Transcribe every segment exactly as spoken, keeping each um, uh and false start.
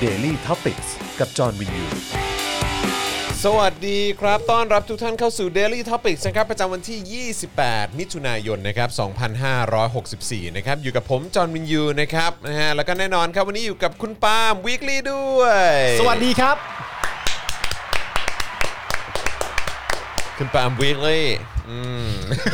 Daily Topics กับจอห์นวินยูสวัสดีครับต้อนรับทุกท่านเข้าสู่ Daily Topics นะครับประจำวันที่ยี่สิบแปดมิถุนายนนะครับสองพันห้าร้อยหกสิบสี่นะครับอยู่กับผมจอห์นวินยูนะครับนะฮะแล้วก็แน่นอนครับวันนี้อยู่กับคุณปาล์ม Weekly ด้วยสวัสดีครับคุณปาล์ม Weekly อืม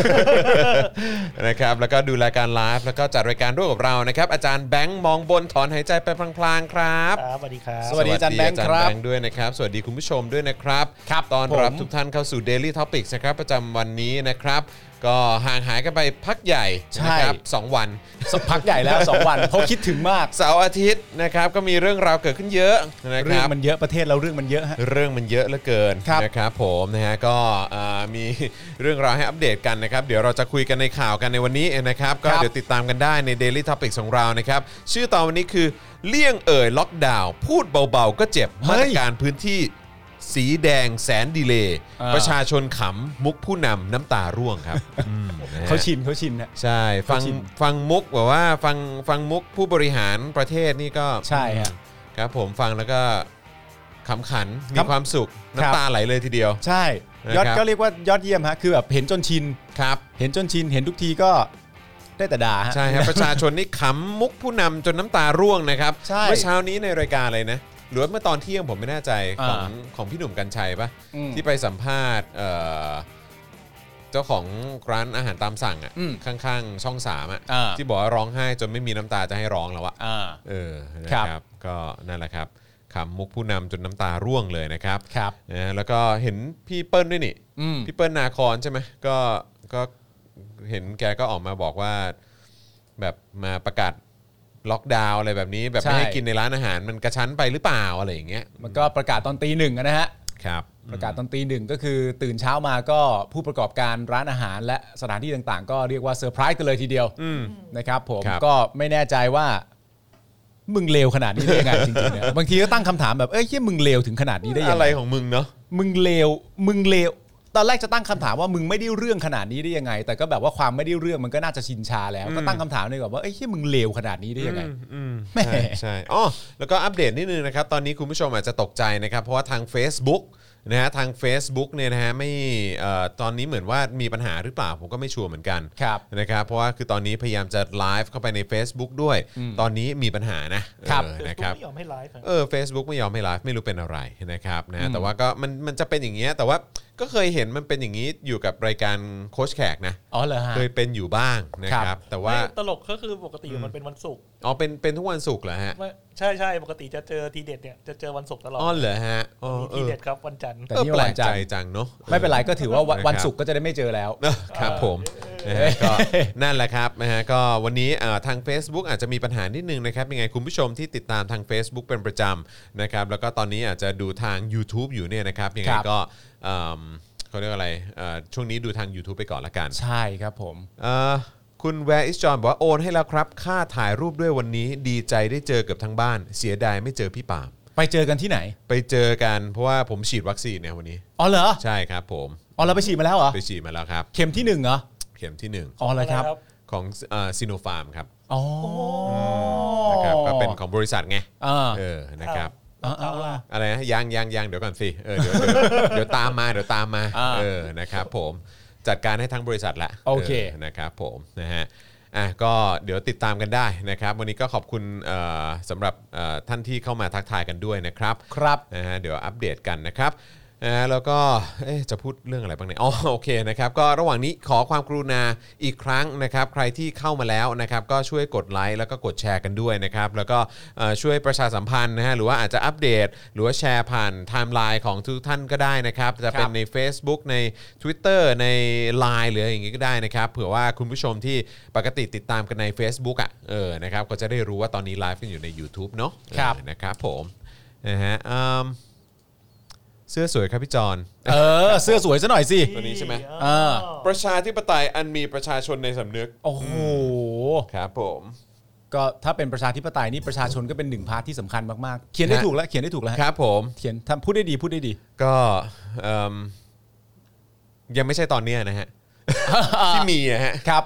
นะครับแล้วก็ดูรายการไลฟ์แล้วก็จัดรายการร่วมกับเรานะครับอาจารย์แบงค์มองบนถอนหายใจไปพลางๆครับครับสวัสดีครับสวัสดีอาจารย์แบงค์ครับอาจารย์แบงค์ด้วยนะครับสวัสดีคุณผู้ชมด้วยนะครับครับต้อนรับผมทุกท่านเข้าสู่ Daily Topics นะครับประจำวันนี้นะครับก็ห่างหายกันไปพักใหญ่นะครับสองวันสักพักใหญ่แล้วสองวันเพราะคิดถึงมากเสาร์อาทิตย์นะครับก็มีเรื่องราวเกิดขึ้นเยอะนะคเรื่อรังบมันเยอะประเทศเราเรื่องมันเยอะฮะเรื่องมันเยอะเหลือเกินครับนะครับผมนะฮะก็อ่ามีเรื่องราวให้อัปเดตกันนะครับเดี๋ยวเราจะคุยกันในข่าวกันในวันนี้นะครับก็เดี๋ยวติดตามกันได้ใน Daily Topics ของเรานะครับชื่อตอนวันนี้คือเลี่ยงเอ่ยล็อกดาวน์พูดเบาๆก็เจ็บมาตรการพื้นที่สีแดงแสนดีเลย์ประชาชนขำมุกผู้นำน้ำตาร่วงครับนะฮะเขาชินเขาชินฮะใช่ฟังเขาชินฟังมุกแบบว่าฟังฟังมุกผู้บริหารประเทศนี่ก็ใช่ฮะครับผมฟังแล้วก็ขำขันมีครับความสุขน้ำตาไหลเลยทีเดียวใช่ยอดนะครับก็เรียกว่ายอดเยี่ยมฮะคือแบบเห็นจนชินครับเห็นจนชินเห็นทุกทีก็ได้แต่ด่าฮะใช่ครับ ประชาชนนี่ขำมุกผู้นำจนน้ำตาร่วงนะครับใช่เมื่อเช้านี้ในรายการอะไรนะหรือว่าเมื่อตอนเที่ยงผมไม่แน่ใจของอ่าของพี่หนุ่มกัญชัยปะอืมที่ไปสัมภาษณ์เอ่อเจ้าของร้านอาหารตามสั่งอ่ะอืมข้างๆช่องสามอ่ะอ่าที่บอกว่าร้องไห้จนไม่มีน้ำตาจะให้ร้องแล้วอะอ่าเออนะครับก็นั่นแหละครับขำมุกผู้นำจนน้ำตาร่วงเลยนะครับครับนะแล้วก็เห็นพี่เปิ้ลด้วยนี่อืมพี่เปิ้ลนาคอนใช่ไหมก็ก็เห็นแกก็ออกมาบอกว่าแบบมาประกาศล็อกดาวน์อะไรแบบนี้แบบไม่ให้กินในร้านอาหารมันกระชั้นไปหรือเปล่าอะไรอย่างเงี้ยมันก็ประกาศตอนตีหนึ่งอะนะฮะครับประกาศตอนตีหนึ่งก็คือตื่นเช้ามาก็ผู้ประกอบการร้านอาหารและสถานที่ต่างๆ ก็เรียกว่าเซอร์ไพรส์กันเลยทีเดียวนะครับผมครับก็ไม่แน่ใจว่ามึงเลวขนาดนี้ได้ยังไงจริงๆเนี่ยบางทีก็ตั้งคำถามแบบเอ้ยเหี้ยมึงเลวถึงขนาดนี้ได้ยังอะไรไงของมึงเนาะมึงเลวมึงเลวตอนแรกจะตั้งคำถามว่ามึงไม่ได้เรื่องขนาดนี้ได้ยังไง แต่ก็แบบว่าความไม่ได้เรื่องมันก็น่าจะชินชาแล้วก็ตั้งคำถามเลยแบบว่าเอ้ยเหี้ยมึงเลวขนาดนี้ได้ยังไงอืมแหม่ใช่ใช่อ๋อแล้วก็อัปเดตนิดนึงนะครับตอนนี้คุณผู้ชมอาจจะตกใจนะครับเพราะว่าทาง Facebook นะฮะทาง Facebook เนี่ยนะฮะไม่เอ่อตอนนี้เหมือนว่ามีปัญหาหรือเปล่าผมก็ไม่ชัวร์เหมือนกันครับนะครับเพราะว่าคือตอนนี้พยายามจะไลฟ์เข้าไปใน Facebook ด้วย ตอนนี้มีปัญหานะครับ เออนะครับไม่ยอมให้ไลฟ์ครับเออ Facebook ไม่ยอมให้ไลฟ์ไม่รู้เป็นอะไรนะครับนะแต่ว่าก็มันมันจะเป็นอย่างเงี้ยแต่ว่าก็เคยเห็นมันเป็นอย่างนี้อยู่กับรายการโค้ชแขกนะอ๋อเหรอฮะเคยเป็นอยู่บ้างนะครับแต่ว่าไม่ตลกก็คือปกติมันเป็นวันศุกร์อ๋อเป็นเป็นทุกวันศุกร์เหรอฮะไม่ใช่ใช่ปกติจะเจอทีเด็ดเนี่ยจะเจอวันศุกร์ตลอดอ๋อเหรอฮะอ๋อมีเอทีอเด็ดครับวันจันทร์แต่เออนี่แปลวักนจันใจทร์จังเนาะไม่เป็นไรก็ถือว่าวันนะครับวันศุกร์ก็จะได้ไม่เจอแล้วครับผมนะฮะก็นั่นแหละครับนะฮะก็วันนี้เอ่อทาง Facebook อาจจะมีปัญหานิดนึงนะครับยังไงคุณผู้ชมที่ติดตามทาง Facebook เป็นประจำนะครับแล้วก็ตอนนี้อาจจะดูทาง YouTube อยู่เนี่ยนะครับยังไงครับก็เอิ่มเขาเรียกว่าอะไรเอ่อช่วงนี้ดูทาง YouTube ไปก่อนละกันใช่ครับผมเอ่อคุณ Where is John บอกว่าโอนให้แล้วครับค่าถ่ายรูปด้วยวันนี้ดีใจได้เจอกับทั้งบ้านเสียดายไม่เจอพี่ปาล์มไปเจอกันที่ไหนไปเจอกันเพราะว่าผมฉีดวัคซีนเนี่ยวันนี้อ๋อเหรอใช่ครับผมอ๋อเราไปฉีดมาแล้วเหรอไปฉีดมาแล้วครับเข็มที่หนึ่งเหรอเข็มที่หนึ่งอ๋อเลยครับของซิโนฟาร์มครับอ๋อนะครับก็เป็นของบริษัทไงอ่าเออนะครับอ่าอ่าเอาล่ะอะไรนะยังยังยังเดี๋ยวก่อนสิเออเดี๋ยวเดี๋ยวเดี๋ยวตามมาเดี๋ยวตามมาอ่าเออนะครับผมจัดการให้ทั้งบริษัทละโอเคนะครับผมนะฮะอ่ะก็เดี๋ยวติดตามกันได้นะครับวันนี้ก็ขอบคุณเอ่อสำหรับเอ่อท่านที่เข้ามาทักทายกันด้วยนะครับครับนะฮะเดี๋ยวอัปเดตกันนะครับนะฮะแล้วก็เอ๊ะจะพูดเรื่องอะไรบ้างเนี่ยอ๋อโอเคนะครับก็ระหว่างนี้ขอความกรุณาอีกครั้งนะครับใครที่เข้ามาแล้วนะครับก็ช่วยกดไลค์แล้วก็กดแชร์กันด้วยนะครับแล้วก็เอ่อช่วยประชาสัมพันธ์นะฮะหรือว่าอาจจะอัปเดตหรือว่าแชร์ผ่านไทม์ไลน์ของทุกท่านก็ได้นะครับจะเป็นใน Facebook ใน Twitter ใน ไลน์ หรืออย่างงี้ก็ได้นะครับเผื่อว่าคุณผู้ชมที่ปกติติดตามกันใน Facebook อ่ะเออนะครับก็จะได้รู้ว่าตอนนี้ไลฟ์กันอยู่ใน YouTube เนาะครับเออนะครับผมนะฮะอืมเสื้อสวยครับพี่จอนเออเสื้อสวยซะหน่อยสิตัวนี้ใช่ไหมอ่าประชาธิปไตยอันมีประชาชนในสำนึกโอ้โหครับผมก็ถ้าเป็นประชาธิปไตยนี่ประชาชนก็เป็นหนึ่งพาร์ทที่สำคัญมากๆเขียนได้ถูกแล้วเขียนได้ถูกแล้วฮะครับผมเขียนทำพูดได้ดีพูดได้ดีก็เอิ่มยังไม่ใช่ตอนเนี้ยนะฮะ ที่มีอะฮะครับอ๋อ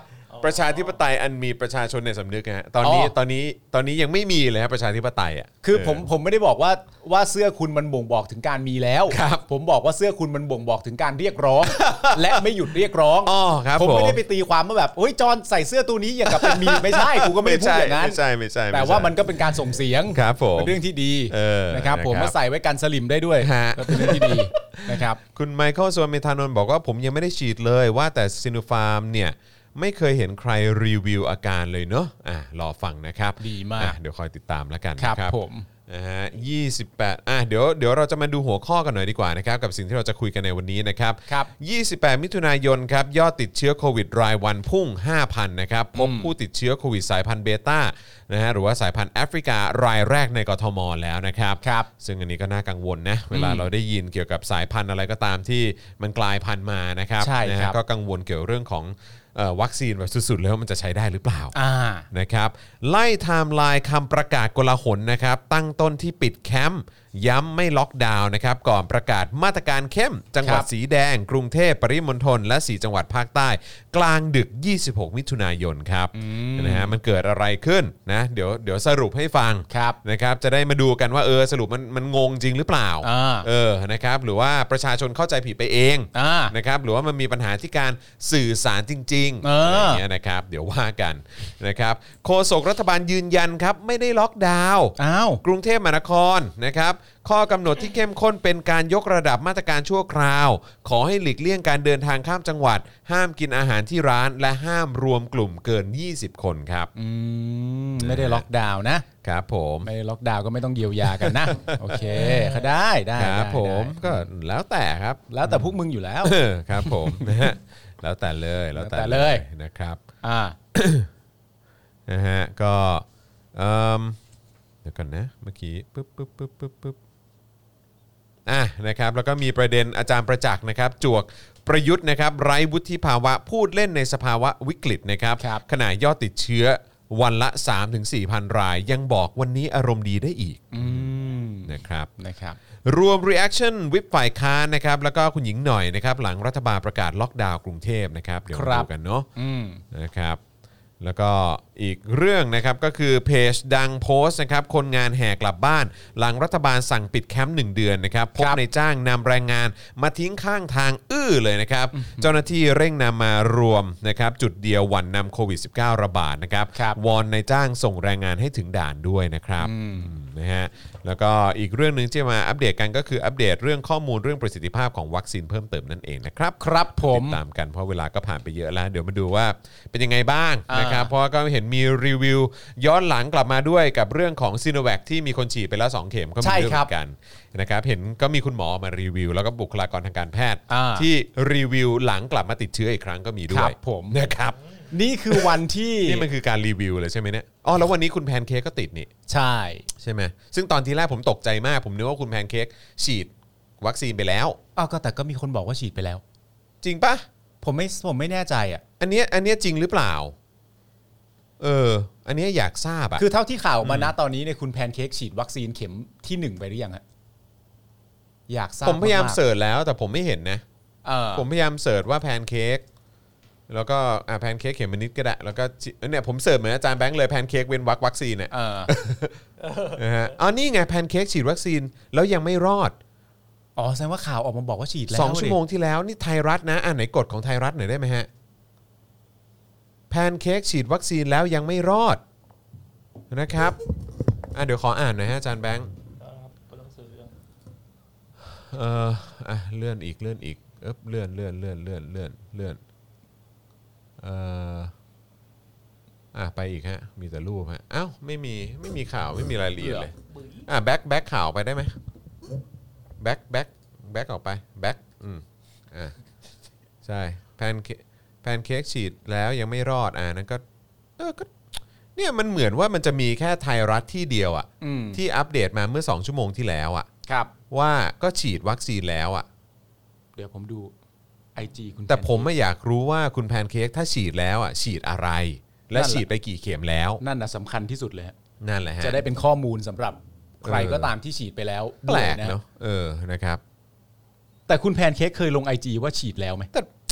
ประชาธิปไตยอันมีประชาชนในสำนึกฮะตอนนี้อ๋อตอนนี้ตอนนี้ยังไม่มีเลยครับประชาธิปไตยอ่ะคือผมผมไม่ได้บอกว่าว่าเสื้อคุณมันบ่งบอกถึงการมีแล้วครับผมบอกว่าเสื้อคุณมันบ่งบอกถึงการเรียกร้อง และไม่หยุดเรียกร้องอ๋อครับผมไม่ได้ผมไปตีความว่าแบบเฮ้ยจอนใส่เสื้อตัวนี้อย่างกับเป็นมีไม่ใช่กูก็ไม่ได้พูดอย่างนั้นไม่ใช่ไม่ใช่ไม่ใช่แต่ว่ามันก็เป็นการส่งเสียงครับผมเป็นเรื่องที่ดีเออนะครับผมนะครับมาใส่ไว้กันสลิมได้ด้วยฮะก็เป็นเรื่องที่ดีนะครับคุณไมเคิลสวนเมธานนท์บอกว่าผมยังไม่ได้ฉีดเลยว่าแต่ซิโนฟาร์มเนี่ยไม่เคยเห็นใครรีวิวอาการเลยเนาะอ่ะรอฟังนะครับดีมากอ่ะเดี๋ยวคอยติดตามแล้วกันครับนะครับผมนะฮะยี่สิบแปดอ่ะเดี๋ยวเดี๋ยวเราจะมาดูหัวข้อกันหน่อยดีกว่านะครับกับสิ่งที่เราจะคุยกันในวันนี้นะครับครับยี่สิบแปดมิถุนายนครับยอดติดเชื้อโควิดรายวันพุ่ง ห้าพัน นะครับพบผู้ติดเชื้อโควิดสายพันธุ์เบต้านะฮะหรือว่าสายพันธุ์แอฟริการายแรกในกทมแล้วนะครับครับซึ่งอันนี้ก็น่ากังวลนะเวลาเราได้ยินเกี่ยวกับสายพันธุ์อะไรก็ตามที่มันกลายพันธุ์มานะครับใช่นะครัฮะบก็กังวลเกี่ยวเรื่องของเอ่อวัคซีนแบบสุดๆเลยว่ามันจะใช้ได้หรือเปล่าอ่านะครับไล่ไทม์ไลน์คำประกาศกลาหลนะครับตั้งต้นที่ปิดแคมป์ย้ำไม่ล็อกดาวน์นะครับก่อนประกาศมาตรการเข้ม จังหวัดครับสีแดง กรุงเทพปริมณฑลและสี่จังหวัดภาคใต้ กลางดึกยี่สิบหกมิถุนายนครับนะฮะมันเกิดอะไรขึ้นนะเดี๋ยวเดี๋ยวสรุปให้ฟังครับนะครับจะได้มาดูกันว่าเออสรุปมันมันงงจริงหรือเปล่าอ่าเออนะครับหรือว่าประชาชนเข้าใจผิดไปเองอ่านะครับหรือว่ามันมีปัญหาที่การสื่อสารจริงๆเออออะไรอย่างเงี้ยนะครับเดี๋ยวว่ากันนะครับโฆษกรัฐบาลยืนยันครับไม่ได้ล็อกดาวน์อ้าวกรุงเทพมหานครนะครับข้อกำหนดที่เข้มข้นเป็นการยกระดับมาตรการชั่วคราว ขอให้หลีกเลี่ยงการเดินทางข้ามจังหวัด ห้ามกินอาหารที่ร้าน และห้ามรวมกลุ่มเกินยี่สิบคนครับอืมไม่ได้ล็อกดาวน์นะครับผมไม่ได้ล็อกดาวน์ก็ไม่ต้องเยียวยากันนะ โอเคก็ได้ได้ครับได้ผมได้ก็แล้วแต่ครับแล้วแต่พวกมึงอยู่แล้วเออครับผม นะฮะแล้วแต่เลยแล้วแต่แล้วแต่เลยนะครับอ่านะฮะก็เอิ่มเดี๋ยวก่อนนะเมื่อกี้ปึ๊บปึ๊บปึ๊บปึ๊บปึ๊บอ่ะนะครับแล้วก็มีประเด็นอาจารย์ประจักษ์นะครับจวกประยุทธ์นะครับไร้วุฒิภาวะพูดเล่นในสภาวะวิกฤตนะครับครับขณะยอดติดเชื้อวันละ สามถึงสี่พัน ราย ยังบอกวันนี้อารมณ์ดีได้อีกอืมนะครับนะครับรวม reaction วิปฝ่ายค้านนะครับแล้วก็คุณหญิงหน่อยนะครับหลังรัฐบาลประกาศล็อกดาวน์กรุงเทพนะครับเดี๋ยวครัมาบดูกันเนาะอืมนะครับแล้วก็อีกเรื่องนะครับก็คือเพจดังโพสต์นะครับคนงานแห่กลับบ้าน หลังรัฐบาลสั่งปิดแคมป์หนึ่งเดือนนะครับพบครับในจ้างนำแรงงานมาทิ้งข้างทางอื้อเลยนะครับเจ้าหน้าที่เร่งนำมารวมนะครับจุดเดียวหวันนำโควิด สิบเก้า ระบาดนะครับครับวอนในจ้างส่งแรงงานให้ถึงด่านด้วยนะครับนะฮะแล้วก็อีกเรื่องหนึ่งที่มาอัปเดตกันก็คืออัปเดตเรื่องข้อมูลเรื่องประสิทธิภาพของวัคซีนเพิ่มเติมนั่นเองนะครับครับผมติดตามกันเพราะเวลาก็ผ่านไปเยอะแล้ว เดี๋ยวมาดูว่าเป็นยังไงบ้างอ่านนะครับเพราะว่าก็เห็นมีรีวิวย้อนหลังกลับมาด้วยกับเรื่องของซีโนแวคที่มีคนฉีดไปแล้วสองเข็มก็มีใช่ด้วยคเหรัมืบอนกันนะครับเห็นก็มีคุณหมอมารีวิว แล้วก็บุคลากรทางการแพทย์อ่าที่รีวิวหลังกลับมาติดเชื้ออีกครั้งก็มีด้ครัวยบผมนะครับนี่คือวันที่นี่มันคือการรีวิวเลยใช่ไหมเนี่ยอ๋อแล้ววันนี้คุณแพนเค้กก็ติดนี่ใช่ใช่ไหมซึ่งตอนที่แรกผมตกใจมากผมนึกว่าคุณแพนเค้กฉีดวัคซีนไปแล้วอ้าวก็แต่ก็มีคนบอกว่าฉีดไปแล้วจริงปะผมไม่ผมไม่แน่ใจอ่ะอันเนี้ยอันเนี้ยจริงหรือเปล่าเอออันเนี้ยอยากทราบอะคือเท่าที่ข่าวออกมาณตอนนี้เนี่ยคุณแพนเค้กฉีดวัคซีนเข็มที่หนึ่งไปหรือยังฮะอยากทราบผมพยายามกๆเสิร์ชแล้วแต่ผมไม่เห็นนะเออผมพยายามเสิร์ชว่าแพนเค้กแล้วก็อ่าแพนเค้กเข็มนิดก็ได้แล้วก็จิเนี่ยผมเสิร์ชเหมือนอาจารย์แบงค์เลยแพนเค้กเว้นวัควัคซีนเนี่ยเออนะฮะอ๋อนี่ไงแพนเค้กฉีดวัคซีนแล้วยังไม่รอดอ๋อแสดงว่าข่าวออกมาบอกว่าฉีดแล้วสองชั่วโมงดิที่แล้วนี่ไทยรัฐนะอ่านไหนกฎของไทยรัฐหน่อยได้ไหมฮะแพนเค้กฉีดวัคซีนแล้วยังไม่รอดนะครับอ่ะเดี๋ยวขออ่านหน่อยฮะอาจารย์แบงค์ครับตัวหนังสือเอออ่ะเลื่อนอีกเลื่อนอีกเอ๊บเลื่อนเลื่อนเลื่อนเลื่อนเลื่อนเลื่อนเอ่ออ่ะไปอีกฮะมีแต่รูปฮะอ้าวไม่มีไม่มีข่าวไม่มีรายละเอียดเลยอ่ะแบ็คแบ็คข่าวไปได้ไหมแบ็คแบ็คแบ็คออกไปแบ็คอืมอ่ะใช่แพนเค้กแพนเค้กฉีดแล้วยังไม่รอดอ่ะนั่นก็เออก็เนี่ยมันเหมือนว่ามันจะมีแค่ไทยรัฐที่เดียวอ่ะอืมที่อัปเดตมาเมื่อสองชั่วโมงที่แล้วอ่ะครับว่าก็ฉีดวัคซีนแล้วอ่ะเดี๋ยวผมดู ไอ จี คุณแต่พนผมไม่อยากรู้ว่าคุณแพนเค้กถ้าฉีดแล้วอ่ะฉีดอะไร และนั่นแหละฉีดไปกี่เข็มแล้วนั่นน่ะสำคัญที่สุดเลยฮะนั่นแหละฮะจะได้เป็นข้อมูลสำหรับใครเออก็ตามที่ฉีดไปแล้วแปลกด้วยนะเนาะเออนะครับแต่คุณแพนเค้กเคยลง ไอ จี ว่าฉีดแล้วไหมแต่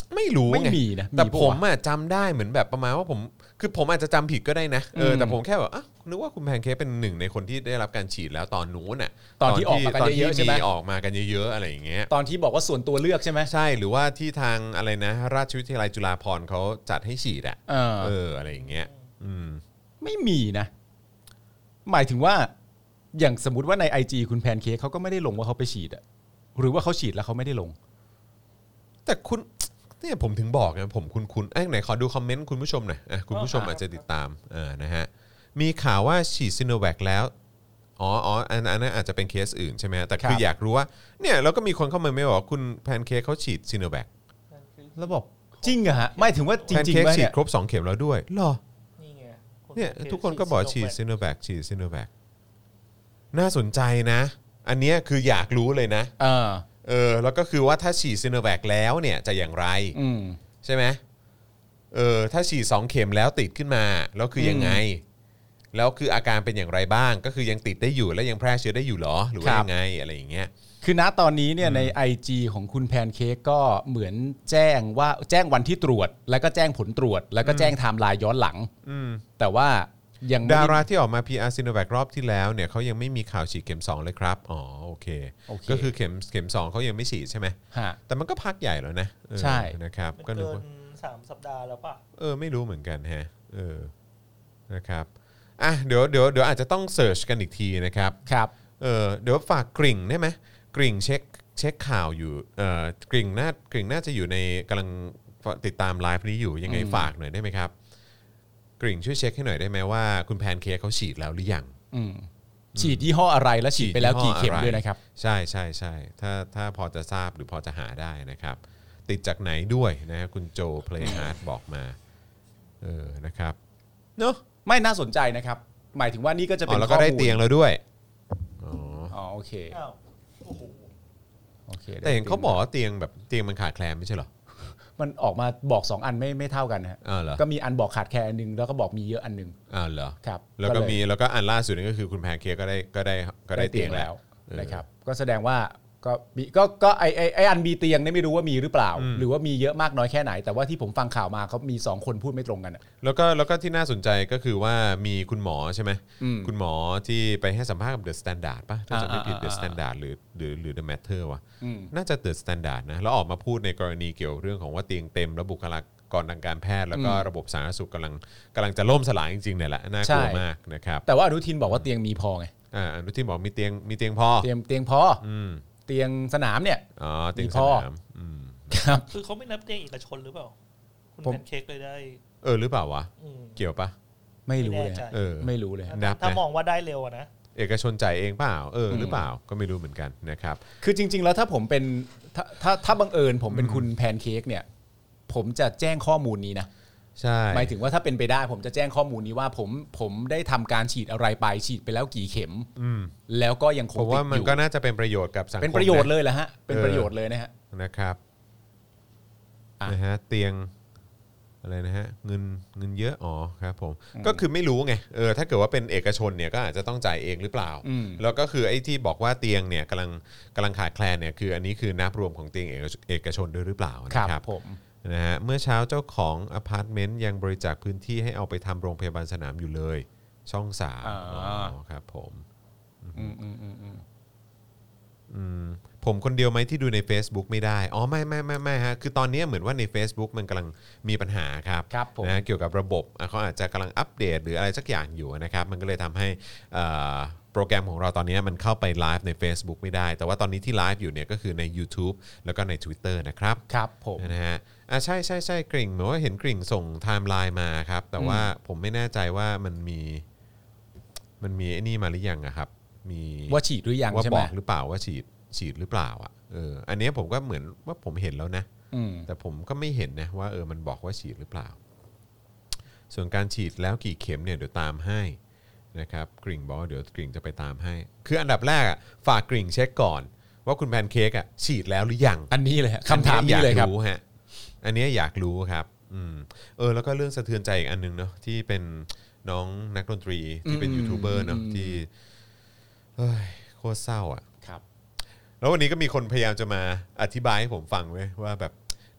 ไม่รู้ไม่ไงมีนะแต่มีปะผมวะอะจำได้เหมือนแบบประมาณว่าผมคือผมอาจจะจำผิดก็ได้นะเอออืมแต่ผมแค่แบบอ่ะนึกว่าคุณแพนเค้กเป็นหนึ่งในคนที่ได้รับการฉีดแล้วตอนนู้นน่ะตอนที่ออกมากันตอนเยที่อะๆใช่ไหมมีออกมากันเยอะๆอะไรอย่างเงี้ยตอนที่บอกว่าส่วนตัวเลือกใช่ไหมใช่หรือว่าที่ทางอะไรนะ ราชวิทยาลัยจุฬาภรณ์เขาจัดให้ฉีดอ่ะเออเอออะไรอย่างเงี้ยอืมไม่มีนะ หมายถึงว่าอย่างสมมติว่าใน ไอ จี คุณแพนเค้กเขาก็ไม่ได้ลงว่าเขาไปฉีดอะหรือว่าเขาฉีดแล้วเขาไม่ได้ลงแต่คุณเนี่ยผมถึงบอกนะผมคุณคุณไอ้ยไหนขอดูคอมเมนต์คุณผู้ชมหน่อยอ่ะคุณผู้ชมอาจจะติดตามเออนะฮะมีข่าวว่าฉีดซิโนแวคแล้วอ๋ออ๋ออันอันนั้นอาจจะเป็นเคสอื่นใช่ไหมฮะแต่คือครับอยากรู้ว่าเนี่ยเราก็มีคนเข้ามาไม่บอกว่าคุณแพนเค้กเขาฉีดซิโนแวคแล้วบอกจริงอะฮะไม่ถึงว่าจแพนริงเค้ๆกไหมฉีดเนี่ยครบสองเข็มแล้วด้วยเหรอนี่ไงเนี่ยทุกคนก็บอกฉีดซิโนแวคฉีดซิโนแวคน่าสนใจนะ อันเนี้ยคืออยากรู้เลยนะเออเออแล้วก็คือว่าถ้าฉีดซิโนแวคแล้วเนี่ยจะอย่างไรอืมใช่ไหมเออถ้าฉีดสองเข็มแล้วติดขึ้นมาแล้วคือยังไง แล้วคืออาการเป็นอย่างไรบ้างก็คือยังติดได้อยู่แล้วยังแพร่เชื้อได้อยู่หรอหรือว่าครับยังไงอะไรอย่างเงี้ยคือณตอนนี้เนี่ยใน ไอ จี ของคุณแพนเค้กก็เหมือนแจ้งว่าแจ้งวันที่ตรวจ แล้วก็แจ้งผลตรวจ แล้วก็แจ้งไทม์ไลน์ย้อนหลังอืมแต่ว่ายังไม่ดาได้ราที่ออกมา พี อาร์ Sinovac รอบที่แล้วเนี่ยเขายังไม่มีข่าวฉีดเข็มสองเลยครับอ๋อโอเคโอเคก็คือเข็มเข็มสองเขายังไม่ฉีดใช่ไหมฮะแต่มันก็พักใหญ่แล้วนะเออใช่นะครับมันก็นึกเกินว่าสามสัปดาห์แล้วป่ะเออไม่รู้เหมือนกันฮะเออนะครับอ่ะเดี๋ยวเดี๋ยวเดี๋ยวอาจจะต้องเสิร์ชกันอีกทีนะครับครับเออเดี๋ยวฝากกริ่งได้ไหมกริ่งเช็คเช็คข่าวอยู่เออกริ่งน่ากริ่งน่าจะอยู่ในกำลังติดตามไลฟ์นี้อยู่ยังไงอืมฝากหน่อยได้ไหมครับกริ่งช่วยเช็คให้หน่อยได้ไหมว่าคุณแพนเค้กเขาฉีดแล้วหรือยังอืมฉีดยี่ห้ออะไรและฉีดไปแล้วกี่เข็มด้วยนะครับใช่ใช่ใช่ถ้าถ้าพอจะทราบหรือพอจะหาได้นะครับ ติดจากไหนด้วยนะคุณโจเพลย์ฮาร์ดบอกมาเออนะครับเนาะไม่น่าสนใจนะครับ หมายถึงว่านี่ก็จะอ๋เป็อน แล้วข้ก็อได้มูลเตียงแล้วด้วยอ๋ออ๋อโอเคอ้าวโอ้โหโอเคแต่เห็นเขาบอกว่าเตียงแบบเตียงมันขาดแคลนไม่ใช่เหรอมันออกมาบอกสองอันไม่ไม่เท่ากันนะฮะอ้าวเหรอก็มีอันบอกขาดแคลนอันหนึงแล้วก็บอกมีเยอะอันหนึงอ้าวเหรอครับแล้วก็เยมีแล้วก็อันล่าสุดนี่ก็คือคุณแพนเค้กก็ได้ก็ได้ก็ได้เตียงแล้วนะครับก็แสดงว่าก็มีก็ก็ไอไอไออันมีเตียงเนี่ยไม่รู้ว่ามีหรือเปล่า หรือว่ามีเยอะมากน้อยแค่ไหน แต่ว่าที่ผมฟังข่าวมาเขามีสองคนพูดไม่ตรงกันอะแล้วก็แล้วก็ที่น่าสนใจก็คือว่ามีคุณหมอใช่ไหมอืมคุณหมอที่ไปให้สัมภาษณ์กับ The Standard ป่ะถ้าจะไม่ผิดอ่า The อ่า Standard หรือหรือหรือ The Matter วะอืมน่าจะ The Standard นะแล้วออกมาพูดในกรณีเกี่ยวเรื่องของว่าเตียงเต็มแล้วบุคลากรทางการแพทย์ แล้วก็อืมระบบสาธารณสุขกำลังกำลังจะล่มสลายจริงๆเนี่ยแหละน่ากลัวใช่มากนะครับแต่ว่าอนุทินบอกว่าเตียงมีพอไงอ่าอนุทินบอกมีเตียงมีเตียงพอเตียงเตียงพออืมเตียงสนามเนี่ยอ๋อเตียงมีสพอนามอืมครับคือเขาไม่นับเตียงเอกชนหรือเปล่า คุณผมแพนเค้กเลยได้เออหรือเปล่าวะอืมเกี่ยวปะไม่รู้เลยไม่แน่ใจฮะเออไม่รู้เลยฮะนับนะถ้ามองว่าได้เร็วอะนะเอกชนจ่ายเองเปล่าเอออืมหรือเปล่าก็ไม่รู้เหมือนกันนะครับคือจริง ๆ แล้วถ้าผมเป็นถ้าถ้าถ้าบังเอิญผมเป็นคุณแพนเค้กเนี่ย ผมจะแจ้งข้อมูลนี้นะใช่หมายถึงว่าถ้าเป็นไปได้ ผมจะแจ้งข้อมูลนี้ว่าผมผมได้ทำการฉีดอะไรไปฉีดไปแล้วกี่เข็มอืมแล้วก็ยังคผงมติว่าดมัอน ยู่ก็น่าจะเป็นประโยชน์กับสังคมเป็นประโยชน์นะเลยแหละฮะเป็นเออประโยชน์เลยนะฮะนะครับอ่ะนะฮะเตียงอะไรนะฮะเงินเงินเยอะอ๋อครับผมก็คือไม่รู้ไงเออถ้าเกิดว่าเป็นเอกชนเนี่ยก็อาจจะต้องจ่ายเองหรือเปล่าอืมแล้วก็คือไอ้ที่บอกว่าเตียงเนี่ยกำลังกำลังขาดแคลนเนี่ยคืออันนี้คือนับรวมของเตียงเอกเอกชนด้วยหรือเปล่าคนะรับครับผมนะฮะเมื่อเช้าเจ้าของอพาร์ตเมนต์ยังบริจาคพื้นที่ให้เอาไปทำโรงพยาบาลสนามอยู่เลย ช่องสามอ่าอ๋อครับผมอืมอืมอืมอืมอืมผมคนเดียวไหมที่ดูใน Facebook ไม่ได้อ๋อไม่ไม่ไม่ไม่ฮะคือตอนนี้เหมือนว่าใน Facebook มันกำลังมีปัญหาครับครับผมนะเกี่ยวกับระบบอ่ะเขาอาจจะกำลังอัปเดตหรืออะไรสักอย่างอยู่นะครับมันก็เลยทำให้อ่าโปรแกรมของเราตอนนี้มันเข้าไปไลฟ์ใน Facebook ไม่ได้ แต่ว่าตอนนี้ที่ไลฟ์อยู่เนี่ยก็คือใน YouTube แล้วก็ใน Twitter นะครับครับผมนะฮะอ่ะใช่ใช่ใช่กริ่งเหมือนว่าเห็นกริ่งส่งไทม์ไลน์มาครับแต่ว่าผมไม่แน่ใจว่ามันมีมันมีไอ้นี่มาหรือยังอะครับมีว่าฉีดหรือยังว่าใช่บไหมอกหรือเปล่าว่าฉีดฉีดหรือเปล่าอ่ะเอออันเนี้ยผมก็เหมือนว่าผมเห็นแล้วนะอืมแต่ผมก็ไม่เห็นนะว่าเออมันบอกว่าฉีดหรือเปล่า ส่วนการฉีดแล้วกี่เข็มเนี่ยเดี๋ยวตามให้นะครับกริ่งบอกว่าเดี๋ยวกริ่งจะไปตามให้ คืออันดับแรกอ่ะฝากกริ่งเช็คก่อน ว่าคุณแพนเค้กอ่ะฉีดแล้วหรือยังอันนี้เลยฮะคำถามนี้เลยครับอันนี้อยากรู้ฮะอันเนี้ยอยากรู้ครับอืมเออแล้วก็เรื่องสะเทือนใจอีกอันนึงเนาะที่เป็นน้องนักดนตรีที่เป็นอืมยูทูบเบอร์เนาะอืมที่เฮ้ยโคตรเศร้าอ่ะครับแล้ววันนี้ก็มีคนพยายามจะมาอธิบายให้ผมฟังเว้ยว่าแบบ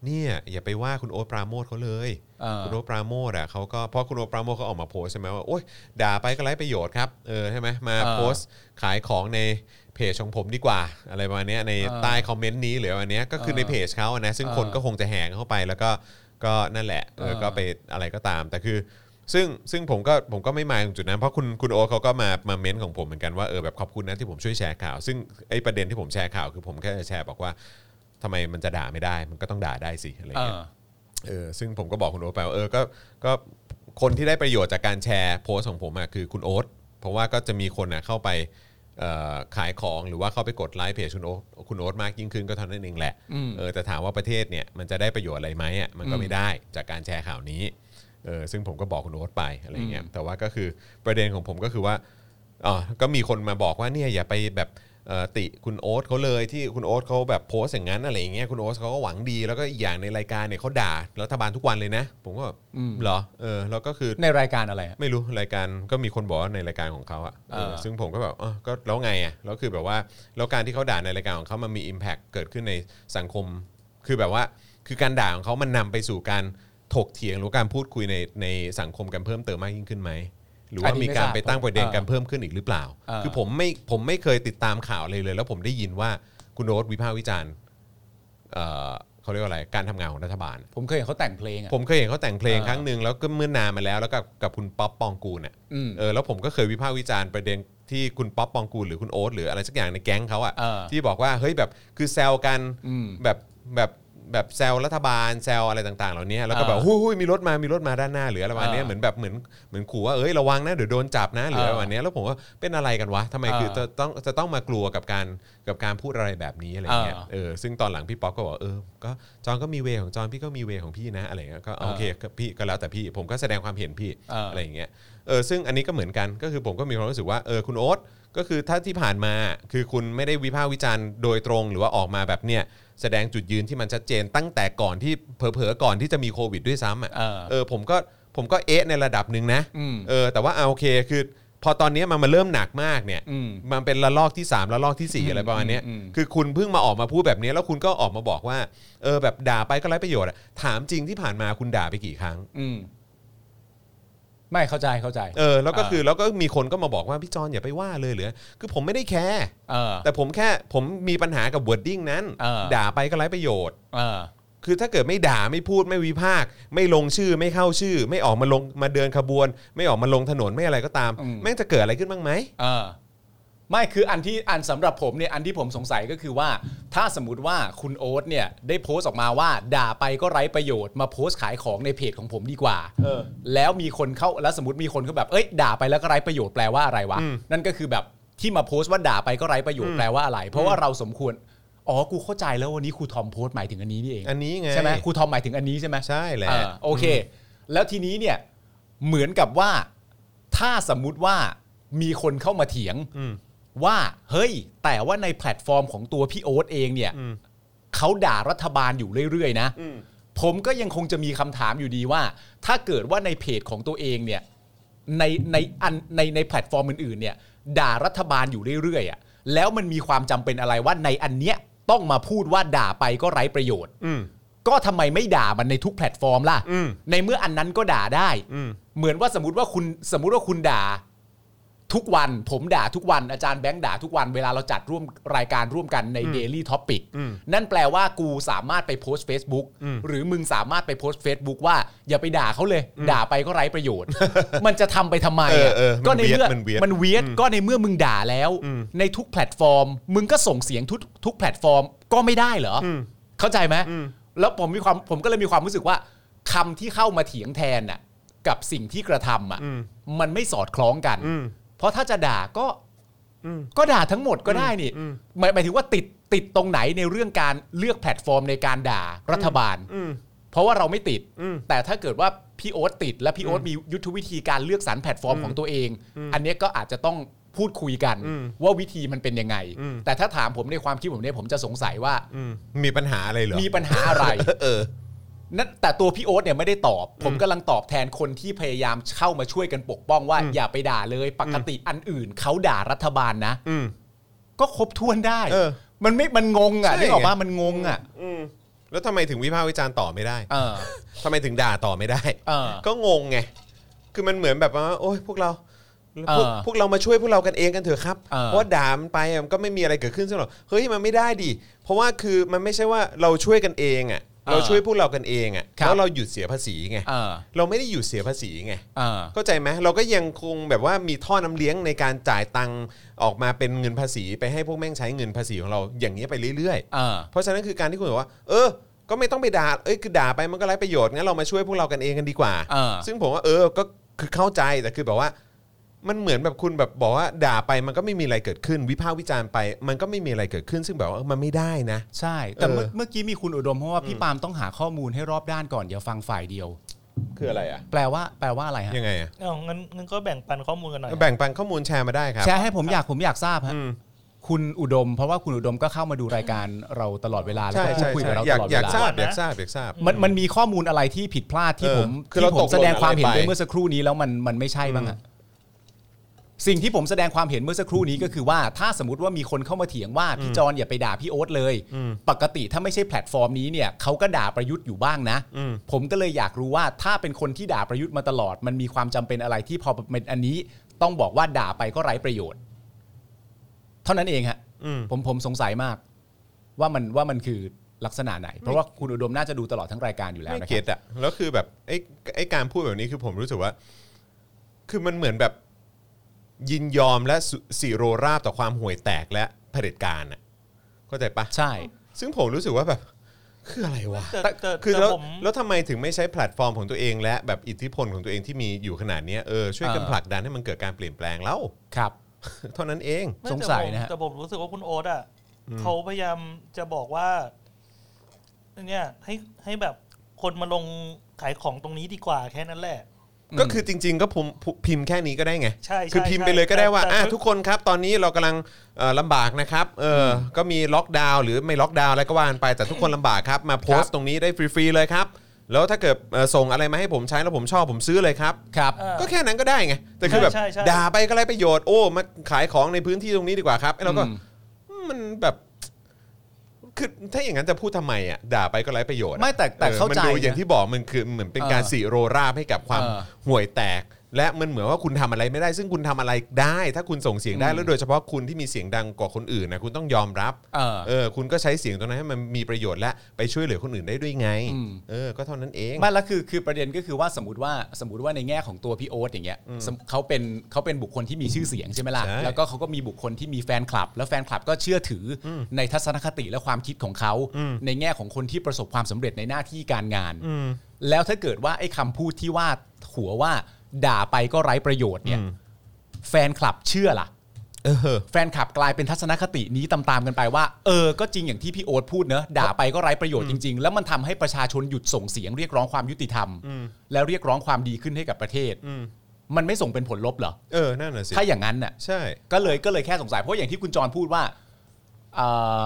เนี่ยอย่าไปว่าคุณโอ๊ตปราโมชเขาเลยเออคุณโอ๊ตปราโมชอ่ะเขาก็เพราะคุณโอ๊ตปราโมชเขาออกมาโพสใช่ไหมว่าโอ๊ยด่าไปก็ไร้ประโยชน์ครับเออใช่ไหมมาโพสขายของในเพจของผมดีกว่าอะไรประมาณนี้ในใต้คอมเมนต์นี้หรืออะไรเนี้ยก็คือในเพจเขาอะนะซึ่งคนก็คงจะแหงเข้าไปแล้วก็ก็นั่นแหละเออก็ไปอะไรก็ตามแต่คือซึ่งซึ่งผมก็ผมก็ไม่มาตรงจุดนั้นเพราะคุณคุณโอ๊ตเขาก็มามาเม้นของผมเหมือนกันว่าเออแบบขอบคุณนะที่ผมช่วยแชร์ข่าวซึ่งไอ้ประเด็นที่ผมแชร์ข่าวคือผมแค่แชร์บอกว่าทำไมมันจะด่าไม่ได้มันก็ต้องด่าได้สิอะไรเงี้ยเออซึ่งผมก็บอกคุณโอ๊ตไปว่าเออก็ก็คนที่ได้ประโยชน์จากการแชร์โพสต์ของผมอ่ะคือคุณโอ๊ตเพราะว่าก็จะมีคนอ่ะเข้าไปขายของหรือว่าเข้าไปกดไลค์เพจคุณโอ๊ตคุณโอ๊ตมากยิ่งขึ้นก็เท่านั้นเองแหละเออแต่ถามว่าประเทศเนี่ยมันจะได้ประโยชน์อะไรไหมอ่ะมันก็ไม่ได้จากการแชร์ข่าวนี้เออซึ่งผมก็บอกคุณโอ๊ตไปอะไรเงี้ยแต่ว่าก็คือประเด็นของผมก็คือว่าอ๋อก็มีคนมาบอกว่าเนี่ยอย่าไปแบบติคุณโอ๊ตเขาเลยที่คุณโอ๊ตเขาแบบโพสอย่างนั้นอะไรอย่างเงี้ยคุณโอ๊ตเขาก็หวังดีแล้วก็อีกอย่างในรายการเนี่ยเขาด่ารัฐบาลทุกวันเลยนะผมก็เหรอเออแล้วก็คือในรายการอะไรไม่รู้รายการก็มีคนบอกว่าในรายการของเขาอ่ะซึ่งผมก็แบบอ๋อก็แล้วไงอ่ะแล้วคือแบบว่าแล้วการที่เขาด่าในรายการของเขามันมี impact เกิดขึ้นในสังคมคือแบบว่าคือการด่าของเขามันนำไปสู่การถกเถียงหรือการพูดคุยในในสังคมกันเพิ่มเติมมากยิ่งขึ้นไหมหรือว่ามีการไปตั้งประเด็นกันเพิ่มขึ้นอีกหรือเปล่าคือผมไม่ผมไม่เคยติดตามข่าวเลยเลยแล้วผมได้ยินว่าคุณโอ๊ตวิพากษ์วิจารณ์เอ่อเขาเรียกว่าอะไรการทำงานของรัฐบาลผมเคยเห็นเขาแต่งเพลงอ่ะผมเคยเห็นเขาแต่งเพลงครั้งนึงแล้วก็เมื่อนานมาแล้วแล้วกับกับคุณป๊อปปองกูลเนี่ยเออแล้วผมก็เคยวิพากษ์วิจารณ์ประเด็นที่คุณป๊อปปองกูลหรือคุณโอ๊ตหรืออะไรสักอย่างในแก๊งเขาอ่ะที่บอกว่าเฮ้ยแบบคือแซวกันแบบแบบแบบแซวรัฐบาลแซวอะไรต่างๆเหล่านี้แล้วก็แบบหุ้ยมีรถมามีรถมาด้านหน้าหรืออะไรประมาณนี้เหมือนแบบเหมือนเหมือนขู่ว่าเอ้ยระวังนะเดี๋ยวโดนจับนะหรืออะไรประมาณนี้แล้วผมว่าเป็นอะไรกันวะทำไมคือจะต้องจะต้องมากลัวกับการกับการพูดอะไรแบบนี้อะไรเงี้ยเออซึ่งตอนหลังพี่ป๊อกก็บอกเออก็จอนก็มีเวของจอนพี่ก็มีเวของพี่นะอะไรเงี้ยก็โอเคพี่ก็แล้วแต่พี่ผมก็แสดงความเห็นพี่อะไรอย่างเงี้ยเออซึ่งอันนี้ก็เหมือนกันก็คือผมก็มีความรู้สึกว่าเออคุณโอ๊ตก็คือถ้าที่ผ่านมาคือคุณไม่ได้วิพากษ์วิจารณ์โดยตรงหรือว่าออกมาแบบเนี้ยแสดงจุดยืนที่มันชัดเจนตั้งแต่ก่อนที่เผลอๆก่อนที่จะมีโควิดด้วยซ้ำอ่ะเออผมก็ผมก็เอ๊ะในระดับหนึ่งนะเออแต่ว่าเอาโอเคคือพอตอนนี้มันมาเริ่มหนักมากเนี่ยมันเป็นระลอกที่สามระลอกที่สี่อะไรประมาณนี้คือคุณเพิ่งมาออกมาพูดแบบนี้แล้วคุณก็ออกมาบอกว่าเออแบบด่าไปก็ไร้ประโยชน์ถามจริงที่ผ่านมาคุณด่าไปกี่ครั้งไม่เข้าใจเข้าใจเออแล้วก็คือแล้วก็มีคนก็มาบอกว่าพี่จอนอย่าไปว่าเลยหรือคือผมไม่ได้แคร์แต่ผมแค่ผมมีปัญหากับ wording นั้นด่าไปก็ไร้ประโยชน์คือถ้าเกิดไม่ด่าไม่พูดไม่วิพากษ์ไม่ลงชื่อไม่เข้าชื่อไม่ออกมาลงมาเดินขบวนไม่ออกมาลงถนนไม่อะไรก็ตามแม่งจะเกิดอะไรขึ้นบ้างไหมไม่คืออันที่อันสำหรับผมเนี่ยอันที่ผมสงสัยก็คือว่าถ้าสมมติว่าคุณโอ๊ตเนี่ยได้โพสต์ออกมาว่าด่าไปก็ไร้ประโยชน์มาโพสต์ขายของในเพจของผมดีกว่าเออแล้วมีคนเข้าแล้วสมมติมีคนเขาแบบเอ้ยด่าไปแล้วก็ไร้ประโยชน์แปลว่าอะไรวะนั่นก็คือแบบที่มาโพสต์ว่าด่าไปก็ไร้ประโยชน์แปลว่าอะไรเพราะว่าเราสมควรอ๋อกูเข้าใจแล้ววันนี้ครูทอมโพสต์หมายถึงอันนี้นี่เองอันนี้ไงใช่ไหมครูทอมหมายถึงอันนี้ใช่ไหมใช่แหละโอเคแล้วทีนี้เนี่ยเหมือนกับว่าถ้าสมมุติว่ามีคนเข้ามาเถียงว่าเฮ้ยแต่ว่าในแพลตฟอร์มของตัวพี่โอ๊ตเองเนี่ยเขาด่ารัฐบาลอยู่เรื่อยๆนะผมก็ยังคงจะมีคำถามอยู่ดีว่าถ้าเกิดว่าในเพจของตัวเองเนี่ยในในอันในในแพลตฟอร์มอื่นๆเนี่ยด่ารัฐบาลอยู่เรื่อยๆอ่ะแล้วมันมีความจำเป็นอะไรว่าในอันเนี้ยต้องมาพูดว่าด่าไปก็ไร้ประโยชน์ก็ทำไมไม่ด่ามันในทุกแพลตฟอร์มล่ะในเมื่ออันนั้นก็ด่าได้เหมือนว่าสมมติว่าคุณสมมติว่าคุณด่าทุกวันผมด่าทุกวันอาจารย์แบงค์ด่าทุกวันเวลาเราจัดร่วมรายการร่วมกันใน Daily Topic นั่นแปลว่ากูสามารถไปโพสต์ Facebook หรือมึงสามารถไปโพสต์ Facebook ว่าอย่าไปด่าเขาเลยด่าไปก็ไร้ประโยชน์ มันจะทำไปทำไมอ่ะก็ในเมื่อมันเวียดก็ในเมื่อมึงด่าแล้วในทุกแพลตฟอร์มมึงก็ส่งเสียงทุกทุกแพลตฟอร์มก็ไม่ได้เหรอเข้าใจไหมแล้วผมมีความผมก็เลยมีความรู้สึกว่าคำที่เข้ามาเถียงแทนน่ะกับสิ่งที่กระทำอ่ะมันไม่สอดคล้องกันเพราะถ้าจะด่าก็ก็ด่าทั้งหมดก็ได้นี่หมายหมายถึงว่าติดติดตรงไหนในเรื่องการเลือกแพลตฟอร์มในการด่ารัฐบาลเพราะว่าเราไม่ติดแต่ถ้าเกิดว่าพี่โอ๊ตติดและพี่โอ๊ตมียุทธวิธีการเลือกสรรแพลตฟอร์มของตัวเองอันนี้ก็อาจจะต้องพูดคุยกันว่าวิธีมันเป็นยังไงแต่ถ้าถามผมในความคิดผมเนี่ยผมจะสงสัยว่ามีปัญหาอะไรเหรอมีปัญหาอะไรเออนั่นแต่ตัวพี่โอ๊ตเนี่ยไม่ได้ตอบผมกำลังตอบแทนคนที่พยายามเข้ามาช่วยกันปกป้องว่าอย่าไปด่าเลยปกติอันอื่นเขาด่ารัฐบาลนะก็ครบถ้วนได้มันไม่มันงงอ่ะนึกออกป่ะมันงงอ่ะแล้วทำไมถึงวิพากษ์วิจารณ์ต่อไม่ได้เออทำไมถึงด่าต่อไม่ได้เออก็งงไงคือมันเหมือนแบบว่าโอ๊ยพวกเราเออพวกพวกเรามาช่วยพวกเรากันเองกันเถอะครับเออเพราะว่าด่ามันไปอะมันก็ไม่มีอะไรเกิดขึ้นซึ่งหรอกเฮ้ยมันไม่ได้ดิเพราะว่าคือมันไม่ใช่ว่าเราช่วยกันเองอ่ะเราช่วยพวกเรากันเองอ่ะครับแล้วเราหยุดเสียภาษีไงเออเราไม่ได้หยุดเสียภาษีไงเออเข้าใจไหมเราก็ยังคงแบบว่ามีท่อน้ำเลี้ยงในการจ่ายตังค์ออกมาเป็นเงินภาษีไปให้พวกแม่งใช้เงินภาษีของเราอย่างนี้ไปเรื่อยเออๆเพราะฉะนั้นคือการที่คุณบอกว่าเออก็ไม่ต้องไปด่าเอ้ยคือด่าไปมันก็ไร้ประโยชน์งั้นเรามาช่วยพวกเรากันเองกันดีกว่าเออซึ่งผมว่าเออก็คือเข้าใจแต่คือแบบว่ามันเหมือนแบบคุณแบบบอกว่าด่าไปมันก็ไม่มีอะไรเกิดขึ้นวิพากษ์วิจารณ์ไปมันก็ไม่มีอะไรเกิดขึ้นซึ่งแบบว่ามันไม่ได้นะใช่แต่เมื่อเออเมื่อกี้มีคุณอุดมเพราะว่าพี่ปาล์มต้องหาข้อมูลให้รอบด้านก่อนอย่าฟังฝ่ายเดียวคืออะไรอ่ะแปลว่าแปลว่าอะไรฮะยังไงอ่ะเอางั้นงั้นก็แบ่งปันข้อมูลกันหน่อยแบ่งปันข้อมูลแชร์มาได้ครับแชร์ให้ผมอยากผมอยากทราบฮะอืมคุณอุดม เพราะว่าคุณอุดมก็เข้ามาดูรายการเราตลอดเวลาแล้วใช่ก็พูดใช่คุยกับใช่เราอยาตกลอดอยากเวลาทราบอยากทราบอยากทราบมันมันมีข้อมูลอะไรที่ผิดพลาดที่เออผมคือที่เราผตมกหล่นแสดงความเห็นอะไรไปไปเมื่อสักครู่นี้แล้วมันมันไม่ใช่บ้างอะสิ่งที่ผมแสดงความเห็นเมื่อสักครู่นี้ก็คือว่าถ้าสมมติว่ามีคนเข้ามาเถียงว่าพี่จอนอย่าไปด่าพี่โอ๊ตเลย ปกติถ้าไม่ใช่แพลตฟอร์มนี้เนี่ยเขาก็ด่าประยุทธ์อยู่บ้างนะ ผมก็เลยอยากรู้ว่าถ้าเป็นคนที่ด่าประยุทธ์มาตลอด มันมีความจำเป็นอะไรที่พอเป็นอันนี้ต้องบอกว่าด่าไปก็ไร้ประโยชน์ เท่านั้นเองฮะอืมผมผมสงสัยมาก ว่ามันว่ามันคือลักษณะไหน เพราะว่าคุณอุดมน่าจะดูตลอดทั้งรายการอยู่แล้วไม่นะคเก็รับตอ่ะแล้วคือแบบไอ้ไอ้การพูดแบบนี้คือผมรู้สึกว่า คือมันเหมือนแบบยินยอมและสุสิโรราบต่อความห่วยแตกและเผด็จการอ่ะเข้าใจปะใช่ซึ่งผมรู้สึกว่าแบบคืออะไรวะแต่แต่คือแต่แล้วผมแล้วทำไมถึงไม่ใช้แพลตฟอร์มของตัวเองและแบบอิทธิพลของตัวเองที่มีอยู่ขนาดเนี้ยเออช่วยกันเออผลักดันให้มันเกิดการเปลี่ยนแปลงแล้วครับเท่านั้นเองไม่สงสัยแต่ผมนะฮะแต่ผมรู้สึกว่าคุณโอ๊ตอ่ะเขาพยายามจะบอกว่าเนี่ยให้ให้แบบคนมาลงขายของตรงนี้ดีกว่าแค่นั้นแหละก็คือจริง ๆ ก็ผมพิมพ์แค่นี้ก็ได้ไงใช่ใช่คือพิมพ์ไปเลยก็ได้ว่าแต่แต่อ่ะทุกคนครับตอนนี้เรากำลังเอ่อลำบากนะครับเออก็มีล็อกดาวน์หรือไม่ล็อกดาวน์อะไรก็ว่ากันไปแต่ทุกคนลำบากครับมาโพสต์ตรงนี้ได้ฟรีๆเลยครับแล้วถ้าเกิดเอ่อส่งอะไรมาให้ผมใช้แล้วผมชอบผมซื้อเลยครับครับเออก็แค่นั้นก็ได้ไงแต่คือแบบใช่ใช่ด่าไปก็ไรประโยชน์โอ้มาขายของในพื้นที่ตรงนี้ดีกว่าครับแล้วก็อืมมันแบบคือถ้าอย่างนั้นจะพูดทำไมอ่ะด่าไปก็ไร้ประโยชน์อะไม่แต่แต่เข้าใจมันดูอย่างนะที่บอกมันคือเหมือนเป็นการเออสีโรราบให้กับความเออห่วยแตก และมันเหมือนว่าคุณทำอะไรไม่ได้ ซึ่งคุณทำอะไรได้ ถ้าคุณส่งเสียงได้อืมแล้วโดยเฉพาะคุณที่มีเสียงดังกว่าคนอื่นนะคุณต้องยอมรับเออเออคุณก็ใช้เสียงตรงนั้นให้มันมีประโยชน์และไปช่วยเหลือคนอื่นได้ด้วยไงอืมเออก็เท่านั้นเองไม่แล้วคือคือประเด็นก็คือว่าสมมติว่าสมมติว่าในแง่ของตัวพี่โอ๊ตอย่างเงี้ยสมเขาเป็นเขาเป็นบุคคลที่มีชื่อเสียงใช่ไหมล่ะใช่แล้วก็เขาก็มีบุคคลที่มีแฟนคลับ แล้วแฟนคลับก็เชื่อถืออในทัศนคติและความคิดของเขาในแง่ของคนที่ประสบความสำเร็จในหน้าที่การงาน แล้วถ้าเกิดว่าไอ้คำพูดที่ว่าหัวว่าด่าไปก็ไร้ประโยชน์เนี่ยแฟนคลับเชื่อล่ะเออแฟนคลับกลายเป็นทัศนคตินี้ตามๆกันไปว่าเออก็จริงอย่างที่พี่โอ๊ตพูดเนอะด่าไปก็ไร้ประโยชน์จริงๆ แล้วมันทำให้ประชาชนหยุดส่งเสียงเรียกร้องความยุติธรรม แล้วเรียกร้องความดีขึ้นให้กับประเทศ มันไม่ส่งเป็นผลลบเหรอเออนั่นน่ะสิถ้าอย่างนั้นน่ะใช่ก็เลยก็เลยแค่สงสัยเพราะอย่างที่คุณจรพูดว่าเอ่อ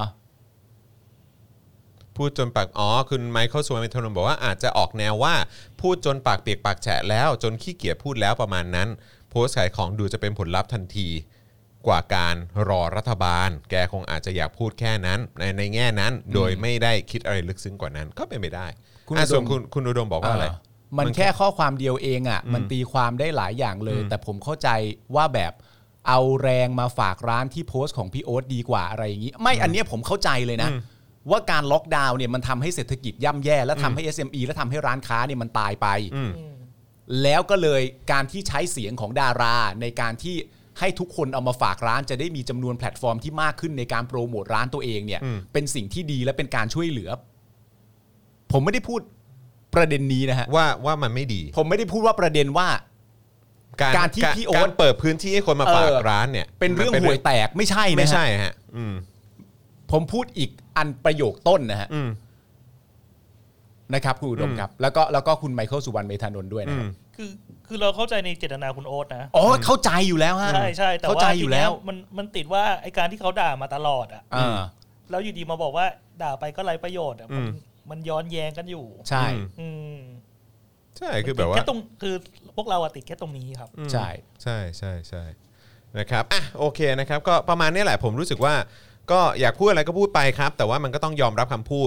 พูดจนปากอ๋อคุณไมเคิลสวนเมทนนบอกว่าอาจจะออกแนวว่าพูดจนปากเปียกปากแฉะแล้วจนขี้เกียจพูดแล้วประมาณนั้นโพสต์ขายของดูจะเป็นผลลัพธ์ทันทีกว่าการรอรัฐบาล แกคงอาจจะอยากพูดแค่นั้นในในแง่นั้น โดยไม่ได้คิดอะไรลึกซึ้งกว่านั้นก็เป็นไปได้คุณอ่ะอุดมส่วนคุณคุณอุดมบอกว่าอะไรเออมันแค่ข้อความเดียวเองอ่ะมันตีความได้หลายอย่างเลย แต่ผมเข้าใจว่าแบบเอาแรงมาฝากร้านที่โพสต์ของพี่โอ๊ตดีกว่าอะไรอย่างนี้ไม่อันเนี้ยผมเข้าใจเลยนะว่าการล็อกดาวน์เนี่ยมันทำให้เศรษฐกิจย่ำแย่และทำให้ เอส เอ็ม อี และทำให้ร้านค้าเนี่ยมันตายไป แล้วก็เลยการที่ใช้เสียงของดาราในการที่ให้ทุกคนเอามาฝากร้านจะได้มีจำนวนแพลตฟอร์มที่มากขึ้นในการโปรโมทร้านตัวเองเนี่ยเป็นสิ่งที่ดีและเป็นการช่วยเหลือ ผมไม่ได้พูดประเด็นนี้นะฮะว่าว่ามันไม่ดีผมไม่ได้พูดว่าประเด็นว่า การที่พี่โอ๊ตการเปิดพื้นที่ให้คนมาฝากเออร้านเนี่ยเป็นเรื่องห่วยแตกไม่ใช่นะฮะไม่ใช่ฮะอืมผมพูดอีกอันประโยคต้นนะฮะอืมนะครับคุณอุดมครับ แล้วก็แล้วก็คุณไมเคิลสุวรรณเมธานนท์ด้วยนะครับคือคือเราเข้าใจในเจตนาคุณโอ๊ตนะอ๋อเข้าใจอยู่แล้วฮะใช่ใช่แต่เข้าว่าใจอยู่แล้วทีเนี้ยมันมันติดว่าไอการที่เขาด่ามาตลอดอ่ะอ่าแล้วอยู่ดีมาบอกว่าด่าไปก็ไร้ประโยชน์อ่ะมันอืมมันย้อนแย้งกันอยู่ใช่อืมใช่คือแบบว่าติดค่ตรงคือพวกเราอะติดแค่ตรงนี้ครับใช่ใช่ใช่ใช่นะครับอ่ะโอเคนะครับก็ประมาณนี้แหละผมรู้สึกว่าก็อยากพูดอะไรก็พูดไปครับ แต่ว่ามันก็ต้องยอมรับคำพูด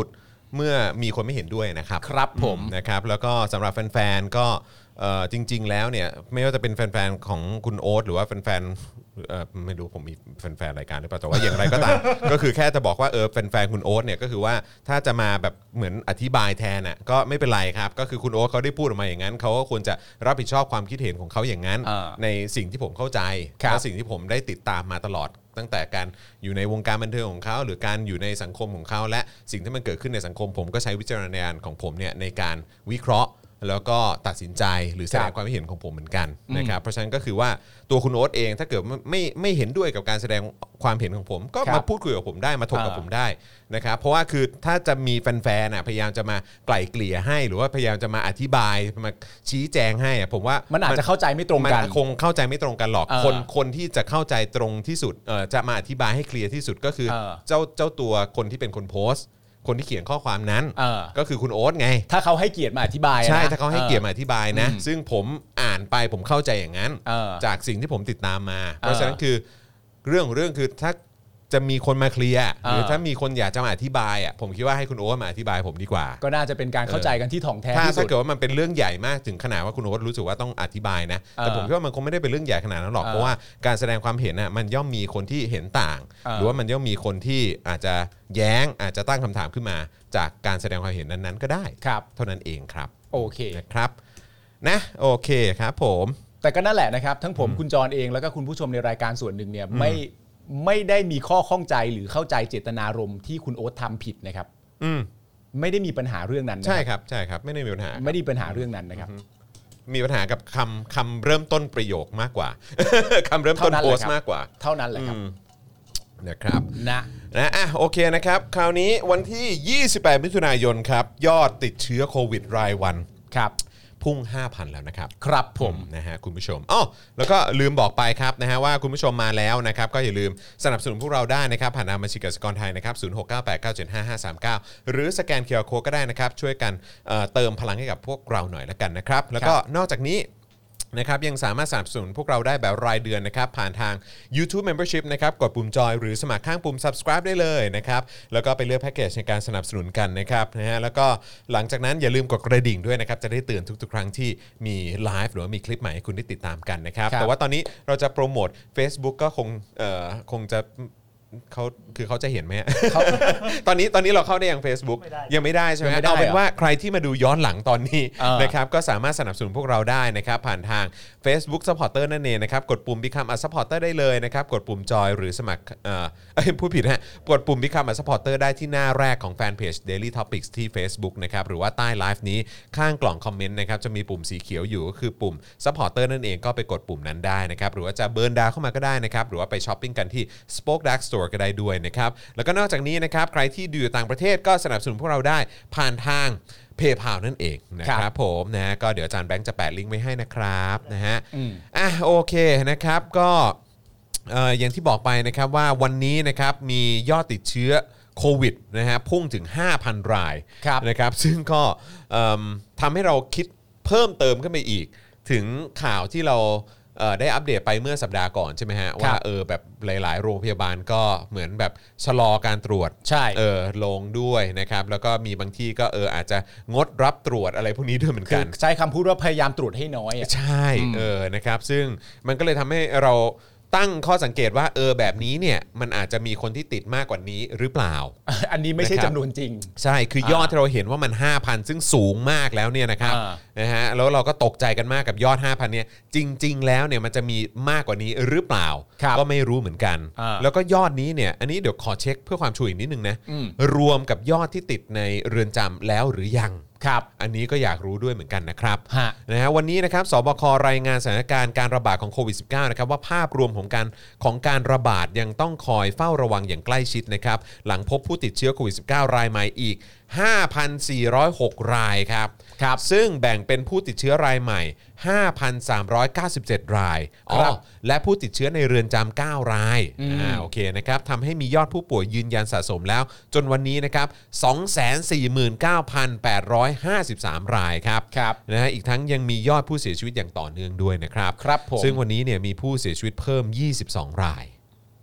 เมื่อมีคนไม่เห็นด้วยนะครับครับผมนะครับแล้วก็สำหรับแฟนๆก็เอ่อจริงๆแล้วเนี่ยไม่ว่าจะเป็นแฟนๆของคุณโอ๊ตหรือว่าแฟนๆเอ่อไม่รู้ผมมีแฟนๆรายการหรือเปล่าแต่ว่าอย่างไรก็ตาม ก็คือแค่จะบอกว่าเออแฟนๆคุณโอ๊ตเนี่ยก็คือว่าถ้าจะมาแบบเหมือนอธิบายแทนน่ะก็ไม่เป็นไรครับก็คือคุณโอ๊ตเขาได้พูดออกมาอย่างนั้นเขาก็ควรจะรับผิดชอบความคิดเห็นของเขาอย่างนั้นอ่าในสิ่งที่ผมเข้าใจครับและสิ่งที่ผมได้ติดตามมาตลอด ตั้งแต่การอยู่ในวงการบันเทิงของเขาหรือการอยู่ในสังคมของเขาและสิ่งที่มันเกิดขึ้นในสังคมผมก็ใช้วิจารณญาณของผมเนี่ยในการวิเคราะห์แล้วก็ตัดสินใจหรือแสดงความคิดเห็นของผมเหมือนกันนะครับเพราะฉะนั้นก็คือว่าตัวคุณโอ๊ตเองถ้าเกิดไม่ไม่ไม่เห็นด้วยกับการแสดงความเห็นของผมก็ครัมาบพูดคุยกับผมได้มาถกกับอ่าผมได้นะครับเพราะว่าคือถ้าจะมีแฟนๆน่ะพยายามจะมาไกล่เกลี่ยให้หรือว่าพยายามจะมาอธิบายมาชี้แจงให้อะผมว่ามันอาจจะเข้าใจไม่ตรงกันมันคงเข้าใจไม่ตรงกันหรอกเออคนคนที่จะเข้าใจตรงที่สุดเอ่อจะมาอธิบายให้เคลียร์ที่สุดก็คือเออเจ้าเจ้าตัวคนที่เป็นคนโพสต์คนที่เขียนข้อความนั้นเออก็คือคุณโอ๊ตไงถ้าเขาให้เกียรติมาอธิบายนะใช่ถ้าเขาให้เกียรติมาอธิบายนะอืมซึ่งผมอ่านไปผมเข้าใจอย่างนั้นเออจากสิ่งที่ผมติดตามมา เพราะฉะนั้นคือเรื่องของเรื่องคือถ้าจะมีคนมาเคลียร์หรือถ้ามีคนอยากจะมาอธิบายอ่ะผมคิดว่าให้คุณโอ๊ตมาอธิบายผมดีกว่าก็น่าจะเป็นการเข้าใจกันที่ถ่องแท้ถ้าที่สุถ้าดเกิดว่ามันเป็นเรื่องใหญ่มากถึงขนาดว่าคุณโอ๊ตรู้สึกว่าต้องอธิบายนะแต่เออผมคิดว่ามันคงไม่ได้เป็นเรื่องใหญ่ขนาดนั้นหรอกเออเพราะว่าการแสดงความเห็นน่ะมันย่อมมีคนที่เห็นต่างเออหรือว่ามันย่อมมีคนที่อาจจะแย้งอาจจะตั้งคำถามขึ้นมา จากการแสดงความเห็นนั้นๆก็ได้ครับเท่านั้นเองครับโอเคนะครับนะโอเคครับผมแต่ก็นั่นแหละนะครับ ทั้งผมคุณจรเองแล้วก็คุณผู้ชมในรายการส่วนหนึ่งเนี่ยไม่ไม่ได้มีข้อข้องใจหรือเข้าใจเจตนารมณ์ที่คุณโอ๊ตทำผิดนะครับอืมไม่ได้มีปัญหาเรื่องนั้นนะใช่ครับใช่ครับไม่ได้มีปัญหาไม่ได้มีปัญหาเรื่องนั้นนะครับมีปัญหากับคำคำเริ่มต้นประโยคมากกว่า คำเริ่มต้นเท่านั้นโพแหละสครับต์มากกว่าเท่านั้นแหละครับอืมนะครับนะนะอ่ะโอเคนะครับคราวนี้วันที่ยี่สิบแปดมิถุนายนครับยอดติดเชื้อโควิดรายวันครับพุ่ง ห้าพัน แล้วนะครับครับผมนะฮะคุณผู้ชมอ๋อแล้วก็ลืมบอกไปครับนะฮะว่าคุณผู้ชมมาแล้วนะครับก็อย่าลืมสนับสนุนพวกเราได้นะครับผ่านทางบัญชีกสิกรไทยนะครับศูนย์ หก เก้า แปด เก้า เจ็ด ห้า ห้า สาม เก้าหรือสแกน คิว อาร์ Code ก็ได้นะครับช่วยกันเอ่อเติมพลังให้กับพวกเราหน่อยละกันนะครับแล้วก็นอกจากนี้นะครับยังสามารถสนับสนุนพวกเราได้แบบรายเดือนนะครับผ่านทาง YouTube Membership นะครับกดปุ่มจอยหรือสมัครข้างปุ่ม Subscribe ได้เลยนะครับแล้วก็ไปเลือกแพ็กเกจในการสนับสนุนกันนะครับนะฮะแล้วก็หลังจากนั้นอย่าลืมกดกระดิ่งด้วยนะครับจะได้เตือนทุกๆ ครั้งที่มีไลฟ์หรือว่ามีคลิปใหม่ให้คุณได้ติดตามกันนะครับครับแต่ว่าตอนนี้เราจะโปรโมท Facebook ก็คงเอ่อคงจะเขาคือเขาจะเห็นไหมฮะ ตอนนี้ตอนนี้เราเข้าได้ยัง Facebook ไม่ได้ยังไม่ได้ใช่ไหมยังไม่ได้เอาเป็นเหรอว่าใครที่มาดูย้อนหลังตอนนี้เออนะครับก็สามารถสนับสนุนพวกเราได้นะครับผ่านทาง Facebook Supporter นั่นเองนะครับกดปุ่ม Become a Supporter ได้เลยนะครับกดปุ่มจอยหรือสมัครเอ่อเอ้ยพูดผิดนะฮะกดปุ่ม Become a Supporter ได้ที่หน้าแรกของแฟนเพจ Daily Topics ที่ Facebook นะครับหรือว่าใต้ไลฟ์นี้ข้างกล่องคอมเมนต์นะครับจะมีปุ่มสีเขียวอยู่ก็คือปุ่ม Supporter นั่นเองก็ไปกดปุ่มนั้นได้นะครับหรือว่าจะเบิร์นดาวเข้ามาก็ได้นะครับหรือว่าไปช้อปปิ้งกันที่ Spoke Dark Store ก็ได้ด้วยนะครับแล้วก็นอกจากนี้นะครับใครที่ดูอยู่ต่างประเทศก็สนับสนุนพวกเราได้ผ่านทาง PayPal นั่นเองนะคครัรับบ ผมนะก็เดี๋ยวอาจารย์แบงค์จะแปะลิงก์ไว้ให้นะครับนะฮะอืมอ่ะโอเคนะครับก็เอ่ออย่างที่บอกไปนะครับว่าวันนี้นะครับมียอดติดเชื้อโควิดนะฮะพุ่งถึง ห้าพัน รายครับนะครับซึ่งก็เอิ่มทำให้เราคิดเพิ่มเติมขึ้นไปอีก ถึงข่าวที่เราเอ่อได้อัปเดตไปเมื่อสัปดาห์ก่อนใช่ไหมฮะว่าเออแบบหลายๆ โรงพยาบาลก็เหมือนแบบชะลอการตรวจใช่เออลงด้วยนะครับแล้วก็มีบางที่ก็เอออาจจะงดรับตรวจอะไรพวกนี้ด้วยเหมือนคืกัอน ใช้คำพูดว่าพยายามตรวจให้น้อยอะใช่เออนะครับซึ่งมันก็เลยทำให้เราตั้งข้อสังเกตว่าเออแบบนี้เนี่ยมันอาจจะมีคนที่ติดมากกว่านี้หรือเปล่าอันนี้ไม่ใช่นะครับจำนวนจริงใช่คือยอดที่เราเห็นว่ามัน ห้าพัน ซึ่งสูงมากแล้วเนี่ยนะครับอ่านะฮะแล้วเราก็ตกใจกันมากกับยอด ห้าพัน เนี่ยจริง ๆ แล้วเนี่ยมันจะมีมากกว่านี้หรือเปล่าครับก็ไม่รู้เหมือนกันอ่าแล้วก็ยอดนี้เนี่ยอันนี้เดี๋ยวขอเช็คเพื่อความชัวร์อีกนิดนึงนะอืมรวมกับยอดที่ติดในเรือนจำแล้วหรือยังครับอันนี้ก็อยากรู้ด้วยเหมือนกันนะครับฮะนะฮะวันนี้นะครับสบครายงานสถานการณ์การระบาดของโควิด สิบเก้า นะครับว่าภาพรวมของการของการระบาดยังต้องคอยเฝ้าระวังอย่างใกล้ชิดนะครับหลังพบผู้ติดเชื้อโควิด สิบเก้า รายใหม่อีก ห้าพันสี่ร้อยหก รายครับครับซึ่งแบ่งเป็นผู้ติดเชื้อรายใหม่ ห้าพันสามร้อยเก้าสิบเจ็ด รายอ๋ครัอบ และผู้ติดเชื้อในเรือนจำเก้ารายอืมอ่าโอเคนะครับทำให้มียอดผู้ป่วยยืนยันสะสมแล้ว จนวันนี้นะครับ สองแสนสี่หมื่นเก้าพันแปดร้อยห้าสิบสาม รายครับครับนะฮะอีกทั้งยังมียอดผู้เสียชีวิตอย่างต่อเนื่องด้วยนะครับครับผมซึ่งวันนี้เนี่ยมีผู้เสียชีวิตเพิ่ม ยี่สิบสอง ราย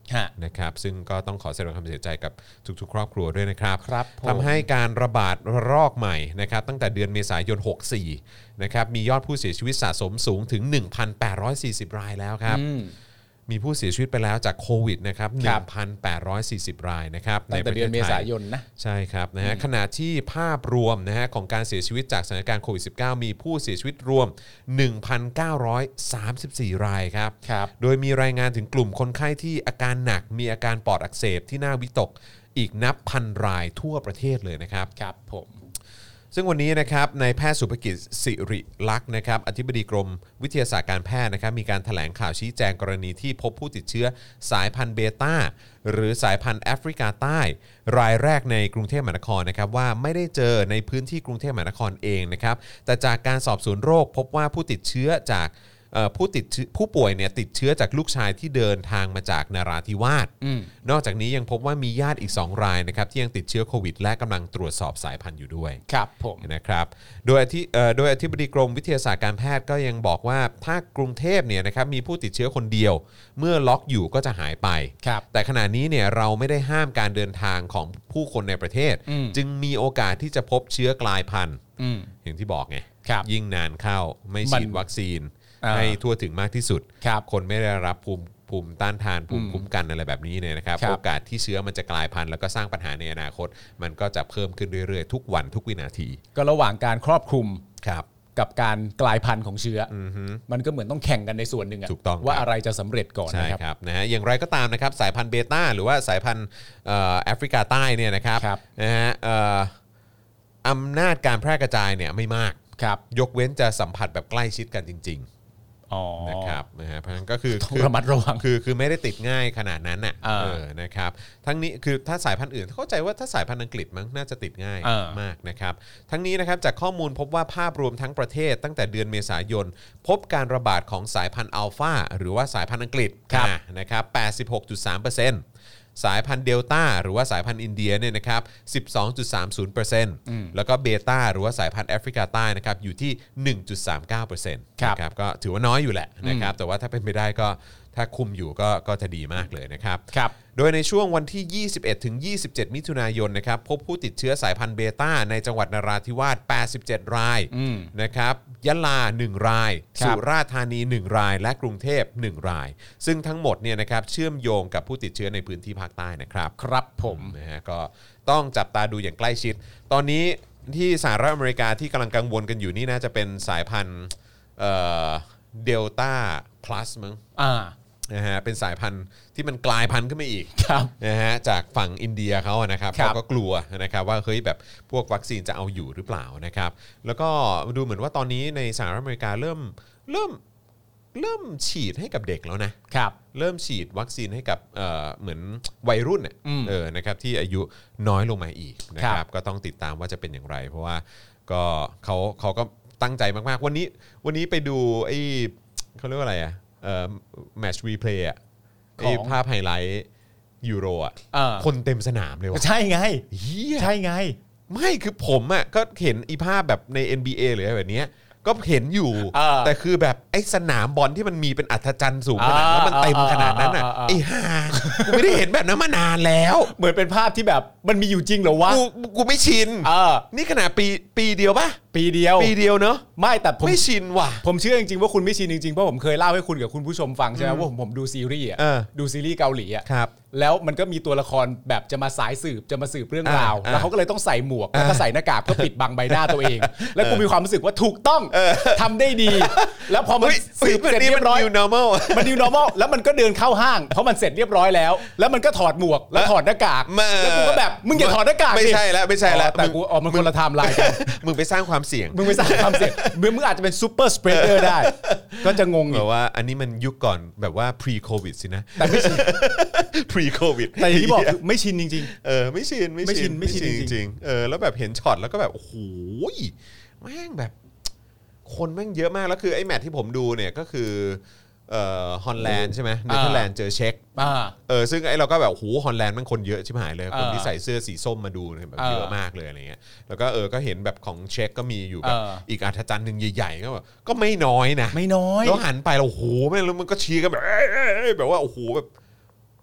นะครับซึ่งก็ต้องขอแสดงความเสียใจกับทุกๆครอบครัวด้วยนะครับครับผมทำให้การระบาดระลอกใหม่นะครับตั้งแต่เดือนเมษายนหกสี่นะครับมียอดผู้เสียชีวิตสะสมสูงถึง หนึ่งพันแปดร้อยสี่สิบ รายแล้วครับมีผู้เสียชีวิตไปแล้วจากโควิดนะครับ หนึ่งพันแปดร้อยสี่สิบ รายนะครับตั้งแต่เดือนเมษายนนะใช่ครับนะฮะขณะที่ภาพรวมนะฮะของการเสียชีวิตจากสถานการณ์โควิด สิบเก้า มีผู้เสียชีวิตรวม หนึ่งพันเก้าร้อยสามสิบสี่ รายครับโดยมีรายงานถึงกลุ่มคนไข้ที่อาการหนักมีอาการปอดอักเสบที่น่าวิตกอีกนับพันรายทั่วประเทศเลยนะครับครับผมซึ่งวันนี้นะครับในแพทย์สุภกิจสิริลักษณ์นะครับอธิบดีกรมวิทยาศาสตร์การแพทย์นะครับมีการแถลงข่าวชี้แจงกรณีที่พบผู้ติดเชื้อสายพันธุ์เบต้าหรือสายพันธุ์แอฟริกาใต้รายแรกในกรุงเทพมหานครนะครับว่าไม่ได้เจอในพื้นที่กรุงเทพมหานครเองนะครับแต่จากการสอบสวนโรคพบว่าผู้ติดเชื้อจากผู้ติดผู้ป่วยเนี่ยติดเชื้อจากลูกชายที่เดินทางมาจากนราธิวาสนอกจากนี้ยังพบว่ามีญาติอีกสองรายนะครับที่ยังติดเชื้อโควิดและกำลังตรวจสอบสายพันธุ์อยู่ด้วยครับผมนะครับโดยที่โดยอธิบดีกรมวิทยาศาสตร์การแพทย์ก็ยังบอกว่าถ้ากรุงเทพเนี่ยนะครับมีผู้ติดเชื้อคนเดียวเมื่อล็อกอยู่ก็จะหายไปแต่ขณะนี้เนี่ยเราไม่ได้ห้ามการเดินทางของผู้คนในประเทศจึงมีโอกาสที่จะพบเชื้อกลายพันธุ์อย่างที่บอกไงยิ่งนานเข้าไม่ฉีดวัคซีนให้ทั่วถึงมากที่สุด คนไม่ได้รับภูมิภูมิต้านทานภูมิคุ้มกันอะไรแบบนี้เนี่ยนะครับโอกาสที่เชื้อมันจะกลายพันธุ์แล้วก็สร้างปัญหาในอนาคตมันก็จะเพิ่มขึ้นเรื่อยๆทุกวันทุกวินาทีก็ระหว่างการครอบคลุมกับการกลายพันธุ์ของเชื้อมันก็เหมือนต้องแข่งกันในส่วนหนึ่งว่าอะไรจะสำเร็จก่อนนะครับนะฮะอย่างไรก็ตามนะครับสายพันธุ์เบต้าหรือว่าสายพันธุ์แอฟริกาใต้เนี่ยนะครับนะฮะอำนาจการแพร่กระจายเนี่ยไม่มากยกเว้นจะสัมผัสแบบใกล้ชิดกันจริงๆนะครับนะฮะเพราะฉะนั้นก็คือต้องระมัดระวังคือคือไม่ได้ติดง่ายขนาดนั้นน่ะเออนะครับทั้งนี้คือถ้าสายพันธุ์อื่นเข้าใจว่าถ้าสายพันธุ์อังกฤษมั้งน่าจะติดง่ายมากนะครับทั้งนี้นะครับจากข้อมูลพบว่าภาพรวมทั้งประเทศตั้งแต่เดือนเมษายนพบการระบาดของสายพันธุ์อัลฟาหรือว่าสายพันธุ์อังกฤษนะครับ แปดสิบหกจุดสามเปอร์เซ็นต์สายพันธุ์เดลต้าหรือว่าสายพันธุ์อินเดียเนี่ยนะครับ สิบสองจุดสามศูนย์เปอร์เซ็นต์ แล้วก็เบต้าหรือว่าสายพันธุ์แอฟริกาใต้นะครับอยู่ที่ หนึ่งจุดสามเก้าเปอร์เซ็นต์ นะครับก็ถือว่าน้อยอยู่แหละนะครับแต่ว่าถ้าเป็นไปได้ก็ถ้าคุมอยู่ก็ก็จะดีมากเลยนะครับโดยในช่วงวันที่ยี่สิบเอ็ดถึงยี่สิบเจ็ดมิถุนายนนะครับพบผู้ติดเชื้อสายพันธุ์เบต้าในจังหวัดนราธิวาสแปดสิบเจ็ดรายนะครับยะลาหนึ่งรายสุราษฎร์ธานีหนึ่งรายและกรุงเทพหนึ่งรายซึ่งทั้งหมดเนี่ยนะครับเชื่อมโยงกับผู้ติดเชื้อในพื้นที่ภาคใต้นะครับครับผมนะฮะก็ต้องจับตาดูอย่างใกล้ชิดตอนนี้ที่สหรัฐอเมริกาที่กำลังกังวลกันอยู่นี่น่าจะเป็นสายพันธุ์เดลต้าพลัสมั้งอ่านะฮะเป็นสายพันธุ์ที่มันกลายพันธุ์ขึ้นมาอีกนะฮะจากฝั่งอินเดียเขานะครับเขาก็กลัวนะครับว่าเฮ้ยแบบพวกวัคซีนจะเอาอยู่หรือเปล่านะครับแล้วก็ดูเหมือนว่าตอนนี้ในสหรัฐอเมริกาเริ่มเริ่มเริ่มฉีดให้กับเด็กแล้วนะครับเริ่มฉีดวัคซีนให้กับเอ่อเหมือนวัยรุ่นเนี่ยเออนะครับที่อายุน้อยลงมาอีกนะครับก็ต้องติดตามว่าจะเป็นอย่างไรเพราะว่าก็เขาเขาก็ตั้งใจมากๆวันนี้วันนี้ไปดูไอ้เขาเรียกว่าอะไรอ่ะเอ่อแมตช์รีเพลย์อ่ะไอ้ภาพไฮไลท์ยูโรอ่ะคนเต็มสนามเลยว่ะใช่ไงใช่ไงไม่คือผมอ่ะก็เห็นอีภาพแบบใน เอ็น บี เอ หรืออะไรแบบเนี้ยก็เห็นอยู่แต่คือแบบไอ้สนามบอลที่มันมีเป็นอัศจรรย์สูงขนาดแล้วมันเต็มขนาดนั้นอ่ะไอ้ห่ากูไม่ได้เห็นแบบนั้นมานานแล้วเหมือนเป็นภาพที่แบบมันมีอยู่จริงเหรอวะกูกูไม่ชินนี่ขนาดปีปีเดียวป่ะปีเดียวปีเดียวเนอะไม่แต่ผมไม่ชินว่ะผมเชื่อจริงๆว่าคุณไม่ชินจริงๆเพราะผมเคยเล่าให้คุณกับคุณผู้ชมฟังใช่ไหมว่าผมผมดูซีรีส์อ่ะดูซีรีส์เกาหลีอ่ะแล้วมันก็มีตัวละครแบบจะมาสายสืบจะมาสืบเรื่องราวแล้วเขาก็เลยต้องใส่หมวกแล้วก็ใส่หน้ากากเพื่อปิดบังใบหน้าตัวเองแล้วกูมีความรู้สึกว่าถูกต้องทำได้ดีแล้วพอมันสืบเสร็จเรียบร้อย new normal มัน new normal แล้วมันก็เดินเข้าห้างเพราะมันเสร็จเรียบร้อยแล้วแล้วมันก็ถอดหมวกแล้วถอดหน้ากากแล้วกูก็แบบมึงอย่าถอดหน้ากากไม่ใช่แล้วไม่ใช่แล้วแต่กูอ๋อมันคนละไทม์ไลน์กันมึงไปสร้างความเสี่ยงมึงไปสร้างความเสี่ยงมึงอาจจะเป็นซูเปอร์สเปรดเดอร์ได้ก็จะงงแบบว่าอันนี้มันยุคก่อนแบบว่า pre covid สินะแต่ไม่ชิน pre covid แต่ที่บอกไม่ชินจริงๆเออไม่ชินไม่ชินไม่ชินจริงๆเออแล้วแบบเห็นช็อตแล้วก็แบบโอ้โหแม่งแบบคนแม่งเยอะมากแล้วคือไอ้แมตช์ที่ผมดูเนี่ยก็คือเอ่อฮอลแลนด์ใช่ไหมเนเธอร์แลนด์เจอเช็กเออซึ่งไอ้เราก็แบบโหฮอลแลนด์มันคนเยอะชิบหายเลยคนที่ใส่เสื้อสีส้มมาดูเนี่ยแบบเยอะมากเลยอะไรเงี้ยแล้วก็เออก็เห็นแบบของเช็กก็มีอยู่แบบอีกอัธจันทร์นึงใหญ่ๆก็แบบก็ไม่น้อยนะไม่น้อยแล้วหันไปแล้วโอ้โหแม่งแล้วมันก็ชี้กันแบบแบบว่าโอ้โหแบบ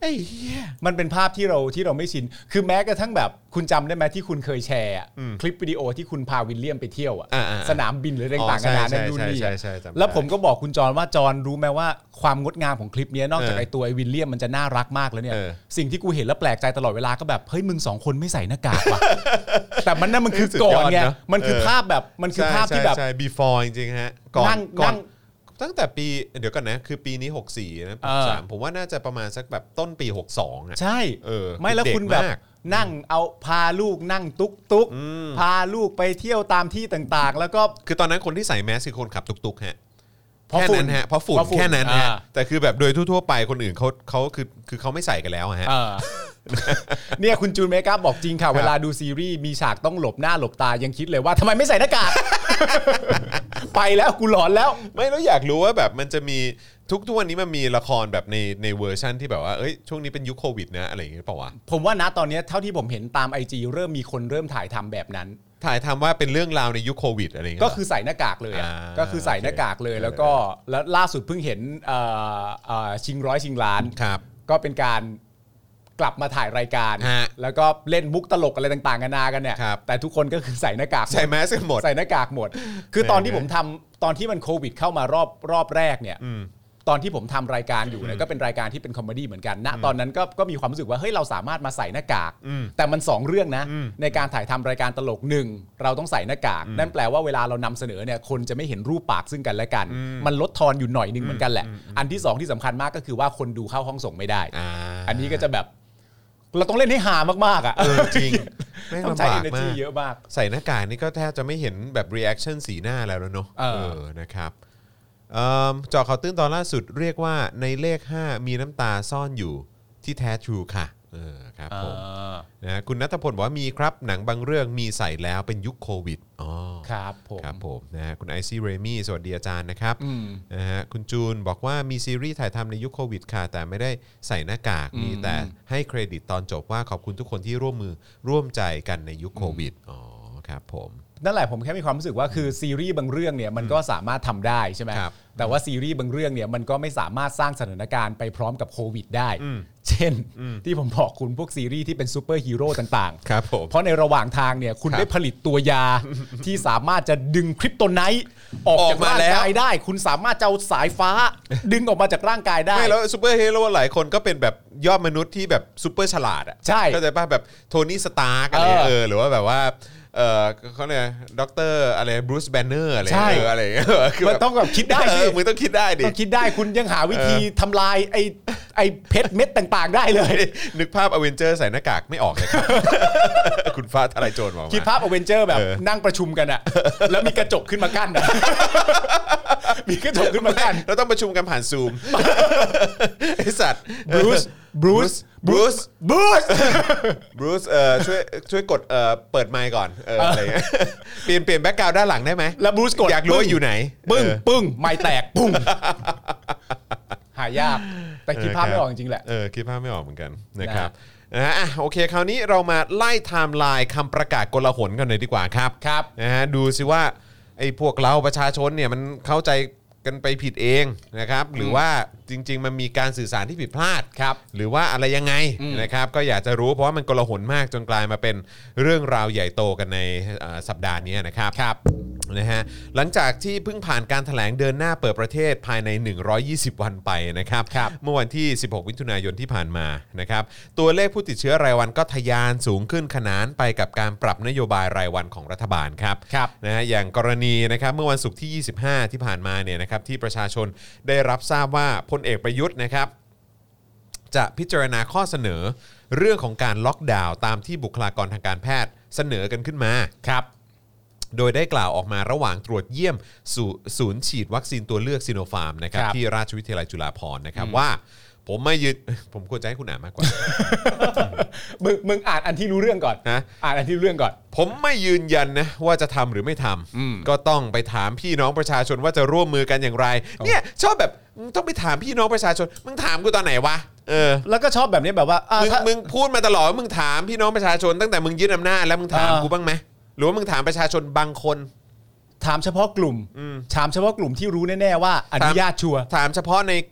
ไอ้เหี้ยมันเป็นภาพที่เราที่เราไม่ชินคือแม้กระทั่งแบบคุณจำได้ไหมที่คุณเคยแชร์คลิปวิดีโอที่คุณพาวิลเลียมไปเที่ยวอ่ะสนามบินหรือต่างๆนานานั่นนู่นนี่แล้วผมก็บอกคุณจรว่าจรรู้ไหมว่าความงดงามของคลิปนี้นอกจากไอ้ตัวไอ้วิลเลียมมันจะน่ารักมากแล้วเนี่ยสิ่งที่กูเห็นแล้วแปลกใจตลอดเวลาก็แบบเฮ้ยมึงสองคนไม่ใส่หน้ากากว่ะแต่มันนั่นมันคือก่อนไงมันคือภาพแบบมันคือภาพที่แบบ before จริงๆฮะก่อนก่อนตั้งแต่ปีเดี๋ยวก่อนนะคือปีนี้หกสี่นะหกสามผมว่าน่าจะประมาณสักแบบต้นปีหกสองอ่ะใช่เออไม่แล้วคุณแบบนั่งเอาพาลูกนั่งตุ๊กตุ๊กพาลูกไปเที่ยวตามที่ต่างๆแล้วก็คือตอนนั้นคนที่ใส่แมสคือคนขับตุ๊กตุ๊กฮะแค่นั้นฮะเพราะฝุ่นแค่นั้นฮะแต่คือแบบโดยทั่วๆไปคนอื่นเขาเขาคือคือเขาไม่ใส่กันแล้วฮะเนี่ยคุณจูนเมคอัพบอกจริงค่ะเวลาดูซีรีส์มีฉากต้องหลบหน้าหลบตายังคิดเลยว่าทำไมไม่ใส่หน้ากากไปแล้วกูหลอนแล้วไม่แล้วอยากรู้ว่าแบบมันจะมีทุกทุกวันนี้มันมีละครแบบในในเวอร์ชั่นที่แบบว่าเอ้ยช่วงนี้เป็นยุคโควิดนะอะไรอย่างเงี้ยเปล่าวะผมว่านะตอนนี้เท่าที่ผมเห็นตาม ไอ จี เริ่มมีคนเริ่มถ่ายทำแบบนั้นถ่ายทำว่าเป็นเรื่องราวในยุคโควิดอะไรอย่างเงี้ยก็คือใส่หน้ากากเลยก็คือใส่หน้ากากเลยแล้วก็แล้วล่าสุดเพิ่งเห็นชิงร้อยชิงล้านก็เป็นการกลับมาถ่ายรายการแล้วก็เล่นมุกตลกอะไรต่างๆกันานากันเนี่ยแต่ทุกคนก็คือใส่หน้ากากใส่แมสก์หมดใส่หน้ากากหมดคือตอนที่ผมทำตอนที่มันโควิดเข้ามารอบรอบแรกเนี่ยตอนที่ผมทำรายการอยู่เนี่ยก็เป็นรายการที่เป็นคอมเมดี้เหมือนกันณตอนนั้นก็ก็มีความรู้สึกว่าเฮ้ยเราสามารถมาใส่หน้ากากแต่มันสองเรื่องนะในการถ่ายทำรายการตลกหนึ่งเราต้องใส่หน้ากากนั่นแปลว่าเวลาเรานำเสนอเนี่ยคนจะไม่เห็นรูปปากซึ่งกันและกันมันลดทอนอยู่หน่อยนึงเหมือนกันแหละอันที่สองที่สำคัญมากก็คือว่าคนดูเข้าห้องส่งไม่ได้อันนี้ก็จะแบบเราต้องเล่นให้หามากๆอ่ะจริงต้องใช้ energy เยอะมากใส่หน้ากากนี่ก็แทบจะไม่เห็นแบบ reaction สีหน้าแล้วเนาะเออนะครับเจาะข่าวตื้นตอนล่าสุดเรียกว่าในเลขห้ามีน้ำตาซ่อนอยู่ที่แท้ทรูค่ะเออครับผมนะคุณณัฐพลบอกว่ามีครับหนังบางเรื่องมีใส่แล้วเป็นยุคโควิดอ๋อครับผมครับผมนะคุณไอซี่เรมี่สวัสดีอาจารย์นะครับนะฮะคุณจูนบอกว่ามีซีรีส์ถ่ายทำในยุคโควิดค่ะแต่ไม่ได้ใส่หน้ากากมีแต่ให้เครดิตตอนจบว่าขอบคุณทุกคนที่ร่วมมือร่วมใจกันในยุคโควิดอ๋อครับผมนั่นแหละผมแค่มีความรู้สึกว่าคือซีรีส์บางเรื่องเนี่ยมันก็สามารถทำได้ใช่ไหมแต่ว่าซีรีส์บางเรื่องเนี่ยมันก็ไม่สามารถสร้างสถานการณ์ไปพร้อมกับโควิดได้เช่นที่ผมบอกคุณพวกซีรีส์ที่เป็นซูเปอร์ฮีโร่ต่างๆครับผมเพราะในระหว่างทางเนี่ยคุณได้ผลิตตัวยาที่สามารถจะดึงคริปโตไนท์ออกจากร่างกายได้คุณสามารถจะเอาสายฟ้าดึงออกมาจากร่างกายได้ไม่แล้วซูเปอร์ฮีโร่หลายคนก็เป็นแบบยอดมนุษย์ที่แบบซูเปอร์ฉลาดอ่ะใช่เข้าใจป่ะแบบโทนี่สตาร์กอะไรเออหรือว่าแบบว่าเออเขาเนี่ยด็อกเตอร์อะไรบรูซแบนเนอร์อะไรเอออะไรอย่างเงี้ยคือมันต้องแบบคิดได้สิมึงต้องคิดได้ดิต้องคิดได้คุณยังหาวิธีทำลายไอ้ไอ้เพชรเม็ดต่างๆได้เลยนึกภาพอเวนเจอร์ใส่หน้ากากไม่ออกเลยครับคุณฟ้าทลายโจรบอกคิดภาพอเวนเจอร์แบบนั่งประชุมกันอะแล้วมีกระจกขึ้นมากั้นอะมีกระจกขึ้นมากั้นแล้วต้องประชุมกันผ่านซูมไอ้สัตว์บรูซบรูซบรูซบรูซบรูซเอ่อช่วยช่วยกดเอ่อเปิดไมค์ก่อนเอออะไรเงี้ยเปลี่ยนเปลี่ยนแบ็คกราวด์ด้านหลังได้ไหมแล้วบรูซกดอยากรู้ว่าอยู่ไหนปึ้งปึ้งไมค์แตกปุ้งหายากแต่คิดภาพไม่ออกจริงๆแหละเออคิดภาพไม่ออกเหมือนกันนะครับนะอ่ะโอเคคราวนี้เรามาไล่ไทม์ไลน์คำประกาศกลาหลกันหน่อยดีกว่าครับครับนะฮะดูสิว่าไอ้พวกเราประชาชนเนี่ยมันเข้าใจกันไปผิดเองนะครับหรือว่าจริงๆมันมีการสื่อสารที่ผิดพลาดครับหรือว่าอะไรยังไงนะครับก็อยากจะรู้เพราะว่ามันกลาหลมากจนกลายมาเป็นเรื่องราวใหญ่โตกันในสัปดาห์นี้นะครับครับนะฮะหลังจากที่เพิ่งผ่านการแถลงเดินหน้าเปิดประเทศภายในหนึ่งร้อยยี่สิบวันไปนะครับเมื่อวันที่สิบหกมิถุนายนที่ผ่านมานะครับตัวเลขผู้ติดเชื้อรายวันก็ทะยานสูงขึ้นขนานไปกับการปรับนโยบายรายวันของรัฐบาลครับนะฮะอย่างกรณีนะครับเมื่อวันศุกร์ที่ยี่สิบห้าที่ผ่านมาเนี่ยนะครับที่ประชาชนได้รับทราบว่าพลเอกประยุทธ์นะครับจะพิจารณาข้อเสนอเรื่องของการล็อกดาวน์ตามที่บุคลากรทางการแพทย์เสนอกันขึ้นมาครับโดยได้กล่าวออกมาระหว่างตรวจเยี่ยมศูนย์ฉีดวัคซีนตัวเลือกซิโนฟาร์มนะครับที่ราชวิทยาลัยจุฬาภรณ์นะครับว่าผมไม่ยืนผมควรจะให้คุณอ่านมากกว่ามึงมึงอ่านอันที่รู้เรื่องก่อนนะอ่านอันที่รู้เรื่องก่อนผมไม่ยืนยันนะว่าจะทำหรือไม่ทำก็ต้องไปถามพี่น้องประชาชนว่าจะร่วมมือกันอย่างไรเนี่ยชอบแบบต้องไปถามพี่น้องประชาชนมึงถามกูตอนไหนวะเออแล้วก็ชอบแบบนี้แบบว่ามึงมึงพูดมาตลอดว่ามึงถามพี่น้องประชาชนตั้งแต่มึงยึดอำนาจแล้วมึงถามกูบ้างไหมหรือว่ามึงถามประชาชนบางคนถามเฉพาะกลุ่มถามเฉพาะกลุ่มที่รู้แน่ๆว่าอนุญาตชัวร์ถามเฉพาะในกลุ่ม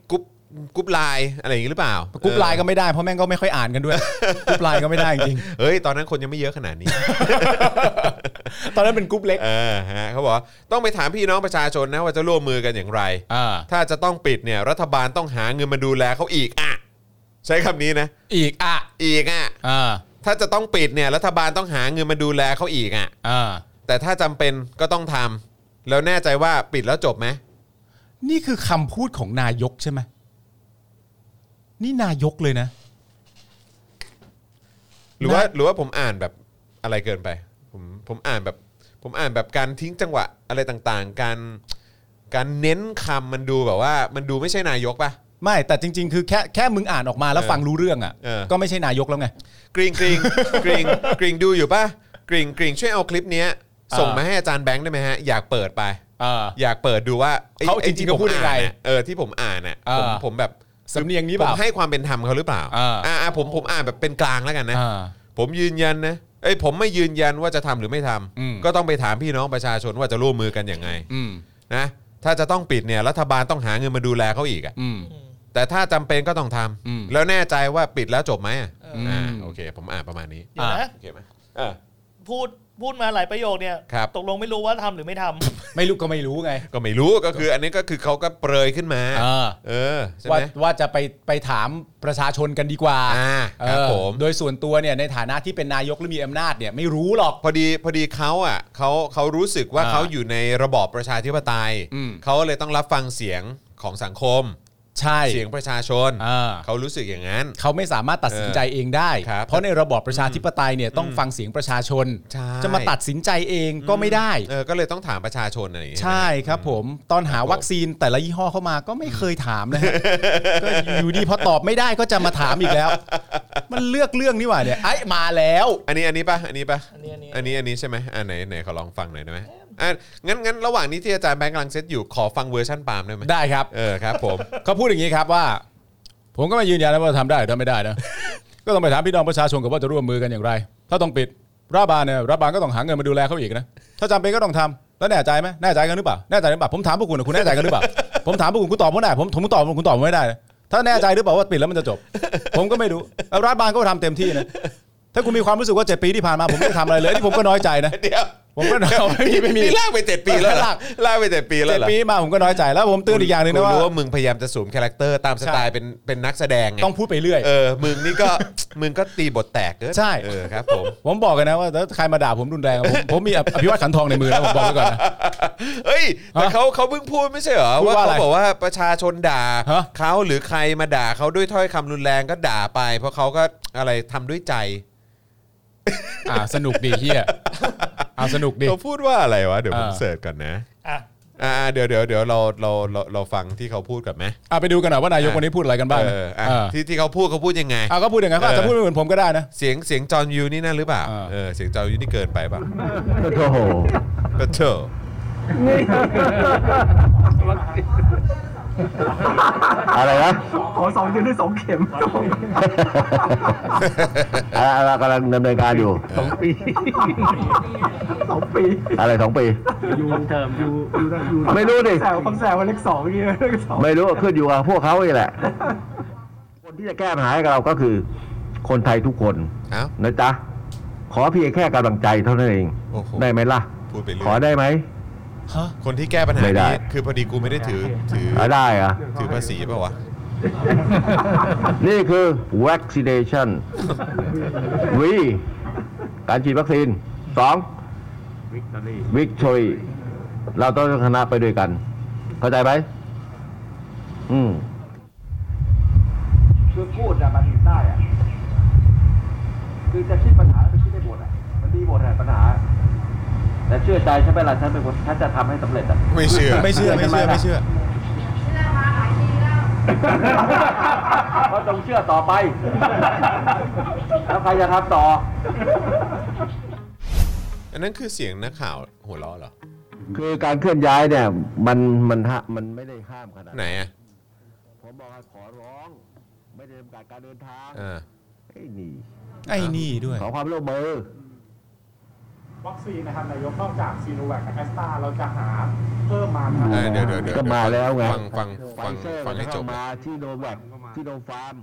กรุ๊ปไลน์อะไรอย่างงี้หรือเปล่ากรุ๊ปไลน์ก็ไม่ได้เพราะแม่งก็ไม่ค่อยอ่านกันด้วยกรุ๊ปไลน์ก็ไม่ได้จริงเฮ้ยตอนนั้นคนยังไม่เยอะขนาดนี้ตอนนั้นเป็นกรุ๊ปเล็กเออฮะเขาบอกว่าต้องไปถามพี่น้องประชาชนนะว่าจะร่วมมือกันอย่างไรอ่าถ้าจะต้องปิดเนี่ยรัฐบาลต้องหาเงินมาดูแลเขาอีกอ่ะใช้คำนี้นะอีกอ่ะอีกอ่ะอ่าถ้าจะต้องปิดเนี่ยรัฐบาลต้องหาเงินมาดูแลเขาอีกอ่ะอ่าแต่ถ้าจำเป็นก็ต้องทำแล้วแน่ใจว่าปิดแล้วจบไหมนี่คือคำพูดของนายกใช่ไหมนี่นายกเลยนะหรือว่าหรือว่าผมอ่านแบบอะไรเกินไปผมผมอ่านแบบผมอ่านแบบการทิ้งจังหวะอะไรต่างๆการการเน้นคำมันดูแบบว่ามันดูไม่ใช่นายกป่ะไม่แต่จริง ๆ คือแค่แค่มึงอ่านออกมาแล้วเออฟังรู้เรื่องอ่ะเออก็ไม่ใช่นายกแล้วไงกริงกริงกริงกริงดูอยู่ป่ะกริงกริงช่วยเอาคลิปเนี้ยอ่าส่งมาให้อาจารย์แบงค์ได้ไหมฮะอยากเปิดไปอ่าอยากเปิดดูว่าไอ้เขาไอ้จริงๆที่ผมเขาพูดยังไงอ่านน่ะเออที่ผมอ่านน่ะอ่าผมผมแบบสำเนียงนี้ผเปมล่าให้ความเป็นธรรมเขาหรือเปล่าอ่าอ่าอ่าผมผมอ่านแบบเป็นกลางแล้วกันนะอ่าผมยืนยันนะเอ้ยผมไม่ยืนยันว่าจะทำหรือไม่ทำอืมก็ต้องไปถามพี่น้องประชาชนว่าจะร่วมมือกันอย่างไงอืมนะถ้าจะต้องปิดเนี่ยรัฐบาลต้องหาเงินมาดูแลเขาอีกอ่ะอืมแต่ถ้าจำเป็นก็ต้องทอืมำแล้วแน่ใจว่าปิดแล้วจบไหมอ่ะอืมอ่าโอเค ผมอ่านประมาณนี้เดี๋ยวนะโอเคไหมเออพูดพูดมาหลายประโยคเนี่ยครับตกลงไม่รู้ว่าทำหรือไม่ทำไม่รู้ก็ไม่รู้ไงก็ไม่รู้ก็คืออันนี้ก็คือเขาก็เปรยขึ้นมาอ่าเออใช่ว่าไหมว่าจะไปไปถามประชาชนกันดีกว่าอ่าครับเออผมโดยส่วนตัวเนี่ยในฐานะที่เป็นนายกและมีอำนาจเนี่ยไม่รู้หรอกพอดีพอดีเขาอ่ะเขาเขารู้สึกว่าอ่าเขาอยู่ในระบอบประชาธิปไตยอืมเขาเลยต้องรับฟังเสียงของสังคมใช่เสียงประชาชนอ่าเขารู้สึกอย่างนั้นเขาไม่สามารถตัดสินใจเองได้ครับเพราะในระบอบประชาธิปไตยเนี่ยต้องฟังเสียงประชาชนใช่จะมาตัดสินใจเองก็ไม่ได้เออก็เลยต้องถามประชาชนอะไรอย่างเงี้ยใช่ครับผมตอนหาวัคซีนแต่ละยี่ห้อเข้ามาก็ไม่เคยถามนะฮะก็อยู่ดีพอตอบไม่ได้ก็จะมาถามอีกแล้ว มันเลือกเรื่องนี่หว่าเนี่ยไอ้มาแล้วอันนี้อันนี้ปะอันนี้ปะอันนี้อันนี้อันนี้อันนี้ใช่ไหมอ่าไหนไหนขอลองฟังหน่อยได้ไหมอ่ะงั้นงั้นระหว่างนี้ที่อาจารย์แบงค์กำลังเซตอยู่ขอฟังเวอร์ชันปาล์มได้ไหมได้ครับเออครับผมเขาพูดอย่างนี้ครับว่า ผมก็ไม่ยืนยันนะว่าทำได้หรือทำไม่ได้นะ ก็ต้องไปถามพี่น้องประชาชนกับว่าจะร่วมมือกันอย่างไร ถ้าต้องปิดรัฐบาลเนี่ยรัฐบาลก็ต้องหาเงินมาดูแลเขาอีกนะถ้าจำเป็นก็ต้องทำแล้วแน่ใจไหมแน่ใจกันหรือเปล่าแน่ใจหรือเปล่าผมถามพวกคุณนะคุณแน่ใจกันหรือเปล่า ผมถามพวกคุณคุณตอบไม่ได้ผมผมตอบคุณตอบไม่ได้นะถ้าแน่ใจหรือเปล่าว่าปิดแล้วมันจะจบ ผมก็ไม่รู้แล้วรัฐบาลก็ทำเต็มที่นะถ้าคุณมีความรู้สึกว่าเจ็ดปีที่ผ่านมาผมไม่ได้ทำอะไรเลยที่ผมก็น้อยใจนะเดี๋ยวผมก็น้อยไม่มีไม่มีนี่ลากไปเจ็ดปีแล้วเหรอลากลากไปเจ็ดปีแล้วเจ็ดเหรอปีมาผมก็น้อยใจแล้วผมเตือนอีกอย่างหนึ่งนะกูว่ารู้ว่ามึงพยายามจะสวมคาแรคเตอร์ตามสไตล์ใช่เป็นเป็นนักแสดงไงต้องพูดไปเรื่อยเออมึงนี่ก็ มึงก็ตีบทแตกเกินใช่เออครับผมผมบอกกันนะว่าถ้าใครมาด่าผมรุนแรงอะผมผมมีอภิวัตขันทองในมือนะผมบอกไว้ก่อนนะเฮ้ยแต่ฮะเขาเขาเพิ่งพูดไม่ใช่เหรอพูดว่าว่าอะไรเขาบอกว่าประชาชนด่าฮะเขาหรือใครมาด่าเขาด้วยถ้อยคำรุนแรงก็ด่าไป เพราะเขาก็อะไรทำด้วยใจอ่าสนุกดีเฮียอ่าสนุกดีเขาพูดว่าอะไรวะเดี๋ยวผมอ่าเสิร์ชก่อนนะอ่ะอ่าเดี๋ยวเดี๋ยวเดี๋ยวเราเราเราเราฟังที่เขาพูดก่อนไหมอ่าไปดูกันหน่อยว่านายกวันนี้พูดอะไรกันบ้างเอนะออ่ะอ่าที่ที่เขาพูดเขาพูดยังไงอ่าก็พูดอย่างนั้นก็อาจจะพูดไม่เหมือนผมก็ได้นะเสียงเสียงจอห์นยูนี่นั่นหรือเปล่าอ่าเออเสียงจอห์นยูนี่เกินไปเปล่าโอ้โหก็เถอะอะไรนะขอสองยืนด้วยสองเข็มอะไรอะไรกำลังดำเนินการอยู่สองปีสองปีอะไรสองปียูเทอมยูยูนะยูไม่รู้ดิแซวคำแซวว่าเลขสองเมื่อกี้เลขสองไม่รู้ขึ้นอยู่กับพวกเขานี่แหละ คนที่จะแก้ปัญหาให้กับเราก็คือ คนไทยทุกคนเอ้านะจ๊ะ ขอเพียงแค่กำลังใจเท่านั้นเองโอ้โหได้ไหมล่ะพูดไปเรื่ขออยได้ไหมฮะคนที่แก้ปัญหาไม่ได้นี้คือพอดีกูไม่ได้ถือถืออ่ะได้เหรอะถือภาษีเปล่าวะนี่คือ vaccination วีการฉีดวัคซีนสอง victory เราต้องชนะไปด้วยกัน เข้าใจไหมอืมคือพูดอะมันได้อะคือจะคิดปัญหาไปคิดได้หมดอะมันดีหมดอะปัญหา แต่เชื่อใจฉันไหมล่ะฉันเป็นคนฉันจะทำให้สำเร็จอะไม่เชื่อไม่เชื่อไม่เชื่อไม่เชื่อก็ต้องเชื่อต่อไป แล้วใครจะทำต่ออันนั้นคือเสียงนักข่าวหัวเราะเหรอคือการเคลื่อนย้ายเนี่ย มันมันฮะมันไม่ได้ห้ามขนาดไหนอ่ะผมบอกให้ขอร้อง ไม่ได้จำกัดการเดินทางอ่าไอ้นี่ไอ้นี่ด้วยขอความร่วมมือวัคซีนนะครับนายกนอกจากซีโนแวคกับแอสตราเราจะหาเพิ่มมาครับเออเดี๋ยวเดี๋ยวเดี๋ยวก็มาแล้วไงฟังฟังไฟฟังเซอร์ฟังให้จบมาที่โนแวคที่โนฟาร์ม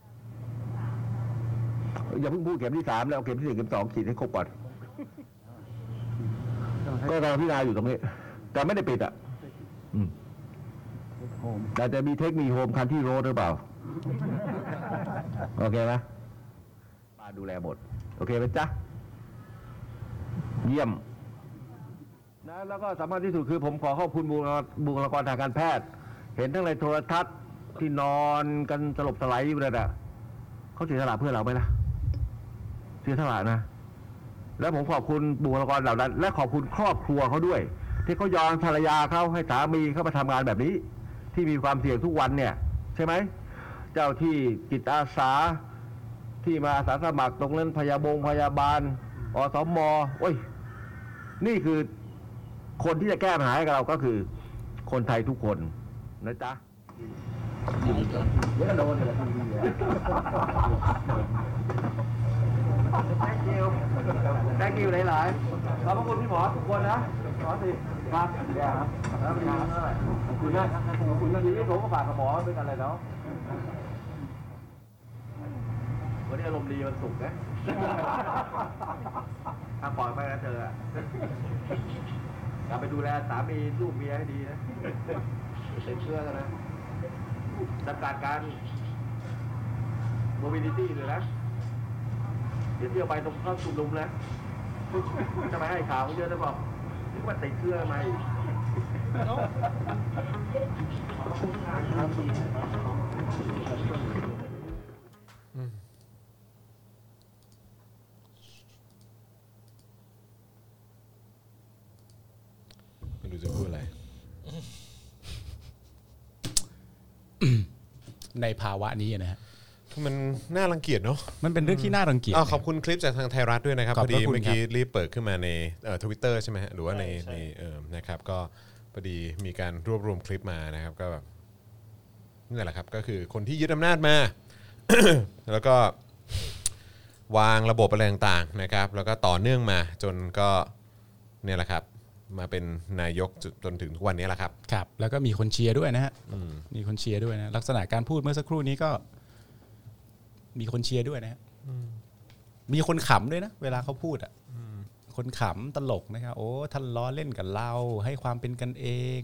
อย่าเพิ่งพูดเข็มที่สามแล้วเอาเข็มที่หนึ่งเข็มสองฉีดให้ครบก่อนก็กำลังพิจารณาอยู่ตรงนี้แต่ไม่ได้ปิดอ่ะอืมแต่จะมีเทคนิคโฮมคันที่โรดหรือเปล่าโอเคไหมมาดูแลหมดโอเคไหมจ๊ะเยี่ยมนะแล้วก็สำคัญที่สุดคือผมขอขอบคุณบุคลากรทางการแพทย์เห็นทั้งในโทรทัศน์ที่นอนกันสลบสลายอยู่เลยอ่ะเขาเสียสละเพื่อเราไหมล่ะเสียสละนะแล้วผมขอบคุณบุคลากรเหล่านั้นและขอบคุณครอบครัวเขาด้วยที่เขายอมภรรยาเขาให้สามีเขามาทำงานแบบนี้ที่มีความเสี่ยงทุกวันเนี่ยใช่ไหมเจ้าที่จิตอาสาที่มาอาสาสมัครตรงนั้นพยาบงพยาบาลอสมโอ้ยนี่คือคนที่จะแก้ปัญหาให้กับเราก็คือคนไทยทุกคนนะจ๊ะเยอะโดนเลยthank you thank you หลายๆขอบคุณพี่หมอทุกคนนะหมอสิครับครับขอบคุณนะขอบคุณนะทีนี้ผมก็ฝากกับหมอด้วยกันเลยเนาะวันนี้อารมณ์ดีวันศุกร์นะถ้าปล่อยไปแล้วเจอกลับไปดูแลสามีลูกเมียให้ดีนะเต็มเชื่อกันนะจัดการการโมบิลิตี้เลยนะเดี๋ยวเที่ยวไปตรงเข้าชุมนุมนะจะไปให้ข่าวเยอะนะบอกนึกว่าติดเชื้อมาอีกไม่รู้จะพูดอะไรในภาวะนี้นะฮะมันน่ารังเกียจเนาะมันเป็นเรื่องที่น่ารังเกียจอ๋อขอบคุณคลิปจากทางไทยรัฐด้วยนะครับขพอบอพดีระคุณเมื่อกี้ครับรีบเปิดขึ้นมาในเอ่อ Twitter ใช่ไหมฮะหรือว่าในใช่ในเอ่อนะครับก็พอดีมีการรวบรวมคลิปมานะครับก็แบบนี่แหละครับก็คือคนที่ยึดอำนาจมา แล้วก็วางระบบอะไรต่างๆนะครับแล้วก็ต่อเนื่องมาจนก็เนี่ยแหละครับมาเป็นนายกจนจนถึงทุกวันนี้แหละครับครับแล้วก็มีคนเชียร์ด้วยนะฮะมีคนเชียร์ด้วยนะลักษณะการพูดเมื่อสักครู่นี้ก็ มีคนเชียร์ด้วยนะฮะมีคนขำด้วยนะเวลาเขาพูดอ่ะคนขำตลกนะครับโอ้ท่านล้อเล่นกับเราให้ความเป็นกันเอง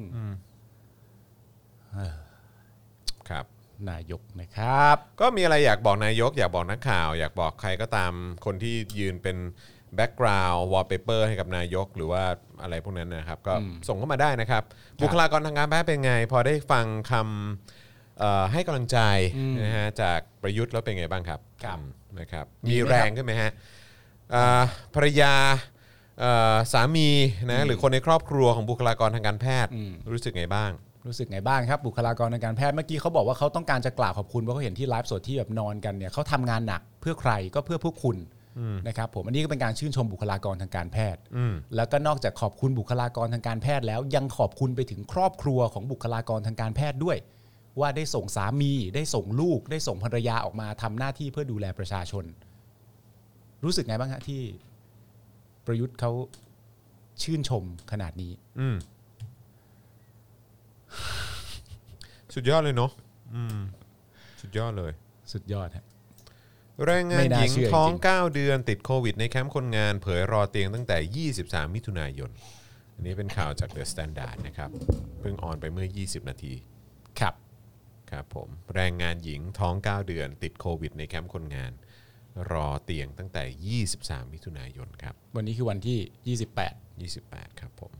ครับนายกนะครับก็มีอะไรอยากบอกนายกอยากบอกนักข่าวอยากบอกใครก็ตามคนที่ยืนเป็นแบ็กกราวด์วอลเปเปอร์ให้กับนายกหรือว่าอะไรพวกนั้นนะครับก็ส่งเข้ามาได้นะครับบุคลากรทางการแพทย์เป็นไงพอได้ฟังคำเอ่อให้กำลังใจนะฮะจากประยุทธ์แล้วเป็นไงบ้างครับนะครับมีแรงขึ้นไหมฮะอ่าภรรยาเอ่อสามีนะหรือคนในครอบครัวของบุคลากรทางการแพทย์รู้สึกไงบ้างรู้สึกไงบ้างครับบุคลากรทางการแพทย์เมื่อกี้เขาบอกว่าเขาต้องการจะกล่าวขอบคุณเพราะเขาเห็นที่ไลฟ์สดที่แบบนอนกันเนี่ยเขาทำงานหนักเพื่อใครก็เพื่อพวกคุณนะครับผมอันนี้ก็เป็นการชื่นชมบุคลากรทางการแพทย์แล้วก็นอกจากขอบคุณบุคลากรทางการแพทย์แล้วยังขอบคุณไปถึงครอบครัวของบุคลากรทางการแพทย์ด้วยว่าได้ส่งสามีได้ส่งลูกได้ส่งภรรยาออกมาทำหน้าที่เพื่อดูแลประชาชนรู้สึกไงบ้างฮะที่ประยุทธ์เขาชื่นชมขนาดนี้อืมสุดยอดเลยเนาะอืมสุดยอดเลยสุดยอดฮะแรงงานหญิงท้องเก้าเดือนติดโควิดในแคมป์คนงานเผยรอเตียงตั้งแต่ยี่สิบสามมิถุนายนอันนี้เป็นข่าวจาก The Standard นะครับเพิ่งออนไปเมื่อยี่สิบนาทีครับครับผมแรงงานหญิงท้องเก้าเดือนติดโควิดในแคมป์คนงานรอเตียงตั้งแต่ยี่สิบสามมิถุนายนครับวันนี้คือวันที่ยี่สิบแปดยี่สิบแปดครับผม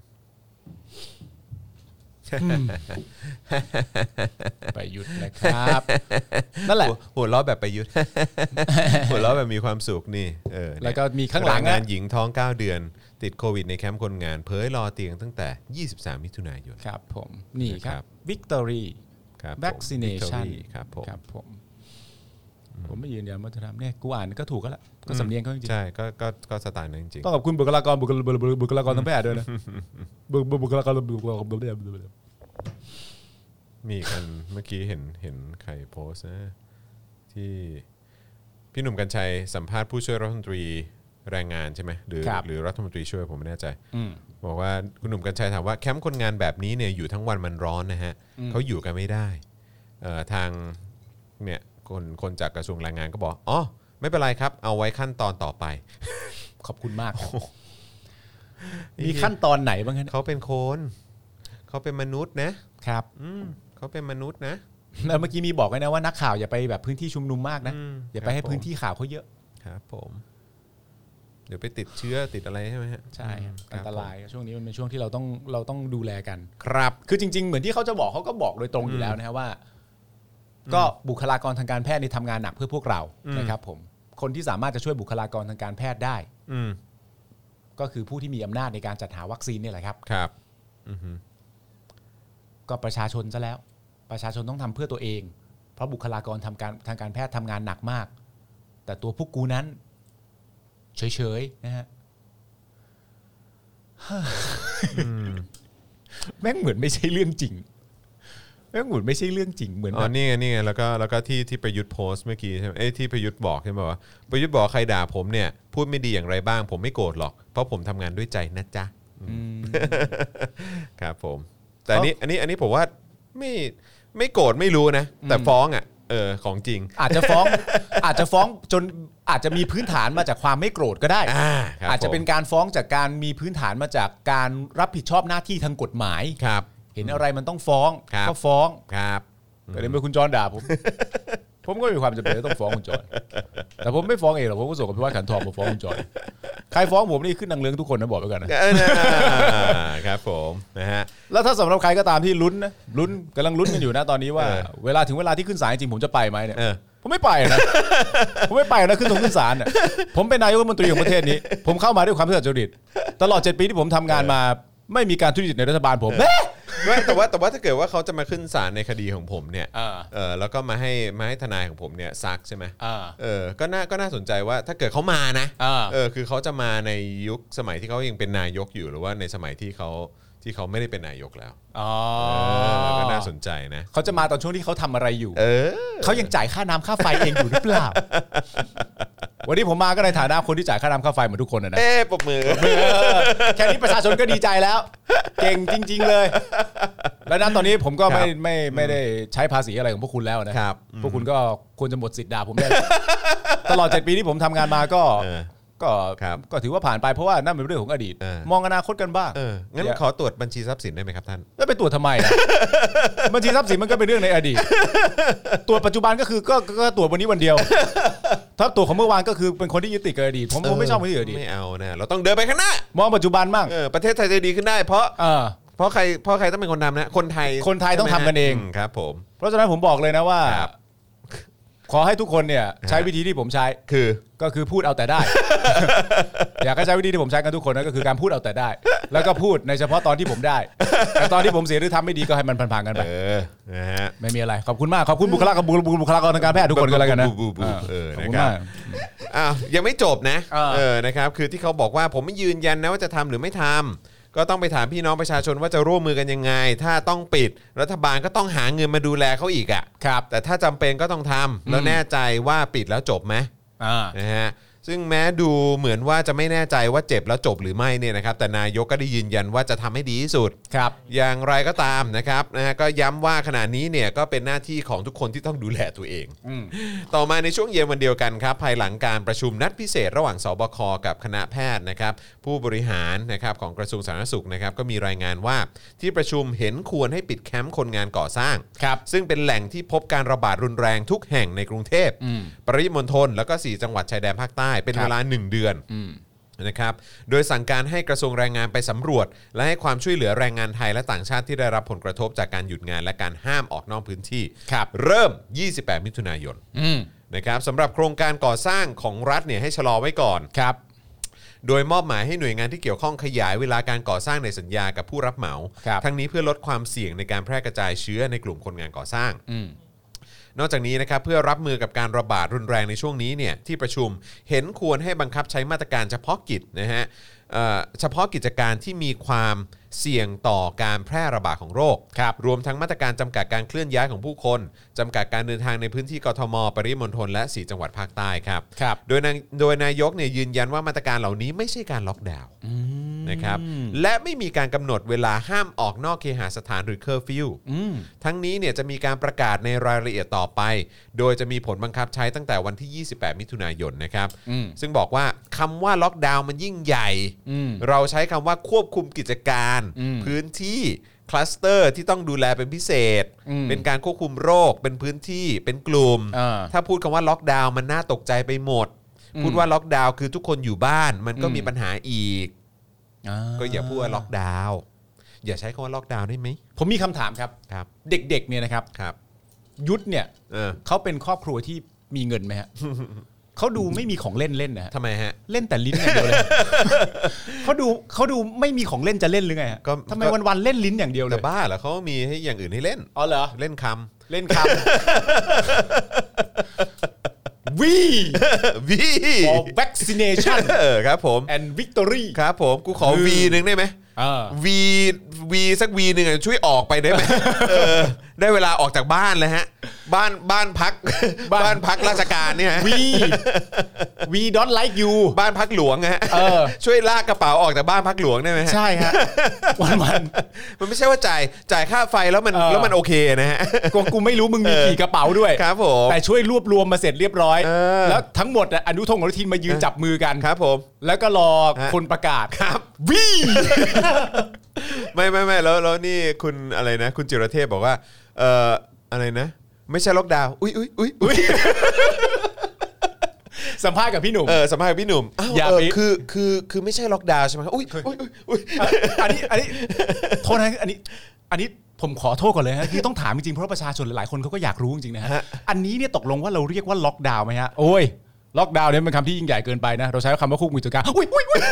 ประยุทธ์นะครับนั่นแหละหัวเราะแบบประยุทธ์หัวเราะแบบมีความสุขนี่เออแล้วก็มีข้างหลังงานหญิงท้องเก้าเดือนติดโควิดในแคมป์คนงานเผยรอเตียงตั้งแต่ยี่สิบสามมิถุนายนครับผมนี่ครับ Victory ครับ Vaccination ครับผมครับผมผมไม่ยืนยันว่าจะทำเนี่ยกูอ่านก็ถูกก็แล้วก็สำเนียงเขาจริงใช่ก็ก็ก็สไตล์นั้นจริงต้องขอบคุณบุคลากรบุคลากรบุคลากรทางแพทย์ด้วยนะบุคลากรบุคลากรมีกันเมื่อกี้เห็นเห็นใครโพสต์นะที่พี่หนุ่มกรรชัยสัมภาษณ์ผู้ช่วยรัฐมนตรีแรงงานใช่ไหมหรือครับหรือรัฐมนตรีช่วยผมไม่แน่ใจอืมบอกว่าคุณหนุ่มกัญชัยถามว่าแคมป์คนงานแบบนี้เนี่ยอยู่ทั้งวันมันร้อนนะฮะอืมเขาอยู่กันไม่ได้เอ่อทางเนี่ยคนคนจากกระทรวงแรงงานก็บอกอ๋อไม่เป็นไรครับเอาไว้ขั้นตอนต่อไปขอบคุณมากครับมีขั้นตอนไหนบ้างครับเขาเป็นคนเขาเป็นมนุษย์นะครับ อืมเขาเป็นมนุษย์นะแล้วเมื่อกี้มีบอกไว้นะว่านักข่าวอย่าไปแบบพื้นที่ชุมนุมมากนะอืมอย่าไปให้ครับผมพื้นที่ข่าวเขาเยอะครับผมเดี๋ยวไปติดเชื้อติดอะไรใช่ไหมฮะใช่ครับคอับนตรายช่วงนี้มันเป็นช่วงที่เราต้องเราต้องดูแลกันครับคือจริง ๆ เหมือนที่เขาจะบอกเขาก็บอกโดยตรงอยู่แล้วนะฮะว่า ก็บุคลากรทางการแพทย์ในทำงานหนักเพื่อพวกเราอืมนะครับผมคนที่สามารถจะช่วยบุคลากรทางการแพทย์ได้อืมก็คือผู้ที่มีอำนาจในการจัดหาวัคซีนนี่แหละครับครับอือฮึก็ประชาชนซะแล้ว ประชาชนต้องทำเพื่อตัวเอง เพราะบุคลากรทำการทางการแพทย์ทำงานหนักมาก แต่ตัวพวกกูนั้น เฉยๆนะฮะ แม่งเหมือนไม่ใช่เรื่องจริงแม่งเหมือนไม่ใช่เรื่องจริงเหมือนอ๋แบอบ นี่ไงนี่ไงแล้วก็แล้วก็ที่ที่ประยุทธ์โพสต์เมื่อกี้ใช่ไหมเอ้ยที่ประยุทธ์บอกใช่ไหมว่าประยุทธ์บอกใครด่าผมเนี่ยพูดไม่ดีอย่างไรบ้าง ผมไม่โกรธหรอกเพราะผมทำงานด้วยใจนะจ๊ะอืมครับผมแต่อันนี้อันนี้อันนี้ผมว่าไม่ไม่โกรธไม่รู้นะ แต่อืมฟ้องอ่ะเออของจริงอาจจะฟ้อง อาจจะฟ้องจนอาจจะมีพื้นฐานมาจากความไม่โกรธก็ได้อ่าครับอาจจะเป็นผมการฟ้องจากการมีพื้นฐานมาจากการรับผิดชอบหน้าที่ทางกฎหมายครับเห็นอะไรมันต้องฟ้องครับก็ฟ้องครับก็เลยเมื่อคุณจรด่าผม ผมก็มีความจำเป็นต้องฟ้องคุณจรแต่ผมไม่ฟ้องเองหรอกผมก็ส่งกับพี่ว่าขันทองมาฟ้องคุณจรใครฟ้องผมนี่ขึ้นนางเลื้งทุกคนนะบอกไว้ก่อนนะเออนะครับผมนะฮะแล้วถ้าสำหรับใครก็ตามที่ลุ้นนะลุ้นกำลังลุ้นกันอยู่นะตอนนี้ว่าเออเวลาถึงเวลาที่ขึ้นศาลจริงผมจะไปไหมเนี่ยเออผมไม่ไปนะ ผมไม่ไปนะขึ้นตรงขึ้นศาลเนี่ยผมเป็นนายกรัฐมนตรีของประเทศนี้ ผมเข้ามาด้วยความซื่อสัตย์สุจริตตลอดเจ็ดปีที่ผมทำงานมาไม่มีการทุจริตในรัฐบาลผมเอ๊ะไม่แต่ว่าแต่ว่าถ้าเกิดว่าเขาจะมาขึ้นศาลในคดีของผมเนี่ยอ่าเออแล้วก็มาให้มาให้ทนายของผมเนี่ยซักใช่ไหมอ่าเออก็น่าก็น่าสนใจว่าถ้าเกิดเขามานะอ่าเออคือเขาจะมาในยุคสมัยที่เขายังเป็นนายกอยู่หรือว่าในสมัยที่เขาที่เขาไม่ได้เป็นนายกแล้วอ๋อเออก็น่าสนใจนะเขาจะมาตอนช่วงที่เขาทำอะไรอยู่เออเขายังจ่ายค่าน้ำค่าไฟเองอยู่หรือเปล่า วันนี้ผมมาก็ในฐานะคนที่จ่ายค่าน้ำค่าไฟเหมือนทุกคนนะนะเอ๊ะปรบมือเออแค่นี้ประชาชนก็ดีใจแล้ว เก่งจริง ๆ เลย แล้วนั้นตอนนี้ผมก็ไม่ครับไม่ไม่ได้ใช้ภาษีอะไรของพวกคุณแล้วนะครับ พวกคุณก็ควรจะหมดสิทธิ์ด่าผมได้แล้วตลอดเจ็ดปีที่ผมทำงานมาก็เออก็ครับก็ถือว่าผ่านไปเพราะว่านั่นเป็นเรื่องของอดีตเออมองอนาคตกันบ้างเอองั้นขอตรวจบัญชีทรัพย์สินได้ไหมครับท่านแล้วไปตรวจทำไมนะ บัญชีทรัพย์สินมันก็เป็นเรื่องในอดีต ตรวจปัจจุบันก็คือก็ก็ตรวจวันนี้วันเดียว ถ้าตรวจของเมื่อวานก็คือเป็นคนที่ยึดติดกับอดีตผมผมไม่ชอบคนที่ยึดติดไม่เอานะเราต้องเดินไปข้างหน้ามองปัจจุบันบ้างเออประเทศไทยจะดีขึ้นได้ เพราะเออเพราะใครเพราะใครต้องเป็นคนทำนะคนไทยคนไทยต้องทำกันเองมครับผมเพราะฉะนั้นผมบอกเลยนะว่าครับขอให้ทุกคนเนี่ยใช้วิธีที่ผมใช้คือก็คือพูดเอาแต่ได้ อยากให้ใช้วิธีที่ผมใช้กันทุกคนนั่นก็คือการพูดเอาแต่ได้ แล้วก็พูดในเฉพาะตอนที่ผมได้แต่ตอนที่ผมเสียหรือทำไม่ดีก็ให้มันพังๆกันไปเออนะฮะไม่มีอะไรขอบคุณมากขอบคุณบุคลากรบุคลากรทางการแพทย์ทุกคนก็แล้วกันนะบูบูบูเออขอบนะคุณครับมากอ้าวยังไม่จบนะอ่าเออนะครับคือที่เขาบอกว่าผมไม่ยืนยันนะว่าจะทำหรือไม่ทำก็ต้องไปถามพี่น้องประชาชนว่าจะร่วมมือกันยังไง ถ้าต้องปิดรัฐบาลก็ต้องหาเงินมาดูแลเขาอีกอ่ะครับแต่ถ้าจำเป็นก็ต้องทำแล้วอืมแน่ใจว่าปิดแล้วจบไหมอ่านะฮะซึ่งแม้ดูเหมือนว่าจะไม่แน่ใจว่าเจ็บแล้วจบหรือไม่เนี่ยนะครับแต่นายกก็ได้ยืนยันว่าจะทำให้ดีที่สุดครับอย่างไรก็ตามนะครับนะฮะก็ย้ำว่าขณะนี้เนี่ยก็เป็นหน้าที่ของทุกคนที่ต้องดูแลตัวเองอืมต่อมาในช่วงเย็นวันเดียวกันครับภายหลังการประชุมนัดพิเศษระหว่างสบคกับคณะแพทย์นะครับผู้บริหารนะครับของกระทรวงสาธารณสุขนะครับก็มีรายงานว่าที่ประชุมเห็นควรให้ปิดแคมป์คนงานก่อสร้างครับซึ่งเป็นแหล่งที่พบการระบาดรุนแรงทุกแห่งในกรุงเทพอืมปริมณฑลแล้วก็สี่จังหวัดชายแดนภาคใต้เป็นครับเวลาหนึ่งเดือนอืมนะครับโดยสั่งการให้กระทรวงแรงงานไปสำรวจ และให้ความช่วยเหลือแรงงานไทยและต่างชาติที่ได้รับผลกระทบจากการหยุดงานและการห้ามออกนอกพื้นที่ครับเริ่มยี่สิบแปดมิถุนายนอืมนะครับสำหรับโครงการก่อสร้างของรัฐเนี่ยให้ชะลอไว้ก่อนครับโดยมอบหมายให้หน่วยงานที่เกี่ยวข้องขยายเวลาการก่อสร้างในสัญญากับผู้รับเหมาครับทั้งนี้เพื่อลดความเสี่ยงในการแพร่กระจายเชื้อในกลุ่มคนงานก่อสร้างอืมนอกจากนี้นะครับเพื่อรับมือกับการระบาดรุนแรงในช่วงนี้เนี่ยที่ประชุมเห็นควรให้บังคับใช้มาตรการเฉพาะกิจนะฮะเอ่อเฉพาะกิจการที่มีความเสี่ยงต่อการแพร่ระบาดของโรครวมทั้งมาตรการจำกัดการเคลื่อนย้ายของผู้คนจำกัดการเดินทางในพื้นที่กทมปริมณฑลและสี่จังหวัดภาคใต้ครับโดยนายโดยนายกเนี่ยยืนยันว่ามาตรการเหล่านี้ไม่ใช่การล็อกดาวน์นะครับและไม่มีการกำหนดเวลาห้ามออกนอกเคหสถานหรือเคอร์ฟิวทั้งนี้เนี่ยจะมีการประกาศในรายละเอียดต่อไปโดยจะมีผลบังคับใช้ตั้งแต่วันที่ยี่สิบแปดมิถุนายนนะครับซึ่งบอกว่าคำว่าล็อกดาวน์มันยิ่งใหญ่เราใช้คำว่าควบคุมกิจการพื้นที่คลัสเตอร์ที่ต้องดูแลเป็นพิเศษเป็นการควบคุมโรคเป็นพื้นที่เป็นกลุ่มถ้าพูดคำว่าล็อกดาวน์มันน่าตกใจไปหมดพูดว่าล็อกดาวน์คือทุกคนอยู่บ้านมันก็มีปัญหาอีกก็อย่าพูดว่าล็อกดาวน์อย่าใช้คำว่าล็อกดาวน์ได้ไหมผมมีคำถามครับครับเด็กๆเนี่ยนะครับครับยุทธเนี่ยเขาเป็นครอบครัวที่มีเงินไหมฮะเขาดูไม่มีของเล่นเล่นนะทำไมฮะเล่นแต่ลิ้นอย่างเดียวเลยเขาดูเขาดูไม่มีของเล่นจะเล่นหรือไงทำไมวันๆเล่นลิ้นอย่างเดียวเลยแต่บ้าเหรอเขามีให้อย่างอื่นให้เล่นอ๋อเหรอเล่นคำเล่นคำวีวี for vaccination เออครับผม and victory ครับผมกูขอ V นึงได้ไหมวีวีสักวีนึงช่วยออกไปได้ไหมเออได้เวลาออกจากบ้านเลยฮะบ้านบ้านพักบ้านพักราชการเนี่ยวีวีดอทไลค์ยูบ้านพักหลวงฮะช่วยลากกระเป๋าออกจากบ้านพักหลวงได้ไหมใช่ฮะวันวันมันไม่ใช่ว่าจ่ายจ่ายค่าไฟแล้วมันแล้วมันโอเคนะฮะกูกูไม่รู้มึงมีกี่กระเป๋าด้วยครับผมแต่ช่วยรวบรวมมาเสร็จเรียบร้อยแล้วทั้งหมดอนุทงอนุทินมายืนจับมือกันครับผมแล้วก็รอคนประกาศครับวีไม่ไม่ไม่แล้วแล้วนี่คุณอะไรนะคุณจิรเทพบอกว่าเอ่ออะไรนะไม่ใช่ล็อกดาวน์อุ้ยอุ้ยอุ้ยอุ้ยสัมภาษณ์กับพี่หนุ่มเออสัมภาษณ์กับพี่หนุ่มอ้าวเออคือคือคือไม่ใช่ล็อกดาวน์ใช่ไหมอุ้ยอุ้ยอุ้ยอันนี้อันนี้โทษนะอันนี้อันนี้ผมขอโทษก่อนเลยฮะคือต้องถามจริงๆเพราะประชาชนหลายๆคนเขาก็อยากรู้จริงๆนะฮะอันนี้เนี่ยตกลงว่าเราเรียกว่าล็อกดาวน์ไหมฮะโอ้ยล็อกดาวน์เนี่ยเป็นคำที่ยิ่งใหญ่เกินไปนะเราใช้คำว่าควบคุมกิจการอุ้ยอุ้ยอุ้ย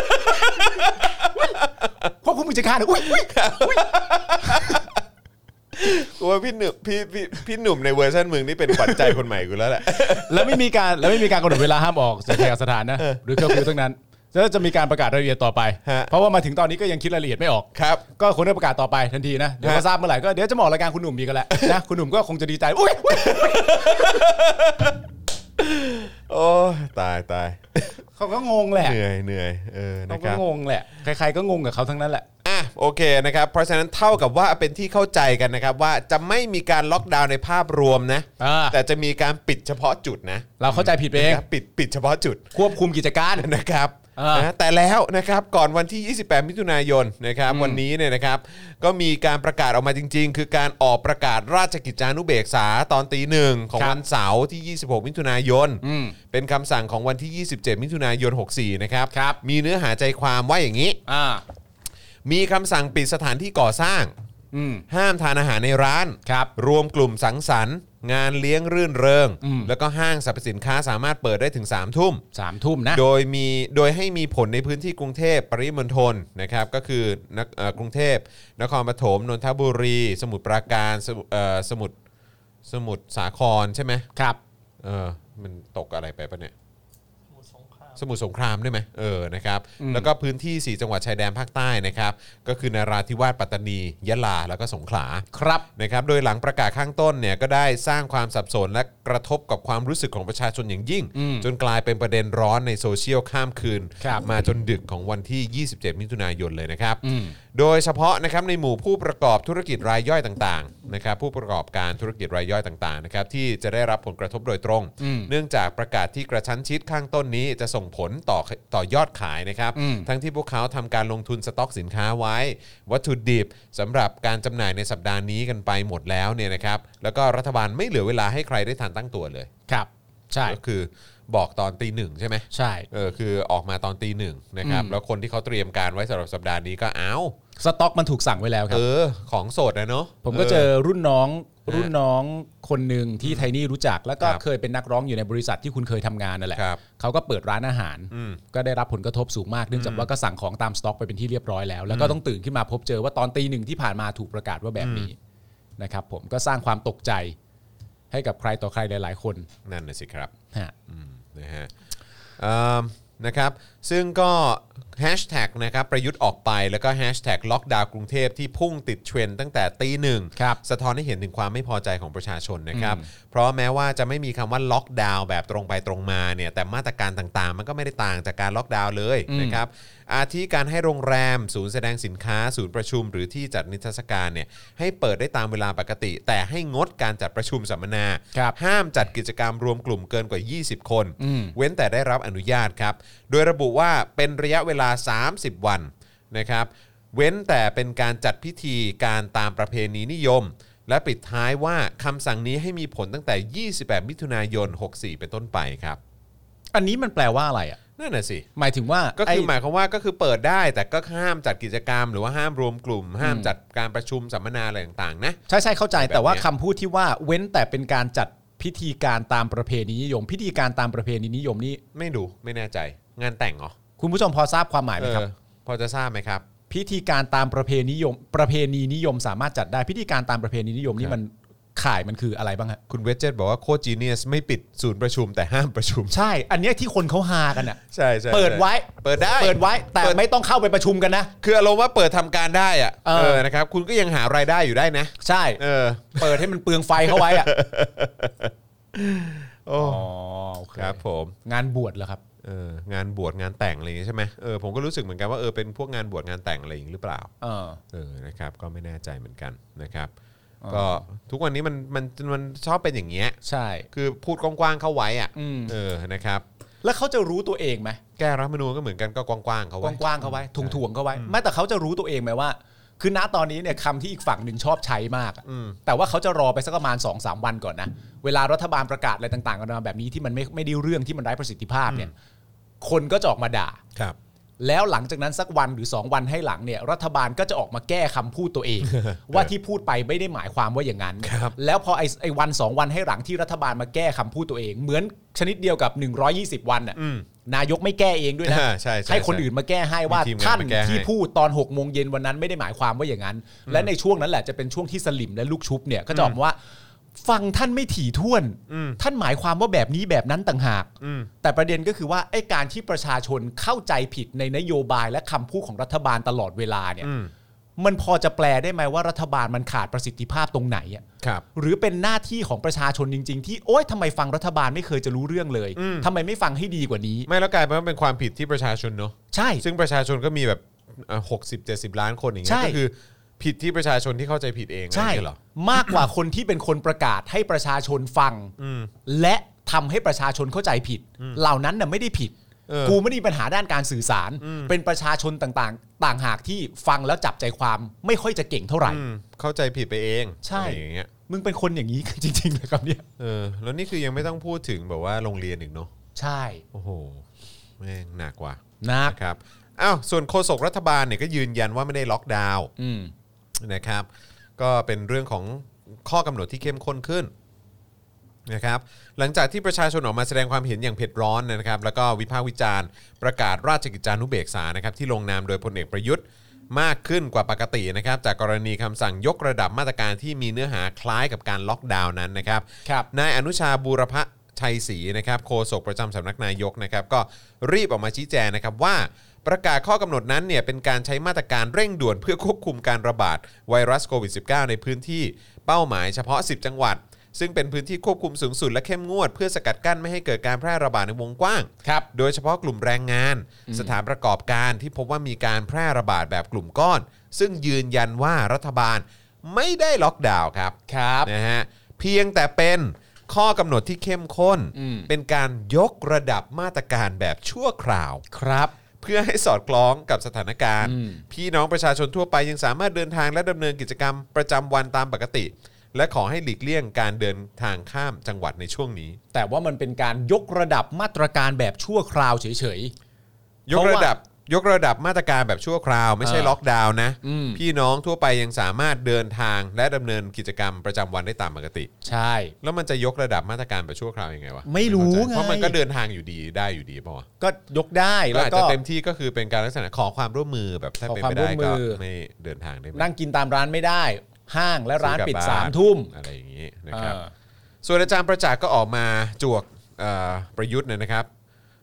ควบคุมกิจการอุ้ยอุ้ยกูว่าพี่หนุ่มพี่พี่พี่หนุ่มในเวอร์ชันมึงนี่เป็นขวัญใจคนใหม่กูแล้วแหละแล้วไม่มีการแล้วไม่มีการกำหนดเวลาห้ามออกจากเคหสถานนะหรือเคอร์ฟิวทั้งนั้นแล้วจะมีการประกาศรายละเอียดต่อไปเพราะว่ามาถึงตอนนี้ก็ยังคิดรายละเอียดไม่ออกครับก็คนได้ประกาศต่อไปทันทีนะเดี๋ยวก็ทราบเมื่อไหร่ก็เดี๋ยวจะมาออกรายการคุณหนุ่มอีกแล้วนะคุณหนุ่มก็คงจะดีใจอุ้ยโอ้ตายตายเขาก็งงแหละเหนื่อยเหนื่อยเออนะครับเขาก็งงแหละใครๆก็งงกับเขาทั้งนั้นแหละอ่ะโอเคนะครับเพราะฉะนั้นเท่ากับว่าเป็นที่เข้าใจกันนะครับว่าจะไม่มีการล็อกดาวน์ในภาพรวมนะแต่จะมีการปิดเฉพาะจุดนะเราเข้าใจผิดเองปิดปิดเฉพาะจุดควบคุมกิจการนะครับนะแต่แล้วนะครับก่อนวันที่ยี่สิบแปดมิถุนายนนะครับวันนี้เนี่ยนะครับก็มีการประกาศออกมาจริงๆคือการออกประกาศราชกิจจานุเบกษาตอนตีหนึ่งของวันเสาร์ที่ยี่สิบหกมิถุนายนเป็นคำสั่งของวันที่ยี่สิบเจ็ดมิถุนายนหกสี่นะครับมีเนื้อหาใจความว่าอย่างนี้มีคำสั่งปิดสถานที่ก่อสร้างห้ามทานอาหารในร้านรวมกลุ่มสังสรรค์งานเลี้ยงรื่นเริงแล้วก็ห้างสรรพสินค้าสามารถเปิดได้ถึงสามทุ่มสามทุ่มนะโดยมีโดยให้มีผลในพื้นที่กรุงเทพปริมณฑลนะครับก็คือนักกรุงเทพนครปฐมนนทบุรีสมุทรปราการสมุทรสมุทรสาครใช่ไหมครับเออมันตกอะไรไปปะเนี่ยสมุทรสงครามได้ไหมเออนะครับแล้วก็พื้นที่สี่จังหวัดชายแดนภาคใต้นะครับก็คือนราธิวาสปัตตานียะลาแล้วก็สงขลาครับนะครับโดยหลังประกาศข้างต้นเนี่ยก็ได้สร้างความสับสนและกระทบกับความรู้สึกของประชาชนอย่างยิ่งจนกลายเป็นประเด็นร้อนในโซเชียลข้ามคืนมาจนดึกของวันที่ยี่สิบเจ็ดมิถุนายนเลยนะครับโดยเฉพาะนะครับในหมู่ผู้ประกอบธุรกิจรายย่อยต่างๆนะครับผู้ประกอบการธุรกิจรายย่อยต่างๆนะครับที่จะได้รับผลกระทบโดยตรงเนื่องจากประกาศที่กระชั้นชิดข้างต้นนี้จะส่งผลต่อต่อยอดขายนะครับทั้งที่พวกเขาทำการลงทุนสต็อกสินค้าไว้วัตถุดิบสำหรับการจำหน่ายในสัปดาห์นี้กันไปหมดแล้วเนี่ยนะครับแล้วก็รัฐบาลไม่เหลือเวลาให้ใครได้ทันตั้งตัวเลยครับใช่ก็คือบอกตอนตีหนึ่งใช่ไหมใช่เออคือออกมาตอนตีหนึ่งนะครับแล้วคนที่เขาเตรียมการไว้สำหรับสัปดาห์นี้ก็เอาสต็อกมันถูกสั่งไว้แล้วครับเออของสดนะเนาะผมก็เจอรุ่นน้องรุ่นน้องคนหนึ่งที่ไทนี่รู้จักแล้วก็เคยเป็นนักร้องอยู่ในบริษัทที่คุณเคยทำงานนั่นแหละเขาก็เปิดร้านอาหารก็ได้รับผลกระทบสูงมากเนื่องจากว่าก็สั่งของตามสต็อกไปเป็นที่เรียบร้อยแล้วแล้วก็ต้องตื่นขึ้นมาพบเจอว่าตอนตีหนึ่งที่ผ่านมาถูกประกาศว่าแบบนี้นะครับผมก็สร้างความตกใจให้กับใครต่อใครหลายๆคนนั่นน่ะสิครับฮะนะฮะนะครับซึ่งก็แฮชแท็กนะครับประยุทธ์ออกไปแล้วก็แฮชแท็กล็อกดาวน์กรุงเทพที่พุ่งติดเทรนด์ตั้งแต่ตีหนึ่งสะท้อนให้เห็นถึงความไม่พอใจของประชาชนนะครับเพราะแม้ว่าจะไม่มีคำว่าล็อกดาวน์แบบตรงไปตรงมาเนี่ยแต่มาตรการต่างๆมันก็ไม่ได้ต่างจากการล็อกดาวน์เลยนะครับอาทิการให้โรงแรมศูนย์แสดงสินค้าศูนย์ประชุมหรือที่จัดนิทรรศการเนี่ยให้เปิดได้ตามเวลาปกติแต่ให้งดการจัดประชุมสัมมนาห้ามจัดกิจกรรมรวมกลุ่มเกินกว่ายี่สิบคนเว้นแต่ได้รับอนุญาตครับโดยระบุว่าเป็นระยะเวลาสามสิบวันนะครับเว้นแต่เป็นการจัดพิธีการตามประเพณีนิยมและปิดท้ายว่าคำสั่งนี้ให้มีผลตั้งแต่ยี่สิบแปดมิถุนายนหกสิบสี่เป็นต้นไปครับอันนี้มันแปลว่าอะไรอ่ะนั่นน่ะสิหมายถึงว่าก็คือหมายความว่าก็คือเปิดได้แต่ก็ห้ามจัดกิจกรรมหรือว่าห้ามรวมกลุ่มห้ามจัดการประชุมสัมมนาอะไรต่างๆนะใช่ใช่เข้าใจแต่ว่าคำพูดที่ว่าเว้นแต่เป็นการจัดพิธีการตามประเพณีนิยมพิธีการตามประเพณีนิยมนี่ไม่ดูไม่แน่ใจงานแต่งเหรอคุณผู้ชมพอทราบความหมายไหมครับพอจะทราบไหมครับพิธีการตามประเพณีนิยมประเพณีนิยมสามารถจัดได้พิธีการตามประเพณีนิยมนี่มันข่ายมันคืออะไรบ้างฮะคุณเวจเจตบอกว่าโคจีเนียสไม่ปิดศูนย์ประชุมแต่ห้ามประชุมใช่อันนี้ที่คนเขาฮากันอ่ะใช่ใช่เปิดไว้เปิดได้เปิดไว้แต่ไม่ต้องเข้าไปประชุมกันนะคืออารมณ์ว่าเปิดทำการได้อ่ะเออนะครับคุณก็ยังหารายได้อยู่ได้นะใช่เออเปิดให้มันเปลืองไฟเข้าไว้อ่ะโอ้ครับผมงานบวชเหรอครับเอองานบวชงานแต่งอะไรอย่างงี้ใช่ไหมเออผมก็รู้สึกเหมือนกันว่าเออเป็นพวกงานบวชงานแต่งอะไรอย่างนี้หรือเปล่าเออเออนะครับก็ไม่แน่ใจเหมือนกันนะครับก็ทุกวันนี้มันมันมันชอบเป็นอย่างเงี้ยใช่คือพูดกว้างๆเข้าไว้อ่ะเออนะครับแล้วเขาจะรู้ตัวเองไหมแก้รัฐธรรมนูญก็เหมือนกันก็กว้างๆเขาไว้กว้างๆเขาไว้ถ่วงๆเขาไว้ไม่แต่เขาจะรู้ตัวเองไหมว่าคือณตอนนี้เนี่ยคำที่อีกฝั่งหนึ่งชอบใช้มากแต่ว่าเขาจะรอไปสักประมาณ สองถึงสาม วันก่อนนะเวลารัฐบาลประกาศอะไรต่างๆกันมาแบบนี้ที่มันไม่ไม่ได้เรื่องที่มันไร้ประสิทธิภาพเนี่ยคนก็จะออกมาด่าครับแล้วหลังจากนั้นสักวันหรือสองวันให้หลังเนี่ยรัฐบาลก็จะออกมาแก้คำพูดตัวเอง ว่าที่พูดไปไม่ได้หมายความว่าอย่างนั้นแล้วพอไอ้ไอ้วันสองวันให้หลังที่รัฐบาลมาแก้คำพูดตัวเองเหมือนชนิดเดียวกับหนึ่งร้อยยี่สิบวันน่ะนายกไม่แก้เองด้วยนะให้คนอื่นมาแก้ให้ว่าท่านที่พูดตอนหกโมงเย็นวันนั้นไม่ได้หมายความว่าอย่างนั้นและในช่วงนั้นแหละจะเป็นช่วงที่สลิมและลูกชุบเนี่ยก็จะออกมาว่าฟังท่านไม่ถี่ถ้วนท่านหมายความว่าแบบนี้แบบนั้นต่างหากแต่ประเด็นก็คือว่าไอ้การที่ประชาชนเข้าใจผิดในนโยบายและคำพูดของรัฐบาลตลอดเวลาเนี่ยมันพอจะแปลได้ไหมว่ารัฐบาลมันขาดประสิทธิภาพตรงไหนอ่ะหรือเป็นหน้าที่ของประชาชนจริงๆที่โอ๊ยทำไมฟังรัฐบาลไม่เคยจะรู้เรื่องเลยทำไมไม่ฟังให้ดีกว่านี้ไม่แล้วกลายเป็นว่าเป็นความผิดที่ประชาชนเนอะใช่ซึ่งประชาชนก็มีแบบหกสิบ เจ็ดสิบล้านคนอย่างเงี้ยก็คือผิดที่ประชาชนที่เข้าใจผิดเองใช่เหรอมากกว่าคนที่เป็นคนประกาศให้ประชาชนฟังและทำให้ประชาชนเข้าใจผิดเหล่านั้นน่ะไม่ได้ผิดกูไม่ได้มีปัญหาด้านการสื่อสารเป็นประชาชนต่างๆต่างหากที่ฟังแล้วจับใจความไม่ค่อยจะเก่งเท่าไหร่เข้าใจผิดไปเองใช่อย่างเงี้ยมึงเป็นคนอย่างนี้จริงๆเลยครับเนี่ยเออแล้วนี่คือยังไม่ต้องพูดถึงแบบว่าโรงเรียนอีกเนาะใช่โอ้โหแม่งหนักกว่าหนักครับอ้าวส่วนโฆษกรัฐบาลเนี่ยก็ยืนยันว่าไม่ได้ล็อกดาวน์นะครับก็เป็นเรื่องของข้อกำหนดที่เข้มข้นขึ้นนะครับหลังจากที่ประชาชนออกมาแสดงความเห็นอย่างเผ็ดร้อนนะครับแล้วก็วิพากษ์วิจารณ์ประกาศราชกิจจานุเบกษานะครับที่ลงนามโดยพลเอกประยุทธ์มากขึ้นกว่าปกตินะครับจากกรณีคำสั่งยกระดับมาตรการที่มีเนื้อหาคล้ายกับการล็อกดาวน์นั้นนะครับนายอนุชาบูรพชัยศรีนะครับโฆษกประจำสำนักนายกนะครับก็รีบออกมาชี้แจงนะครับว่าประกาศข้อกำหนดนั้นเนี่ยเป็นการใช้มาตรการเร่งด่วนเพื่อควบคุมการระบาดไวรัสโควิด สิบเก้า ในพื้นที่เป้าหมายเฉพาะสิบจังหวัดซึ่งเป็นพื้นที่ควบคุมสูงสุดและเข้มงวดเพื่อสกัดกั้นไม่ให้เกิดการแพร่ระบาดในวงกว้างโดยเฉพาะกลุ่มแรงงานสถานประกอบการที่พบว่ามีการแพร่ระบาดแบบกลุ่มก้อนซึ่งยืนยันว่ารัฐบาลไม่ได้ล็อกดาวน์ครับนะฮะเพียงแต่เป็นข้อกำหนดที่เข้มข้นเป็นการยกระดับมาตรการแบบชั่วคราวครับเพื่อให้สอดคล้องกับสถานการณ์พี่น้องประชาชนทั่วไปยังสามารถเดินทางและดำเนินกิจกรรมประจำวันตามปกติและขอให้หลีกเลี่ยงการเดินทางข้ามจังหวัดในช่วงนี้แต่ว่ามันเป็นการยกระดับมาตรการแบบชั่วคราวเฉยๆยกระดับยกระดับมาตรการแบบชั่วคราวไม่ใช่ล็อกดาวน์นะพี่น้องทั่วไปยังสามารถเดินทางและดำเนินกิจกรรมประจำวันได้ตามปกติใช่แล้วมันจะยกระดับมาตรการแบบชั่วคราวยังไงวะไม่รู้ไงเพราะมันก็เดินทางอยู่ดีได้อยู่ดีป่าวก็ยกได้แล้วก็เต็มที่ก็คือเป็นการลักษณะขอความร่วมมือแบบถ้าเป็นไปได้ก็ไม่เดินทางได้นั่งกินตามร้านไม่ได้ห้างและร้านปิดสามทุ่มอะไรอย่างนี้นะครับส่วนอาจารย์ประจักษ์ก็ออกมาจวกประยุทธ์เนี่ยนะครับ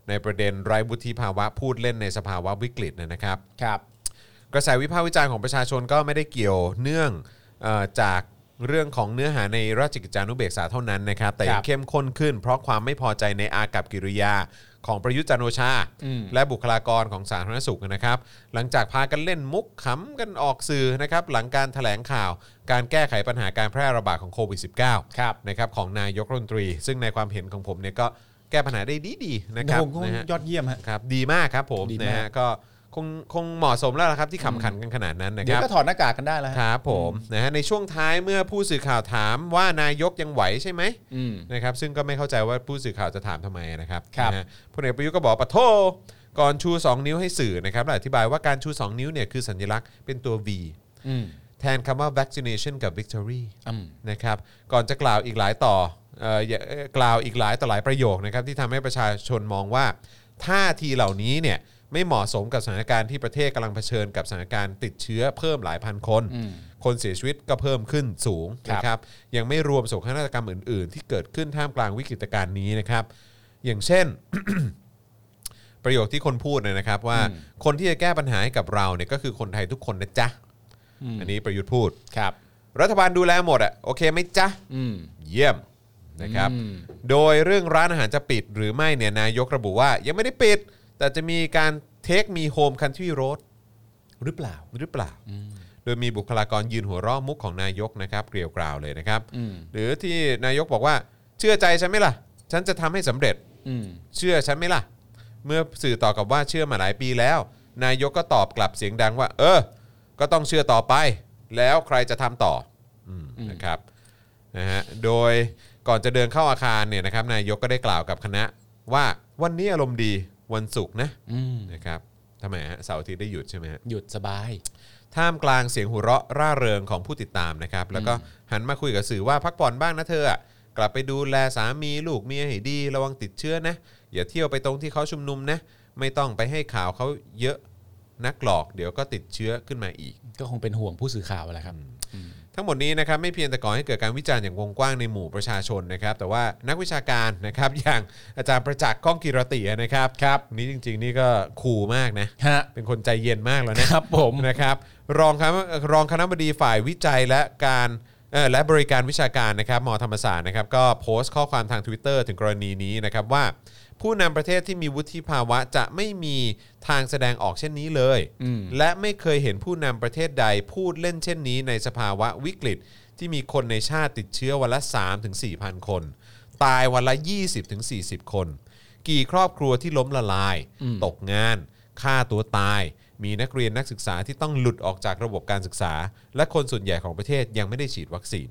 ในประเด็นไร้วุฒิภาวะพูดเล่นในสภาวะวิกฤตนะครับครับกระแสวิพากษ์วิจารณ์ของประชาชนก็ไม่ได้เกี่ยวเนื่องเอ่อจากเรื่องของเนื้อหาในราชกิจจานุเบกษาเท่านั้นนะครับแต่ยังเข้มข้นขึ้นเพราะความไม่พอใจในอากัปกิริยาของประยุทธ์จันทร์โอชาและบุคลากรของสาธารณสุขนะครับหลังจากพากันเล่นมุกขำกันออกสื่อนะครับหลังการแถลงข่าวการแก้ไขปัญหาการแพร่ระบาดของโควิด สิบเก้า นะครับของนายกรัฐมนตรีซึ่งในความเห็นของผมเนี่ยก็แก้ปัญหาได้ดีๆนะครับนะฮะยอดเยี่ยมครับดีมากครับผมนะฮะก็คงคงเหมาะสมแล้วละครับที่ขำขันกันขนาดนั้นนะครับเดี๋ยวก็ถอดหน้ากากกันได้แล้วครับผมนะฮะในช่วงท้ายเมื่อผู้สื่อข่าวถามว่านายกยังไหวใช่ไหมนะครับซึ่งก็ไม่เข้าใจว่าผู้สื่อข่าวจะถามทำไมนะครับนะฮะพลเอกประยุทธ์ก็บอกปะโถก่อนชูสองนิ้วให้สื่อนะครับและอธิบายว่าการชูสองนิ้วเนี่ยคือสัญลักษณ์เป็นตัว V แทนคำว่า vaccination กับ victory นะครับก่อนจะกล่าวอีกหลายต่อกล่าวอีกหลายต่อหลายประโยคนะครับที่ทำให้ประชาชนมองว่าท่าทีเหล่านี้เนี่ยไม่เหมาะสมกับสถานการณ์ที่ประเทศกำลังเผชิญกับสถานการณ์ติดเชื้อเพิ่มหลายพันคนคนเสียชีวิตก็เพิ่มขึ้นสูงนะครับยังไม่รวมโศกนาฏกรรมอื่นๆที่เกิดขึ้นท่ามกลางวิกฤตการณ์นี้นะครับอย่างเช่น ประโยคที่คนพูดนะครับว่าคนที่จะแก้ปัญหาให้กับเราเนี่ยก็คือคนไทยทุกคนนะจ๊ะ อ, อันนี้ประยุทธ์พูดครับรัฐบาลดูแลหมดอ่ะโอเคไหมจ๊ะเยี่ยมนะครับโดยเรื่องร้านอาหารจะปิดหรือไม่เนี่ยนายกระบุว่ายังไม่ได้ปิดแต่จะมีการเทคมีโฮมคันทรีโรดหรือเปล่าหรือเปล่าโดยมีบุคลากรยืนหัวเราะมุกของนายกนะครับเกลียวกราวเลยนะครับหรือที่นายกบอกว่าเชื่อใจฉันไหมล่ะฉันจะทำให้สำเร็จเชื่อฉันไหมล่ะเมื่อสื่อตอบกับว่าเชื่อมาหลายปีแล้วนายกก็ตอบกลับเสียงดังว่าเออก็ต้องเชื่อต่อไปแล้วใครจะทำต่อนะครับนะฮะโดยก่อนจะเดินเข้าอาคารเนี่ยนะครับนายกก็ได้กล่าวกับคณะว่าวันนี้อารมณ์ดีวันศุกร์นะนะครับทำไมฮะเสาร์อาทิตย์ได้หยุดใช่ไหมฮะหยุดสบายท่ามกลางเสียงหัวเราะร่าเริงของผู้ติดตามนะครับแล้วก็หันมาคุยกับสื่อว่าพักผ่อนบ้างนะเธอกลับไปดูแลสามีลูกเมียให้ดีระวังติดเชื้อนะอย่าเที่ยวไปตรงที่เขาชุมนุมนะไม่ต้องไปให้ข่าวเขาเยอะนักหลอกเดี๋ยวก็ติดเชื้อขึ้นมาอีกก็คงเป็นห่วงผู้สื่อข่าวแหละครับทั้งหมดนี้นะครับไม่เพียงแต่ก่อให้เกิดการวิจารณ์อย่างวงกว้างในหมู่ประชาชนนะครับแต่ว่านักวิชาการนะครับอย่างอาจารย์ประจักษ์ก้องกีรตินะครับครับนี้จริงๆนี่ก็ขู่มากนะเป็นคนใจเย็นมากแล้วนะครับผมนะครับรองครับรองคณบดีฝ่ายวิจัยและการและบริการวิชาการนะครับม.ธรรมศาสตร์นะครับก็โพสต์ข้อความทาง Twitter ถึงกรณีนี้นะครับว่าผู้นำประเทศที่มีวุฒิภาวะจะไม่มีทางแสดงออกเช่นนี้เลยและไม่เคยเห็นผู้นำประเทศใดพูดเล่นเช่นนี้ในสภาวะวิกฤตที่มีคนในชาติติดเชื้อวันละ สามถึงสี่พัน คนตายวันละ ยี่สิบถึงสี่สิบ คนกี่ครอบครัวที่ล้มละลายตกงานฆ่าตัวตายมีนักเรียนนักศึกษาที่ต้องหลุดออกจากระบบการศึกษาและคนส่วนใหญ่ของประเทศยังไม่ได้ฉีดวัคซีน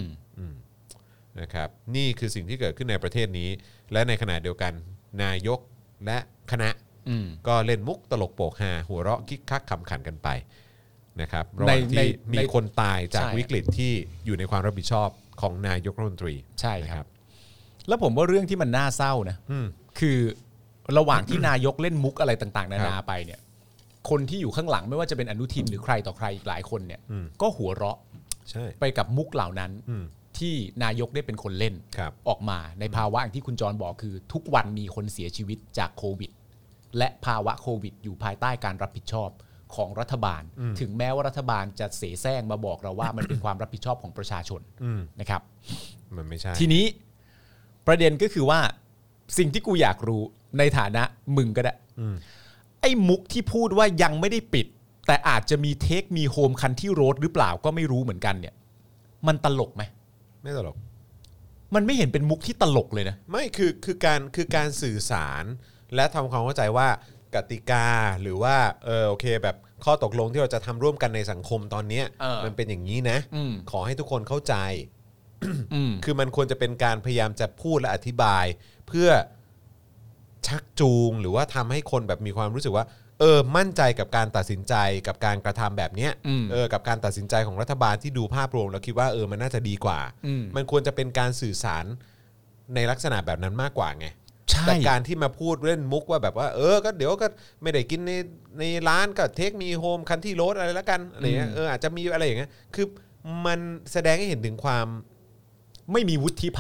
นะครับนี่คือสิ่งที่เกิดขึ้นในประเทศนี้และในขณะเดียวกันนายกและคณะก็เล่นมุกตลกโปกฮาหัวเราะคิกคักขำขันกันไปนะครับระหว่างที่มีคนตายจากวิกฤตที่อยู่ในความรับผิดชอบของนายกรัฐมนตรีใช่ครับแล้วผมว่าเรื่องที่มันน่าเศร้านะคือระหว่างที่นายกเล่นมุกอะไรต่างๆนานาไปเนี่ยคนที่อยู่ข้างหลังไม่ว่าจะเป็นอนุทินหรือใครต่อใครอีกหลายคนเนี่ยก็หัวเราะไปกับมุกเหล่านั้นที่นายกได้เป็นคนเล่นออกมาในภาวะอย่างที่คุณจรบอกคือทุกวันมีคนเสียชีวิตจากโควิดและภาวะโควิดอยู่ภายใต้การรับผิดชอบของรัฐบาลถึงแม้ว่ารัฐบาลจะเสแสร้งมาบอกเราว่ามันเป็นความรับผิดชอบของประชาชนนะครับมันไม่ใช่ทีนี้ประเด็นก็คือว่าสิ่งที่กูอยากรู้ในฐานะมึงก็ได้ไอ้มุกที่พูดว่ายังไม่ได้ปิดแต่อาจจะมีเทคมีโฮมคันที่โรดหรือเปล่าก็ไม่รู้เหมือนกันเนี่ยมันตลกไหมไม่ตลกมันไม่เห็นเป็นมุกที่ตลกเลยนะไม่คือคือการคือการสื่อสารและทำความเข้าใจว่ากติกาหรือว่าเออโอเคแบบข้อตกลงที่เราจะทำร่วมกันในสังคมตอนนี้มันเป็นอย่างนี้นะขอให้ทุกคนเข้าใจคือมันควรจะเป็นการพยายามจะพูดและอธิบายเพื่อชักจูงหรือว่าทำให้คนแบบมีความรู้สึกว่าเออมั่นใจกับการตัดสินใจกับการกระทำแบบนี้เออกับการตัดสินใจของรัฐบาลที่ดูภาพรวมแล้วคิดว่าเออมันน่าจะดีกว่ามันควรจะเป็นการสื่อสารในลักษณะแบบนั้นมากกว่าไงแต่การที่มาพูดเล่นมุกว่าแบบว่าเออก็เดี๋ยวก็ไม่ได้กินในในร้านก็เทคมีโฮมคันที่โรดอะไรแล้วกันอะไรเงี้ยเอออาจจะมีอะไรอย่างเงี้ยคือมันแสดงให้เห็นถึงความไม่มีวุฒิภาวะ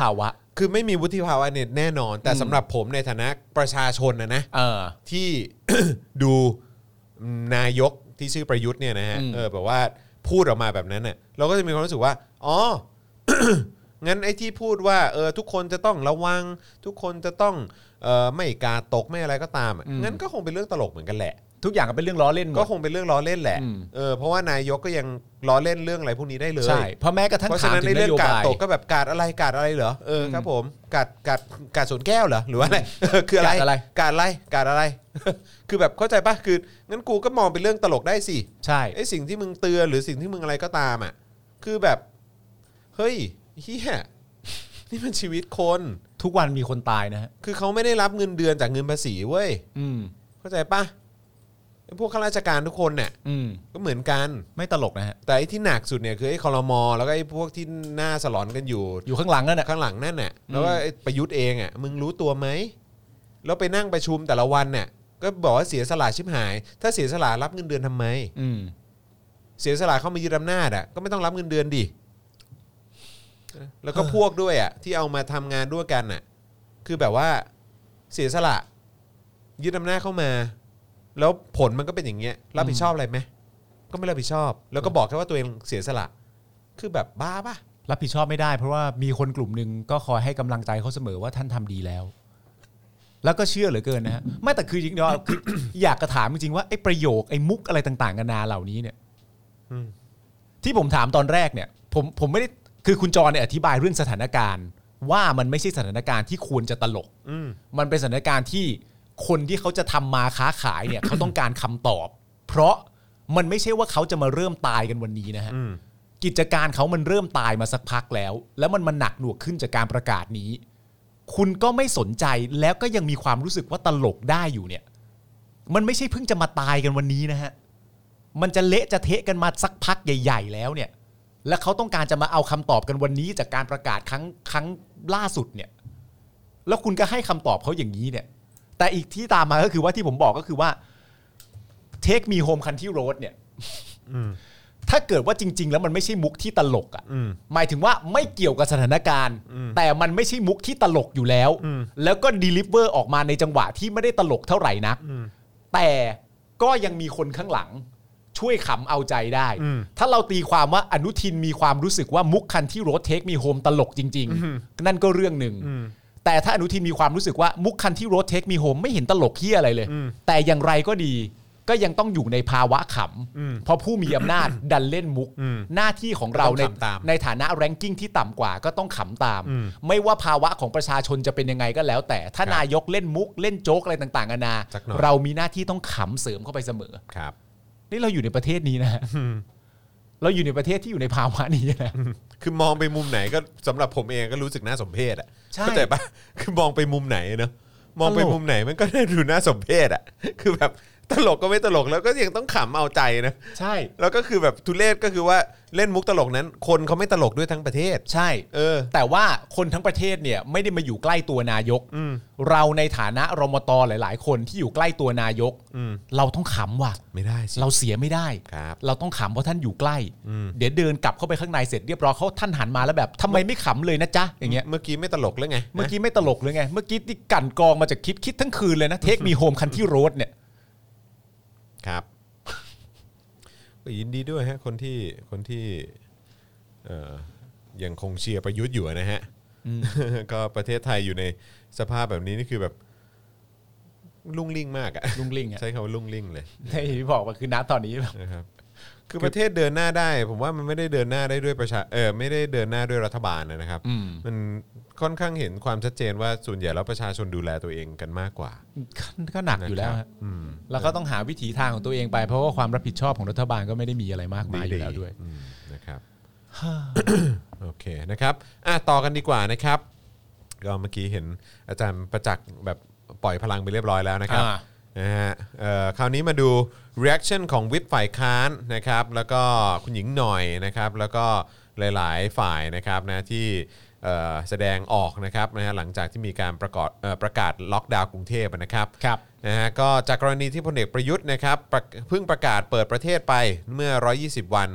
คือไม่มีวุฒิภาวะเนี่ยแน่นอน แต่สำหรับผมในฐานะประชาชนนะนะเออที่ ดูนายกที่ชื่อประยุทธ์เนี่ยนะฮะอืมเออแบบว่าพูดออกมาแบบนั้นเนี่ยเราก็จะมีความรู้สึกว่าอ๋อ งั้นไอ้ที่พูดว่าเออทุกคนจะต้องระวังทุกคนจะต้องเออไม่กาดตกไม่อะไรก็ตามอะงั้นก็คงเป็นเรื่องตลกเหมือนกันแหละทุกอย่างก็เป็นเรื่องล้อเล่นหมดก็คงเป็นเรื่องล้อเล่นแหละอืมเออเพราะว่านายกก็ยังล้อเล่นเรื่องอะไรพวกนี้ได้เลยใช่เพราะแม้กระทั่งเพราะถาฉะมนั้นถึในงนเรื่องโยกาดบายตกก็แบบกาดอะไรกาดอะไรเหรอเออครับผมกาดกาดกาดสวนแก้วเหรอหรือว่าอะไร เออคืออะไรกาดอะไรกาดอะไรกาดอะไร คือแบบเข้าใจป่ะคืองั้นกูก็มองเป็นเรื่องตลกได้สิใช่ไอ้สิ่งที่มึงเตือนหรือสิ่งที่มึงอะไรก็ตามอ่ะคือแบบเฮ้ยเฮียนี่มันชีวิตคนทุกวันมีคนตายนะฮะคือเขาไม่ได้รับเงินเดือนจากเงินภาษีเว้ยอืมเข้าใจป่ะไอ้พวกข้าราชการทุกคนเนี่ยอืมก็เหมือนกันไม่ตลกนะฮะแต่ไอ้ที่หนักสุดเนี่ยคือไอ้ครม.แล้วก็ไอ้พวกที่หน้าสลอนกันอยู่อยู่ข้างหลังนั่นน่ะข้างหลังนั่นน่ะแล้วก็ไอ้ประยุทธ์เองอ่ะมึงรู้ตัวไหมแล้วไปนั่งประชุมแต่ละวันเนี่ยก็บอกว่าเสียสละชิบหาย ถ้าเสียสละรับเงินเดือนทำไมอืมเสียสละเข้ามายึดอำนาจอ่ะก็ไม่ต้องรับเงินเดือนดิแล้วก็พวกด้วยอ่ะที่เอามาทำงานด้วยกันน่ะคือแบบว่าเสียสละยึดอำนาจเข้ามาแล้วผลมันก็เป็นอย่างเงี้ยรับผิดชอบอะไรไหมก็ไม่รับผิดชอบ แล้วก็บอกแค่ว่าตัวเองเสียสละคือแบบบ้าป่ะรับผิดชอบไม่ได้เพราะว่ามีคนกลุ่มหนึ่งก็คอยให้กำลังใจเขาเสมอว่าท่านทำดีแล้ว แล้วก็เชื่อเหลือเกินนะฮะไม่แต่คือจริงๆคือ อยากกระถามจริงๆว่าไอ้ประโยคไอ้มุกอะไรต่างๆกันานาเหล่านี้เนี่ยที่ผมถามตอนแรกเนี่ยผมผมไม่ได้คือคุณจรเนี่ยอธิบายเรื่องสถานการณ์ว่ามันไม่ใช่สถานการณ์ที่ควรจะตลกมันเป็นสถานการณ์ที่คนที่เขาจะทำมาค้าขายเนี่ย เขาต้องการคำตอบ เพราะมันไม่ใช่ว่าเขาจะมาเริ่มตายกันวันนี้นะฮะกิจการเขามันเริ่มตายมาสักพักแล้ว แล้วมันมันหนักหน่วงขึ้นจากการประกาศนี้ คุณก็ไม่สนใจแล้วก็ยังมีความรู้สึกว่าตลกได้อยู่เนี่ย มันไม่ใช่เพิ่งจะมาตายกันวันนี้นะฮะมันจะเละจะเทะกันมาสักพักใหญ่ ๆ แล้วเนี่ย และเขาต้องการจะมาเอาคำตอบกันวันนี้จากการประกาศครั้งครั้งล่าสุดเนี่ยแล้วคุณก็ให้คำตอบเขาอย่างนี้เนี่ยแต่อีกที่ตามมาก็คือว่าที่ผมบอกก็คือว่า Take Me Home Country Road เนี่ยถ้าเกิดว่าจริงๆแล้วมันไม่ใช่มุกที่ตลกอ่ะหมายถึงว่าไม่เกี่ยวกับสถานการณ์แต่มันไม่ใช่มุกที่ตลกอยู่แล้วแล้วก็ deliver ออกมาในจังหวะที่ไม่ได้ตลกเท่าไหร่นักแต่ก็ยังมีคนข้างหลังช่วยขำเอาใจได้ถ้าเราตีความว่าอนุทินมีความรู้สึกว่ามุกคันที่โรดเทคมีโฮมตลกจริงๆนั่นก็เรื่องหนึ่งแต่ถ้าอนุทินมีความรู้สึกว่ามุกคันที่โรดเทคมีโฮมไม่เห็นตลกเหี้ยอะไรเลยแต่อย่างไรก็ดีก็ยังต้องอยู่ในภาวะขำเพราะผู้มีอำนาจดันเล่นมุกหน้าที่ของเราในในฐานะแรงกิ้งที่ต่ำกว่าก็ต้องขำตามไม่ว่าภาวะของประชาชนจะเป็นยังไงก็แล้วแต่ถ้านายกเล่นมุกเล่นโจ๊กอะไรต่างๆนานาเรามีหน้าที่ต้องขำเสริมเข้าไปเสมอครับนี่เราอยู่ในประเทศนี้นะเราอยู่ในประเทศที่อยู่ในภาวะนี้นะคือมองไปมุมไหนก็สำหรับผมเองก็รู้สึกน่าสมเพชอ่ะเข้าใจปะคือมองไปมุมไหนเนอะมองไปมุมไหนมันก็ได้ดูน่าสมเพชอ่ะคือแบบตลกก็ไม่ตลกแล้วก็ยังต้องขำเอาใจนะใช่แล้วก็คือแบบทุเรศก็คือว่าเล่นมุกตลกนั้นคนเขาไม่ตลกด้วยทั้งประเทศใช่เออแต่ว่าคนทั้งประเทศเนี่ยไม่ได้มาอยู่ใกล้ตัวนายกเราในฐานะรมตหลายๆคนที่อยู่ใกล้ตัวนายกเราต้องขำว่ะไม่ได้สิเราเสียไม่ได้เราต้องขำเพราะท่านอยู่ใกล้เดี๋ยวเดินกลับเข้าไปข้างในเสร็จเรียบร้อยเขาท่านหันมาแล้วแบบทำไมไม่ขำเลยนะจ๊ะอย่างเงี้ยเมื่อกี้ไม่ตลกเลยไงเมื่อกี้ไม่ตลกเลยไงเมื่อกี้ที่กั่นกรองมาจากคิดคิดทั้งคืนเลยนะเทคมีโฮมคันที่โรดเนี่ยครับก็ยินดีด้วยฮะคนที่คนที่เอ่อยังคงเชียร์ประยุทธ์อยู่นะฮะก็ประเทศไทยอยู่ในสภาพแบบนี้นี่คือแบบลุ่งลิ่งมากอะลุ่งลิ่งใช้คำว่าลุ่งลิ่งเลยที่บอกว่าคือณตอนนี้นะครับคือประเทศเดินหน้าได้ผมว่ามันไม่ได้เดินหน้าได้ด้วยประชาเออไม่ได้เดินหน้าด้วยรัฐบาลนะครับมันค่อนข้างเห็นความชัดเจนว่าส่วนใหญ่แล้วประชาชนดูแลตัวเองกันมากกว่าก็หนักอยู่แล้วแล้วก็ต้องหาวิถีทางของตัวเองไปเพราะว่าความรับผิดชอบของรัฐบาลก็ไม่ได้มีอะไรมากมายอยู่แล้วด้วยนะครับโอเคนะครับอ่ะต่อกันดีกว่านะครับก็เมื่อกี้เห็นอาจารย์ประจักษ์แบบปล่อยพลังไปเรียบร้อยแล้วนะครับนะฮะคราวนี้มาดู reaction ของวิปฝ่ายค้านนะครับแล้วก็คุณหญิงหน่อยนะครับแล้วก็หลายๆฝ่ายนะครับนะที่แสดงออกนะครับนะฮะหลังจากที่มีการประกาศประกาศล็อกดาวน์กรุงเทพนะครับครับนะฮะก็จากกรณีที่พลเอกประยุทธ์นะครับเพิ่งประกาศเปิดประเทศไปเมื่อหนึ่งร้อยยี่สิบวัน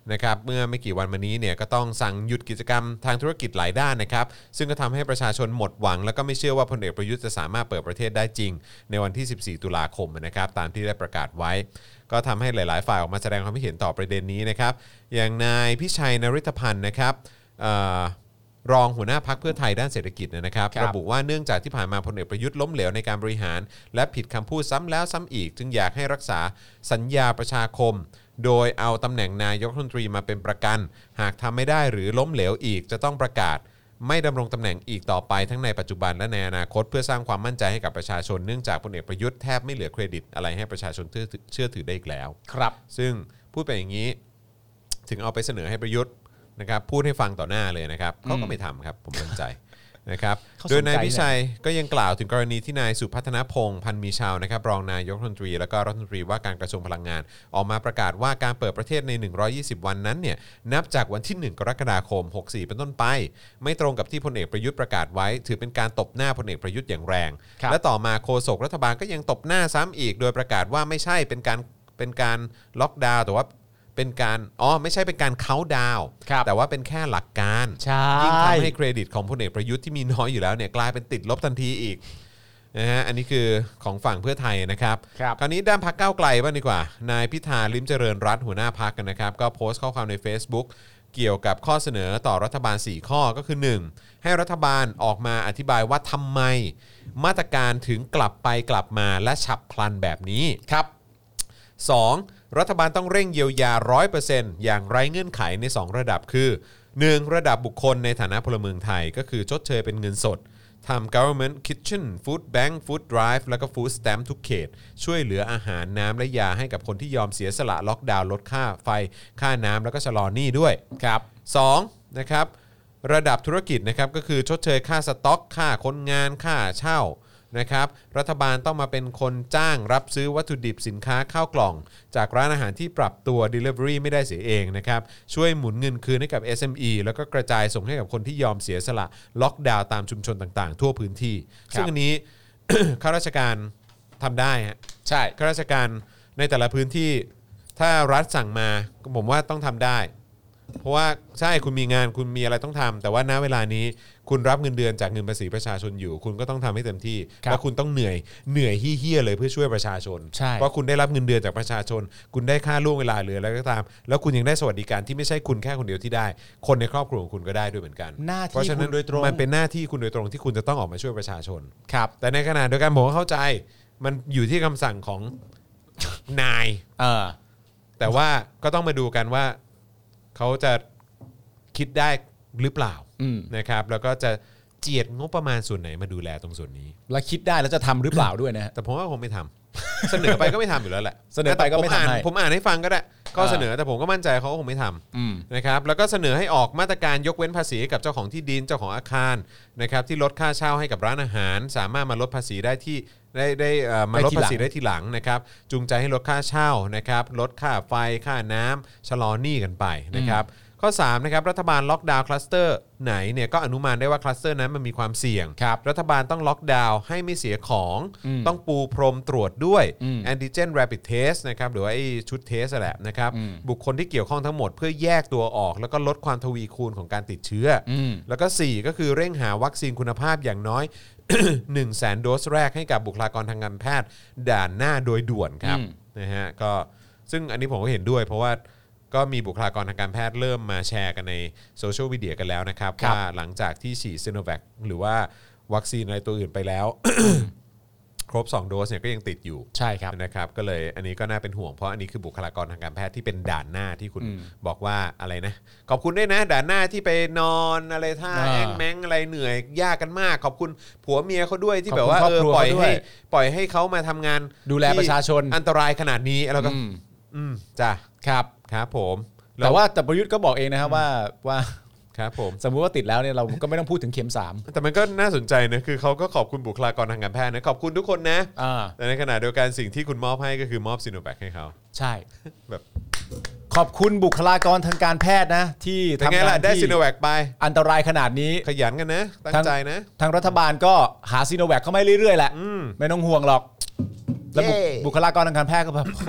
นะครับเมื่อไม่กี่วันมานี้เนี่ยก็ต้องสั่งหยุดกิจกรรมทางธุรกิจหลายด้านนะครับซึ่งก็ทำให้ประชาชนหมดหวังแล้วก็ไม่เชื่อว่าพลเอกประยุทธ์จะสามารถเปิดประเทศได้จริงในวันที่สิบสี่ตุลาคมนะครับตามที่ได้ประกาศไว้ก็ทำให้หลายๆฝ่ายออกมาแสดงความคิดเห็นต่อประเด็นนี้นะครับอย่างนายพิชัยนฤทธพันธ์นะครับรองหัวหน้าพรรคเพื่อไทยด้านเศรษฐกิจนะครับระบุว่าเนื่องจากที่ผ่านมาพลเอกประยุทธ์ล้มเหลวในการบริหารและผิดคำพูดซ้ำแล้วซ้ำอีกจึงอยากให้รักษาสัญญาประชาคมโดยเอาตำแหน่งนายกรัฐมนตรีมาเป็นประกันหากทำไม่ได้หรือล้มเหลวอีกจะต้องประกาศไม่ดำรงตำแหน่งอีกต่อไปทั้งในปัจจุบันและในอนาคตเพื่อสร้างความมั่นใจให้กับประชาชนเนื่องจากพลเอกประยุทธ์แทบไม่เหลือเครดิตอะไรให้ประชาชนเชื่อถือได้อีกแล้วครับซึ่งพูดไปอย่างนี้ถึงเอาไปเสนอให้ประยุทธ์นะครับพูดให้ฟังต่อหน้าเลยนะครับเขาก็ไม่ทำครับผมมั่นใจนะครับโดยนายพิชัยก็ยังกล่าวถึงกรณีที่นายสุพัฒนพงษ์พันธ์มีชาวนะครับรองนายกรัฐมนตรีและก็รัฐมนตรีว่าการกระทรวงพลังงานออกมาประกาศว่าการเปิดประเทศในหนึ่งร้อยยี่สิบวันนั้นเนี่ยนับจากวันที่หนึ่งกรกฎาคมหกสิบสี่เป็นต้นไปไม่ตรงกับที่พลเอกประยุทธ์ประกาศไว้ถือเป็นการตบหน้าพลเอกประยุทธ์อย่างแรงและต่อมาโฆษกรัฐบาลก็ยังตบหน้าซ้ำอีกโดยประกาศว่าไม่ใช่เป็นการเป็นการล็อกดาวน์แต่ว่าเป็นการอ๋อไม่ใช่เป็นการเค้าดาวน์แต่ว่าเป็นแค่หลักการยิ่งทำให้เครดิตของพลเอกประยุทธ์ที่มีน้อยอยู่แล้วเนี่ยกลายเป็นติดลบทันทีอีกนะฮะอันนี้คือของฝั่งเพื่อไทยนะครับคราวนี้ด้านพรรคก้าวไกลบ้างดีกว่านายพิธาลิ้มเจริญรัตน์หัวหน้าพรรคกันนะครับก็โพสต์ข้อความใน Facebook เกี่ยวกับข้อเสนอต่อรัฐบาลสี่ข้อก็คือหนึ่งให้รัฐบาลออกมาอธิบายว่าทำไมมาตรการถึงกลับไปกลับมาและฉับพลันแบบนี้ครับสองรัฐบาลต้องเร่งเยียวยา ร้อยเปอร์เซ็นต์ อย่างไร้เงื่อนไขในสองระดับคือหนึ่งระดับบุคคลในฐานะพลเมืองไทยก็คือชดเชยเป็นเงินสดทำ government kitchen food bank food drive แล้วก็ food stamp ทุกเขตช่วยเหลืออาหารน้ำและยาให้กับคนที่ยอมเสียสละล็อกดาวน์ลดค่าไฟค่าน้ำแล้วก็ชะลอหนี้ด้วยครับสองนะครับระดับธุรกิจนะครับก็คือชดเชยค่าสต็อกค่าคนงานค่าเช่านะครับรัฐบาลต้องมาเป็นคนจ้างรับซื้อวัตถุดิบสินค้าข้าวกล่องจากร้านอาหารที่ปรับตัว delivery ไม่ได้เสียเองนะครับช่วยหมุนเงินคืนให้กับ เอส เอ็ม อี แล้วก็กระจายส่งให้กับคนที่ยอมเสียสละล็อกดาวน์ตามชุมชนต่างๆทั่วพื้นที่ซึ่งอันนี้ ข้าราชการทำได้ฮะใช่ข้าราชการในแต่ละพื้นที่ถ้ารัฐสั่งมาผมว่าต้องทำได้เพราะว่าใช่คุณมีงานคุณมีอะไรต้องทำแต่ว่าณเวลานี้คุณรับเงินเดือนจากเงินภาษีประชาชนอยู่คุณก็ต้องทำให้เต็มที่แล้วคุณต้องเหนื่อยเหนื่อยเหี้ยๆเลยเพื่อช่วยประชาชนเพราะคุณได้รับเงินเดือนจากประชาชนคุณได้ค่าล่วงเวลาหรืออะไรก็ตามแล้วคุณยังได้สวัสดิการที่ไม่ใช่คุณแค่คนเดียวที่ได้คนในครอบครัวของคุณก็ได้ด้วยเหมือนกันเพราะฉะนั้นมันเป็นหน้าที่คุณโดยตรงที่คุณจะต้องออกมาช่วยประชาชนครับแต่ในขณะเดียวกันผมก็เข้าใจมันอยู่ที่คำสั่งของนายแต่ว่าก็ต้องมาดูกันว่าเขาจะคิดได้หรือเปล่านะครับแล้วก็จะเจียดงบประมาณส่วนไหนมาดูแลตรงส่วนนี้แล้วคิดได้แล้วจะทำหรือเปล่าด้วยนะแต่ผมว่าคงไม่ทำเสนอไปก็ไม่ทำอยู่แล้วแหละเสนอไปก็ไม่ทำให้ผมอ่านให้ฟังก็ได้ก็เสนอแต่ผมก็มั่นใจเขาคงไม่ทำนะครับแล้วก็เสนอให้ออกมาตรการยกเว้นภาษีกับเจ้าของที่ดินเจ้าของอาคารนะครับที่ลดค่าเช่าให้กับร้านอาหารสามารถมาลดภาษีได้ที่ได้ได้มาลดภาษีได้ทีหลังนะครับจูงใจให้ลดค่าเช่านะครับลดค่าไฟค่าน้ำชะลอหนี้กันไปนะครับข้อสามนะครับรัฐบาลล็อกดาวน์คลัสเตอร์ไหนเนี่ยก็อนุมานได้ว่าคลัสเตอร์นั้นมันมีความเสี่ยงรัฐบาลต้องล็อกดาวน์ให้ไม่เสียของต้องปูพรมตรวจด้วยแอนติเจนแรปิดเทสนะครับหรือว่าไอ้ชุดเทสแหละนะครับบุคคลที่เกี่ยวข้องทั้งหมดเพื่อแยกตัวออกแล้วก็ลดความทวีคูณของการติดเชื้อแล้วก็สี่ก็คือเร่งหาวัคซีนคุณภาพอย่างน้อย หนึ่งแสน โดสแรกให้กับบุคลากรทางการแพทย์ด่านหน้าโดยด่วนครับนะฮะก็ซึ่งอันนี้ผมก็เห็นด้วยเพราะว่าก็มีบุคลากรทางการแพทย์เริ่มมาแชร์กันในโซเชียลมีเดียกันแล้วนะครับว่าหลังจากที่ฉีดซิโนแวคหรือว่าวัคซีนอะไรตัวอื่นไปแล้ว ครบสองโดสเนี่ยก็ยังติดอยู่ใช่ครับนะครับก็เลยอันนี้ก็น่าเป็นห่วงเพราะอันนี้คือบุคลากรทางการแพทย์ที่เป็นด่านหน้าที่คุณบอกว่าอะไรนะขอบคุณด้วยนะด่านหน้าที่ไปนอนอะไรท่าแองแมงอะไรเหนื่อยยากกันมากขอบคุณผัวเมียเขาด้วยที่แบบว่าเออปล่อยให้ปล่อยให้เขามาทำงานดูแลประชาชนอันตรายขนาดนี้แล้วก็อืมจ้ะครับครับผมแต่ว่าแต่ประยุทธ์ก็บอกเองนะครับว่าว่าครับผมสมมุติว่าติดแล้วเนี่ยเราก็ไม่ต้องพูดถึงเข็มสามแต่มันก็น่าสนใจนะคือเขาก็ขอบคุณบุคลากรทางการแพทย์นะขอบคุณทุกคนนะแต่ในขณะเดียวกันสิ่งที่คุณมอบให้ก็คือมอบซิโนแวคให้เขาใช่แบบขอบคุณบุคลากรทางการแพทย์นะที่ทำงานได้ซิโนแวคไปอันตรายขนาดนี้ขยันกันนะตั้งใจนะทางรัฐบาลก็หาซิโนแวคเข้ามาเรื่อยๆแหละไม่ต้องห่วงหรอกแล้วบุคลากรทางการแพทย์ก็แบบ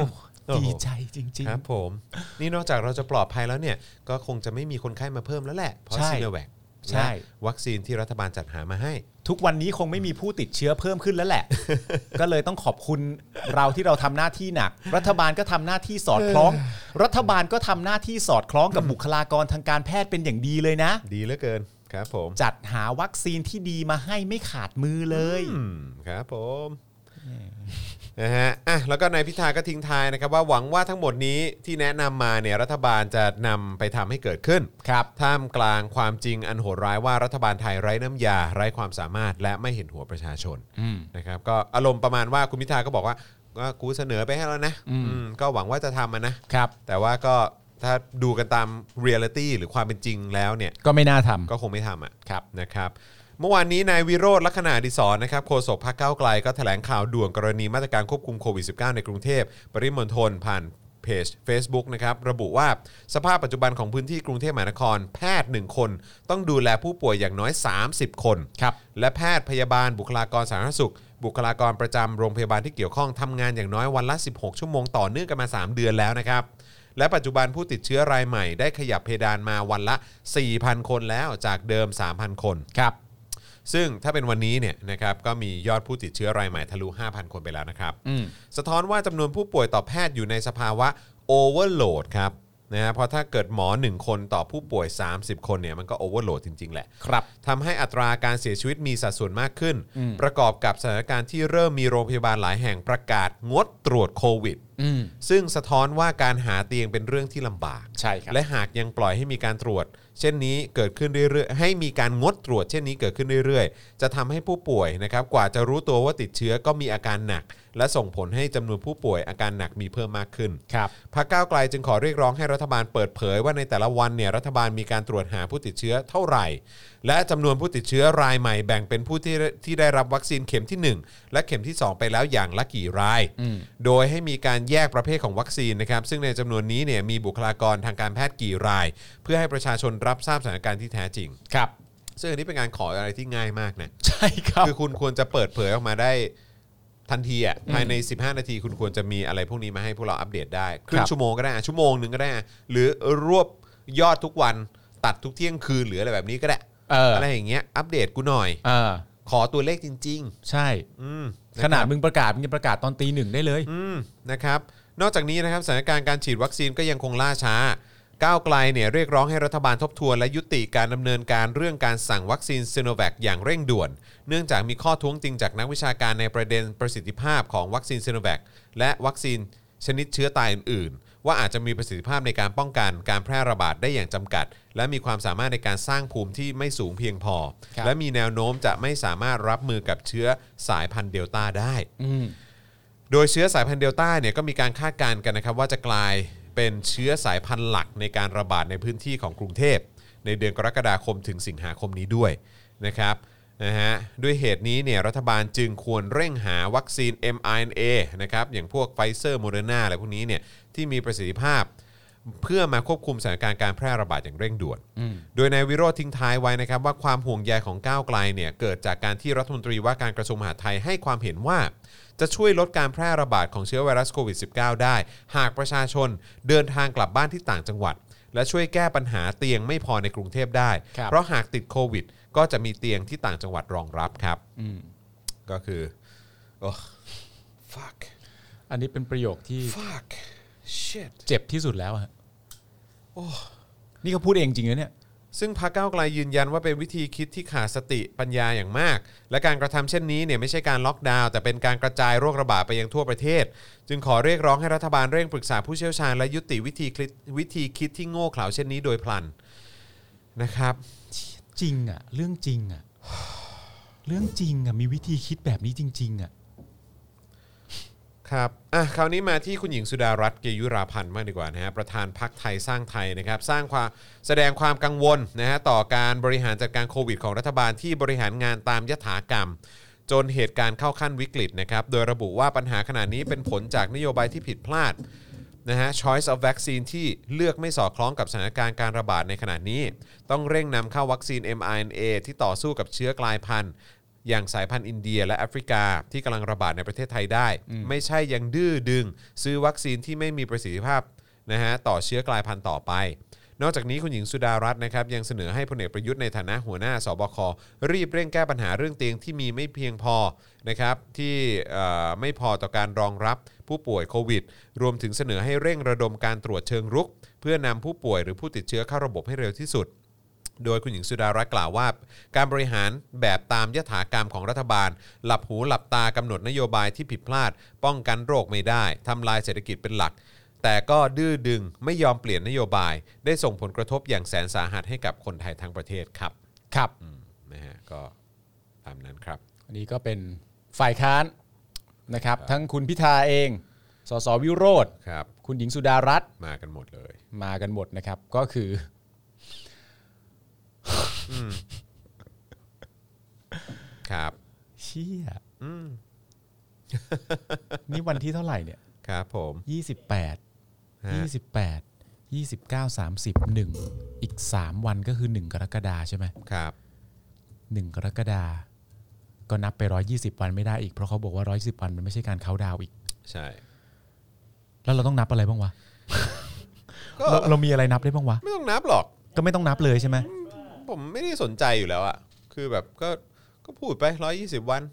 โอ้โหดีใจจริงครับผมนี่นอกจากเราจะปลอดภัยแล้วเนี่ยก็คงจะไม่มีคนไข้มาเพิ่มแล้วแหละเพราะใช่ซีโนแวคใช่วัคซีนที่รัฐบาลจัดหามาให้ๆ ทุกวันนี้คงไม่มีผู้ติดเชื้อเพิ่มขึ้นแล้วแหละ ก็เลยต้องขอบคุณเราที่เราทำหน้าที่หนัก รัฐบาลก็ทำหน้าที่สอดคล้อง รัฐบาลก็ทำหน้าที่สอดคล้องกับบุคลากรทางการแพทย์เป็นอย่างดีเลยนะดีเหลือเกินครับผมจัดหาวัคซีนที่ดีมาให้ไม่ขาดมือเลยอืมครับผมนะฮะอ่ะแล้วก็นายพิธาก็ทิ้งท้ายนะครับว่าหวังว่าทั้งหมดนี้ที่แนะนำมาเนี่ยรัฐบาลจะนำไปทำให้เกิดขึ้นครับท่ามกลางความจริงอันโหดร้ายว่ารัฐบาลไทยไร้น้ำยาไร้ความสามารถและไม่เห็นหัวประชาชนอืมนะครับก็อารมณ์ประมาณว่าคุณพิธาก็บอกว่าว่ากูเสนอไปให้แล้วนะอืมอืมก็หวังว่าจะทำมันนะครับ แต่ว่าก็ถ้าดูกันตามเรียลิตี้หรือความเป็นจริงแล้วเนี่ยก็ไม่น่าทำก็คงไม่ทำอ่ะครับนะครับเมื่อวานนี้นายวิโรจน์ลักษณะอดิศรนะครับโฆษกพรรคก้าวไกลก็แถลงข่าวด่วนกรณีมาตรการควบคุมโควิด สิบเก้า ในกรุงเทพปริมณฑลผ่านเพจ Facebook นะครับระบุว่าสภาพปัจจุบันของพื้นที่กรุงเทพมหานครแพทย์หนึ่งคนต้องดูแลผู้ป่วยอย่างน้อยสามสิบคนครับและแพทย์พยาบาลบุคลากรสาธารณสุข บุคลากรประจำโรงพยาบาลที่เกี่ยวข้องทำงานอย่างน้อยวันละสิบหกชั่วโมงต่อเนื่องกันมาสามเดือนแล้วนะครับและปัจจุบันผู้ติดเชื้อรายใหม่ได้ขยับเพดานมาวันละ สี่พัน คนแล้วจากเดิม สามพัน คนครับซึ่งถ้าเป็นวันนี้เนี่ยนะครับก็มียอดผู้ติดเชื้อรายใหม่ทะลุ ห้าพัน คนไปแล้วนะครับอืมสะท้อนว่าจำนวนผู้ป่วยต่อแพทย์อยู่ในสภาวะโอเวอร์โหลดครับนะฮะเพราะถ้าเกิดหมอหนึ่งคนต่อผู้ป่วยสามสิบคนเนี่ยมันก็โอเวอร์โหลดจริงๆแหละครับทำให้อัตราการเสียชีวิตมีสัดส่วนมากขึ้น ประกอบกับสถานการณ์ที่เริ่มมีโรงพยาบาลหลายแห่งประกาศงดตรวจโควิดอืมซึ่งสะท้อนว่าการหาเตียงเป็นเรื่องที่ลำบากใช่ครับและหากยังปล่อยให้มีการตรวจ เช่นนี้เกิดขึ้นเรื่อยๆให้มีการงดตรวจเช่นนี้เกิดขึ้นเรื่อยๆจะทำให้ผู้ป่วยนะครับกว่าจะรู้ตัวว่าติดเชื้อก็มีอาการหนัก และส่งผลให้จำนวนผู้ป่วยอาการหนักมีเพิ่มมากขึ้นครับพรรคก้าวไกลจึงขอเรียกร้องให้รัฐบาลเปิดเผยว่าในแต่ละวันเนี่ยรัฐบาลมีการตรวจหาผู้ติดเชื้อเท่าไหร่ และจำนวนผู้ติดเชื้อรายใหม่แบ่งเป็นผู้ที่ที่ได้รับวัคซีนเข็มที่หนึ่งและเข็มที่สองไปแล้วอย่างละกี่ราย โดยให้มีการแยกประเภทของวัคซีนนะครับซึ่งในจำนวนนี้เนี่ยมีบุคลากรทางการแพทย์กี่ราย เพื่อให้ประชาชนรับทราบสถานการณ์ที่แท้จริงครับซึ่งอันนี้เป็นการขออะไรที่ง่ายมากนะใช่ครับคือคุณควรจะเปิดเผยออกมาได้ทันทีอ่ะภายในสิบห้านาทีคุณควรจะมีอะไรพวกนี้มาให้พวกเราอัปเดตได้ครึ่งชั่วโมงก็ได้อ่ะชั่วโมงหนึ่งก็ได้อ่ะหรือรวบยอดทุกวันตัดทุกเที่ยงคืนหรืออะไรแบบนี้ก็ได้เออออะไรอย่างเงี้ยอัปเดตกูหน่อยเออขอตัวเลขจริงใช่ๆอืมะขนาดครับมึงประกาศมึงจะประกาศตอนตีหนึ่งได้เลยอืมนะครับนอกจากนี้นะครับสถานการณ์การฉีดวัคซีนก็ยังคงล่าช้าก้าวไกลเนี่ยเรียกร้องให้รัฐบาลทบทวนและยุติการดำเนินการเรื่องการสั่งวัคซีนซิโนแวคอย่างเร่งด่วน เนื่องจากมีข้อท้วงติงจากนักวิชาการในประเด็นประสิทธิภาพของวัคซีนซิโนแวคและวัคซีนชนิดเชื้อตายอื่นๆว่าอาจจะมีประสิทธิภาพในการป้องกันการแพร่ระบาดได้อย่างจำกัด และมีความสามารถในการสร้างภูมิที่ไม่สูงเพียงพอครับและมีแนวโน้มจะไม่สามารถรับมือกับเชื้อสายพันธุ์เดลต้าได้อืมโดยเชื้อสายพันธุ์เดลต้าเนี่ยก็มีการคาดการณ์กันนะครับว่าจะกลายเป็นเชื้อสายพันธุ์หลักในการระบาดในพื้นที่ของกรุงเทพในเดือนกรกฎาคมถึงสิงหาคมนี้ด้วยนะครับนะฮะด้วยเหตุนี้เนี่ยรัฐบาลจึงควรเร่งหาวัคซีน เอ็ม อาร์ เอ็น เอ นะครับอย่างพวกไฟเซอร์โมเดอร์นาอะไรพวกนี้เนี่ยที่มีประสิทธิภาพ เพื่อมาควบคุมสถานการณ์การแพร่ระบาดอย่างเร่งด่วน โดยนายวิโรจน์ทิ้งท้ายไว้นะครับว่าความห่วงใยของก้าวไกลเนี่ยเกิดจากการที่รัฐมนตรีว่าการกระทรวงมหาดไทยให้ความเห็นว่า จะช่วยลดการแพร่ระบาดของเชื้อไวรัสโควิด สิบเก้า ได้ หากประชาชนเดินทางกลับบ้านที่ต่างจังหวัด และช่วยแก้ปัญหาเตียงไม่พอในกรุงเทพได้ครับเพราะหากติดโควิด ก็จะมีเตียงที่ต่างจังหวัดรองรับครับก็คือโอ้ fuck อันนี้เป็นประโยคที่ fuck shit เจ็บที่สุดแล้วอะนี่เขาพูดเองจริงนะเนี่ยซึ่งพรรคก้าวไกลยืนยันว่าเป็นวิธีคิดที่ขาดสติปัญญาอย่างมาก และการกระทำเช่นนี้เนี่ยไม่ใช่การล็อกดาวน์แต่เป็นการกระจายโรคระบาดไปยังทั่วประเทศ จึงขอเรียกร้องให้รัฐบาลเร่งปรึกษาผู้เชี่ยวชาญและยุติวิธีคิดวิธีคิดที่โง่เขลาเช่นนี้โดยพลันนะครับจริงอ่ะ เรื่องจริงอ่ะ เรื่องจริงอ่ะมีวิธีคิดแบบนี้จริงๆอ่ะครับอ่ะคราวนี้มาที่คุณหญิงสุดารัตน์เกยุราพันธ์มากดีกว่านะฮะประธานพรรคไทยสร้างไทยนะครับสร้างความแสดงความกังวลนะฮะต่อการบริหารจัดการโควิดของรัฐบาลที่บริหารงานตามยถากรรม จนเหตุการณ์เข้าขั้นวิกฤตนะครับโดยระบุว่าปัญหาขณะนี้เป็นผลจากนโยบายที่ผิดพลาดนะฮะ choice of vaccine ที่เลือกไม่สอดคล้องกับสถานการณ์การระบาดในขณะนี้ต้องเร่งนำเข้าวัคซีน เอ็ม อาร์ เอ็น เอ ที่ต่อสู้กับเชื้อกลายพันธุ์อย่างสายพันธุ์อินเดียและแอฟริกาที่กำลังระบาดในประเทศไทยได้ไม่ใช่ยังดื้อดึงซื้อวัคซีนที่ไม่มีประสิทธิภาพนะฮะต่อเชื้อกลายพันธุ์ต่อไปนอกจากนี้คุณหญิงสุดารัตน์นะครับยังเสนอให้พลเอกประยุทธ์ในฐานะหัวหน้าสบครีบเร่งแก้ปัญหาเรื่องเตียงที่มีไม่เพียงพอนะครับที่ไม่พอต่อการรองรับผู้ป่วยโควิดรวมถึงเสนอให้เร่งระดมการตรวจเชิงรุกเพื่อนำผู้ป่วยหรือผู้ติดเชื้อเข้าระบบให้เร็วที่สุดโดยคุณหญิงสุดารัตน์กล่าวว่าการบริหารแบบตามยถากรรมของรัฐบาลหลับหูหลับตากำหนดนโยบายที่ผิดพลาดป้องกันโรคไม่ได้ทำลายเศรษฐกิจเป็นหลักแต่ก็ดื้อดึงไม่ยอมเปลี่ยนนโยบายได้ส่งผลกระทบอย่างแสนสาหัสให้กับคนไทยทั้งประเทศครับครับนะฮะก็ตามนั้นครับอันนี้ก็เป็นฝ่ายค้านนะครับทั้งคุณพิธาเองสสวิโรจน์ครับคุณหญิงสุดารัตน์มากันหมดเลยมากันหมดนะครับก็คือครับเชี่ยนี่วันที่เท่าไหร่เนี่ยครับผมยี่สิบแปด ยี่สิบแปด ยี่สิบเก้า สามสิบ หนึ่งอีกสามวันก็คือหนึ่งกรกฎาคมใช่ไหมครับหนึ่งกรกฎาคมก็นับไปหนึ่งร้อยยี่สิบวันไม่ได้อีกเพราะเขาบอกว่าหนึ่งร้อยยี่สิบวันมันไม่ใช่การเค้าดาวอีกใช่แล้วเราต้องนับอะไรบ้างวะเราเรามีอะไรนับได้บ้างวะไม่ต้องนับหรอกก็ไม่ต้องนับเลยใช่ไหมผมไม่ได้สนใจอยู่แล้วอะคือแบบก็ก็พูดไปหนึ่งร้อยยี่สิบวัน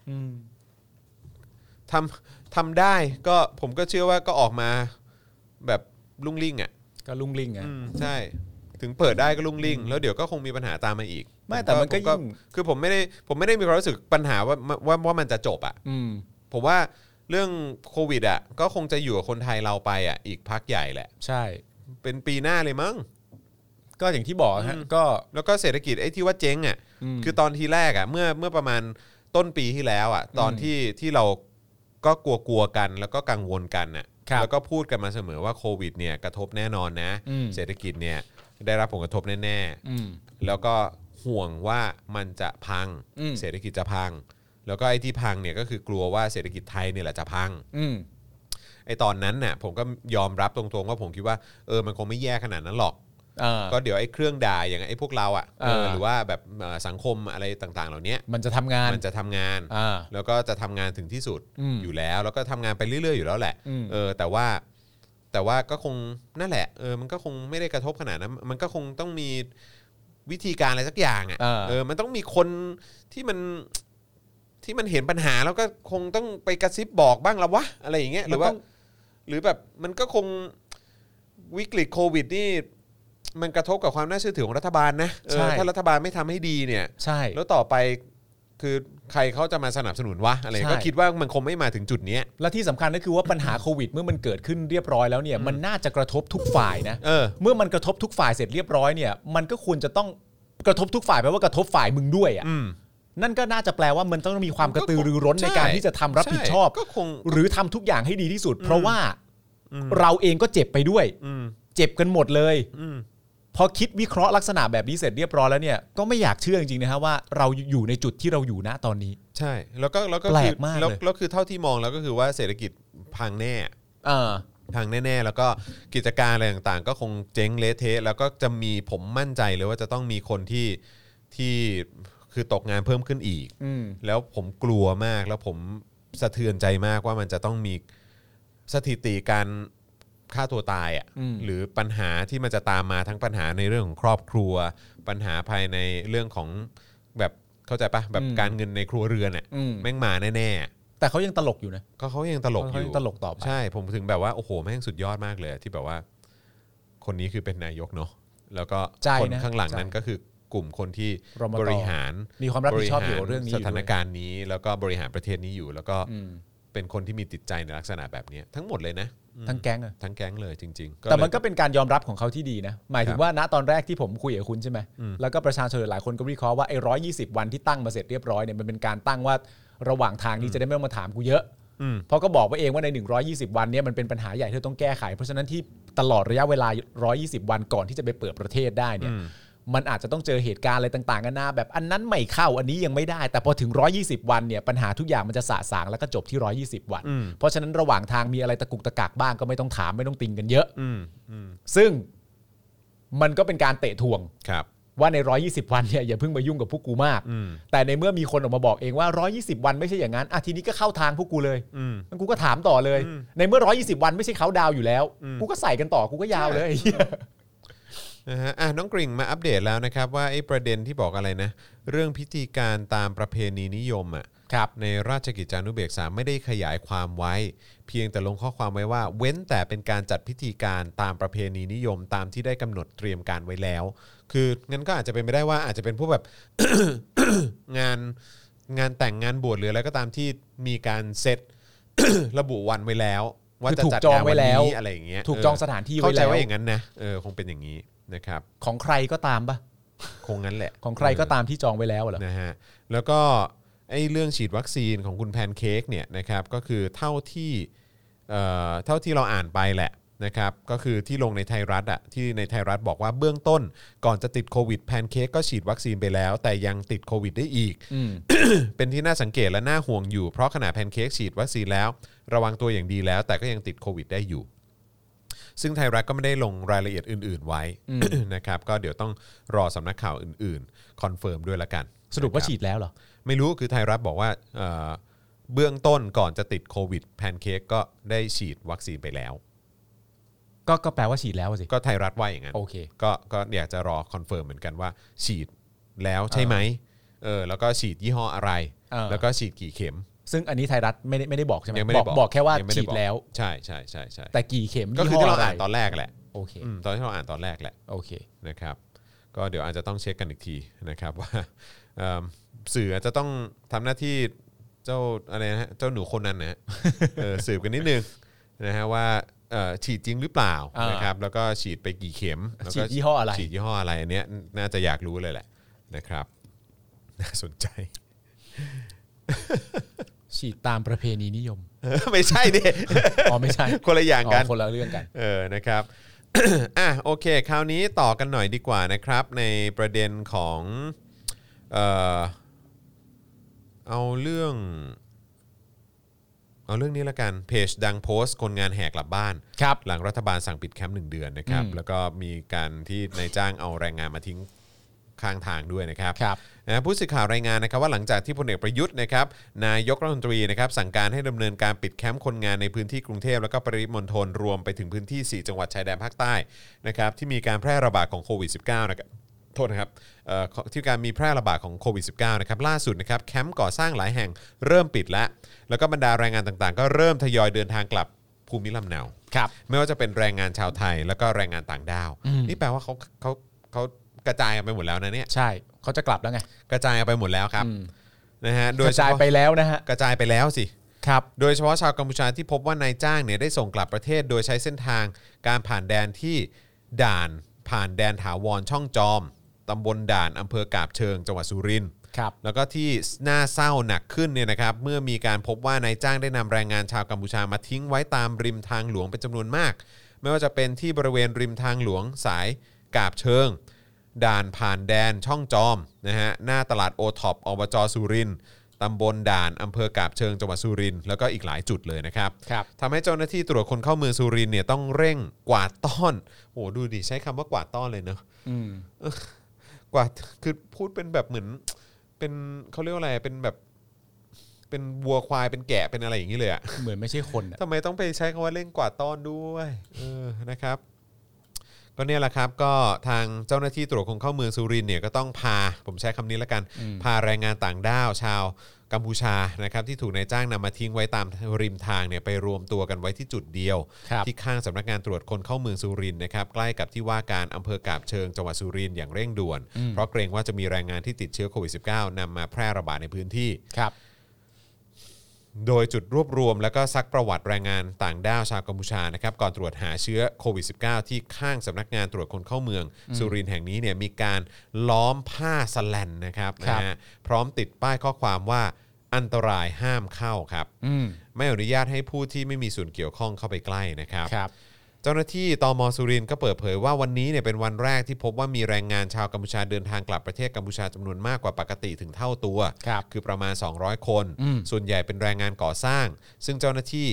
ทำทำได้ก็ผมก็เชื่อว่าก็ออกมาแบบลุ่งลิ่งอ่ะก็ลุ่งลิ่งอ่ะใช่ถึงเปิดได้ก็ลุ่งลิ่งแล้วเดี๋ยวก็คงมีปัญหาตามมาอีกไม่แต่มันก็ยิ่งคือผมไม่ได้ผมไม่ได้มีความรู้สึกปัญหาว่าว่าว่ามันจะจบอ่ะผมว่าเรื่องโควิดอ่ะก็คงจะอยู่กับคนไทยเราไปอ่ะอีกพักใหญ่แหละใช่เป็นปีหน้าเลยมั้งก็อย่างที่บอกฮะก็แล้วก็เศรษฐกิจไอ้ที่ว่าเจ๊งอ่ะคือตอนทีแรกอ่ะเมื่อเมื่อประมาณต้นปีที่แล้วอ่ะตอนที่ที่เราก็กลัวๆกันแล้วก็กังวลกันน่ะแล้วก็พูดกันมาเสมอว่าโควิดเนี่ยกระทบแน่นอนนะเศรษฐกิจเนี่ยได้รับผลกระทบแน่ๆแล้วก็ห่วงว่ามันจะพังเศรษฐกิจจะพังแล้วก็ไอ้ที่พังเนี่ยก็คือกลัวว่าเศรษฐกิจไทยเนี่ยแหละจะพังไอ้ตอนนั้นน่ะผมก็ยอมรับตรงๆว่าผมคิดว่าเออมันคงไม่แย่ขนาดนั้นหรอกก็เดี๋ยวไอ้เครื่องด่าอย่างไอ้พวกเราอ่ะหรือว่าแบบสังคมอะไรต่างๆเหล่านี้มันจะทำงานมันจะทำงานแล้วก็จะทำงานถึงที่สุดอยู่แล้วแล้วก็ทำงานไปเรื่อยๆอยู่แล้วแหละเออแต่ว่าแต่ว่าก็คงนั่นแหละเออมันก็คงไม่ได้กระทบขนาดนั้นมันก็คงต้องมีวิธีการอะไรสักอย่างอ่ะเออมันต้องมีคนที่มันที่มันเห็นปัญหาแล้วก็คงต้องไปกระซิบบอกบ้างละวะอะไรอย่างเงี้ยหรือว่าหรือแบบมันก็คงวิกฤตโควิดนี่มันกระทบกับความน่าเชื่อถือของรัฐบาลนะถ้ารัฐบาลไม่ทำให้ดีเนี่ยใช่แล้วต่อไปคือใครเขาจะมาสนับสนุนวะอะไรก็คิดว่ามันคงไม่มาถึงจุดนี้และที่สำคัญก็คือว่าปัญหาโควิดเมื่อมันเกิดขึ้นเรียบร้อยแล้วเนี่ยมันน่าจะกระทบทุกฝ่ายนะเออเมื่อมันกระทบทุกฝ่ายเสร็จเรียบร้อยเนี่ยมันก็ควรจะต้องกระทบทุกฝ่ายแปลว่ากระทบฝ่ายมึงด้วยอ่ะนั่นก็น่าจะแปลว่ามันต้องมีความกระตือรือร้นในการที่จะทำรับผิดชอบหรือทำทุกอย่างให้ดีที่สุดเพราะว่าเราเองก็เจ็บไปด้วยเจ็บกันหมดเลยพอคิดวิเคราะห์ลักษณะแบบนี้เสร็จเรียบร้อยแล้วเนี่ยก็ไม่อยากเชื่อจริงๆนะฮะว่าเราอยู่ในจุดที่เราอยู่ณตอนนี้ใช่แล้วก็แล้วก็แปลกมากเลยแล้วคือเท่าที่มองแล้วก็คือว่าเศรษฐกิจพังแน่พังแน่ๆแล้วก็กิจการอะไรต่างๆก็คงเจ๊งเละเทะแล้วก็จะมีผมมั่นใจเลยว่าจะต้องมีคนที่ที่คือตกงานเพิ่มขึ้นอีกแล้วผมกลัวมากแล้วผมสะเทือนใจมากว่ามันจะต้องมีสถิติการฆ่าตัวตายอ่ะหรือปัญหาที่มันจะตามมาทั้งปัญหาในเรื่องของครอบครัวปัญหาภายในเรื่องของแบบเข้าใจปะแบบการเงินในครัวเรือนอ่ะแม่งมาแน่ๆแต่เขายังตลกอยู่นะก็เขายังตลกอยู่ตลกต่อไปใช่ผมถึงแบบว่าโอ้โหแม่งสุดยอดมากเลยที่แบบว่าคนนี้คือเป็นนายกเนาะแล้วก็คนข้างหลังนั้นก็คือกลุ่มคนที่บริหารมีความรับผิดชอบเกี่ยวกับเรื่องนี้สถานการณ์นี้แล้วก็บริหารประเทศนี้อยู่แล้วก็เป็นคนที่มีจิตใจในลักษณะแบบนี้ทั้งหมดเลยนะทั้งแก๊งอะทั้งแก๊งเลยจริงๆแต่มันก็เป็นการยอมรับของเขาที่ดีนะหมายถึงว่าณตอนแรกที่ผมคุยกับคุณใช่ไหมแล้วก็ประชาชนหลายคนก็วิเคราะห์ว่าไอ้ร้อยยี่สิบวันที่ตั้งมาเสร็จเรียบร้อยเนี่ยมันเป็นการตั้งว่าระหว่างทางนี้จะได้ไม่ต้องมาถามกูเยอะเพราะก็บอกว่าเองว่าในหนึ่งร้อยยี่สิบวันนี้มันเป็นปัญหาใหญ่ที่ต้องแก้ไขเพราะฉะนั้นที่ตลอดระยะเวลาหนึ่งร้อยยี่สิบวันก่อนที่จะไปเปิดประเทศได้เนี่ยมันอาจจะต้องเจอเหตุการณ์อะไรต่างๆกันานาแบบอันนั้นไม่เข้าอันนี้ยังไม่ได้แต่พอถึงหนึ่งร้อยยี่สิบวันเนี่ยปัญหาทุกอย่างมันจะสะสางแล้วก็จบที่หนึ่งร้อยยี่สิบวันเพราะฉะนั้นระหว่างทางมีอะไรตะกุกตะกักบ้างก็ไม่ต้องถามไม่ต้องติงกันเยอะซึ่งมันก็เป็นการเตะทวงว่าในหนึ่งร้อยยี่สิบวันเนี่ยอย่าเพิ่งมายุ่งกับพวกกูมากแต่ในเมื่อมีคนออกมาบอกเองว่าหนึ่งร้อยยี่สิบวันไม่ใช่อย่างนั้นอ่ะทีนี้ก็เข้าทางพวกกูเลยงั้นกูก็ถามต่อเลยในเมื่อหนึ่งร้อยยี่สิบวันไม่ใช่เขาดาวอยู่แล้วกูก็ใส่กันต่อกูก็ยาวเลยนะฮะอ่ะน้องกริ่งมาอัปเดตแล้วนะครับว่าไอ้ประเด็นที่บอกอะไรนะเรื่องพิธีการตามประเพณีนิยมอ่ะในราชกิจจานุเบกษาไม่ได้ขยายความไว้เพียงแต่ลงข้อความไว้ว่าเว้นแต่เป็นการจัดพิธีการตามประเพณีนิยมตามที่ได้กำหนดเตรียมการไว้แล้วคืองั้นก็อาจจะเป็นไปได้ว่าอาจจะเป็นพวกแบบ งานงานแต่งงานบวชหรืออะไรก็ตามที่มีการเซต ระบุวันไว้แล้วว่าจะจัดงานวันนี้อะไรอย่างเงี้ยถูกจองสถานที่ไว้แล้วเข้าใจว่าอย่างนั้นนะเออคงเป็นอย่างนี้นะครับของใครก็ตามปะคงงั้นแหละของใครก็ตามที่จองไว้แล้วเหรอนะฮะแล้วก็ไอ้เรื่องฉีดวัคซีนของคุณแพนเค้กเนี่ยนะครับก็คือเท่าที่เอ่อเท่าที่เราอ่านไปแหละนะครับก็คือที่ลงในไทยรัฐอ่ะที่ในไทยรัฐบอกว่าเบื้องต้นก่อนจะติดโควิดแพนเค้กก็ฉีดวัคซีนไปแล้วแต่ยังติดโควิดได้อีก เป็นที่น่าสังเกตและน่าห่วงอยู่เพราะขณะแพนเค้กฉีดวัคซีนแล้วระวังตัวอย่างดีแล้วแต่ก็ยังติดโควิดได้อยู่ซึ่งไทยรัฐก็ไม่ได้ลงรายละเอียดอื่นๆไว้ นะครับก็เดี๋ยวต้องรอสำนักข่าวอื่นๆคอนเฟิร์มด้วยละกันสรุปว่าฉีดแล้วเหรอไม่รู้คือไทยรัฐบอกว่าเ, เบื้องต้นก่อนจะติดโควิดแพนเค้กก็ได้ฉีดวัคซีนไปแล้วก็ก็แปลว่าฉีดแล้วสิก็ไทยรัฐว่าอย่างนั้นโอเคก็ก็อยากจะรอคอนเฟิร์มเหมือนกันว่าฉีดแล้วใช่ไหมเออแล้วก็ฉีดยี่ห้ออะไรแล้วก็ฉีดกี่เข็มซึ่งอันนี้ไทยรัฐไม่ได้ไม่ได้บอกใช่ไหมบอกบอกแค่ว่าฉีดแล้วใช่ใช่ใช่ใช่แต่กี่เข็มก็คือที่เราอ่านตอนแรกแหละโอเคตอนที่เราอ่านตอนแรกแหละโอเคนะครับก็เดี๋ยวอาจจะต้องเช็คกันอีกทีนะครับว่าสื่ออาจจะต้องทำหน้าที่เจ้าอะไรนะฮะเจ้าหนูคนนั้นนะสืบกันนิดนึงนะฮะว่าฉีดจริงหรือเปล่านะครับแล้วก็ฉีดไปกี่เข็มฉีดยี่ห้ออะไรฉีดยี่ห้ออะไรอันเนี้ยน่าจะอยากรู้เลยแหละนะครับน่าสนใจฉีดตามประเพณีนิยมไม่ใช่ดิอ๋อไม่ใช่คนละอย่างกันคนละเรื่องกันเออนะครับอ่ะโอเคคราวนี้ต่อกันหน่อยดีกว่านะครับในประเด็นของเอ่อเอาเรื่องเอาเรื่องนี้ละกันเพจดังโพสต์คนงานแหกกลับบ้านหลังรัฐบาลสั่งปิดแคมป์หนึ่งเดือนนะครับแล้วก็มีการที่นายจ้างเอาแรงงานมาทิ้งข้างทางด้วยนะครับนะผู้สื่อข่าวรายงานนะครับว่าหลังจากที่พลเอกประยุทธ์นะครับนายกรัฐมนตรีนะครับสั่งการให้ดำเนินการปิดแคมป์คนงานในพื้นที่กรุงเทพแล้วก็ปริมณฑลรวมไปถึงพื้นที่สี่จังหวัดชายแดนภาคใต้นะครับที่มีการแพร่ระบาดของโควิด สิบเก้า นะครับโทษนะครับที่การมีแพร่ระบาดของโควิด สิบเก้า นะครับล่าสุดนะครับแคมป์ก่อสร้างหลายแห่งเริ่มปิดแล้วแล้วก็บรรดาแรงงานต่างๆก็เริ่มทยอยเดินทางกลับภูมิลำเนาครับไม่ว่าจะเป็นแรงงานชาวไทยแล้วก็แรงงานต่างด้าวนี่แปลว่าเขาเขาเขากระจายไปหมดแล้วนะเนี่ยใช่เขาจะกลับแล้วไงกระจายไปหมดแล้วครับนะฮะโดยกระจายไปแล้วนะฮะกระจายไปแล้วสิครับโดยเฉพาะชาวกัมพูชาที่พบว่านายจ้างเนี่ยได้ส่งกลับประเทศโดยใช้เส้นทางการผ่านแดนที่ด่านผ่านแดนถาวรช่องจอมตำบลด่านอำเภอกาบเชิงจังหวัดสุรินทร์แล้วก็ที่น่าเศร้าหนักขึ้นเนี่ยนะครับเมื่อมีการพบว่านายจ้างได้นำแรงงานชาวกัมพูชามาทิ้งไว้ตามริมทางหลวงเป็นจำนวนมากไม่ว่าจะเป็นที่บริเวณริมทางหลวงสายกาบเชิงด่านผ่านแดนช่องจอมนะฮะหน้าตลาดโอท็อปอบจสุรินทร์ตำบลด่านอำเภอกาบเชิงจังหวัดสุรินทร์แล้วก็อีกหลายจุดเลยนะครับทำให้เจ้าหน้าที่ตรวจคนเข้าเมืองสุรินทร์เนี่ยต้องเร่งกวาดต้อนโอ้ดูดิใช้คำว่ากวาดต้อนเลยเนาะกวาดคือพูดเป็นแบบเหมือนเป็นเขาเรียกว่าอะไรเป็นแบบเป็นวัวควายเป็นแกะเป็นอะไรอย่างนี้เลยอะเหมือนไม่ใช่คนทำไมต้องไปใช้คำว่าเร่งกวาดต้อนด้วยเออนะครับก็เนี่ยแหละครับก็ทางเจ้าหน้าที่ตรวจคนเข้าเมืองสุรินทร์เนี่ยก็ต้องพาผมใช้คำนี้แล้วกันพาแรงงานต่างด้าวชาวกัมพูชานะครับที่ถูกนายจ้างนำมาทิ้งไว้ตามริมทางเนี่ยไปรวมตัวกันไว้ที่จุดเดียวที่ข้างสำนักงานตรวจคนเข้าเมืองสุรินทร์นะครับใกล้กับที่ว่าการอำเภอกาบเชิงจังหวัดสุรินทร์อย่างเร่งด่วนเพราะเกรงว่าจะมีแรงงานที่ติดเชื้อโควิด สิบเก้า นำมาแพร่ระบาดในพื้นที่ครับโดยจุดรวบรวมแล้วก็ซักประวัติแรงงานต่างด้าวชาวกัมพูชานะครับก่อนตรวจหาเชื้อโควิด สิบเก้า ที่ข้างสำนักงานตรวจคนเข้าเมืองสุรินทร์แห่งนี้เนี่ยมีการล้อมผ้าสแลนนะครับนะฮะพร้อมติดป้ายข้อความว่าอันตรายห้ามเข้าครับไม่อนุญาตให้ผู้ที่ไม่มีส่วนเกี่ยวข้องเข้าไปใกล้นะครับเจ้าหน้าที่ตม.สุรินทร์ก็เปิดเผยว่าวันนี้เนี่ยเป็นวันแรกที่พบว่ามีแรงงานชาวกัมพูชาเดินทางกลับประเทศกัมพูชาจำนวนมากกว่าปกติถึงเท่าตัวค, คือประมาณสองร้อยคนส่วนใหญ่เป็นแรงงานก่อสร้างซึ่งเจ้าหน้าที่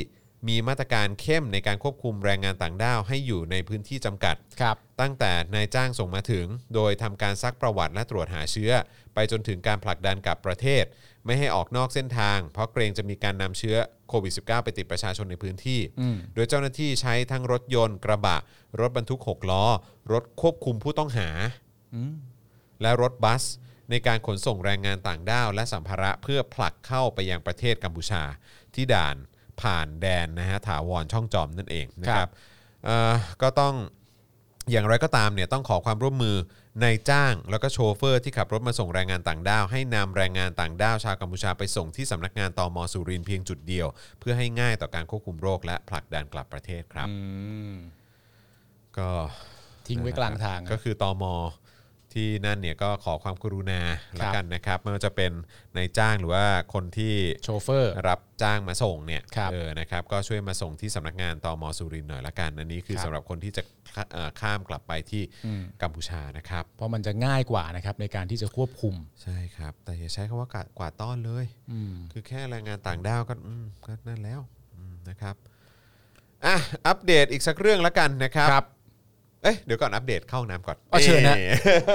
มีมาตรการเข้มในการควบคุมแรงงานต่างด้าวให้อยู่ในพื้นที่จำกัดครับตั้งแต่นายจ้างส่งมาถึงโดยทำการซักประวัติและตรวจหาเชื้อไปจนถึงการผลักดันกลับประเทศไม่ให้ออกนอกเส้นทางเพราะเกรงจะมีการนำเชื้อโควิด สิบเก้า ไปติดประชาชนในพื้นที่โดยเจ้าหน้าที่ใช้ทั้งรถยนต์กระบะรถบรรทุกหกล้อรถควบคุมผู้ต้องหาและรถบัสในการขนส่งแรงงานต่างด้าวและสัมภาระเพื่อผลักเข้าไปยังประเทศกัมพูชาที่ด่านผ่านแดนนะฮะถาวรช่องจอมนั่นเองนะครับก็ต้องอย่างไรก็ตามเนี่ยต้องขอความร่วมมือนายจ้างแล้วก็โชเฟอร์ที่ขับรถมาส่งแรงงานต่างด้าวให้นำแรงงานต่างด้าวชาวกัมพูชาไปส่งที่สำนักงานตม.สุรินทร์เพียงจุดเดียวเพื่อให้ง่ายต่อการควบคุมโรคและผลักดันกลับประเทศครับก็ทิ้งไว้กลางทางก็คือตม.ที่นั่นเนี่ยก็ขอความกรุณาละกันนะครับไม่ว่าจะเป็นนายจ้างหรือว่าคนที่โชเฟอร์รับจ้างมาส่งเนี่ยเออนะครับก็ช่วยมาส่งที่สำนักงานตม.สุรินทร์หน่อยละกันอันนี้คือสำหรับคนที่จะข้ามกลับไปที่กัมพูชานะครับเพราะมันจะง่ายกว่านะครับในการที่จะควบคุมใช่ครับแต่อย่าใช้คำว่ากวาดต้อนเลยคือแค่แรงงานต่างด้าวก็ก็นั่นแล้วนะครับอ่ะอัปเดตอีกสักเรื่องละกันนะครับเอ้ยเดี๋ยวก่อนอัปเดตเข้าน้ำก่อนเชิญนะ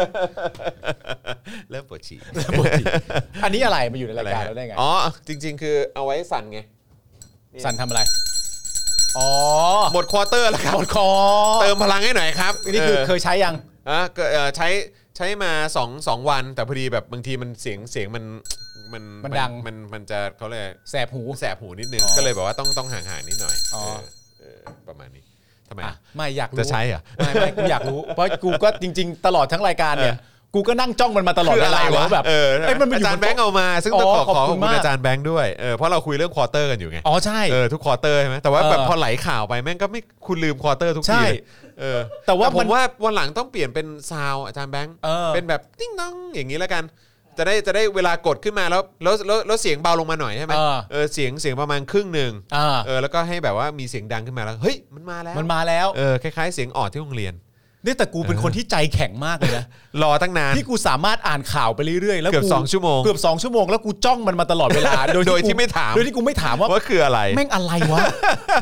เริ่มปวดฉี่อันนี้อะไรมาอยู่ในรายการแล้วได้ไงอ๋อจริงๆคือเอาไว้สั่นไงสั่นทำอะไรอ๋อหมดควอเตอร์แล้วครับหมดคอเติมพลังให้หน่อยครับนี่คือเคยใช้ยังอ่ะก็ใช้ใช้มาสอง สองวันแต่พอดีแบบบางทีมันเสียงเสียงมันมันมันดังมันมันจะเขาเรียกแสบหูแสบหูนิดนึงก็เลยแบบว่าต้องต้องห่างๆนิดหน่อยอ๋อประมาณนี้ทำไมไม่อยากรู้จะใช้เหรอไม่ไม่กูอยากรู้เพราะกูก็จริงๆตลอดทั้งรายการเนี่ยกูก็นั่งจ้องมันมาตลอดเวลาว่าแบบเอออาจารย์แบงค์เอามาซึ่งต้องขอขอบคุณอาจารย์แบงค์ด้วยเออเพราะเราคุยเรื่องควอเตอร์กันอยู่ไงอ๋อใช่เออทุกควอเตอร์ใช่ไหมแต่ว่าแบบพอไหลข่าวไปแม่งก็ไม่คุณลืมควอเตอร์ทุกทีเออแต่ว่าผมว่าวันหลังต้องเปลี่ยนเป็นซาวอาจารย์แบงค์เป็นแบบติ้งน้องอย่างนี้แล้วกันจะได้จะได้เวลากดขึ้นมาแล้วแล้วแล้วเสียงเบาลงมาหน่อยใช่ไหมเออเสียงเสียงประมาณครึ่งหนึ่งเออแล้วก็ให้แบบว่ามีเสียงดังขึ้นมาแล้วเฮ้ยมันมาแล้วมันมาแล้วเออคล้ายๆเสียงออดที่โรงเรียนนี่แต่กูเป็นคนที่ใจแข็งมากเลยนะรอตั้งนานที่กูสามารถอ่านข่าวไปเรื่อยๆแล้วเกือบสองชั่วโมงเกือบสองชั่วโมงแล้วกูจ้องมันมาตลอดเวลาโดยที่ไม่ถามโดยที่กูไม่ถามว่าว่าคืออะไรแม่งอะไรวะ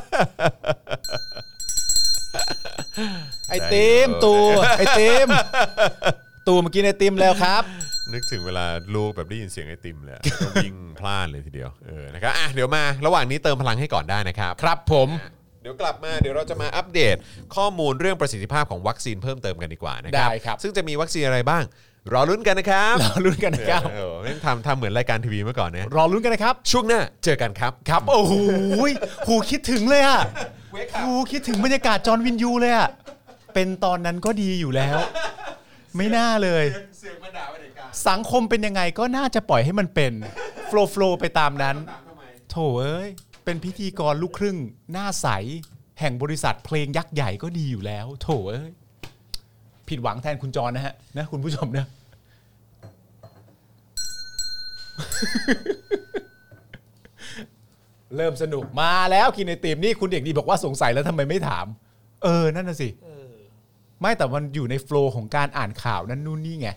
ไอติมตูไอติมตูมากินไอติมแล้วครับนึกถึงเวลาลูกแบบได้ยินเสียงไอติมเลยก็วิ่งพล่านเลยทีเดียวเออนะครับอ่ะเดี๋ยวมาระหว่างนี้เติมพลังให้ก่อนได้นะครับครับผมเดี๋ยวกลับมาเดี๋ยวเราจะมาอัปเดตข้อมูลเรื่องประสิทธิภาพของวัคซีนเพิ่มเติมกันดีกว่านะครับได้ครับซึ่งจะมีวัคซีนอะไรบ้างรอลุ้นกันนะครับรอลุ้นกันนะครับเออทำทำเหมือนรายการทีวีเมื่อก่อนเนี่ยรอลุ้นกันนะครับช่วงหน้าเจอกันครับครับโอ้โหหูคิดถึงเลยอ่ะหูคิดถึงบรรยากาศจอห์นวินยูเลยอ่ะเป็นตอนนั้นก็ดีอยู่แล้วไม่น่าเลยสังคมเป็นยังไงก็น่าจะปล่อยให้มันเป็นโฟล์โฟล์ไปตามนั้นโถเอ้ยเป็นพิธีกรลูกครึ่งหน้าใสแห่งบริษัทเพลงยักษ์ใหญ่ก็ดีอยู่แล้วโถเอ้ยผิดหวังแทนคุณจรนะฮะนะคุณผู้ชมนะเริ่มสนุกมาแล้วกินไอติมนี่คุณเด็กดีบอกว่าสงสัยแล้วทำไมไม่ถามเออนั่นน่ะสิไม่แต่มันอยู่ในโฟล์ของการอ่านข่าวนั่นนู่นนี่ไง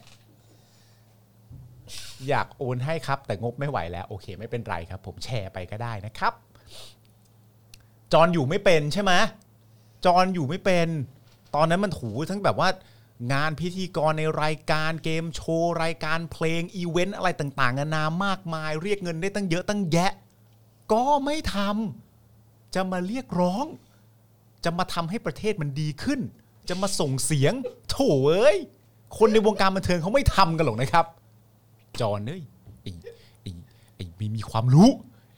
อยากโอนให้ครับแต่งบไม่ไหวแล้วโอเคไม่เป็นไรครับผมแชร์ไปก็ได้นะครับจอนอยู่ไม่เป็นใช่ไหมจอนอยู่ไม่เป็นตอนนั้นมันถูทั้งแบบว่างานพิธีกรในรายการเกมโชว์รายการเพลงอีเวนต์อะไรต่างๆนานามากมายเรียกเงินได้ตั้งเยอะตั้งแยะก็ไม่ทำจะมาเรียกร้องจะมาทำให้ประเทศมันดีขึ้นจะมาส่งเสียงโถ่เอ้ยคนในวงการบันเทิงเขาไม่ทำกันหรอกนะครับจอนเอ้ยไอ้ไอ้ไอ้มีมีความรู้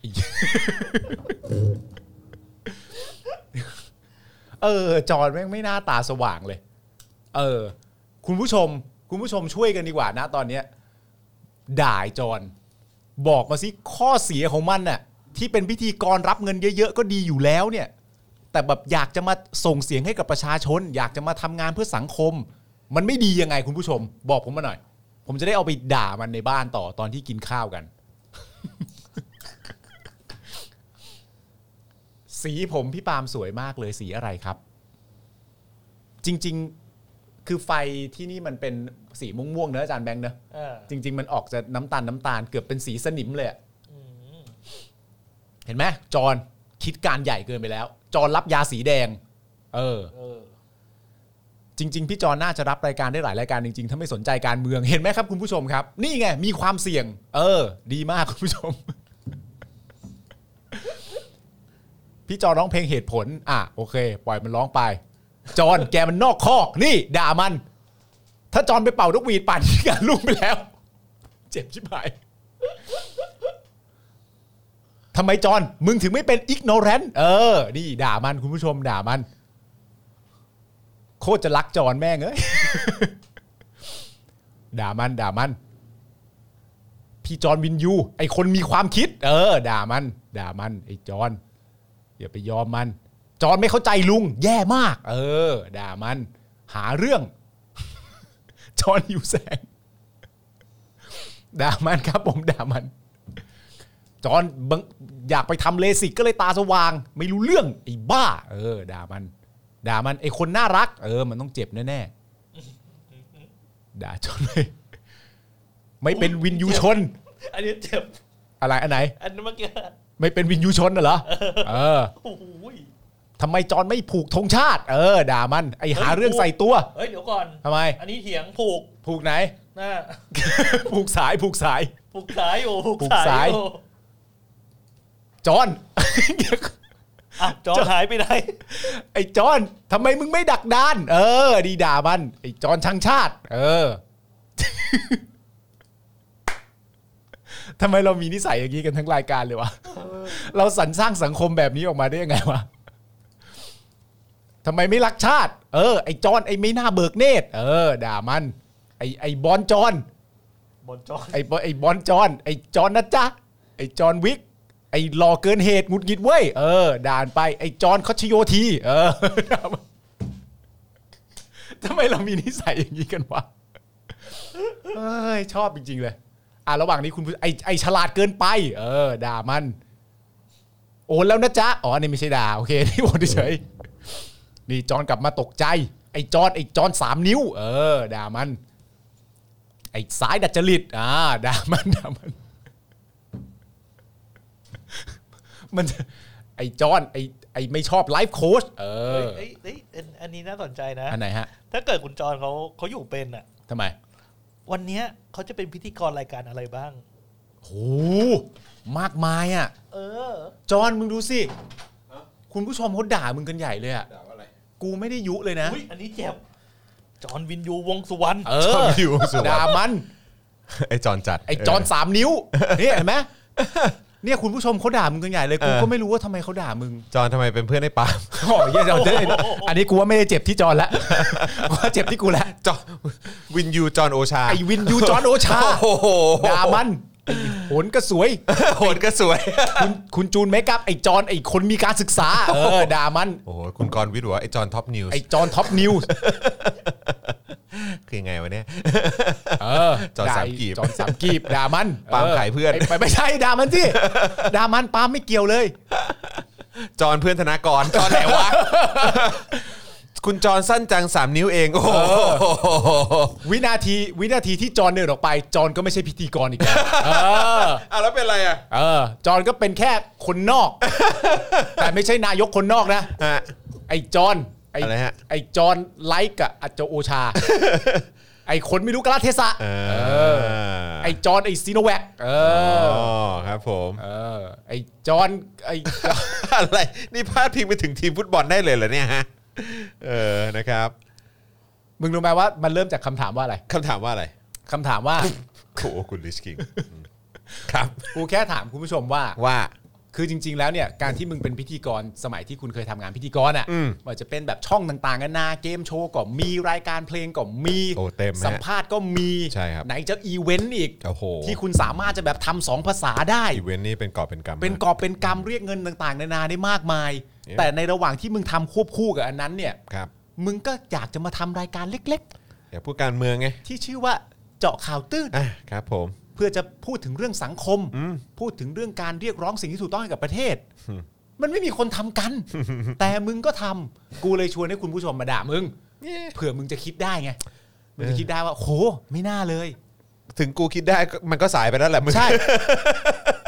เออจอนแม่งไม่น่าตาสว่างเลยเออคุณผู้ชมคุณผู้ชมช่วยกันดีกว่านะตอนนี้ด่าจอนบอกมาสิข้อเสียของมันน่ะที่เป็นพิธีกรรับเงินเยอะๆก็ดีอยู่แล้วเนี่ยแต่แบบอยากจะมาส่งเสียงให้กับประชาชนอยากจะมาทำงานเพื่อสังคมมันไม่ดียังไงคุณผู้ชมบอกผมมาหน่อยผมจะได้เอาไปด่ามันในบ้านต่อตอนที่กินข้าวกัน สีผมพี่ปาล์มสวยมากเลยสีอะไรครับจริงๆคือไฟที่นี่มันเป็นสีม่วงๆเนอะอาจารย์แบงค์เนอะจริงๆมันออกจะน้ำตาลน้ำตาลเกือบเป็นสีสนิมเลยเห็นไหมจอนคิดการใหญ่เกินไปแล้วจอนรับยาสีแดงเออจริงๆพี่จอนน่าจะรับรายการได้หลายรายการจริงๆถ้าไม่สนใจการเมืองเห็นไหมครับคุณผู้ชมครับนี่ไงมีความเสี่ยงเออดีมากคุณผู้ชมพี่จอนร้องเพลงเหตุผลอ่ะโอเคปล่อยมันร้องไปจอนแกมันนอกคอกนี่ด่ามันถ้าจอนไปเป่านกหวีดป่านที่การลุ่มไปแล้วเจ็บชิบหายทำไมจอนมึงถึงไม่เป็นอิกโนแรนต์เออนี่ด่ามันคุณผู้ชมด่ามันโคตรจะรักจอนแม่งเอ้ยด่ามันด่ามันพี่จอนวินยูไอคนมีความคิดเออด่ามันด่ามันไอจอนอย่าไปยอมมันจอนไม่เข้าใจลุงแย่มากเออด่ามันหาเรื่องจอนหิวแสงด่ามันครับผมด่ามันจอนอยากไปทำเลสิกก็เลยตาสว่างไม่รู้เรื่องไอ้บ้าเออด่ามันด่ามันไอ้คนน่ารักเออมันต้องเจ็บแน่ๆด่าจอนเลยไม่เป็นวินยูชนอันนี้เจ็บอะไรอันไหนอันเมื่อกี้ไม่เป็นวินยูชนเหรอเออทำไมจอนไม่ผูกธงชาติเออด่ามันไอ้หาเรื่องใส่ตัวเฮ้ยเดี๋ยวก่อนทำไมอันนี้เถียงผูกผูกไหนน่าผูกสายผูกสายผูกสายโอ้ผูกสายจอนอ่ะจอนหายไปไหนไอ้จอนทำไมมึงไม่ดักดานเออดีด่ามันไอ้จอนช่างชาติเออทำไมเรามีนิสัยอย่างนี้กันทั้งรายการเลยวะเราสรรสร้างสังคมแบบนี้ออกมาได้ยังไงวะทำไมไม่รักชาติเออไอ้จอนไอ้ไม่น่าเบิกเนตรเออด่ามันไอ้ไอ้บอลจอนบอลจอนไอ้ไอ้บอลจอนไอ้จอนนะจ๊ะไอ้จอนวิกไอ้หล่อเกินเหตุหงุดหงิดเว้ยเออด่านไปไอ้จอนคอชโยทีเออทำไมเรามีนิสัยอย่างนี้กันวะเอ้ยชอบจริงๆเลยอ่ะระหว่างนี้คุณไอ้ไอ้ฉลาดเกินไปเออด่ามันโอนแล้วนะจ๊ะอ๋อนี่ไม่ใช่ด่าโอเคนี่โอนเฉยนี่จอนกลับมาตกใจไอ้จอนไอ้จอนสามนิ้วเออด่ามันไอ้สายดัดจริตอ่าด่ามันด่ามันมันไอ้จอนไอ้ไอ้ไม่ชอบไลฟ์โค้ชเออเอ้ยเอ้ยอันนี้น่าสนใจนะอันไหนฮะถ้าเกิดคุณจอนเขาเขาอยู่เป็นอ่ะทำไมวันนี้เขาจะเป็นพิธีกรรายการอะไรบ้างโหมากมายอ่ะเออจอนมึงดูสิคุณผู้ชมเขาด่ามึงกันใหญ่เลยอ่ะด่าว่าอะไรกูไม่ได้ยุเลยนะอุ๊ยอันนี้เจ็บจอนวินยูวงสุวรรณเออด่ามันไอ้จอนจัดไอ้จอนสามนิ้วนี่เห็นไหมเนี่ยคุณผู้ชมเขาด่ามึงกันใหญ่เลยกูก็ไม่รู้ว่าทำไมเขาด่ามึงจอนทำไมเป็นเพื่อนไอ้ปาล์มโอ้ยจอนอันนี้กูว่าไม่ได้เจ็บที่จอนละว่าเจ็บที่กูแหละจอนวินยูจอนโอชาไอ้วินยูจอนโอชาด่ามันโหนก็สวยโหนก็สวยคุณคุณจูนเมคอัพไอ้จอนไอ้คนมีการศึกษาเออด่ามันโอ้โหคุณกรณ์วิทย์ว่าไอ้จอนท็อปนิวส์ไอ้จอนท็อปนิวส์คือไงวะเนี่ยเออจอนสามกีบจอนสามกีบด่ามันปาล์มขายเพื่อนไปไม่ใช่ด่ามันสิด่ามันปาล์มไม่เกี่ยวเลยจอนเพื่อนธนากรจอนไหนวะคุณจอนสั้นจังสามนิ้วเองโอ้โหวินาทีวินาทีที่จอนเดินออกไปจอนก็ไม่ใช่พิธีกรอีกแล้วเอออ่ะแล้วเป็นอะไรอ่ะเออจอนก็เป็นแค่คนนอกแต่ไม่ใช่นายกคนนอกนะไอ้จอนไอ้ไอ้จอนไลค์กับอัจโจโอชาไอ้คนไม่รู้กาลเทศะไอ้จอนไอ้ซีโนแวคเอออ๋อครับผมเออไอ้จอนไอ้อะไรนี่พาดพิงไปถึงทีมฟุตบอลได้เลยเหรอเนี่ยฮะเออนะครับมึงรู้ไหมว่ามันเริ่มจากคำถามว่าอะไรคำถามว่าอะไรคำถามว่าโอ้คุณลิชคิงครับกูแค่ถามคุณผู้ชมว่าว่าคือจริงๆแล้วเนี่ยการที่มึงเป็นพิธีกรสมัยที่คุณเคยทำงานพิธีกรอ่ะว่าจะเป็นแบบช่องต่างๆกันานาเกมโชว์ก็มีรายการเพลงก็มีสัมภาษณ์ก็มีไหนจะอีเวนต์อีกที่คุณสามารถจะแบบทำสองภาษาได้อีเวนต์นี่เป็นกอบเป็นกำเป็นกอบเป็นกำเรียกเงินต่างๆนานาได้มากมายแต่ในระหว่างที่มึงทำควบคู่กับอันนั้นเนี่ยมึงก็อยากจะมาทำรายการเล็กๆอยากพูดการเมืองไงที่ชื่อว่าเจาะข่าวตื้นอ่ะครับผมเพื่อจะพูดถึงเรื่องสังคมพูดถึงเรื่องการเรียกร้องสิ่งที่ถูกต้องให้กับประเทศมันไม่มีคนทำกันแต่มึงก็ทำกูเลยชวนให้คุณผู้ชมมาด่ามึงเผื่อมึงจะคิดได้ไงมึงจะคิดได้ว่าโหไม่น่าเลยถึงกูคิดได้มันก็สายไปแล้วแหละมึงใช่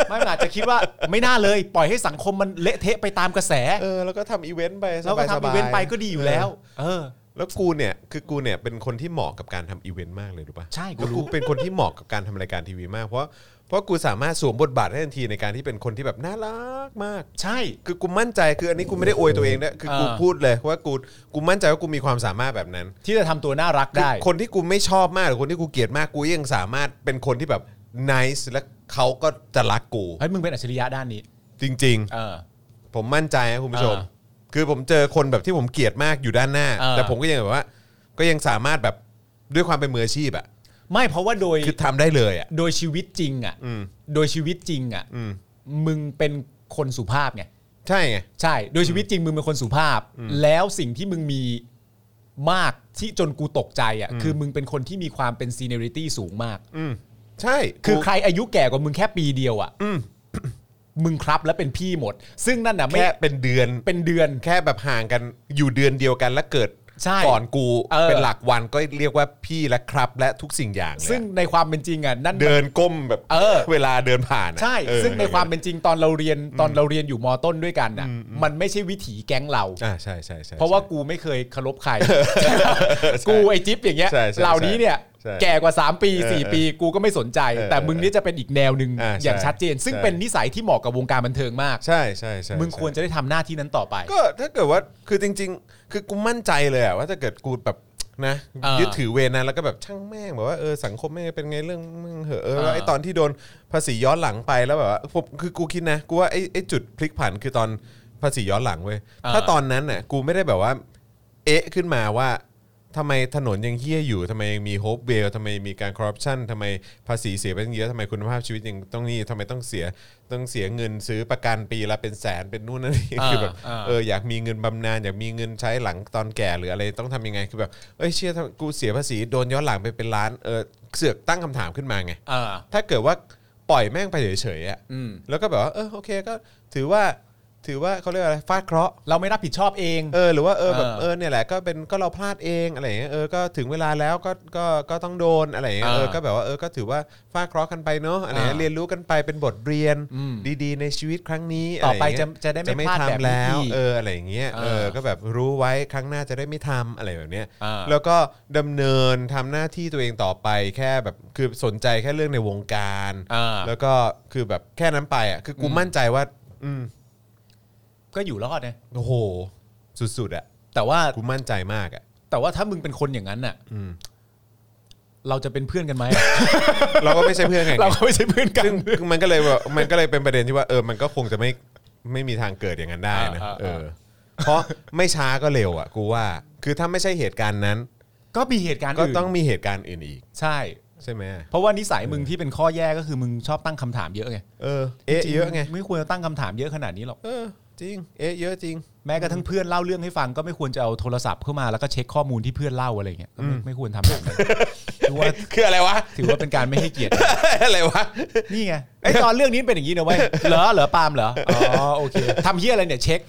ไม่อาจจะคิดว่าไม่น่าเลยปล่อยให้สังคมมันเละเทะไปตามกระแสเออแล้วก็ทำอีเวนต์ไปสบายๆแล้วก็ทำอีเวนต์ไปก็ดีอยู่แล้วเออแล้วกูเนี่ยคือกูเนี่ยเป็นคนที่เหมาะกับการทำอีเวนต์มากเลยรู้ป่ะใช่กูแล้วรู้กูเป็นคนที่เหมาะกับการทำรายการทีวีมากเพราะเพราะกูสามารถสวมบทบาทได้ทันทีในการที่เป็นคนที่แบบน่ารักมากใช่คือกูมั่นใจคืออันนี้กูไม่ได้อวยตัวเองนะคือกูพูดเลยว่ากูกูมั่นใจว่ากูมีความสามารถแบบนั้นที่จะทำตัวน่ารักได้คนที่กูไม่ชอบมากหรือคนที่กูเกลียดมากกูยังสามารถเป็นคนที่แบบ nice และเขาก็จะรักกูเฮ้ยมึงเป็นอัจฉริยะด้านนี้จริงๆเออผมมั่นใจนะคุณผู้ชมคือผมเจอคนแบบที่ผมเกลียดมากอยู่ด้านหน้าแต่ผมก็ยังแบบว่าก็ยังสามารถแบบด้วยความเป็นมืออาชีพอะไม่เพราะว่าโดยคือทำได้เลยอ่ะโดยชีวิตจริงอ่ะโดยชีวิตจริงอ่ะมึงเป็นคนสุภาพไงใช่ไงใช่โดยชีวิตจริงมึงเป็นคนสุภาพแล้วสิ่งที่มึงมีมากที่จนกูตกใจอ่ะคือมึงเป็นคนที่มีความเป็นซีเนียริตี้สูงมากใช่คือใครอายุแก่กว่ามึงแค่ปีเดียวอ่ะมึงครับแล้วเป็นพี่หมดซึ่งนั่นน่ะไม่แค่เป็นเดือนเป็นเดือนแค่แบบห่างกันอยู่เดือนเดียวกันแล้วเกิดก่อนกูเป็นหลักวันก็เรียกว่าพี่และครับและทุกสิ่งอย่างซึ่งในความเป็นจริงอ่ะนั่นเดินก้มแบบเออเวลาเดินผ่านใช่ซึ่งในความเป็นจริงตอนเราเรียนตอนเราเรียนอยู่ม.ต้นด้วยกันอ่ะมันไม่ใช่วิถีแก๊งเราอ่าใช่ใช่ใช่เพราะว่ากูไม่เคยเคารพใครกูไอ้จิ๊บอย่างเงี้ยเหล่านี้เนี่ยแก่กว่าสามปีสี่ปีกูก็ไม่สนใจแต่มึงนี่จะเป็นอีกแนวนึงอย่างชัดเจนซึ่งเป็นนิสัยที่เหมาะกับวงการบันเทิงมากใช่ใช่ใช่มึงควรจะได้ทำหน้าที่นั้นต่อไปก็ถ้าเกิดว่าคือจริงๆคือกูมั่นใจเลยอะว่าถ้าเกิดกูแบบนะยึดถือเวรนั้นแล้วก็แบบช่างแม่งแบบว่าเออสังคมแม่งเป็นไงเรื่องมึงเหอะเออไอตอนที่โดนภาษีย้อนหลังไปแล้วแบบว่าคือกูคิดนะกูว่าไอไอจุดพลิกผันคือตอนภาษีย้อนหลังเว้ยถ้าตอนนั้นน่ะกูไม่ได้แบบว่าเอ๊ะขึ้นมาว่าทำไมถนนยังเหี้ยอยู่ทำไมยังมีโฮปเวลทำไมมีการคอร์รัปชันทำไมภาษีเสียไปตั้งเยอะทำไมคุณภาพชีวิตยังต้องนี่ทำไมต้องเสียต้องเสียเงินซื้อประกันปีละเป็นแสนเป็นนู่นนั่นนี่คือแบบเอออยากมีเงินบำนาญอยากมีเงินใช้หลังตอนแก่หรืออะไรต้องทำยังไงคือแบบเอ้ยเชี่ยกูเสียภาษีโดนย้อนหลังไปเป็นล้านเออเสือกตั้งคำถามขึ้นมาไงถ้าเกิดว่าปล่อยแม่งไปเฉยๆอ่ะแล้วก็แบบว่าเออโอเคก็ถือว่าถือว่าเขาเรียกอะไรฟาดเคราะห์เราไม่รับผิดชอบเองเออหรือว่าเออแบบเออเนี่ยแหละก็เป็นก็เราพลาดเองอะไรอย่างเงี้ยเออก็ถึงเวลาแล้วก็ก็ก็ต้องโดนอะไรอย่างเงี้ยเออก็แบบว่าเออก็ถือว่าฟาดเคราะห์กันไปเนาะอะไรเรียนรู้กันไปเป็นบทเรียนดีๆในชีวิตครั้งนี้ต่อไปจะจะได้ไม่พลาดแบบนี้เอออะไรอย่างเงี้ยเออก็แบบรู้ไว้ครั้งหน้าจะได้ไม่ทำอะไรแบบเนี้ยแล้วก็ดำเนินทำหน้าที่ตัวเองต่อไปแค่แบบคือสนใจแค่เรื่องในวงการแล้วก็คือแบบแค่นั้นไปอ่ะคือกูมั่นใจว่าอืมก็อยู่รอดนะโอ้โหสุดๆอะแต่ว่ากูมั่นใจมากอะแต่ว่าถ้ามึงเป็นคนอย่างนั้นน่ะเราจะเป็นเพื่อนกันไหมเราก็ไม่ใช่เพื่อนกันเราก็ไม่ใช่เพื่อนกันมันก็เลยว่ามันก็เลยเป็นประเด็นที่ว่าเออมันก็คงจะไม่ไม่มีทางเกิดอย่างนั้นได้นะเออเพราะไม่ช้าก็เร็วอะกูว่าคือถ้าไม่ใช่เหตุการณ์นั้นก็มีเหตุการณ์อื่นก็ต้องมีเหตุการณ์อื่นอีกใช่ใช่ไหมเพราะว่านิสัยมึงที่เป็นข้อแย่ก็คือมึงชอบตั้งคำถามเยอะไงเออเอ๊ะเยอะไงไม่ควรจะตั้งคำถามเยอะขนาดนี้หรอกเออจริงเอ๊ะเยอะจริงแม้กระทั่งเพื่อนเล่าเรื่องให้ฟังก็ไม่ควรจะเอาโทรศัพท์เข้ามาแล้วก็เช็คข้อมูลที่เพื่อนเล่าอะไรเงี้ยก็ไม่ไม่ควรทำแบบนั้นถือว่าคืออะไรวะถือว่าเป็นการไม่ให้เกียรติอะไรวะนี่ไงไอ้ตอนเรื่องนี้เป็นอย่างนี้นะเว้ยเหรอเหรอปาล์มเหรออ๋อโอเคทำเหี้ยอะไรเนี่ยเช็ค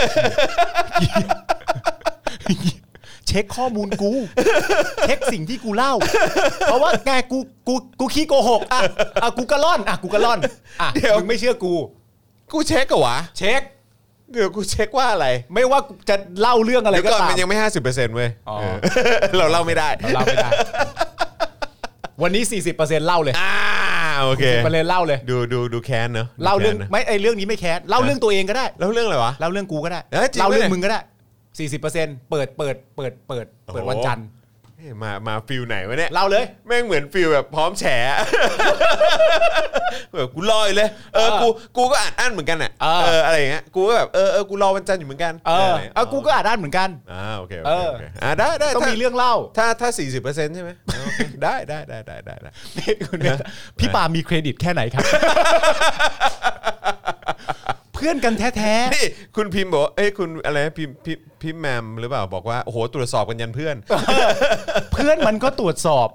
เช็คข้อมูลกูเช็คสิ่งที่กูเล่าเพราะว่าไงกูกูกูขี้โกหกอ่ะอ่ะกูกระล่อนอ่ะกูกระล่อนอ่ะมึงไม่เชื่อกูกูเช็คกะวะเช็คเดี๋ยวกูเช็คว่าอะไรไม่ว่าจะเล่าเรื่องอะไรก็ตามมันยังไม่ ห้าสิบเปอร์เซ็นต์ เว้ยเราเล่าไม่ได้เราเล่าไม่ได้วันนี้ สี่สิบเปอร์เซ็นต์ เล่าเลยอ่าโอเคสี่สิบเปอร์เซ็นต์ เล่าเลยดูดูดูแค้นเนอะเล่าเรื่องไม่ไอเรื่องนี้ไม่แค้นเล่าเรื่องตัวเองก็ได้เล่าเรื่องอะไรวะเล่าเรื่องกูก็ได้เล่าเรื่องมึงก็ได้ สี่สิบเปอร์เซ็นต์ เปิดเปิดเปิดเปิดเปิดวันจันทร์มามาฟิลไหนวะเนี่ยเล่าเลยแม่งเหมือนฟิลแบบพร้อมแฉแบบกูรออยู่เลยเออกูกูก็อ่านอ่านเหมือนกันอ่ะเอออะไรอย่างเงี้ยกูก็แบบเออเออกูรอวันจันทร์อยู่เหมือนกันเออเออกูก็อ่านอ่านเหมือนกันอ่าโอเคโอเคโอเคอ่าได้ได้ต้องมีเรื่องเล่าถ้าถ้า สี่สิบเปอร์เซ็นต์ ใช่ไหมได้ได้ได้ได้ได้ได้พี่ปามีเครดิตแค่ไหนครับเพื่อนกันแท้ๆนี่คุณพิมพ์บอกเอ้ยคุณอะไรพิมพ์พิมพ์แมมหรือเปล่าบอกว่าโอ้โหตรวจสอบกันยันเพื่อนเพื่อนมันก็ตรวจสอบ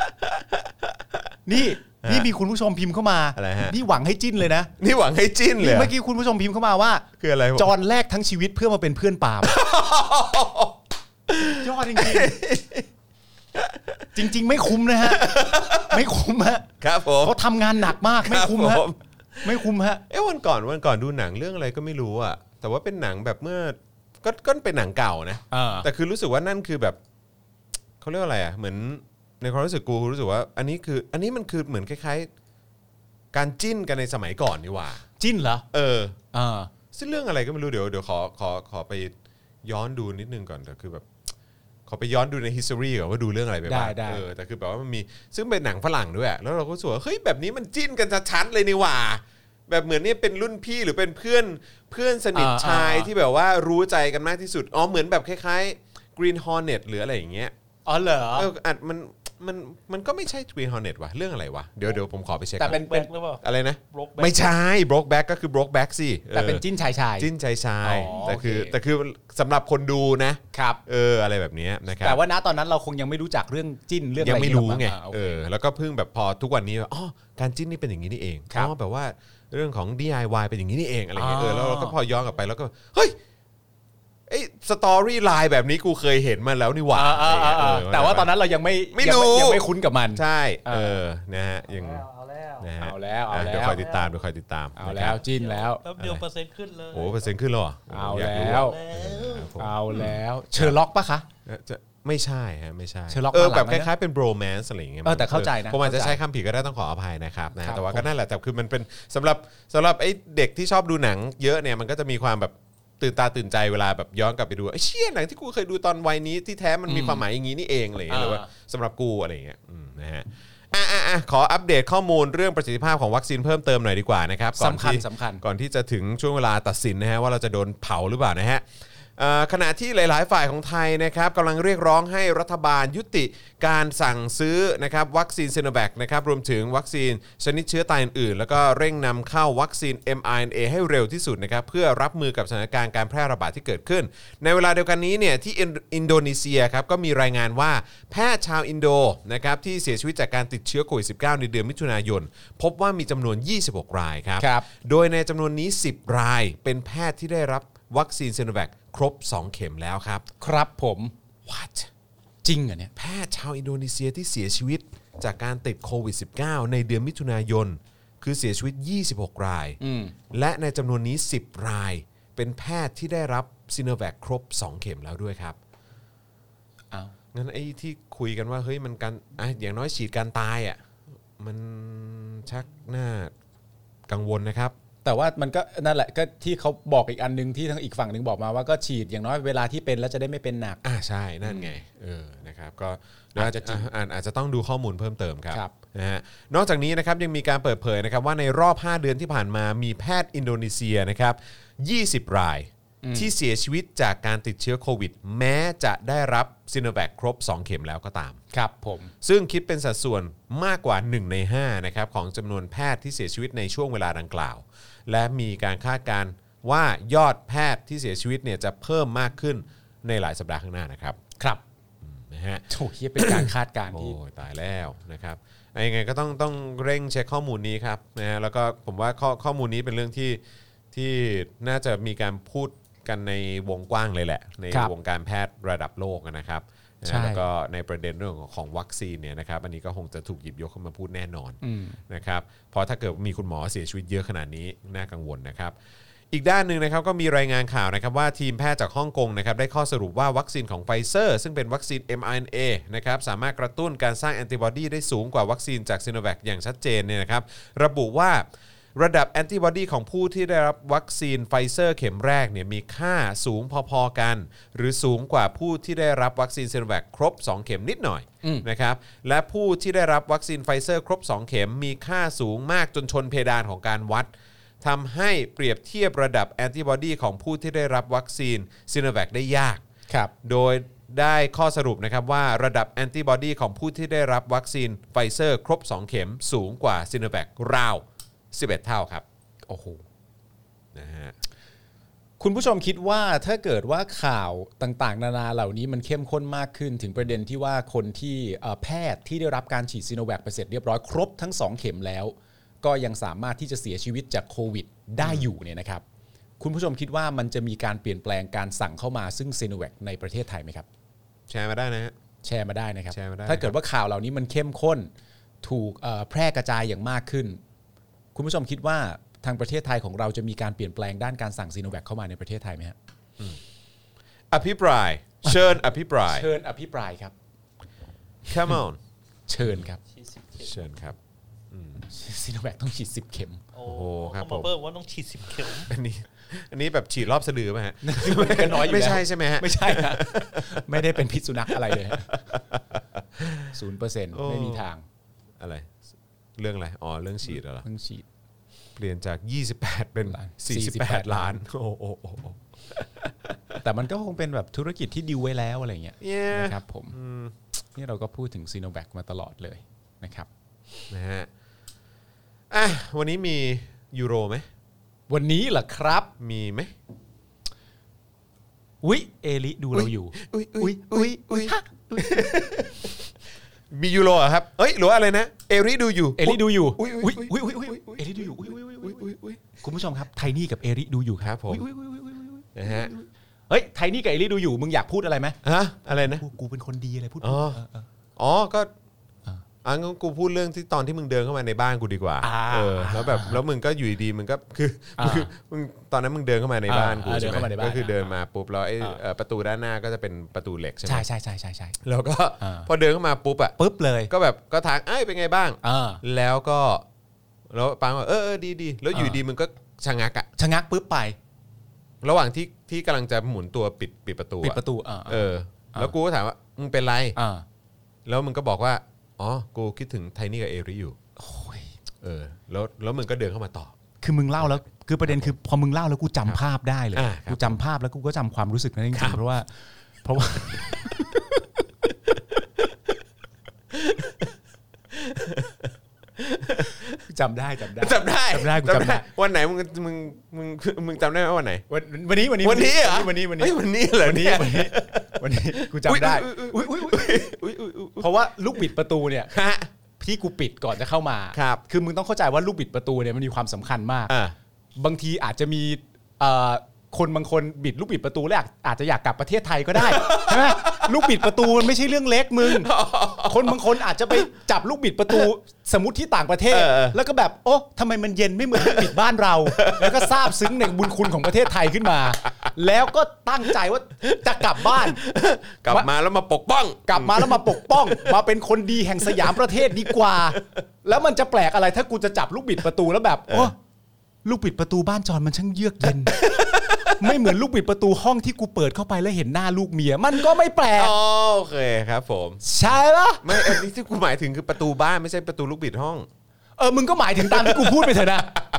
นี่นี่มีคุณผู้ชมพิมพ์เข้ามานี่หวังให้จิ้นเลยนะนี่หวังให้จิ้นเลยเมื่อกี้คุณผู้ชมพิมพ์เข้ามาว่าคืออะไรจอนแรกทั้งชีวิตเพื่อมาเป็นเพื่อนปาล์มยอดจริงๆจริงๆไม่คุ้มนะฮะไม่คุ้มฮะครับผมเขาทำงานหนักมากไม่คุ้มฮะไม่คุ้มฮะเอ้วันก่อนวันก่อนดูหนังเรื่องอะไรก็ไม่รู้อ่ะแต่ว่าเป็นหนังแบบเมื่อก็ก็เป็นหนังเก่านะอ่าแต่คือรู้สึกว่านั่นคือแบบเขาเรียกว่าอะไรอ่ะเหมือนในความรู้สึกกูรู้สึกว่า อันนี้คืออันนี้มันคือเหมือนคล้ายๆการจิ้นกันในสมัยก่อนนี่หว่าจิ้นเหรอเอออ่าซึ่งเรื่องอะไรก็ไม่รู้เดี๋ยวเดี๋ยวขอขอขอไปย้อนดูนิดนึงก่อนแต่คือแบบขอไปย้อนดูใน history ก่อนว่าดูเรื่องอะไรไปบ้างได้ได้เออแต่คือแบบว่ามันมีซึ่งเป็นหนังฝรั่งด้วยอะแล้วเราก็รู้สึกว่าเฮ้ยแบบนี้มันจิ้นกันชัดๆเลยนี่หว่าแบบเหมือนนี่เป็นรุ่นพี่หรือเป็นเพื่อนเพื่อนสนิทชายที่แบบว่ารู้ใจกันมากที่สุดอ๋อเหมือนแบบคล้ายๆ Green Hornet หรืออะไรอย่างเงี้ยอ๋อเหรอเอออาจมันมันมันก็ไม่ใช่ Green Hornet ว่ะเรื่องอะไรวะเดี๋ยวเดี๋ยวผมขอไปเช็คแต่เป็นก่อแบ็คหรือเปล่าอะไรนะ Brokeback ไม่ใช่ Brokeback ก็คือ Brokeback สิออแต่เป็นจิ้นชายชายจิ้นชายชายอ๋อแต่คือโอเคแต่คือสำหรับคนดูนะครับ เอออะไรแบบนี้นะครับแต่ว่าณตอนนั้นเราคงยังไม่รู้จักเรื่องจิ้นเรื่องยัอะงไรไม่รู้ไงอ่าโอเอเคอแล้วก็เพิ่งแบบพอทุกวันนี้อ๋อการจิ้นนี่เป็นอย่างนี้นี่เองครับอ๋อแบบว่าเรื่องของ ดี ไอ วาย เป็นอย่างนี้นี่เองอะไรเงี้ยอ๋อเออแล้วเราก็พอย้อนกลับไปแล้วก็เฮ้ยไอ้สตอรี่ไลน์แบบนี้กูเคยเห็นมาแล้วนี่หว่าอ่าอ่าอ่าเออแต่ว่าตอนนั้นเรายังไม่ไม่รู้ยังยังไม่คุ้นกับมันใช่เออเออนะฮะยังเอาแล้วนะฮะเอาแล้วเอาแล้วเดี๋ยวคอยติดตามเดี๋ยวคอยติดตามเอานะแล้คว รับจิ้นแล้วแป๊บเดียวเปอร์เซ็นต์ขึ้นเลยโอ้เปอร์เซ็นต์ขึ้นแล้วเหรอเอายกรู้แล้วครับผมเอาแล้วเชอร์ล็อกปะคะเอ่อจะไม่ใช่ฮะไม่ใช่ Sherlock เออมาหลังแบบคแล้วนะล้ายๆเป็นโบรแมนซ์อะไรอย่างเงี้ยเออแต่เข้าใจนะผมอาจจะเข้าใจใช้คำผิดก็ได้ต้องขออภัยนะครับนะครัแต่บว่าก็นั่นแหละแต่คือมันเป็นสำหรับสำหรับไอ้เด็กที่ชอบดูหนังเยอะเนี่ยมันก็จะมีความแบบตื่นตาตื่นใจเวลาแบบย้อนกลับไปดูไอ้เชี่ยหนังที่กูเคยดูตอนวัยนี้ที่แท้มันมีความหมายอย่างนี้นี่เองอะไรอย่างเงี้ยหรือว่าสำหรับกูอะไรอย่างเงี้ยอืมนะฮะอ่ะอ่ะอ่ะขออัปเดตข้อมูลเรื่องประสิทธิภาพของวัคซีนเพิ่มเติมหน่อยดีกว่านะครับก่อนสำคัญที่สำคัญก่อนที่จะถึงช่วงเวลาตัดสินนะฮะว่าเราจะโดนเผาหรือเปล่านะฮะเอ่อขณะที่หลาย ๆ ฝ่ายของไทยนะครับกำลังเรียกร้องให้รัฐบาลยุติการสั่งซื้อนะครับวัคซีนซิโนแวคนะครับรวมถึงวัคซีนชนิดเชื้อตายอื่นๆแล้วก็เร่งนำเข้าวัคซีน เอ็ม อาร์ เอ็น เอ ให้เร็วที่สุดนะครับเพื่อรับมือกับสถานการณ์การแพร่ระบาดที่เกิดขึ้น ในเวลาเดียวกันนี้เนี่ยที่อินอินโดนีเซียครับก็มีรายงานว่าแพทย์ชาวอินโดนะครับที่เสียชีวิตจากการติดเชื้อโควิด สิบเก้า ในเดือนมิถุนายนพบว่ามีจำนวนยี่สิบหกรายครับครับโดยในจำนวนนี้สิบรายเป็นแพทย์ที่ได้รับวัคซีนซิโนแวคครบสองเข็มแล้วครับครับผม What จริงเหรอเนี่ยแพทย์ชาวอินโดนีเซียที่เสียชีวิตจากการติดโควิด สิบเก้า ในเดือนมิถุนายนคือเสียชีวิตยี่สิบหกรายอืมและในจำนวนนี้สิบรายเป็นแพทย์ที่ได้รับซิโนแวคครบสองเข็มแล้วด้วยครับอ้าวงั้นไอ้ที่คุยกันว่าเฮ้ยมันการอ่ะอย่างน้อยฉีดการตายอ่ะมันชักน่ากังวลนะครับแต่ว่ามันก็นั่นแหละก็ที่เขาบอกอีกอันนึงที่ทั้งอีกฝั่งหนึ่งบอกมาว่าก็ฉีดอย่างน้อยเวลาที่เป็นแล้วจะได้ไม่เป็นหนักอ่าใช่นั่นไงเออนะครับก็อาจจะจริงอาจอาจจะต้องดูข้อมูลเพิ่มเติมครับครับนะฮะนอกจากนี้นะครับยังมีการเปิดเผยนะครับว่าในรอบห้าเดือนที่ผ่านมามีแพทย์อินโดนีเซียนะครับยี่สิบรายที่เสียชีวิตจากการติดเชื้อโควิดแม้จะได้รับซิโนแวคครบสองเข็มแล้วก็ตามครับผมซึ่งคิดเป็นสัดส่วนมากกว่าหนึ่งในห้านะครับของจำนวนแพทย์ที่เสียชีวิตในช่วงเวลาดังกล่าว และมีการคาดการณ์ว่ายอดแพทย์ที่เสียชีวิตเนี่ยจะเพิ่มมากขึ้นในหลายสัปดาห์ข้างหน้านะครับครับนะฮะโอ้เฮียเป็นการคาดการณ์โอ้ที่ยตายแล้วนะครับยังไงก็ต้องต้องเร่งเช็คข้อมูลนี้ครับนะฮะแล้วก็ผมว่าข้อข้อมูลนี้เป็นเรื่องที่ที่น่าจะมีการพูดกันในวงกว้างเลยแหละ ในครับวงการแพทย์ระดับโลกนะครับนะใช่ฮะแล้วก็ในประเด็นเรื่องของของวัคซีนเนี่ยนะครับอันนี้ก็คงจะถูกหยิบยกขึ้นมาพูดแน่นอนอืมนะครับเพราะถ้าเกิดมีคุณหมอเสียชีวิตเยอะขนาดนี้น่ากังวลนะครับ อีกด้านหนึ่งนะครับก็มีรายงานข่าวนะครับว่าทีมแพทย์จากฮ่องกงนะครับได้ข้อสรุปว่าวัคซีนของไฟเซอร์ซึ่งเป็นวัคซีน เอ็ม อาร์ เอ็น เอ นะครับสามารถกระตุ้นการสร้างแอนติบอดีได้สูงกว่าวัคซีนจากซิโนแวคอย่างชัดเจนเนี่ยนะครับระบุว่าระดับแอนติบอดีของผู้ที่ได้รับวัคซีนไฟเซอร์เข็มแรกเนี่ยมีค่าสูงพอๆกัน หรือสูงกว่าผู้ที่ได้รับวัคซีนซิโนแวคครบสองเข็มนิดหน่อยนะครับและผู้ที่ได้รับวัคซีนไฟเซอร์ครบสองเข็มมีค่าสูงมากจนชนเพดานของการวัดทำให้เปรียบเทียบระดับแอนติบอดีของผู้ที่ได้รับวัคซีนซิโนแวคได้ยากครับโดยได้ข้อสรุปนะครับว่าระดับแอนติบอดีของผู้ที่ได้รับวัคซีนไฟเซอร์ครบสองเข็มสูงกว่าซิโนแวคราวสิบเอ็ดเท่าครับโอ้โหนะฮะคุณผู้ชมคิดว่าถ้าเกิดว่าข่าวต่างๆ นานาเหล่านี้มันเข้มข้นมากขึ้นถึงประเด็นที่ว่าคนที่เอ่อแพทย์ที่ได้รับการฉีดซีโนแวคไปเสร็จเรียบร้อยครบทั้งสองเข็มแล้ว ก็ยังสามารถที่จะเสียชีวิตจากโควิดได้อยู่เนี่ยนะครับ คุณผู้ชมคิดว่ามันจะมีการเปลี่ยนแปลงการสั่งเข้ามาซึ่งซีโนแวคในประเทศไทยไหมครับแชร์มาได้นะฮะแชร์มาได้นะครับแชร์มาได้ถ้าเกิดว่าข่าวเหล่านี้มันเข้มข้นถูกเอ่อแพร่กระจายอย่างมากขึ้น คุณผู้ชมคิดว่าทางประเทศไทยของเราจะมีการเปลี่ยนแปลงด้านการสั่งซีโนแวคเข้ามาในประเทศไทยไหมฮะอภิปรายเชิญอภิปรายเชิญอภิปรายครับ come on เชิญครับเชิญครับซีโนแวคต้องฉีดสิบเข็มโอ้โหครับผมเพิ่มว่าต้องฉีดสิบเข็มอันนี้อันนี้แบบฉีดรอบสะดือป่ะฮะก็น้อยอยู่ไม่ใช่ใช่ไหมฮะไม่ใช่ฮะไม่ได้เป็นพิษสุนัขอะไรเลยศูนย์เปอร์เซ็นต์ไม่มีทางอะไรเรื่องอะไรอ๋อเรื่องฉีดเหรอเรื่องฉีดเปลี่ยนจากยี่สิบแปดเป็นสี่สิบแปดล้านโอ้โหแต่มันก็คงเป็นแบบธุรกิจที่ดิวไว้แล้วอะไรเงี้ยนะครับผมนี่เราก็พูดถึงซีโนแวคมาตลอดเลยนะครับนะฮะอ่ะวันนี้มียูโรไหมวันนี้เหรอครับมีไหมอุ๊ยเอลิดูเราอยู่อุ๊ยอุ๊ยอุ๊ยอุ๊ยมียูโรอ่ะครับเอ้ยหรือว่าอะไรนะเอลิดูอยู่เอลิดูอยู่อุ๊ยอุ๊ยอุ๊ยอุ๊ยเอลิดูอยู่อุ๊ยอุ๊ยอุ๊ยอุ๊ยอุ๊ยคุณผู้ชมครับไทนี่กับเอลิดูอยู่ครับผมนะฮะเฮ้ยไทนี่กับเอลิดูอยู่มึงอยากพูดอะไรไหมฮะอะไรนะกูเป็นคนดีอะไรพูดอ๋ออ๋อก็อ่ะงั้นกูพูดเรื่องที่ตอนที่มึงเดินเข้ามาในบ้านกูดีกว่าเออแล้วแบบแล้วมึงก็อยู่ดีมึงก็คือมึงตอนนั้นมึงเดินเข้ามาในบ้านกูใช่ไหมก็คือเดินมาปุ๊บแล้วไอ้ประตูด้านหน้าก็จะเป็นประตูเหล็กใช่ไหมใช่ใช่ใช่ใช่ใช่แล้วก็พอเดินเข้ามาปุ๊บอ่ะปุ๊บเลยก็แบบก็ทักเอ้ยเป็นไงบ้างแล้วก็แล้วปังว่าเออเออดีดีแล้วอยู่ดีมึงก็ชะงักอ่ะชะงักปุ๊บไประหว่างที่ที่กำลังจะหมุนตัวปิดปิดประตูปิดประตูเออแล้วกูก็ถามว่ามึงเป็นไรแล้วมึงก็บอกว่าอ๋อกูคิดถึงไทนี่กับเอริอยู่โอ้ยเออแล้วแล้วมึงก็เดินเข้ามาต่อคือมึงเล่าแล้วคือประเด็นคือพอมึงเล่าแล้วกูจำภาพได้เลยกูจำภาพแล้วกูก็จำความรู้สึกนั้นจริงๆเพราะว่าเพราะว่าจำได้จำได้จำได้จำได้กูจำได้วันไหนมึงมึงมึงมึงจำได้ไหมวันไหนวันวันนี้วันนี้วันนี้เหรอวันนี้วันนี้วันนี้เหรอวันนี้วันนี้วันนี้กูจำได้เพราะว่าลูกบิดประตูเนี่ยพี่กูปิดก่อนจะเข้ามาครับคือมึงต้องเข้าใจว่าลูกบิดประตูเนี่ยมันมีความสำคัญมากบางทีอาจจะมีคนบางคนบิดลูกบิดประตูแล้วอาจจะอยากกลับประเทศไทยก็ได้ใช่ไหมลูกบิดประตูมันไม่ใช่เรื่องเล็กมึงคนบางคนอาจจะไปจับลูกบิดประตูสมมุติที่ต่างประเทศแล้วก็แบบโอ้ทำไมมันเย็นไม่เหมือนลูกบิดบ้านเราแล้วก็ซาบซึ้งในบุญคุณของประเทศไทยขึ้นมาแล้วก็ตั้งใจว่าจะกลับบ้านกลับมาแล้วมาปกป้องกลับมาแล้วมาปกป้องมาเป็นคนดีแห่งสยามประเทศดีกว่าแล้วมันจะแปลกอะไรถ้ากูจะจับลูกบิดประตูแล้วแบบโอ้ลูกบิดประตูบ้านจอนมันช่างเยือกเย็นไม่เหมือนลูกบิดประตูห้องที่กูเปิดเข้าไปแล้วเห็นหน้าลูกเมียมันก็ไม่แปลกโอเคครับผมใช่ปะไม่อันนี้ที่กูหมายถึงคือประตูบ้านไม่ใช่ประตูลูกบิดห้องเออมึงก็หมายถึงตามที่กูพูดไปเถอะนะ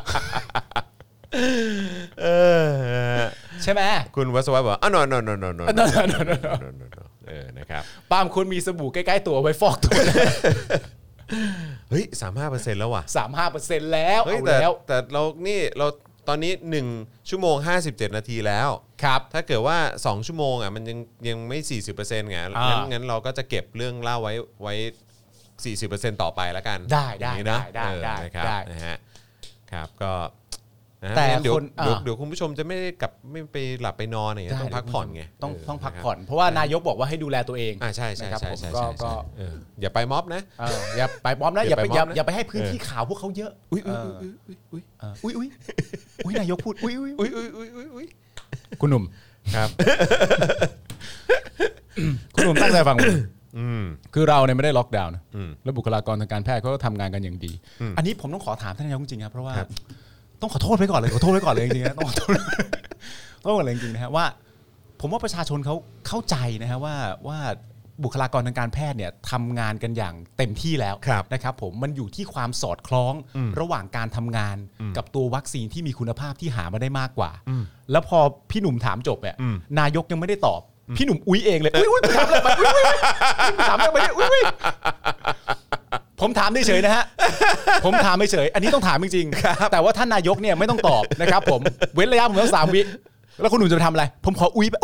เออใช่ไหมคุณวัศวะบอกอ๋อ no no no no no no no no เออนะครับปาล์มคุณมีสบู่ใกล้ๆตัวไว้ฟอกตัวเฮ้ย สามสิบห้าเปอร์เซ็นต์ แล้วว่ะสามสิบห้าเปอร์เซ็นต์ แล้วเอาแล้วแต่เรานี่เราตอนนี้หนึ่งชั่วโมงห้าสิบเจ็ดนาทีแล้วครับถ้าเกิดว่าสองชั่วโมงอ่ะมันยังยังไม่ สี่สิบเปอร์เซ็นต์ ไงงั้นงั้นเราก็จะเก็บเรื่องเล่าไว้ไว้ สี่สิบเปอร์เซ็นต์ ต่อไปแล้วกันได้ได้ได้ได้ได้นะฮะครับก็แต่เดี๋ยวเดี๋ยวเดี๋ยวคุณผู้ชมจะไม่ได้กลับไม่ไปหลับไปนอนอะไรต้องพักผ่อนไงต้องต้องพักผ่อนเพราะว่านายกบอกว่าให้ดูแลตัวเองอ่าใช่ใช่ใช่ใช่ก็อย่าไปม็อบนะอย่าไปม็อบนะอย่าไปอย่าไปให้พื้นที่ข่าวพวกเขาเยอะอุ้ยอุ้ยอุ้ยอุ้ยอุ้ยอุ้ยนายกพูดอุ้ยอุ้ยอุ้ยอุ้ยอุ้ยอุ้ยคุณหนุ่มครับคุณหนุ่มตั้งใจฟังคือเราเนี่ยไม่ได้ล็อกดาวน์นะแล้วบุคลากรทางการแพทย์เขาก็ทำงานกันอย่างดีอันนี้ผมต้องขอถามท่านนายกจริงๆครับเพราะว่าต้องขอโทษไว้ก่อนเลยขอโทษไว้ก่อนเลยจริงๆนะต้องขอโทษต้องขอโทษเลยจริงๆนะฮะว่าผมว่าประชาชนเขาเข้าใจนะฮะว่าว่าบุคลากรทางการแพทย์เนี่ยทำงานกันอย่างเต็มที่แล้วนะครับผมมันอยู่ที่ความสอดคล้องระหว่างการทำงานกับตัววัคซีนที่มีคุณภาพที่หามาได้มากกว่าแล้วพอพี่หนุ่มถามจบเนี่ยนายกยังไม่ได้ตอบพี่หนุ่มอุ้ยเองเลยอุ้ยอุ้ยถามอะไรมาอุ้ยอุ้ยถามอะไรมาอุ้ยอุ้ยผมถามเฉยๆนะฮะผมถามเฉยๆอันนี้ต้องถามจริงๆแต่ว่าท่านนายกเนี่ยไม่ต้องตอบนะครับผมเว้นระยะผมต้องสามวิแล้วคุณหนุ่มจะทำอะไรผมขออุ้ย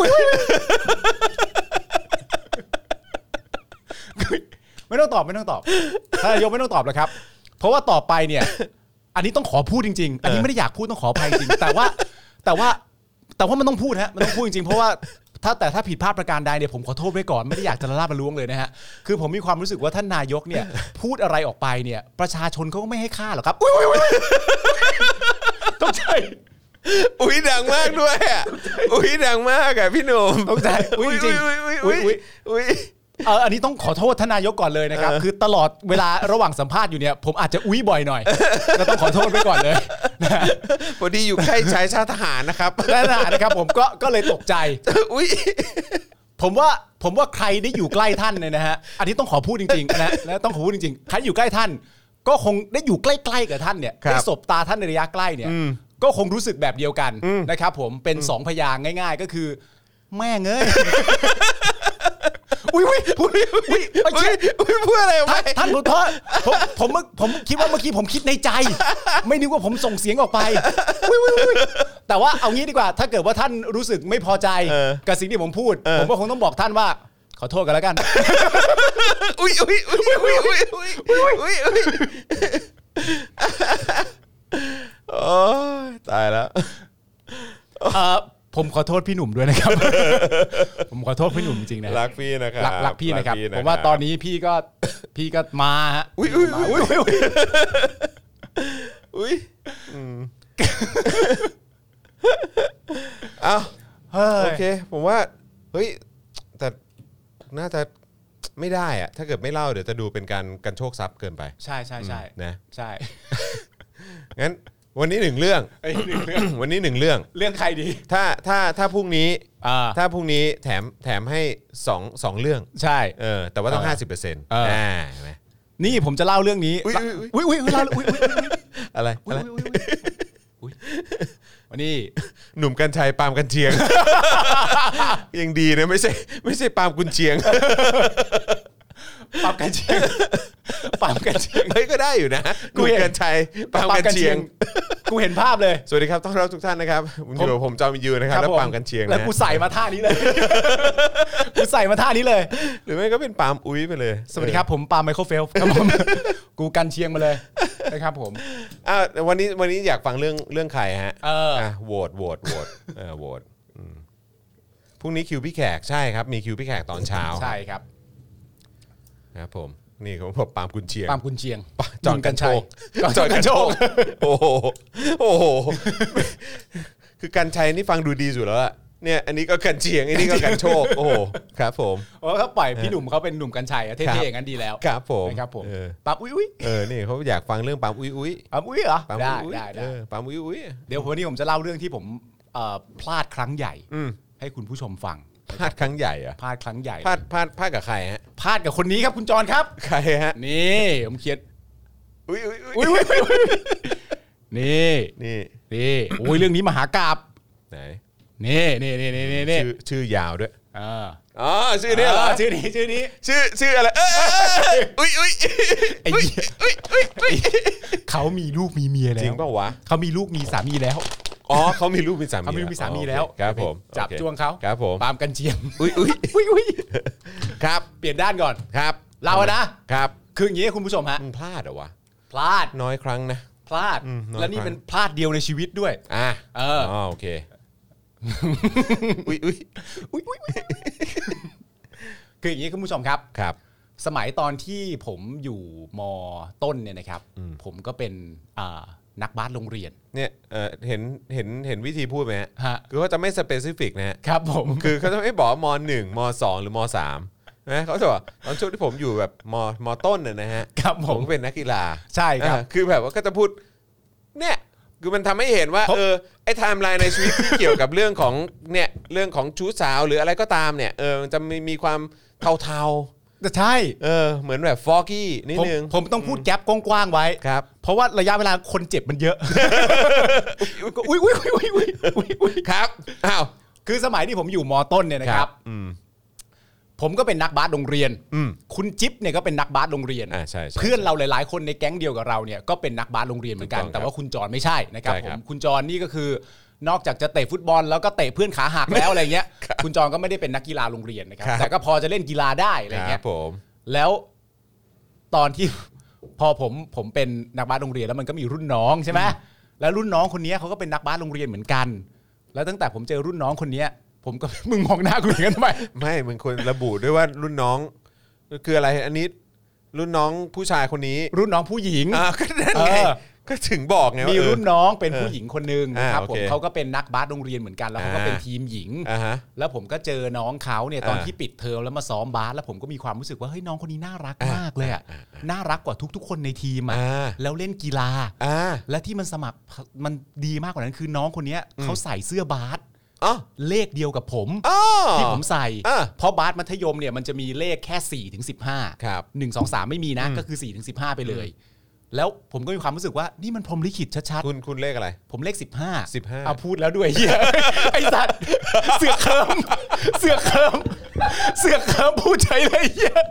ไม่ต้องตอบไม่ต้องตอบท่านนายกไม่ต้องตอบแล้วครับเพราะว่าต่อไปเนี่ยอันนี้ต้องขอพูดจริงๆอันนี้ไม่ได้อยากพูดต้องขออภัยจริงแต่ว่าแต่ว่าแต่ว่ามันต้องพูดฮะมันต้องพูดจริงๆเพราะว่าถ้าแต่ถ้าผิดพลาดประการใดเนี่ยผมขอโทษไว้ก่อนไม่ได้อยากจะละลาบละล้วงเลยนะฮะคือผมมีความรู้สึกว่าท่านนายกเนี่ยพูดอะไรออกไปเนี่ยประชาชนเขาก็ไม่ให้ค่าหรอกครับอุ้ยตกใจอุ้ยดังมากด้วยอ่ะอุ้ยดังมากอ่ะพี่หนุ่มตกใจอุ้ยจริงอุ้ยอุ้ยอุ้ยเอออันนี้ต้องขอโทษทนายกก่อนเลยนะครับคือตลอดเวลาระหว่างสัมภาษณ์อยู่เนี่ยผมอาจจะอุ้ยบ่อยหน่อยก็ต้องขอโทษไว้ก่อนเลยพอดีอยู่ใกล้ชายชาติทหารนะครับทหารนะครับผมก็ก็เลยตกใจอุ้ยผมว่าผมว่าใครได้อยู่ใกล้ท่านเนี่ยนะฮะอันนี้ต้องขอพูดจริงๆนะและต้องขอพูดจริงๆใครอยู่ใกล้ท่านก็คงได้อยู่ใกล้ๆกับท่านเนี่ยได้สบตาท่านในระยะใกล้เนี่ยก็คงรู้สึกแบบเดียวกันนะครับผมเป็นสองพยางค์ง่ายๆก็คือแม่เงยอุ้ยอุ้ยอุ้ยอุ้ยอุ้ยพูดอะไรวะท่านขอโทษผมผมผมคิดว่าเมื่อกี้ผมคิดในใจไม่นึกว่าผมส่งเสียงออกไปอุ้ยอุ้ยอุ้ยแต่ว่าเอางี้ดีกว่าถ้าเกิดว่าท่านรู้สึกไม่พอใจกับสิ่งที่ผมพูดผมก็คงต้องบอกท่านว่าขอโทษกันแล้วกันอุ้ยอุ้ยอุ้ยอุ้ยอุ้ยอุ้ยอุ้ยอุ้ยอุ้ยโอ้ยตายแล้วเอ่อผมขอโทษพี่หนุ่มด้วยนะครับผมขอโทษพี่หนุ่มจริงๆนะรักพี่นะครับรักรักพี่นะครับผมว่าตอนนี้พี่ก็พี่ก็มาฮะอุ้ยอุ้ยอุ้ยอุ้ยอ้าวโอเคผมว่าเฮ้ยแต่น่าจะไม่ได้อะถ้าเกิดไม่เล่าเดี๋ยวจะดูเป็นการกันโชคทรัพย์เกินไปใช่ใช่ใช่นะใช่งั้นวันนี้หนึ่งเรื่องวันนี้หนึ่งเรื่องเรื่องใครดีถ้าถ้าถ้าพรุ่งนี้ถ้าพรุ่งนี้แถมแถมให้สองสองเรื่องใช่เออแต่ว่าต้อง ห้าสิบเปอร์เซ็นต์ อ่าเห็นมั้ยนี่ผมจะเล่าเรื่องนี้อุ๊ยอุ๊ยอุ๊ยเล่าอุ๊ยอะไรอะไรวันนี้หนุ่มกัญชัยปาล์มกัญเชียงยังดีนะไม่ใช่ไม่ใช่ปาล์มกุนเชียงปาล์มกัญเชียงปาล์มกัญเชียงเฮ้ยก็ได้อยู่นะกูกัญชัยปาล์มกัญเชียงกูเห็นภาพเลยสวัสดีครับต้อนรับทุกท่านนะครับผมอยู่ผมจอมยูนะครับแล้วปาล์มกัญเชียงแล้วกูใส่มาท่านี้เลยกูใส่มาท่านี้เลยหรือไม่ก็เป็นปาล์มอุ้ยไปเลยสวัสดีครับผมปาล์มไมเคิลเฟลครับผมกูกัญเชียงมาเลยนะครับผมอ่ะวันนี้วันนี้อยากฟังเรื่องเรื่องใครฮะเอออ่ะโหวตโหวตโหวตเออโหวตพรุ่งนี้คิวพี่แขกใช่ครับมีคิวพี่แขกตอนเช้าใช่ครับครับผมนี่เขาบอกปาล์มกุนเชียงปาล์มกุนเชียงจอนกันโชคจอนกันโชคโอ้โหโอ้โหคือกันชัยนี่ฟังดูดีสุดแล้วอะเนี่ยอันนี้ก็กันเชียงอันนี้ก็กันโชคโอ้โหครับผมโอ้เขาปล่อยพี่หนุ่มเขาเป็นหนุ่มกันชัยเท่ๆอย่างนั้นดีแล้วครับผมครับผมปาล์มอุ้ยอุ้ยเออนี่เขาอยากฟังเรื่องปาล์มอุ้ยอุ้ยปาล์มอุ้ยเหรอได้ได้ได้ปาล์มอุ้ยอุ้ยเดี๋ยววันนี้ผมจะเล่าเรื่องที่ผมพลาดครั้งใหญ่ให้คุณผู้ชมฟังพลาดครั้งใหญ่อะพลาดครั้งใหญ่พลาดพลาดพลาดกับใครฮะพลาดกับคนนี้ครับคุณจรครับใครฮะนี่ผมเขียนอุ้ยอุ้ยอุ้ยนี่นี่นี่โอ้ยเรื่องนี้มหากาพย์ไหนนี่นี่นี่นี่นี่ชื่อชื่อยาวด้วยอ๋ออ๋อชื่อนี้เหรอชื่อนี้ชื่อนี้ชื่อชื่ออะไรเอออุ้ยอุ้ยไอ้อุ้ยอุ้ยเขามีลูกมีเมียแล้วจริงป่าววะเขามีลูกมีสามีแล้วอ๋อเขามีลูกมีสามีเขามีลูกมีสามีแล้วครับผมจับจ้วงเขาครับผมปาล์มกันเชียงอุ้ยอุ้ยอุ้ยอุ้ยครับเปลี่ยนด้านก่อนครับเราอะนะครับคืออย่างนี้คุณผู้ชมฮะพลาดเหรอวะพลาดน้อยครั้งนะพลาดและนี่เป็นพลาดเดียวในชีวิตด้วยอ่าเอออ๋อโอเคอุ้ยอุ้ยอุ้ยอุ้ยคืออย่างนี้คุณผู้ชมครับครับสมัยตอนที่ผมอยู่ม.ต้นเนี่ยนะครับผมก็เป็นอ่านักบาสโรงเรียนเนี่ยเอ่อเห็นเห็นเห็นวิธีพูดไหมฮะคือเขาจะไม่สเปซิฟิกนะฮะครับผมคือเขาจะไม่บอกม.หนึ่ง ม.สอง หรือม.สามนะเขาจะบอกตอนช่วงที่ผมอยู่แบบม.ม.ต้นเนี่ยนะฮะครับผมเป็นนักกีฬาใช่ครับคือแบบว่าก็จะพูดเนี่ยคือมันทำให้เห็นว่าเออไอ้ไทม์ไลน์ในชีวิตที่เกี่ยวกับเรื่องของเนี่ยเรื่องของชู้สาวหรืออะไรก็ตามเนี่ยเออมันจะมีมีความเทาๆใช่เออเหมือนแบบฟอกกี้นิดนึงผมต้องพูดแก๊ปกว้างๆไว้ครับเพราะว่าระยะเวลาคนเจ็บมันเยอะอุ้ยอุ้ยอุ้ยอุ้ยอุ้ยครับอ้าวคือสมัยที่ผมอยู่ม.ต้นเนี่ยนะครับผมก็เป็นนักบาสโรงเรียนคุณจิ๊บเนี่ยก็เป็นนักบาสโรงเรียนเพื่อนเราหลายๆคนในแก๊งเดียวกับเราเนี่ยก็เป็นนักบาสโรงเรียนเหมือนกันแต่ว่าคุณจรไม่ใช่นะครับผมคุณจรนี่ก็คือนอกจากจะเตะฟุตบอลแล้วก็เตะเพื่อนขาหักแล้วอะไรเงี้ยคุณจรก็ไม่ได้เป็นนักกีฬาโรงเรียนนะครับแต่ก็พอจะเล่นกีฬาได้อะไรเงี้ยแล้วตอนที่พอผมผมเป็นนักบาสโรงเรียนแล้วมันก็มีรุ่นน้องใช่ไหมแล้วรุ่นน้องคนนี้เขาก็เป็นนักบาสโรงเรียนเหมือนกันแล้วตั้งแต่ผมเจอรุ่นน้องคนนี้ผมก็มึงมองหน้ากูอย่างนั้นทำไมไม่มึงควรระบุด้วยว่ารุ่นน้องคืออะไรอันนี้รุ่นน้องผู้ชายคนนี้รุ่นน้องผู้หญิงอ่าก็นั่นไงเออก็ถึงบอกไงว่ามีเออรุ่นน้องเป็นผู้หญิงคนหนึ่งอ่าครับโอผมเคเขาก็เป็นนักบาสโรงเรียนเหมือนกันแล้วเขาก็อ่าเป็นทีมหญิงอ่าฮะแล้วผมก็เจอน้องเขาเนี่ยตอนอ่าที่ปิดเทอมแล้วมาซ้อมบาสแล้วผมก็มีความรู้สึกว่าเฮ้ยน้องคนนี้น่ารักอ่ามมากเลยอ่ะอ่าอ่าน่ารักกว่าทุกๆ คนในทีมอ่ะอ่าแล้วเล่นกีฬาอ่าและที่มันสมัครมันดีมากกว่านั้นคือน้องคนเนี้ยเขาใส่เสื้อบาสอ๋อเลขเดียวกับผมอ๋อที่ผมใส่อ่าเพราะบาสมัธยมเนี่ยมันจะมีเลขแค่สี่ถึงสิบห้าครับหนึ่ง สอง สามไม่มีนะอืมก็คือสี่ถึงสิบห้าไปเลย แล้วผมก็มีความรู้สึกว่านี่มันพรหมลิขิตชัดคุณคุณเลขอะไรๆผมเลขสิบห้าสิบห้าเอาพูดแล้วด้วยเฮีย ไอ้สัตว์เสือกเคิมเสือกเคิมเสือกเคิมพูดใช้เลยเฮีย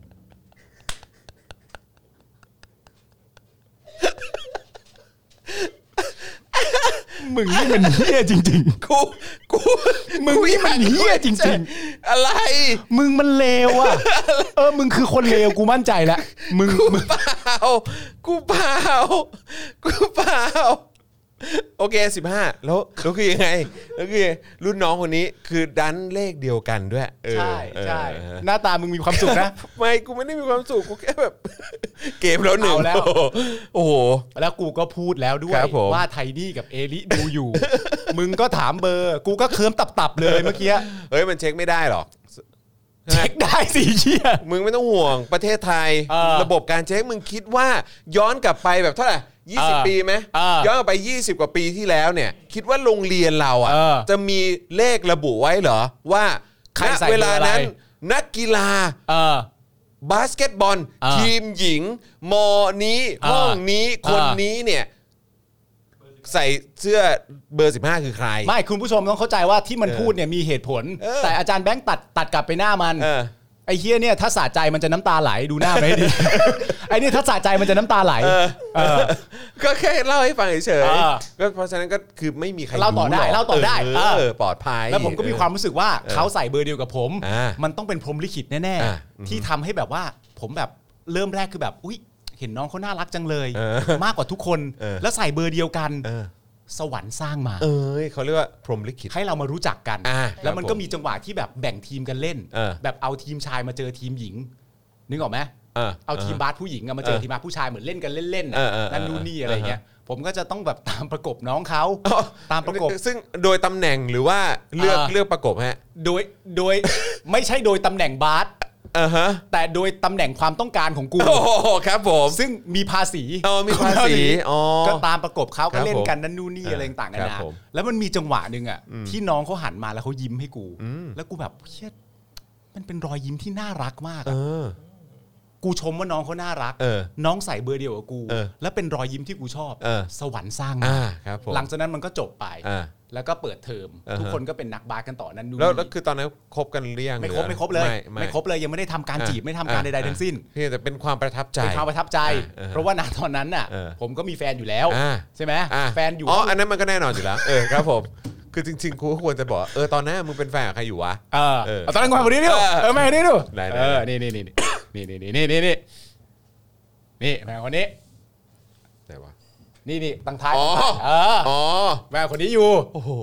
มึงนี่มันเฮี้ยจริงกูกูมึงนี่มันเหี้ยจริงๆอะไรๆมึงมันเลวอ่ะเออมึงคือคนเลวกูมั่นใจแล้วมึงมึงเปล่ากูเปล่ากูเปล่าโอเคสิบห้าแล้วแล้วคือยังไงแล้วคือรุ่นน้องคนนี้คือดันเลขเดียวกันด้วยเออใช่ใช่เออหน้าตามึงมีความสุขนะไม่กูไม่ได้มีความสุขกูแค่แบบ เกมแล้วหนึ่งเอาแล้วโอ้โหแล้วกูก็พูดแล้วด้วยครับผมว่าไทนี่กับเอลิดูอยู่ มึงก็ถามเบอร์ กูก็เคิมตับๆเลยเมื่อกี้เฮ้ยมันเช็คไม่ได้หรอกเช็คได้สิเชี่ยมึงไม่ต้องห่วงประเทศไทยเออระบบการเช็คมึงคิดว่าย้อนกลับไปแบบเท่าไหร่ยี่สิบเออปีไหมเออย้อนกลับไปยี่สิบกว่าปีที่แล้วเนี่ย คิดว่าโรงเรียนเราอ่ะเออจะมีเลขระบุไว้เหรอว่าใครณใส่เวลานั้นเบอร์อะไรนักกีฬาเออบาสเกตบอลเออทีมหญิงมอนี้เออห้องนี้คนเออนี้เนี่ยใส่เสื้อเบอร์สิบห้าคือใครไม่คุณผู้ชมต้องเข้าใจว่าที่มันเออพูดเนี่ยมีเหตุผลเออแต่อาจารย์แบงค์ตัดตัดกลับไปหน้ามันเออไอ้เฮียเนี่ยถ้าสะใจมันจะน้ำตาไหลดูหน้ามันให้ดี ไอ้นี่ถ้าสะใจมันจะน้ำตาไหลเออเออก็แค่เล่าให้ฟังเฉยเออๆก็เพราะฉะนั้นก็คือไม่มีใครเล่าต่อได้รู้หรกเล่าต่อได้เอเอออปลอดภัยแล้วผมก็มีความรู้สึกว่าเขาใส่เบอร์เดียวกับผมอ่ามันต้องเป็นพรหมลิขิตแน่อ่าๆที่ทำให้แบบว่าผมแบบเริ่มแรกคือแบบอุ๊ยเห็นน้องเขาน่ารักจังเลยเออมากกว่าทุกคนเออแล้วใส่เบอร์เดียวกันเออสวรรค์สร้างมาเอ้ยเขาเรียกว่าพรหมลิขิตให้เรามารู้จักกันอ่าแล้วมันครับก็ผมมีจังหวะที่แบบแบ่งทีมกันเล่นเออแบบเอาทีมชายมาเจอทีมหญิงนึกออกไหมเออเอาทีมบาสผู้หญิงอะมาเจอเออทีมบาสผู้ชายเหมือนเล่นกันเล่นๆเอน่ะอเออนั่นนู่นนี่อะไรเงี้ยผมก็จะต้องแบบตามประกบน้องเขาอ๋อตามประกบซึ่งโดยตำแหน่งหรือว่าเลือกอ่าเลือกประกบฮะโดยโดย ไม่ใช่โดยตำแหน่งบาสอ่าฮะแต่โดยตำแหน่งความต้องการของกูโอ้โหครับผมซึ่งมีภาษีอ๋อมีภาษีอ๋อก็ตามประกบเขาครัก็บเล่นกันผมนั่นนู่นนี่อ่าอะไรต่างกันครับนะผมแล้วมันมีจังหวะหนึ่งอ่ะที่น้องเขาหันมาแล้วเขายิ้มให้กูอืมแล้วกูแบบเชี่ยมันเป็นรอยยิ้มที่น่ารักมากเออะอกูชมว่าน้องเขาน่ารักเออน้องใส่เบอร์เดียวกับกูเออแล้วเป็นรอยยิ้มที่กูชอบเออสวรรค์สร้างมาอ่าครับผมหลังจากนั้นมันก็จบไปอ่าแล้วก็เปิดเทอมอ่าฮะทุกคนก็เป็นนักบาสกันต่อนั่นนู่นแล้วนี่แล้วคือตอนนั้นคบกันหรือยังไม่ครบหอไม่ครบเลยไม่ไม่ครบเลยยังไม่ได้ทำการอ่ะจีบไม่ทำการใดอ่ะๆทั้งสิ้นเพียงแต่เป็นความประทับใจเป็นความประทับใจอ่าเพราะว่าณตอนนั้นน่ะเออผมก็มีแฟนอยู่แล้วอ่าใช่ไหมอ่ะแฟนอยู่อ๋อห้องอันนั้นมันก็แน่นอนอยู่แล้วเออครับผมคือจริงๆกูก็ควรจะบอกเออตอนนั้นมึงเป็นแฟนกับใครอยู่วะเออเออเอาตอนนั้นกูมาวันนี้ดิเออเออแม่คนนี้ดูไหนๆเออนี่นี่นี่นี่นี่นี่นี่นี่นี่นี่แม่คนนี้ไหนวะนี่นี่ตั้งท้ายอ๋อเอออ๋อแม่คนนี้อยู่โอ้โห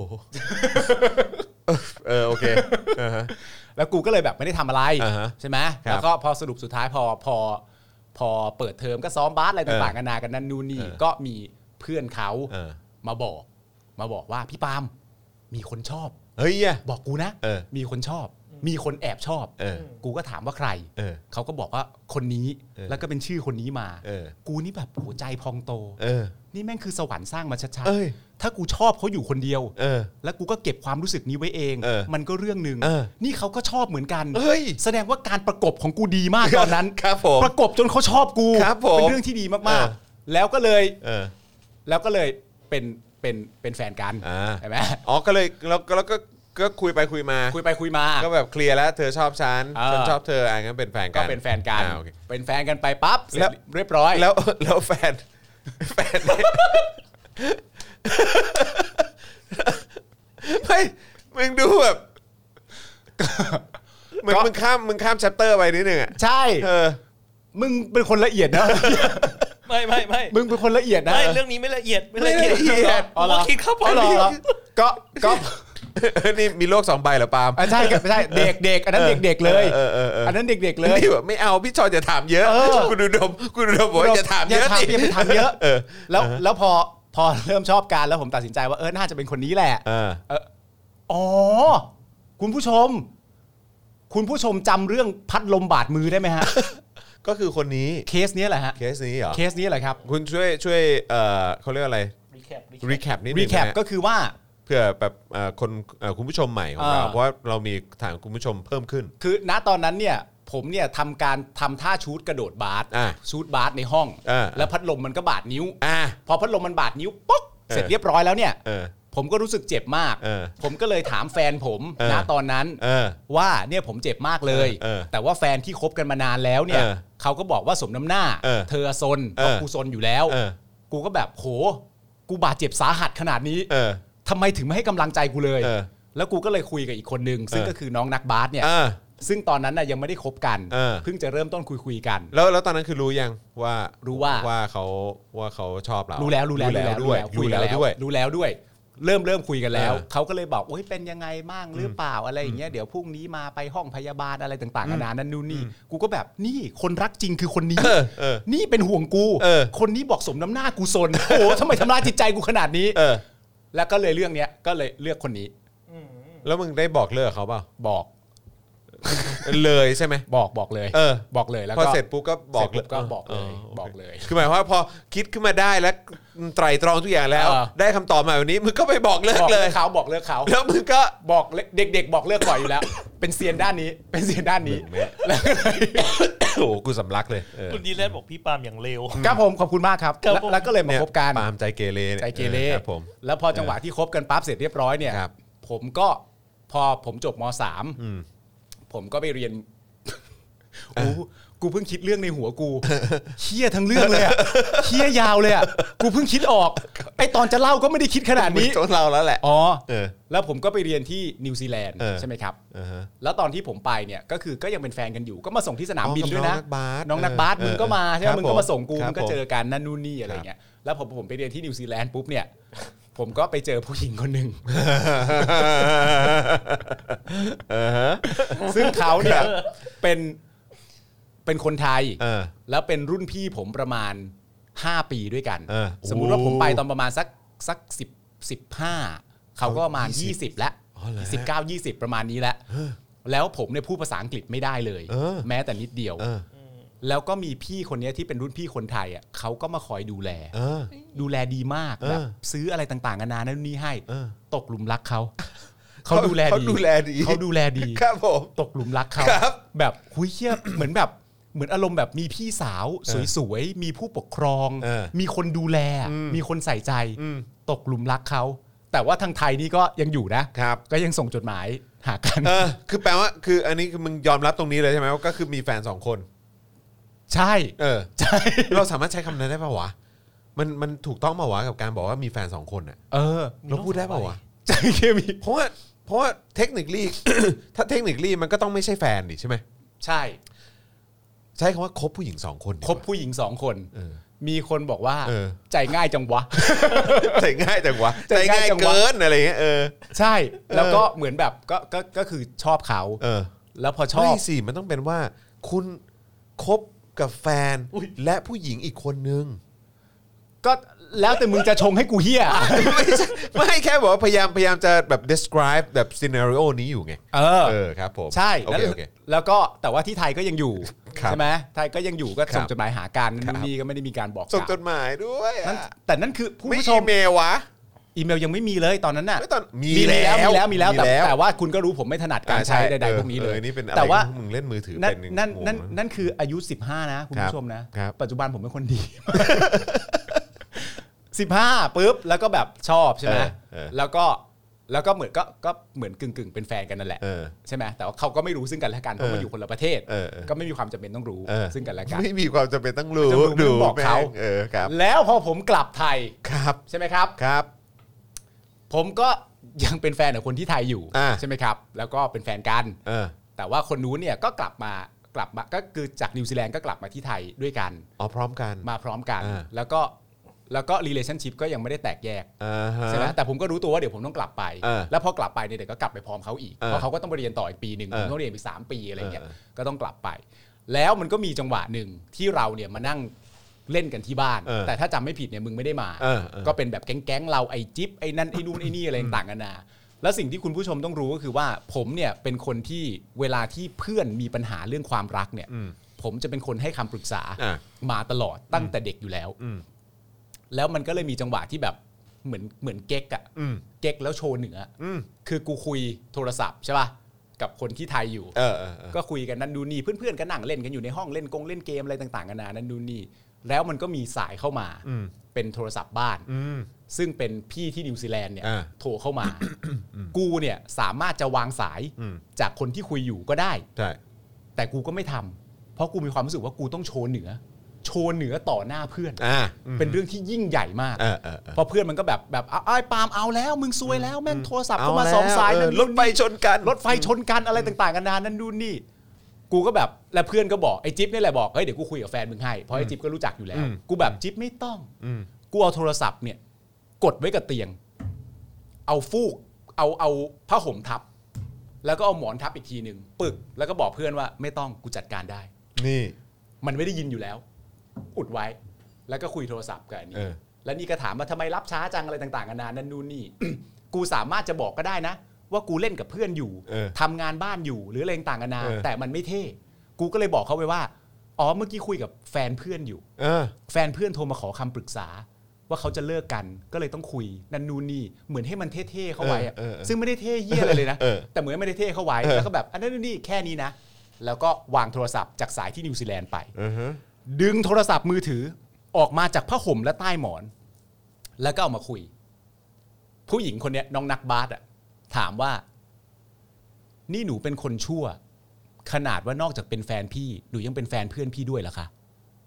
เออโอเคอ่าฮะแล้วกูก็เลยแบบไม่ได้ทำอะไรอ่าฮะใช่ไหมครับแล้วก็พอสรุปสุดท้ายพอพอพอเปิดเทอมก็ซ้อมบาสอะไรเออต่างๆกันานากันนั่นนู่นนี่เออก็มีเพื่อนเขาเออมาบอก มาบอกว่าพี่ปาล์มมีคนชอบเฮ้ยอ่ะบอกกูนะเออมีคนชอบ มีคนแอบชอบเออกูก็ถามว่าใครเออเขาก็บอกว่าคนนี้เออแล้วก็เป็นชื่อคนนี้มาเออกูนี่แบบหัวใจพองโตเออนี่แม่งคือสวรรค์สร้างมาชัดเอ้ยๆถ้ากูชอบเขาอยู่คนเดียวเออแล้วกูก็เก็บความรู้สึกนี้ไว้เองเออมันก็เรื่องหนึ่งเออนี่เขาก็ชอบเหมือนกันเฮ้ยแสดงว่าการประกบของกูดีมากตอนนั้นครับผมประกบจนเขาชอบกูครับผมเป็นเรื่องที่ดีมากเออๆ แล้วก็เลยเออแล้วก็เลยเป็นเป็นเป็นแฟนกันอ่าใช่ไหมอ๋อก็เลยแล้วแล้วก็ก็คุยไปคุยมาคุยไปคุยมาก็แบบเคลียร์แล้วเธอชอบฉันเออฉันชอบเธออ่ะงั้นเป็นแฟนกัก็นเป็นแฟนกันอ่าโอเคเป็นแฟนกันไปปั๊บเสร็จแล้วเรียบร้อยแล้วแล้วแฟนแฟนไม่มึงดูแบบเหมือนมึงข้ามมึงข้ามแชปเตอร์ไปนิดนึงอ่ะใช่เออมึงเป็นคนละเอียดนะไม่ไม่ไม่มึงเป็นคนละเอียดนะไม่เรื่องนี้ไม่ละเอียดไม่ละเอียดไม่ละเอียดผมก็คิดเข้าไปอ๋อเหรอก็ก็นี่มีโลกสองใบเหรอปาล์มอ่ะใช่ครับไม่ใช่เด็กๆอันนั้นเด็กๆเลยเออเออเอออันนั้นเด็กๆเลยนี่แบบไม่เอาพี่ชอนจะถามเยอะเออคุณดูดมคุณดูดมบอกว่าอย่าถามเยอะอย่าถามสิอย่าไปถามเยอะเออแล้วแล้วพอพอเริ่มชอบกันแล้วผมตัดสินใจว่าเออน่าจะเป็นคนนี้แหละเออเอออ๋อคุณผู้ชม คุณผู้ชมจำเรื่องพัดลมบาดมือได้ไหมฮะก็คือคนนี้เคสนี้แหละฮะเคสนี้เหรอเคสนี้แหละครับคุณช่วยช่วยเอ่อเขาเรียกอะไร recap รีแคปนิดนึงรีแคปนะฮะก็คือว่าเพื่อแบบเอ่อคนเอ่อคุณผู้ชมใหม่ของเราอ่าเพราะว่าเรามีฐานคุณผู้ชมเพิ่มขึ้นคือณตอนนั้นเนี่ยผมเนี่ยทำการทำท่าชูดกระโดดบาสอ่ะชูดบาสในห้องอ่าแล้วพัดลมมันก็บาดนิ้วอ่ะพอพัดลมมันบาดนิ้วป๊อกเออเสร็จเรียบร้อยแล้วเนี่ยเออผมก็รู้สึกเจ็บมากเออผมก็เลยถามแฟนผมเออณตอนนั้นเออว่าเนี่ยผมเจ็บมากเลยเออเออแต่ว่าแฟนที่คบกันมานานแล้วเนี่ยเออเขาก็บอกว่าสมน้ำหน้าเออเธอซนเออเพราะกูซนอยู่แล้วเออกูก็แบบโหกูบาดเจ็บสาหัสขนาดนี้เออทำไมถึงไม่ให้กำลังใจกูเลยเออแล้วกูก็เลยคุยกับอีกคนนึงซึ่งเออก็คือน้องนักบาสเนี่ยอ่ะซึ่งตอนนั้นน่ะยังไม่ได้คบกันเออเพิ่งจะเริ่มต้นคุยคุยๆกันแล้วแล้วตอนนั้นคือรู้ยังว่ารู้ว่าว่าเขาว่าเขาชอบเรารู้แล้วรู้แล้วรู้แล้วด้วยคุรู้ยกันแล้วแล้วด้วยรู้แล้วด้วย เริ่มเริ่มคุยกันแล้วเออเขาก็เลยบอกโอ้ยเป็นยังไงบ้างหรือเปล่าอะไรอย่างเงี้ยเดี๋ยวพรุ่งนี้มาไปห้องพยาบาลอะไรต่างๆนานานั่นนู่นนี่กูก็แบบนี่คนรักจริงคือคนนี้เออเออนี่เป็นห่วงกูเออคนนี้บอกสมน้ำหน้ากูซนโอ้โหทำไมทำร้ายจิตใจกูขนาดนี้เออแล้วก็เลยเรื่องเนี้ยก็เลยเลือกคนนี้แล้วมึงได้บอกเลิกเขาเปล่าบอกเลยใช่ไหมบอกบอกเลยเออบอกเลยแล้วพอก็เสร็จปุ๊บก็บอกเสร็จปุ๊บก็บอกเลยโคบอกเลยคือหมายความว่าพอคิดขึ้นมาได้แล้วไตร่ตรองทุกอย่างแล้วเออได้คำตอบมาแบบนี้มึงก็ไปบอกเลิกบอกเลเลิยกเขาบอกเลิกเขาแล้วมึงก็บอกเด็กๆ บอกเลิกบ่อยอยู่แล้ว เป็นเซียนด้านนี้ เป็นเซียนด้านนี้แล้วก็เลยโอ้โหกูสำลักเลยเออคุณดีแลนบอกพี่ปาล์มอย่างเร็วครับผมขอบคุณมากครับครับแล้วผมแล้วก็เลยมาเนี่ยคบกันปาล์มใจเกเรนี่ยใจเกเรออครับผมแล้วพอจังหวะที่คบกันปั๊บเสร็จเรียบร้อยเนี่ยครับผมก็พอผมจบมสามอืมผมก็ไปเรียนโอ้กูเพิ่งคิดเรื่องในหัวกูเฮี้ยทั้งเรื่องเลยอะเฮี้ยยาวเลยอะกูเพิ่งคิดออกไอตอนจะเล่าก็ไม่ได้คิดขนาดนี้มึงต้องเราแล้วแหละอ๋อเออแล้วผมก็ไปเรียนที่นิวซีแลนด์เออใช่ไหมครับอ่าฮะแล้วตอนที่ผมไปเนี่ยก็คือก็ยังเป็นแฟนกันอยู่ก็มาส่งที่สนามบินอ๋อด้วยนะกับน้องนักบาสน้องนักบาสเออมึงก็มาใช่ไหมครับมึงก็มาส่งกูผมมึงก็ครับเจอกันนั่นนู่นนี่อะไรเงี้ยแล้วผมผมไปเรียนที่นิวซีแลนด์ปุ๊บเนี่ยผมก็ไปเจอผู้หญิงคนหนึ่งเออฮะซึ่งเขาเนี่ยเป็นเป็นคนไทยเออแล้วเป็นรุ่นพี่ผมประมาณห้าปีด้วยกันเออสมมุติว่าผมไปตอนประมาณสักสักสิบ สิบห้าเขาก็ประมาณยี่สิบแล้วอ๋อเหรอฮะสิบเก้า ยี่สิบประมาณนี้แล้วแล้วผมเนี่ยพูดภาษาอังกฤษไม่ได้เลยเออแม้แต่นิดเดียวเออแล้วก็มีพี่คนนี้ที่เป็นรุ่นพี่คนไทยอ่ะเขาก็มาคอยดูแลเออดูแลดีมากเออแบบซื้ออะไรต่างๆนานานั่นนี่ให้เออตกหลุมรักเขาเขาดูแลเขาดีดูแลดีเขาดูแลดีครับผมตกหลุมรักเขาครับแบบหุยเชี่ยเหมือนแบบเหมือนอารมณ์แบบมีพี่สาวสวยๆมีผู้ปกครองเออมีคนดูแลอืมมีคนใส่ใจอืมตกหลุมรักเขาแต่ว่าทางไทยนี่ก็ยังอยู่นะครับก็ยังส่งจดหมายหากันเออคือแปลว่าคืออันนี้คือมึงยอมรับตรงนี้เลยใช่ไหมว่าก็คือมีแฟนสองคนใช่เออใช่เราสามารถใช้คำนั้นได้ป่าวะมันมันถูกต้องป่าวะกับการบอกว่ามีแฟนสองคนอ่ะเออเราพูดได้ป่าวะใจเคมีเพราะว่าเพราะว่าเทคนิคลี่ ถ้าเทคนิคลี่มันก็ต้องไม่ใช่แฟนดิใช่ไหมใช่ใช้คำว่าคบผู้หญิงสองคนดีกคว่าบผู้หญิงสองคนเออมีคนบอกว่าเออใจง่ายจังวะใจง่ายจังวะใจใจง่ายง่ายจังวะเกินอะไรเงี้ยเออใช่ แล้วก็เหมือนแบบก็ก็ก็คือชอบเขาเออแล้วพอชอบไม่สิมันต้องเป็นว่าคุณคบกับแฟนและผู้หญิงอีกคนนึงก็แล้วแต่มึงจะชงให้กูเฮียไม่ใช่ไม่แค่บอกว่าพยายามพยายามจะแบบ describe แบบ scenario นี้อยู่ไงเออเออครับผมใช่โอแล้วเคโอเคแล้วก็แต่ว่าที่ไทยก็ยังอยู่ครับใช่ไหมไทยก็ยังอยู่ก็ส่งครับจดหมายหากันครับนู่นนี่ก็ไม่ได้มีการบอกส่งกล่าวจดหมายด้วยอะนั่นแต่นั่นคือผู้ไม่ชอีมเมลวะอีเมลยังไม่มีเลยตอนนั้นน่ะไม่ตอนมีมีแล้วแล้วมีแล้วมีแล้วแต่มีแล้วแต่ว่าคุณก็รู้ผมไม่ถนัดการใช้อ่าใดๆพวกนี้เลยออนี่เป็นอะไรแต่ว่ามึงเล่นมือถือนั่นเป็นนั่นงงนั่นนั่นคืออายุสิบห้านะคุณครับผู้ชมนะครับ ปัจจุบันผมเป็นคนดี สิบห้าปุ๊บแล้วก็แบบชอบใช่ไหมเออเออแล้วก็แล้วก็เหมือนก็ก็เหมือนกึ่งกึ่งๆเป็นแฟนกันนั่นแหละเออใช่ไหมแต่ว่าเขาก็ไม่รู้ซึ่งกันและกันเพราะมันอยู่คนละประเทศเออเออก็ไม่มีความจำเป็นต้องรู้เออซึ่งกันและกันไม่มีความจำเป็นต้องรู้จะรู้ไม่ต้องบอกเขาแม่งเออครับแล้วพอผมกลับไทยครับใช่ไหมครับครับผมก็ยังเป็นแฟนกับคนที่ไทยอยู่อ่าใช่ไหมครับแล้วก็เป็นแฟนกันเออแต่ว่าคนนู้นเนี่ยก็กลับมากลับมาก็คือจากนิวซีแลนด์ก็กลับมาที่ไทยด้วยกันอ๋อพร้อมกันมาพร้อมกันอ่าแล้วก็แล้วก็ relationship ก็ยังไม่ได้แตกแยก uh-huh. ใช่ไหมแต่ผมก็รู้ตัวว่าเดี๋ยวผมต้องกลับไป uh. แล้วพอกลับไปเนี่ยเดี๋ยวก็กลับไปพร้อมเขาอีก uh. เพราะเขาก็ต้องไปเรียนต่ออีกปีนึง uh. ผมต้องเรียนอีกสามปีอะไรเงี้ย uh. ก็ต้องกลับไปแล้วมันก็มีจังหวะหนึ่งที่เราเนี่ยมานั่งเล่นกันที่บ้าน uh. แต่ถ้าจำไม่ผิดเนี่ยมึงไม่ได้มา uh. Uh. ก็เป็นแบบแก๊งๆเราไอ้จิ๊บไอ้นั่นไอ้นู่นไอ้นี่อะไรต่างกันนาแล้วสิ่งที่คุณผู้ชมต้องรู้ก็คือว่าผมเนี่ยเป็นคนที่เวลาที่เพื่อนมีปัญหาเรื่องความรักเนี่ยผมจะเป็นคนให้คำปรึกษามาตลอดตั้งแต่เด็กอยู่แล้วแล้วมันก็เลยมีจังหวะที่แบบเหมือนเหมือนเก๊กอะเก๊กแล้วโชว์เหนือคือกูคุยโทรศัพท์ใช่ป่ะกับคนที่ไทยอยู่ก็คุยกันนั่นดูนี่เพื่อนๆก็นั่งเล่นกันอยู่ในห้องเล่นกงเล่นเกมอะไรต่างๆกันานานั่นดูนี่แล้วมันก็มีสายเข้ามาเป็นโทรศัพท์บ้านซึ่งเป็นพี่ที่นิวซีแลนด์เนี่ยโทรเข้ามากูเนี่ยสามารถจะวางสายจากคนที่คุยอยู่ก็ได้แต่กูก็ไม่ทำเพราะกูมีความรู้สึกว่ากูต้องโชว์เหนือโชว์เหนือต่อหน้าเพื่อนเป็นเรื่องที่ยิ่งใหญ่มากเพราะเพื่อนมันก็แบบแบบไอ้ปาล์มเอาแล้วมึงซวยแล้วแม่งโทรศัพท์เข้ามาสองสายนั่นรถไฟชนกันรถไฟชนกันอะไรต่างๆกันานานั่นดูนี่กูก็แบบแล้วเพื่อนก็บอกไอ้จิ๊บนี่แหละบอกเฮ้ยเดี๋ยวกูคุยกับแฟนมึงให้เพราะไอ้จิ๊บก็รู้จักอยู่แล้วกูแบบจิ๊บไม่ต้องกูเอาโทรศัพท์เนี่ยกดไว้กับเตียงเอาฟูกเอาเอาผ้าห่มทับแล้วก็เอาหมอนทับอีกทีนึงปึกแล้วก็บอกเพื่อนว่าไม่ต้องกูจัดการได้นี่มันไม่ได้ยินอยู่แล้วอุดไว้แล้วก็คุยโทรศัพท์กันอันนี้แล้วนี่ก็ถามว่าทำไมรับช้าจังอะไรต่างๆกันานานั่นนู่นนี่ กูสามารถจะบอกก็ได้นะว่ากูเล่นกับเพื่อนอยู่ทำงานบ้านอยู่หรืออะไรต่างๆกันานาแต่มันไม่เท่กูก็เลยบอกเขาไปว่าอ๋อเมื่อกี้คุยกับแฟนเพื่อนอยู่แฟนเพื่อนโทรมาขอคำปรึกษาว่าเขาจะเลิกกันก็เลยต้องคุยนั่นนู่นนี่เหมือนให้มันเท่ๆเข้าไว้อะซึ่งไม่ได้เท่เหี้ยอะไรเลยนะแต่เหมือนไม่ได้เท่เข้าไว้แล้วก็แบบอันนั้นนี่แค่นี้นะแล้วก็วางโทรศัพท์จากสายที่นิวซีแลนด์ไปดึงโทรศัพท์มือถือออกมาจากผ้าห่มและใต้หมอนแล้วก็เอามาคุยผู้หญิงคนนี้น้องนักบาสอ่ะถามว่านี่หนูเป็นคนชั่วขนาดว่านอกจากเป็นแฟนพี่หนูยังเป็นแฟนเพื่อนพี่ด้วยเหรอคะ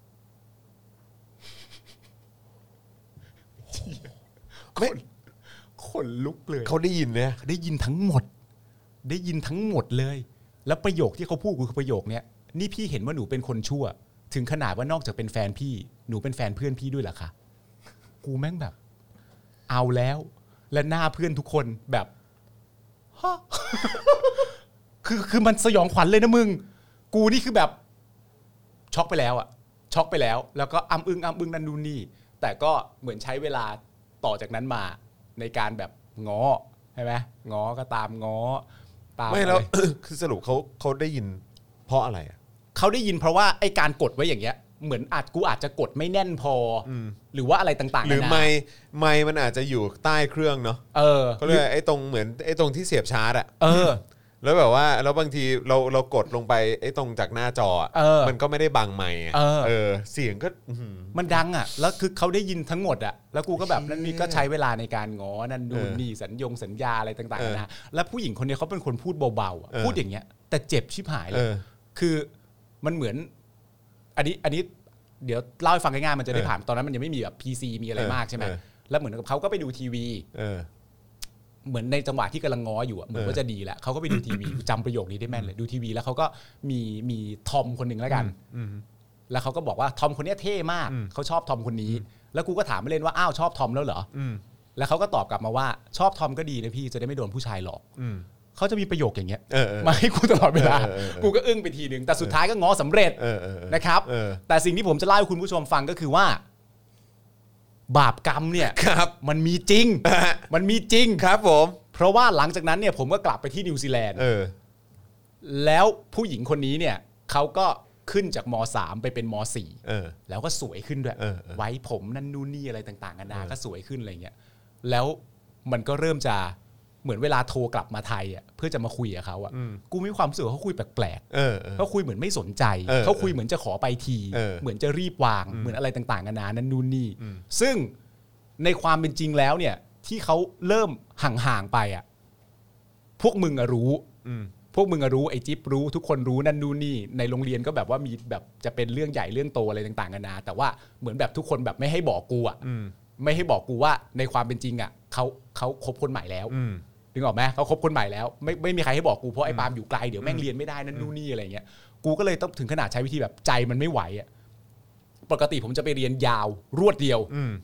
ไม่คนลุกเลยเขาได้ยินเนี่ยได้ยินทั้งหมดได้ยินทั้งหมดเลยแล้วประโยคที่เขาพูดคือประโยคเนี้ยนี่พี่เห็นว่าหนูเป็นคนชั่วถึงขนาดว่านอกจากเป็นแฟนพี่หนูเป็นแฟนเพื่อนพี่ด้วยเหรอคะกูแม่งแบบเอาแล้วและหน้าเพื่อนทุกคนแบบฮะ คือคือมันสยองขวัญเลยนะมึงกูนี่คือแบบช็อกไปแล้วอะช็อกไปแล้วแล้วก็อ้ำอึ้งอ้ำอึ้งนั่นนู่นนี่แต่ก็เหมือนใช้เวลาต่อจากนั้นมาในการแบบง้อใช่ไหมง้อก็ตามง้อตามไม่แล้ว คือสรุปเขาเขาได้ยินเพราะอะไรอะเขาได้ยินเพราะว่าไอ้การกดไว้อย่างเงี้ยเหมือนอาจกูอาจจะกดไม่แน่นพอหรือว่าอะไรต่างๆหรือไม่ไม่มันอาจจะอยู่ใต้เครื่องเนาะเออเขาเรียกไอ้ตรงเหมือนไอ้ตรงที่เสียบชาร์จอะเออแล้วแบบว่าแล้วบางทีเราเรากดลงไปไอ้ตรงจากหน้าจอมันก็ไม่ได้บังไมค์เออเสียงก็มันดังอ่ะแล้วคือเขาได้ยินทั้งหมดอ่ะแล้วกูก็แบบนั่นนี่ก็ใช้เวลาในการง้อนั่นดูนี่สัญญงสัญญาอะไรต่างๆนะแล้วผู้หญิงคนนี้เขาเป็นคนพูดเบาๆพูดอย่างเงี้ยแต่เจ็บชิบหายเลยคือมันเหมือนอันนี้อันนี้เดี๋ยวเล่าให้ฟังง่ายๆมันจะได้ผ่านตอนนั้นมันยังไม่มีแบบ พี ซี มีอะไรมากใช่ไหมแล้วเหมือนกับเขาก็ไปดูทีวีเหมือนในจังหวะที่กำลังง้ออยู่เหมือนว่าจะดีแล้วเขาก็ไปดูทีวีจำประโยคนี้ได้แม่นเลยดูทีวีแล้วเขาก็มีมีทอมคนหนึ่งแล้วกันแล้วเขาก็บอกว่าทอมคนนี้เท่มากเขาชอบทอมคนนี้แล้วกูก็ถามมาเล่นว่าอ้าวชอบทอมแล้วเหรอแล้วเขาก็ตอบกลับมาว่าชอบทอมก็ดีนะพี่จะได้ไม่โดนผู้ชายหลอกเขาจะมีประโยคอย่างเงี้ยมาให้กูตลอดเวลากูก็อึ้งไปทีนึงแต่สุดท้ายก็ง้อสำเร็จนะครับแต่สิ่งที่ผมจะเล่าให้คุณผู้ชมฟังก็คือว่าบาปกรรมเนี่ยมันมีจริงมันมีจริงครับผมเพราะว่าหลังจากนั้นเนี่ยผมก็กลับไปที่นิวซีแลนด์แล้วผู้หญิงคนนี้เนี่ยเขาก็ขึ้นจากม.สาม ไปเป็นม.สี่ แล้วก็สวยขึ้นด้วยไว้ผมนั่นนู่นนี่อะไรต่างๆกันานาก็สวยขึ้นอะไรเงี้ยแล้วมันก็เริ่มจะเหมือนเวลาโทรกลับมาไทยอ่ะเพื่อจะมาคุยกับเขาอ่ะกูมีความรู้สึกว่าเขาคุยแปลกๆเขาคุยเหมือนไม่สนใจเขาคุยเหมือนจะขอไปทีเหมือนจะรีบวางเหมือนอะไรต่างๆกันานานั่นนู่นนี่ซึ่งในความเป็นจริงแล้วเนี่ยที่เขาเริ่มห่างๆไปอ่ะพวกมึงอะรู้พวกมึงอะรู้ไอ้จิ๊บรู้ทุกคนรู้นั่นนู่นนี่ในโรงเรียนก็แบบว่ามีแบบจะเป็นเรื่องใหญ่เรื่องโตอะไรต่างๆกันานาแต่ว่าเหมือนแบบทุกคนแบบไม่ให้บอกกูอ่ะไม่ให้บอกกูว่าในความเป็นจริงอ่ะเขาเขาคบคนใหม่แล้วนึกออกไหมเขาคบคนใหม่แล้วไม่ไม่มีใครให้บอกกูเพราะไอ้ปาล์มอยู่ไกลเดี๋ยวแม่งเรียนไม่ได้นั่นนู่นนี่อะไรเงี้ยกูก็เลยต้องถึงขนาดใช้วิธีแบบใจมันไม่ไหวอ่ะปกติผมจะไปเรียนยาวรวดเดียว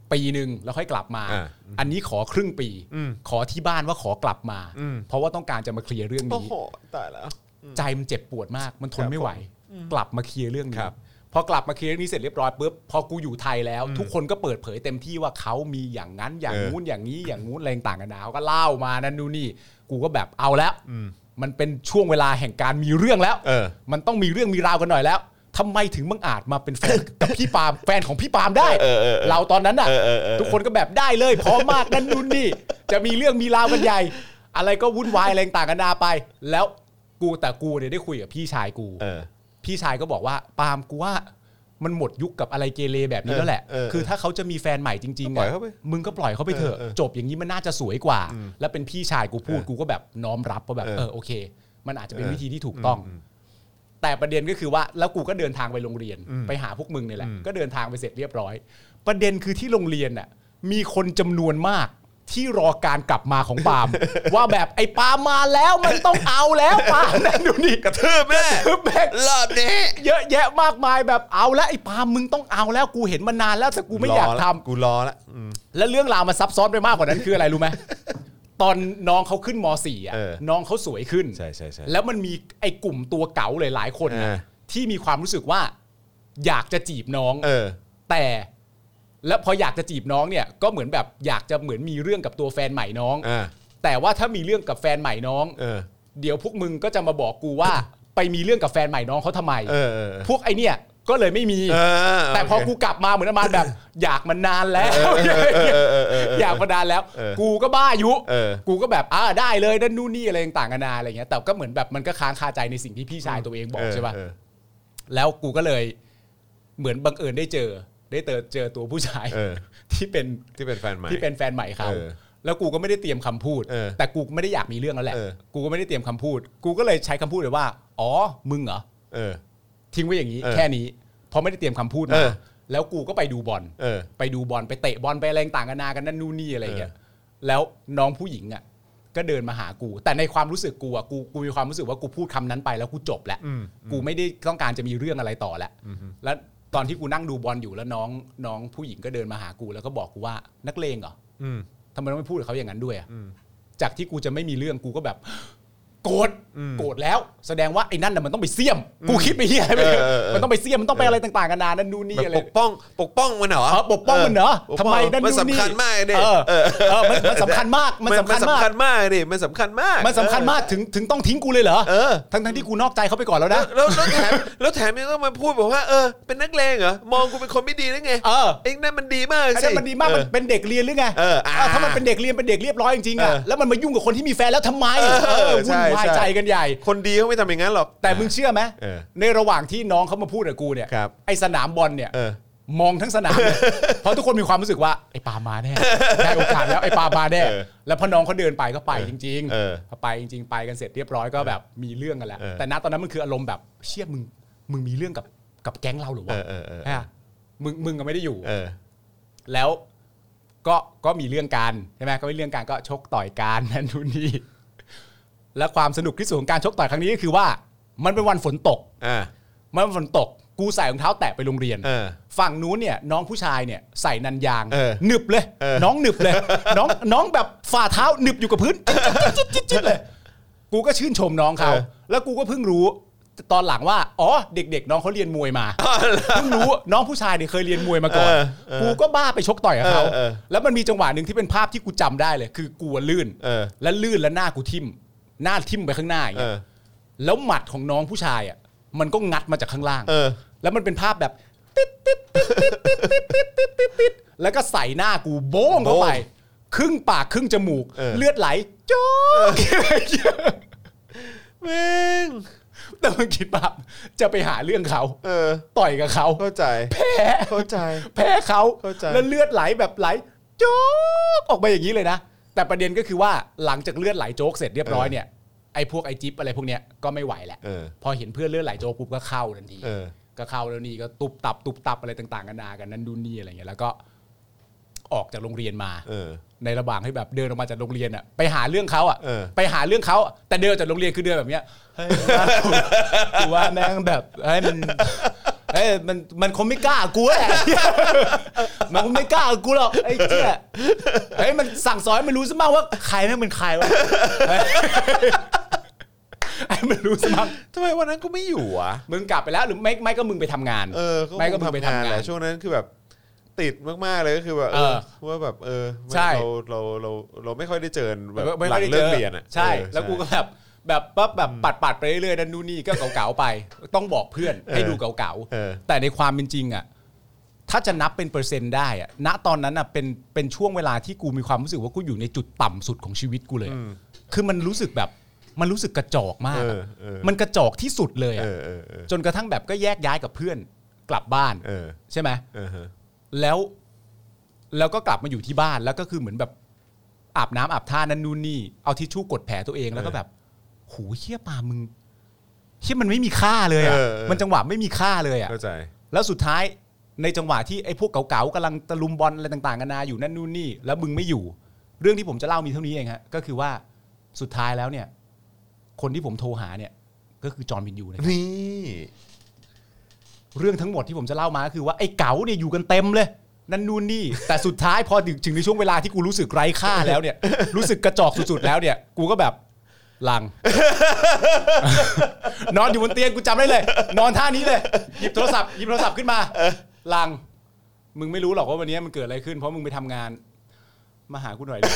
ปีนึงแล้วค่อยกลับมาอ่าอันนี้ขอครึ่งปีอืมขอที่บ้านว่าขอกลับมาอืมเพราะว่าต้องการจะมาเคลียร์เรื่องโอ้นี้โหตายแล้วใจมันเจ็บปวดมากมันทนไม่ไหว กลับมาเคลียร์เรื่องคนี้รับพอกลับมาเคลียร์เรื่องนี้เสร็จเรียบร้อยปุ๊บพอกูอยู่ไทยแล้ว ทุกคนก็เปิดเผยเต็มที่ว่าเขามีอย่างนั้นอย่างงู้นอย่างนี้อย่างงู้นอะไรต่างกันนะเขาก็เล่ามานั่นนู่นนี่กูก็แบบเอาแล้วมันเป็นช่วงเวลาแห่งการมีเรื่องแล้วเออมันต้องมีเรื่องมีราวกันหน่อยแล้วทำไมถึงมึงอาจมาเป็นแฟน กับพี่ปาล์มแฟนของพี่ปาล์มได้เออเออเออเราตอนนั้นอ่ะเออเออเออทุกคนก็แบบได้เลยพร้อมมากนั่นนู่นนี่จะมีเรื่องมีราวกันใหญ่ อะไรก็วุ่นวายอะไรต่างกันนาไป แล้วกูแต่กูเนี่ยได้คุยกับพี่ชายกูเออพี่ชายก็บอกว่าปาล์มกูว่ามันหมดยุคกับอะไรเกเรแบบนี้แล้วแหละเออเออคือถ้าเขาจะมีแฟนใหม่จริงๆก็ปล่อยอ่ะเขาไปมึงก็ปล่อยเขาไปเถอะเออเออจบอย่างนี้มันน่าจะสวยกว่า แล้วเป็นพี่ชายกูพูดเออกูก็แบบน้อมรับว่าแบบเออเออโอเค มันอาจจะเป็นเออวิธีที่ถูกต้อง แต่ประเด็นก็คือว่าแล้วกูก็เดินทางไปโรงเรียนไปหาพวกมึงนี่แหละอืมก็เดินทางไปเสร็จเรียบร้อย ประเด็นคือที่โรงเรียนน่ะมีคนจำนวนมากที่รอการกลับมาของปาล์ม ว่าแบบไอ้ปาล์มมาแล้วมันต้องเอาแล้วปาล์มนั่นดูนี่กระทืบแม่คือแม่งรอบนี้เยอะแยะมากมายแบบเอาแล้วไอ้ปาล์มมึงต้องเอาแล้วกูเห็นมานานแล้วแต่กูไม่อยากทำกูรอละอืมแล้วเรื่องราวมันซับซ้อนไปมากกว่านั้นคืออะไรรู้ไหม ตอนน้องเขาขึ้นม .สี่ อ่ะเออน้องเขาสวยขึ้นใช่ใช่ใช่แล้วมันมีไอ้กลุ่มตัวเก๋าหลายๆคนนะเออที่มีความรู้สึกว่า อยากจะจีบน้องเออแต่แล้วพออยากจะจีบน้องเนี่ยก็เหมือนแบบอยากจะเหมือนมีเรื่องกับตัวแฟนใหม่น้องอ่าแต่ว่าถ้ามีเรื่องกับแฟนใหม่น้องเออเดี๋ยวพวกมึงก็จะมาบอกกูว่า ไปมีเรื่องกับแฟนใหม่น้องเขาทำไมเออเออพวกไอเนี่ยก็เลยไม่มีเออแต่พอโเคกูกลับมาเหมือนประมาณแบบ อยากมานานแล้วเออเออเออเอออยากมานานแล้วเออกูก็บ้าอายุเออกูก็แบบอ่าได้เลยนั่นนู่นนี่อะไรต่างกันานาอะไรเงี้ยแต่ก็เหมือนแบบมันก็ค้างคาใจในสิ่งที่พี่ชายตัวเองบอกใช่ป่ะเออแล้วกูก็เลยเหมือนบังเอิญได้เจอ ได้เจอเจอตัวผู้ชายเออที่เป็นที่เป็นแฟนใหม่ที่เป็นแฟนใหม่เขาเออแล้วกูก็ไม่ได้เตรียมคำพูดเออแต่กูไม่ได้อยากมีเรื่องแล้วแหละเออกูก็ไม่ได้เตรียมคำพูด กูก็เลยใช้คำพูดเลยว่าอ๋อมึงเหรอเออทิ้งไว้อย่างนี้เออแค่นี้เพราะไม่ได้เตรียมคำพูดเอมาอแล้วกูก็ไปดูบอลเออไปดูบอลไปเตะบอลไปอะไรต่างกันานากันนั่นนู่นนี่อะไรเงี้ยแล้วน้องผู้หญิงอ่ะก็เดินมาหากู แต่ในความรู้สึกกูอ่ะกูกูมีความรู้สึกว่ากูพูดคำนั้นไปแล้วกูจบแล้วอืมกูไม่ได้ต้องการจะมีเรื่องอะไรต่อแล้วแล้วตอนที่กูนั่งดูบอลอยู่แล้วน้องน้องผู้หญิงก็เดินมาหากูแล้วก็บอกกูว่านักเลงเหรออืมทำไมต้องไม่พูดกับเขาอย่างนั้นด้วยอ่ะอืมจากที่กูจะไม่มีเรื่องกูก็แบบ โกรธอืมโกรธแล้ว แสดงว่าไอ้นั่นน่ะมันต้องไปเสี่ยมกูคิดไปเฮียอะไรไปเถอะเออเออเออมันต้องไปเสี่ยมมันต้องไปอะไรต่างๆกันานานั่นนู่นนี่แบบอะไรปกป้องปกป้องมันเหรอเออปกป้องมันเหรอปกทำป้องไมนั่นมันนู่นนี่สำคัญมากดิเออเออมันมันสำคัญมากมันสำคัญมากมากดิมันสำคัญมากมันสำคัญมากถึงถึงต้องทิ้งกูเลยเหรอเออทั้งทั้งที่กูนอกใจเขาไปก่อนแล้วนะแล้วแล้วแถมแล้วแถมยังต้องมาพูดบอกว่าเออเป็นนักเลงเหรอมองกูเป็นคนไม่ดีได้ไงเออเอ็งนั่นมันดีมากไอ้สินั่นมันดีมากมันเป็นเด็กเรียนหรือไงเอออ่าเออถ้ามันเป็นเด็กเรียนเป็นเด็กเรียบร้อยจริงๆอ่ะเออแล้วมันมายุ่งกับคนที่มีแฟนแล้วทำไมเออเออวุ่ใช่นวายใช่ใจกันใหญ่คนดีเขาไม่ทำอย่างนั้นหรอกแต่มึงเชื่อไหมเออในระหว่างที่น้องเขามาพูดกับกูเนี่ยครับไอ้สนามบอลเนี่ยเออมองทั้งสนามเลย เพราะทุกคนมีความรู้สึกว่าไอ้ปามาแน่ได้โอกาสแล้วไอ้ปามาแน่เออแล้วพอน้องเขาเดินไปก็ไปจริงเออๆพอไปจริงๆไปกันเสร็จเรียบร้อยก็แบบมีเรื่องกันแล้วเออแต่ณตอนนั้นมันคืออารมณ์แบบเชี่ยมึงมึงมีเรื่องกับกับแก๊งเราหรือวะเออเออเออฮะมึงมึงก็ไม่ได้อยู่เออแล้วก็ก็มีเรื่องกันใช่ไหมก็มีเรื่องกันก็ชกต่อยกันนั่นนู่นนี่และความสนุกที่สุดของการชกต่อยครั้งนี้ก็คือว่ามันเป็นวันฝนตกอ่ามันเป็นฝนตกกูใส่รองเท้าแตะไปโรงเรียนเออฝั่งนู้นเนี่ยน้องผู้ชายเนี่ยใส่นันยางเออหนึบเลยเออน้องหนึบเลย น้องน้องแบบฝ่าเท้าหนึบอยู่กับพื้นจิ๊ดจิ๊ดจิ๊ดเลยกูก็ชื่นชมน้องเขาแล้วกูก็เพิ่งรู้ตอนหลังว่าอ๋อเด็กๆน้องเขาเรียนมวยมาเพิ่งรู้น้องผู้ชายเนี่ยเคยเรียนมวยมาก่อนเออเออกูก็บ้าไปชกต่อยกับเขาเออเออแล้วมันมีจังหวะหนึ่งที่เป็นภาพที่กูจำได้เลย คือกูลื่นเออแล้วลื่นแล้วหน้ากูทิ่มหน้าทิ่มไปข้างหน้าอย่างเอเงี้อยแล้วหมัดของน้องผู้ชายอ่ะมันก็งัดมาจากข้างล่างเออแล้วมันเป็นภาพแบบติดติดติดติดติดติดติดติดติดติดแล้วก็ใส่หน้ากูโบ้งเข้าไป ครึ่งปากครึ่งจมูกเออเลือดไหลโจ๊กแม่งแต่มึงคิดป่ะจะไปหาเรื่องเขาเออต่อยกับเขาเข้าใจแพ้เข้าใจแพ้เขาเข้าใจแล้วเลือดไหลแบบไหลโจ๊กออกมาอย่างนี้เลยนะแต่ประเด็นก็คือว่าหลังจากเลือดไหลโจ๊กเสร็จเรียบร้อยเนี่ยไอ้พวกไอ้จิ๊บอะไรพวกเนี้ยก็ไม่ไหวแหละเออพอเห็นเพื่อนเลือดไหลโจ๊กปุ๊บก็เข้าทันทีเออก็เข้าแล้วนี่ก็ตุบตับตุบตับอะไรต่างๆกันานากันนั่นดูนี่อะไรเงี้ยแล้วก็ออกจากโรงเรียนมาเออในระหว่างที่แบบเดินออกมาจากโรงเรียนอ่ะไปหาเรื่องเขาอ่ะเออไปหาเรื่องเขาอะแต่เดินจากโรงเรียนคือเดินแบบเนี้ยเฮ้ยกูว่าแม่งแบบเฮ้ยมันเอ้ยมันมันคงไม่กล้ากูแหละมันคงไม่กล้ากูหรอกไอ้เจี๊ยเฮ้ยมันสั่งสอนไม่รู้ซะบ้างว่าใครแม่งเป็นใครวะไอ้มันรู้ซะบ้างทำไมวันนั้นกูไม่อยู่วะมึงกลับไปแล้วหรือไม่ไม่ก็มึงไปทำงานเออไม่ก็มึงไปทำงานแหละช่วงนั้นคือแบบติดมากๆเลยก็คือแบบเออว่าแบบเออเราเราเราเราไม่ค่อยได้เจอแบบหลังเลิกเรียนอ่ะใช่แล้วกูก็แบบแบบปั๊บแบบปัดปัดไปเรื่อยๆนั่นนู่นนี่ก็เก่าๆไปต้องบอกเพื่อนให้ดูเก่าๆแต่ในความเป็นจริงอ่ะถ้าจะนับเป็นเปอร์เซ็นต์ได้อ่ะณตอนนั้นอ่ะเป็นเป็นช่วงเวลาที่กูมีความรู้สึกว่ากูอยู่ในจุดต่ำสุดของชีวิตกูเลยคือมันรู้สึกแบบมันรู้สึกกระจอกมากมันกระจอกที่สุดเลยอ่ะจนกระทั่งแบบก็แยกย้ายกับเพื่อนกลับบ้านใช่ไหมแล้วแล้วก็กลับมาอยู่ที่บ้านแล้วก็คือเหมือนแบบอาบน้ำอาบท่านั่นนู่นนี่เอาทิชชู่กดแผลตัวเองแล้วก็แบบโหเหี้ยปามึงเหี้ยมันไม่มีค่าเลยอ่ะมันจังหวะไม่มีค่าเลยอ่ะเข้าใจแล้วสุดท้ายในจังหวะที่ไอ้พวกเก๋าๆกำลังตะลุมบอลอะไรต่างๆกันานาอยู่นั่นนู่นนี่แล้วมึงไม่อยู่เรื่องที่ผมจะเล่ามีเท่านี้เองฮะก็คือว่าสุดท้ายแล้วเนี่ยคนที่ผมโทรหาเนี่ยก็คือจอห์นวินยูนะครับนี่เรื่องทั้งหมดที่ผมจะเล่ามาก็คือว่าไอ้เก๋าเนี่ยอยู่กันเต็มเลยนั่นนู่นนี่แต่สุดท้ายพอถึงในช่วงเวลาที่กูรู้สึกไร้ค่าแล้วเนี่ยรู้สึกกระจอกสุดๆแล้วเนี่ยกูก็แบบลัง นอนอยู่บนเตียงกูจำได้เลยนอนท่านี้เลยหยิบโทรศัพท์หยิบโทรศัพท์ขึ้นมาลังมึงไม่รู้หรอกว่าวันนี้มันเกิดอะไรขึ้นเพราะมึงไปทำงานมาหากูหน่อยดิ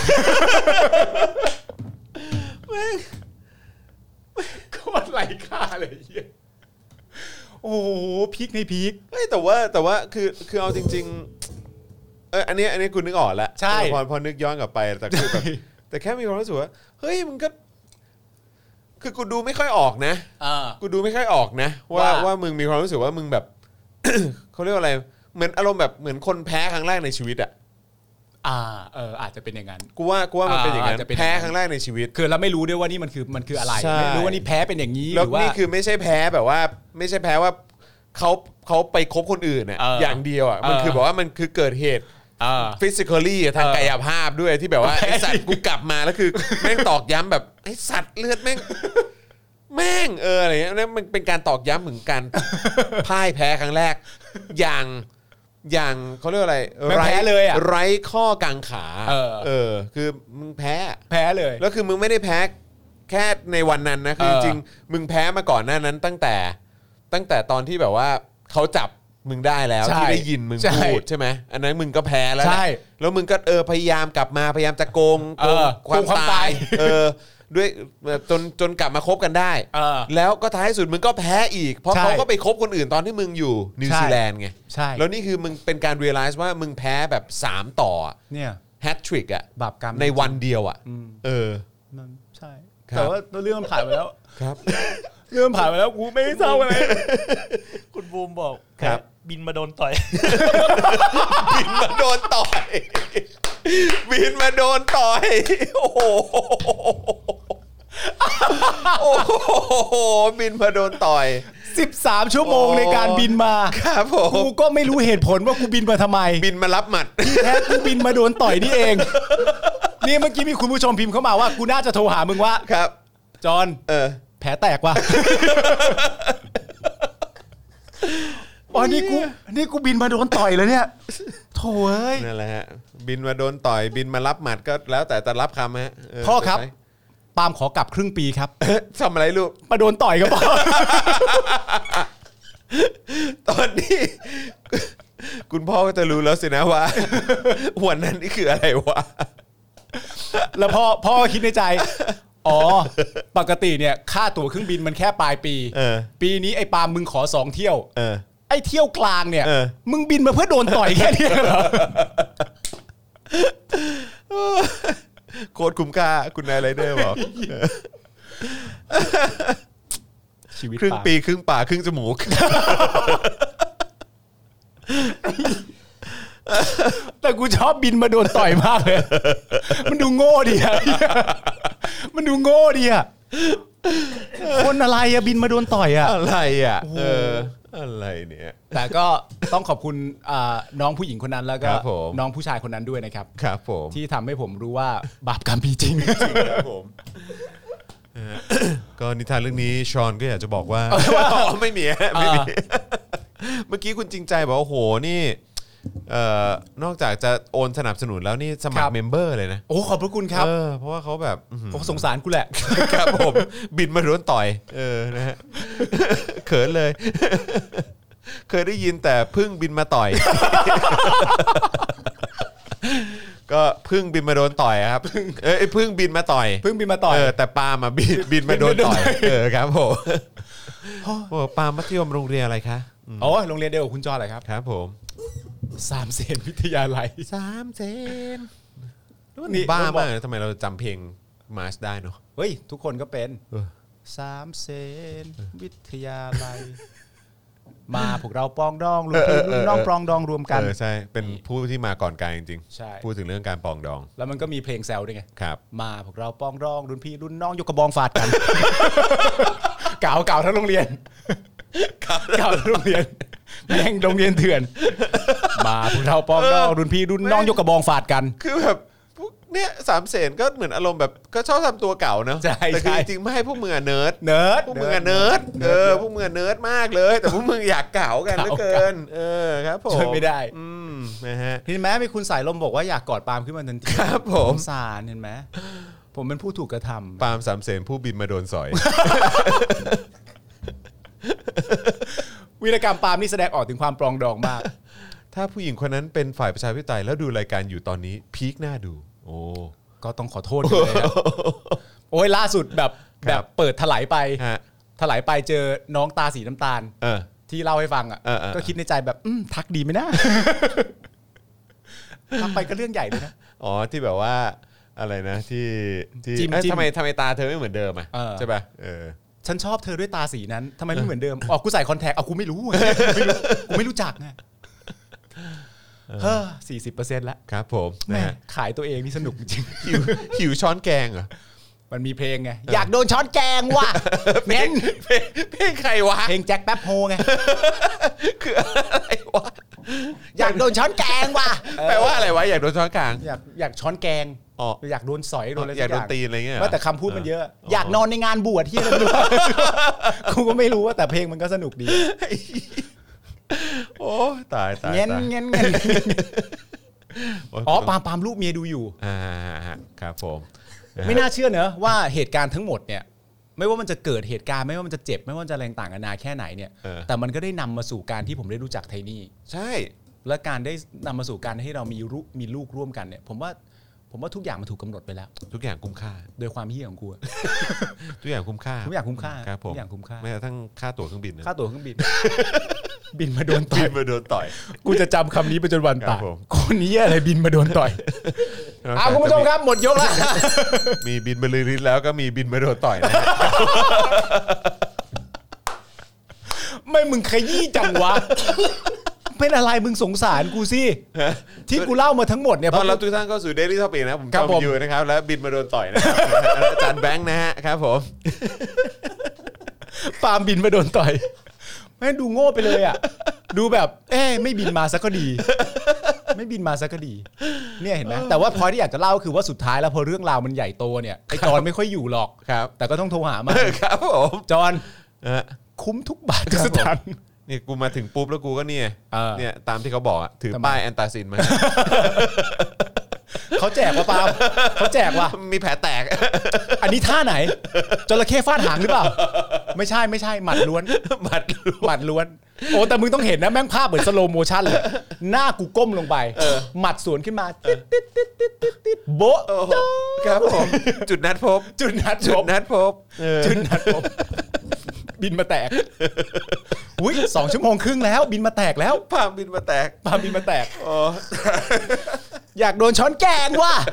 แม่งโคตรไร้ค่าเลยเหี้ยโอ้โหพีคในพีคเฮ้ยแต่ว่าแต่ว่าคือคือเอาจริงๆเอออันนี้อันนี้กูนึกออกแล้วใช่พอพอนึกย้อนกลับไปแต่คือแบบแต่แค่มีความรู้สึกว่าเฮ้ยมันก็คือกูดูไม่ค่อยออกนะกูดูไม่ค่อยออกนะว่าว่ามึงมีความรู้สึกว่ามึงแบบ เขาเรียกว่าอะไรเหมือนอารมณ์แบบเหมือนคนแพ้ครั้งแรกในชีวิตอ่ะอ่าเอออาจจะเป็นอย่างนั้นกูว่ากูว่ามันเป็นอย่างนั้นแพ้ครั้งแรกในชีวิตคือเราไม่รู้ด้วยว่านี่มันคือมันคืออะไรไม่รู้ว่านี่แพ้เป็นอย่างนี้หรือว่านี่คือไม่ใช่แพ้แบบว่าไม่ใช่แพ้ว่าเขาเขาไปคบคนอื่นเนี่ยอย่างเดียวอ่ะมันคือแบบว่ามันคือเกิดเหตุphysically ทางกายภาพด้วยที่แบบว่าไอ้สัตว์กูกลับมาแล้วคือแม่งตอกย้ำแบบไอ้สัตว์เลือดแม่งแม่งเอออะไรเงี้ยนั่นมันเป็นการตอกย้ำเหมือนกันพ่ายแพ้ครั้งแรกอย่างอย่างเขาเรียกอะไรไร้เลยอ่ะไร้ข้อกังขาเออคือมึงแพ้แพ้เลยแล้วคือมึงไม่ได้แพ้แค่ในวันนั้นนะคือจริงมึงแพ้มาก่อนหน้านั้นตั้งแต่ตั้งแต่ตอนที่แบบว่าเขาจับมึงได้แล้วที่ได้ยินมึงพูดใช่ไหมอันนั้นมึงก็แพ้แล้วนะแล้วมึงก็เออพยายามกลับมาพยายามจะโกงโกงความตายเออด้วยจนจนกลับมาคบกันได้แล้วก็ท้ายสุดมึงก็แพ้อีกเพราะเขาก็ไปคบคนอื่นตอนที่มึงอยู่นิวซีแลนด์ไงแล้วนี่คือมึงเป็นการ realize ว่ามึงแพ้แบบสามต่อเนี่ยแฮตทริกอ่ะบาปกรรมในวันเดียวอ่ะเออใช่แต่ว่าเรื่องมันผ่านไปแล้วครับเรื่องผ่านไปแล้วกูไม่เศร้าอะไรคุณบูมบอกครับบินมาโดนต่อยบินมาโดนต่อยบินมาโดนต่อยโอ้โหโอ้โหบินมาโดนต่อยสิบสามชั่วโมงในการบินมาครับผมกูก็ไม่รู้เหตุผลว่ากูบินมาทำไมบินมารับหมัดที่แท้กูบินมาโดนต่อยนี่เองนี่เมื่อกี้มีคุณผู้ชมพิมพ์เข้ามาว่ากูน่าจะโทรหามึงว่าครับจอนเออแผลแตกว่ะอ๋อนี่กูนี่กูบินมาโดนต่อยเลยเนี่ยโถ่เอ้ยนั่นแหละฮะบินมาโดนต่อยบินมารับหมัดก็แล้วแต่จะรับคำฮะพ่อครับปาล์มขอกลับครึ่งปีครับทำอะไรลูกมาโดนต่อยก็พอตอนนี้คุณพ่อก็จะรู้แล้วสินะว่าวันนั้นนี่คืออะไรวะแล้วพ่อพ่อคิดในใจอ๋อปกติเนี่ยค่าตั๋วเครื่องบินมันแค่ปลายปีปีนี้ไอ้ปาล์มมึงขอสองเที่ยวไอ้เที่ยวกลางเนี่ยมึงบินมาเพื่อโดนต่อยแค่นี้เหรอโคตรคุ้มค่าคุณนายไรเดอร์บอกชีวิตครึ่งปีครึ่งป่าครึ่งจมูกแต่กูชอบบินมาโดนต่อยมากเลยมันดูโง่ดีอะมันดูโง่ดีอะคนอะไรอะบินมาโดนต่อยอะอะไรอะเอออะไรเนี่ยแต่ก็ต้องขอบคุณน้องผู้หญิงคนนั้นแล้วก็น้องผู้ชายคนนั้นด้วยนะครับครับผมที่ทำให้ผมรู้ว่าบาปกรรมมีจริงครับผมก็นิทานเรื่องนี้ชอนก็อยากจะบอกว่าไม่มีไม่มีเมื่อกี้คุณจริงใจบอกว่าโอ้โหนี่เอ่อนอกจากจะโอนสนับสนุนแล้วนี่สมัคครัรบเมมเบอร์เลยนะโอ้ขอบพระคุณครับเออเพราะว่าเขาแบบอื้อหือผมสงสารกูแหละครับผมบินมาโดนต่อยเออนะฮะเขินเลย เคยได้ยินแต่พึ่งบินมาต่อย ก็พึ่งบินมาโดนต่อยครับเอ้ยพึ่งบินมาต่อยเพิ่งบินมาต่อยเออแต่ปาล์มอ่ะบินบินมาโดนต่อยเออครับผมโอ้ปาล์มมัธยมโรงเรียนอะไรคะอืมโอ้โรงเรียนเดียวกับคุณจอเหรอครับครับผมสามเสนวิทยาลัยสามเซนนี่บ้าผมบอกมากเลยทำไมเราจำเพลงมาร์ชได้เนาะเฮ้ยทุกคนก็เป็นเออสามเสนวิทยาลัย มาพวกเราปองดองรวมพี่รุ่นน้องปองดองรวมกันเออใช่เป็นผู้ที่มาก่อนการจริงใช่พูดถึงเรื่องการปองดองแล้วมันก็มีเพลงแซวด้วยไงครับมาพวกเราปองดองรุ่นพี่รุ่นน้องยกกระบองฟาดกัน เก่าเก่าทั้งโรงเรียนเก่าทั้งโรงเรียนแม่งโรงเรียนเถื่อน มาพวกเราปองดองรุ่นพี่รุ่นน้องยกกระบองฟาดกันคือแบบพวกเนี่ยสามเสนก็เหมือนอารมณ์แบบก็ชอบทำตัวเก่าเนอะใช่แต่คือใช่จริงๆไม่ให้พวกมึงอะเนิร์ดเนิร์ดพวกมึงอะเนิร์ดเออพวกมึงอะเนิร์ดมากเลย แต่พวกมึงอยากเก่ากันเหลือเกินเออครับผมช่วยไม่ได้อืมนะฮะเห็นไหมมีคุณสายลมบอกว่าอยากกอดปาล์มขึ้นมาทันทีครับผมสงสารเห็นไหมผมเป็นผู้ถูกกระทำปาล์มสามเสนผู้บินมาโดนสอยวีรกรรมปาล์มนี่แสดงออกถึงความปรองดองมากถ้าผู้หญิงคนนั้นเป็นฝ่ายประชาธิปไตยแล้วดูรายการอยู่ตอนนี้พีคหน้าดู โอ้ก็ต้องขอโทษอยู่เลยนะ โอ้ยล่าสุดแบบครับแบบเปิดถลายไปฮะถลายไปเจอน้องตาสีน้ำตาลเออที่เล่าให้ฟังอ่ะเออเออก็คิดในใจแบบอืมทักดีไหมนะ ทักไปก็เรื่องใหญ่เลยนะอ๋อที่แบบว่าอะไรนะที่ที่จิ้มเอ้ยจิ้มทำไมทำไมตาเธอไม่เหมือนเดิมอ่ะเออใช่ป่ะเออฉันชอบเธอด้วยตาสีนั้นทำไมไม่เหมือนเดิมอ๋อกูใส่คอนแทคเอากูไม่รู้ กูไม่รู้กูไม่รู้จักไงเฮ้อสี่สิบเปอร์เซ็นต์แล้วครับผมแม่นะฮะขายตัวเองนี่สนุกจริงหิวหิวช้อนแกงเหรอมันมีเพลงไงอยากโดนช้อนแกงว่ะเน้นเพลงเพลงใครวะเพลงแจ็คแป๊บโฮไงคืออะไรวะอยากโดนช้อนแกงว่ะแปลว่าอะไรวะอยากโดนช้อนกลางอยากอยากช้อนแกงอ๋ออยากโดนสอยโดนอะไรอยากโดนสัตีนอะไรเงี้ยเหรอว่าแต่คำพูดมันเยอะ อยากนอนในงานบวชที่อะไรไม่รู้ กูก็ไม่รู้ว่าแต่เพลงมันก็สนุกดีโอ้ตายตายเงี้ยตายเงี้ยเงี้ยโยอ๋อปาล์มปาล์มลูกเมียดูอยู่อ่าฮะครับผมะฮะไม่น่าเชื่อเนอะว่าเหตุการณ์ทั้งหมดเนี่ยไม่ว่ามันจะเกิดเหตุการณ์ไม่ว่ามันจะเจ็บไม่ว่ามันจะแรงต่างกันานาแค่ไหนเนี่ยเออแต่มันก็ได้นำมาสู่การที่ผมได้รู้จักไทนี่ใช่และการได้นำมาสู่การให้เรามีลูกมีลูกร่วมกันเนี่ย ผมว่าผมว่าทุกอย่างมันถูกกำหนดไปแล้วทุกอย่างคุ้มค่าโดยความเฮี้ยของกูอะทุกอย่างคุ้มค่าทุกอย่างคุ้มค่าครับผมทุกอย่างคุ้มค่าแม้กระทั่งค่าตั๋วเครื่องบินนะค่าตั๋วเครื่องบิน บินมาโดนต่บิอยนมาโดนต่อยกูจะจำคำนี้ไปจนวันครัตาบยผมคนนี้อะไรบินมาโดนต่อยอ้าวคุณผู้ชมครับหมดยกแล้วมีบินบรรลือฤทธิ์แล้วก็มีบินมาโดนต่อยนะฮะไม่มึงขยี้จังวะ เป็นอะไรมึงสงสารกูสิที่กูเล่ามาทั้งหมดเนี่ยตอนรับทุกท่านเข้าสู่ Daily Topic นะครับผมครัจบอมผมอยู่นะครับและบินมาโดนต่อยนะครับ อาจารย์แบงค์นะฮะครับผมปาล์มบินมาโดนต่อยแม่งดูโง่ไปเลยอ่ะดูแบบ เอ้ไม่บินมาซะก็ดี ไม่บินมาซะก็ดี เนี่ยเห็นไหมแต่ว่าพอยที่อยากจะเล่าคือว่าสุดท้ายแล้วพอเรื่องราวมันใหญ่โตเนี่ยไอ้จอนไม่ค่อยอยู่หรอกครับแต่ก็ต้องโทรหามาครับผมจอนเออคุ้มทุกบาททุกสตางค์นี่กูมาถึงปุ๊บแล้วกูก็เนี่ยเออเนี่ยตามที่เขาบอกอะถือทำไมป้ายแอนตาซินมาเขาแจกว่ะปาล์มเขาแจกว่ะมีแผลแตกอันนี้ท่าไหนจระเข้ฟาดหางหรือเปล่า ไม่ใช่ไม่ใช่หมัดล้วนหมัดล้วนหมัดล้วน โอ้แต่มึงต้องเห็นนะแม่งภาพเหมือนสโลโมชั่นเลยหน้ากูก้มลงไปหมัดสวนขึ้นมาติดติดติดติดติดติดโบ๊ะโอ้โหครับผมจุดนัดพบจุดนัดจุจดบนัดพบเออจุดนัดจบบินมาแตกอุ้ยสองชั่วโมงครึ่งแล้ว บินมาแตกแล้วพามบินมาแตกปาล์มบินมาแตกโอ้อยากโดนช้อนแกงว่ะ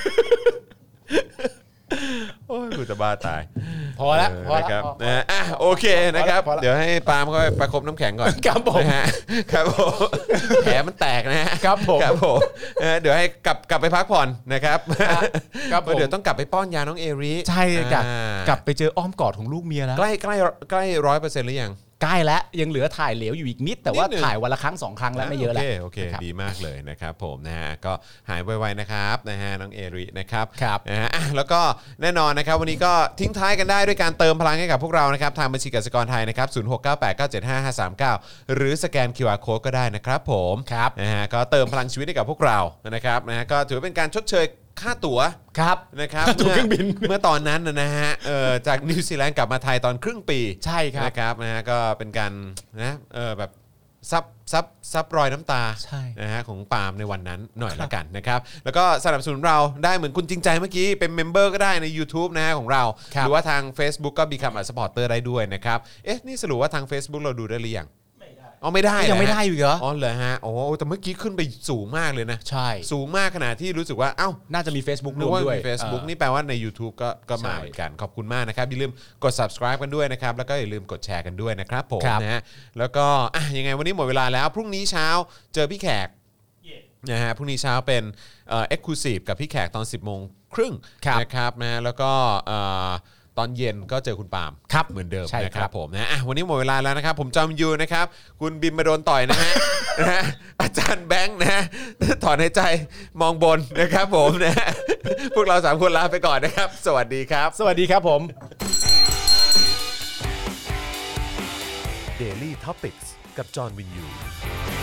โอ้ยกูจะบ้าตายพอแล้วพอนะแล้วครับพอนะฮะอ่ะโอเคนะครับพอแล้วเดี๋ยวให้ปาล์มเขาไปประคบน้ำแข็งก่อนครับผมนะฮะครับผมแผลมันแตกนะฮะครับผมครับผมเออเดี๋ยวให้กลับกลับไปพักผ่อนนะครับครับผมเดี๋ยวต้องกลับไปป้อนยาน้องเอริใช่กลับอ่ากลับไปเจออ้อมกอดของลูกเมียแล้วใกล้ใกล้ใกล้ร้อยเปอร์เซ็นต์หรือยังใกล้แล้วยังเหลือถ่ายเหลวอยู่อีกนิดแต่ว่านิดหนึ่งถ่ายวันละครั้งสองครั้งแล้วไม่เยอะแล้วโอเคโอเคนะครับดีมากเลยนะครับผมนะฮะก็หายไวๆนะครับนะฮะน้องเอรินะครับครับนะฮะอ่ะแล้วก็แน่นอนนะครับวันนี้ก็ทิ้งท้ายกันได้ด้วยการเติมพลังให้กับพวกเรานะครับทางบัญชีกสิกรไทยนะครับศูนย์ หก เก้า แปด เก้า เจ็ด ห้า ห้า สาม เก้าหรือสแกน คิว อาร์ Code ก็ได้นะครับผมครับนะฮะก็เติมพลังชีวิตให้กับพวกเรานะครับนะฮะก็ถือเป็นการชดเชยค่าตั๋วครับนะครับตั๋วเครื่องบินเมื่อตอนนั้นนะฮะเอ่อจากนิวซีแลนด์กลับมาไทยตอนครึ่งปีใช่ครับนะครับนะฮะก็เป็นการนะเออแบบซับซับซับรอยน้ำตาใช่นะฮะของปาล์มในวันนั้นหน่อยละกันนะครับแล้วก็สนับสนุนเราได้เหมือนคุณจริงใจเมื่อกี้เป็นเมมเบอร์ก็ได้ใน YouTube นะฮะของเราครับหรือว่าทาง Facebook ก็ Become a supporter ได้ด้วยนะครับเอ๊ะนี่สรุปว่าทาง Facebook เราดูได้หรือยังไม่ได้อ๋อไม่ได้ยังไม่เหรอฮะได้อยู่เหรออ๋อเหรอฮะโอ้แต่เมื่อกี้ขึ้นไปสูงมากเลยนะใช่สูงมากขนาดที่รู้สึกว่าเอ้าน่าจะมี Facebook นึรกวมว่าด้วยมี Facebook อ่านี่แปลว่าใน YouTube ก็ก็มาใช่เหมือนกันขอบคุณมากนะครับอย่าลืมกด subscribe กันด้วยนะครับแล้วก็อย่าลืมกดแชร์กันด้วยนะครับผมครับนะฮะแล้วก็อ่ะยังไงวันนี้หมดเวลาแล้วพรุ่งนี้เช้าเจอพี่แขกเย่นะฮะพรุ่งนี้เช้าเป็นเอ่อ exclusive กับพี่แขกตอน สิบโมงครึ่งครับนะครับนะแล้วก็เอ่อตอนเย็นก็เจอคุณปาล์มครับเหมือนเดิมใช่นะคครัรับบ ผมนะอ่ะวันนี้หมดเวลาแล้วนะครับผมจอมยูนะครับคุณบิมมาโดนต่อยนะฮะ นะฮะอาจารย์แบงค์นะฮะถอนหายใจมองบนนะครับผมนะฮะพวกเราสามคนลาไปก่อนนะครับ สวัสดีครับสวัสดีครับผม Daily Topics กับจอห์นวินยู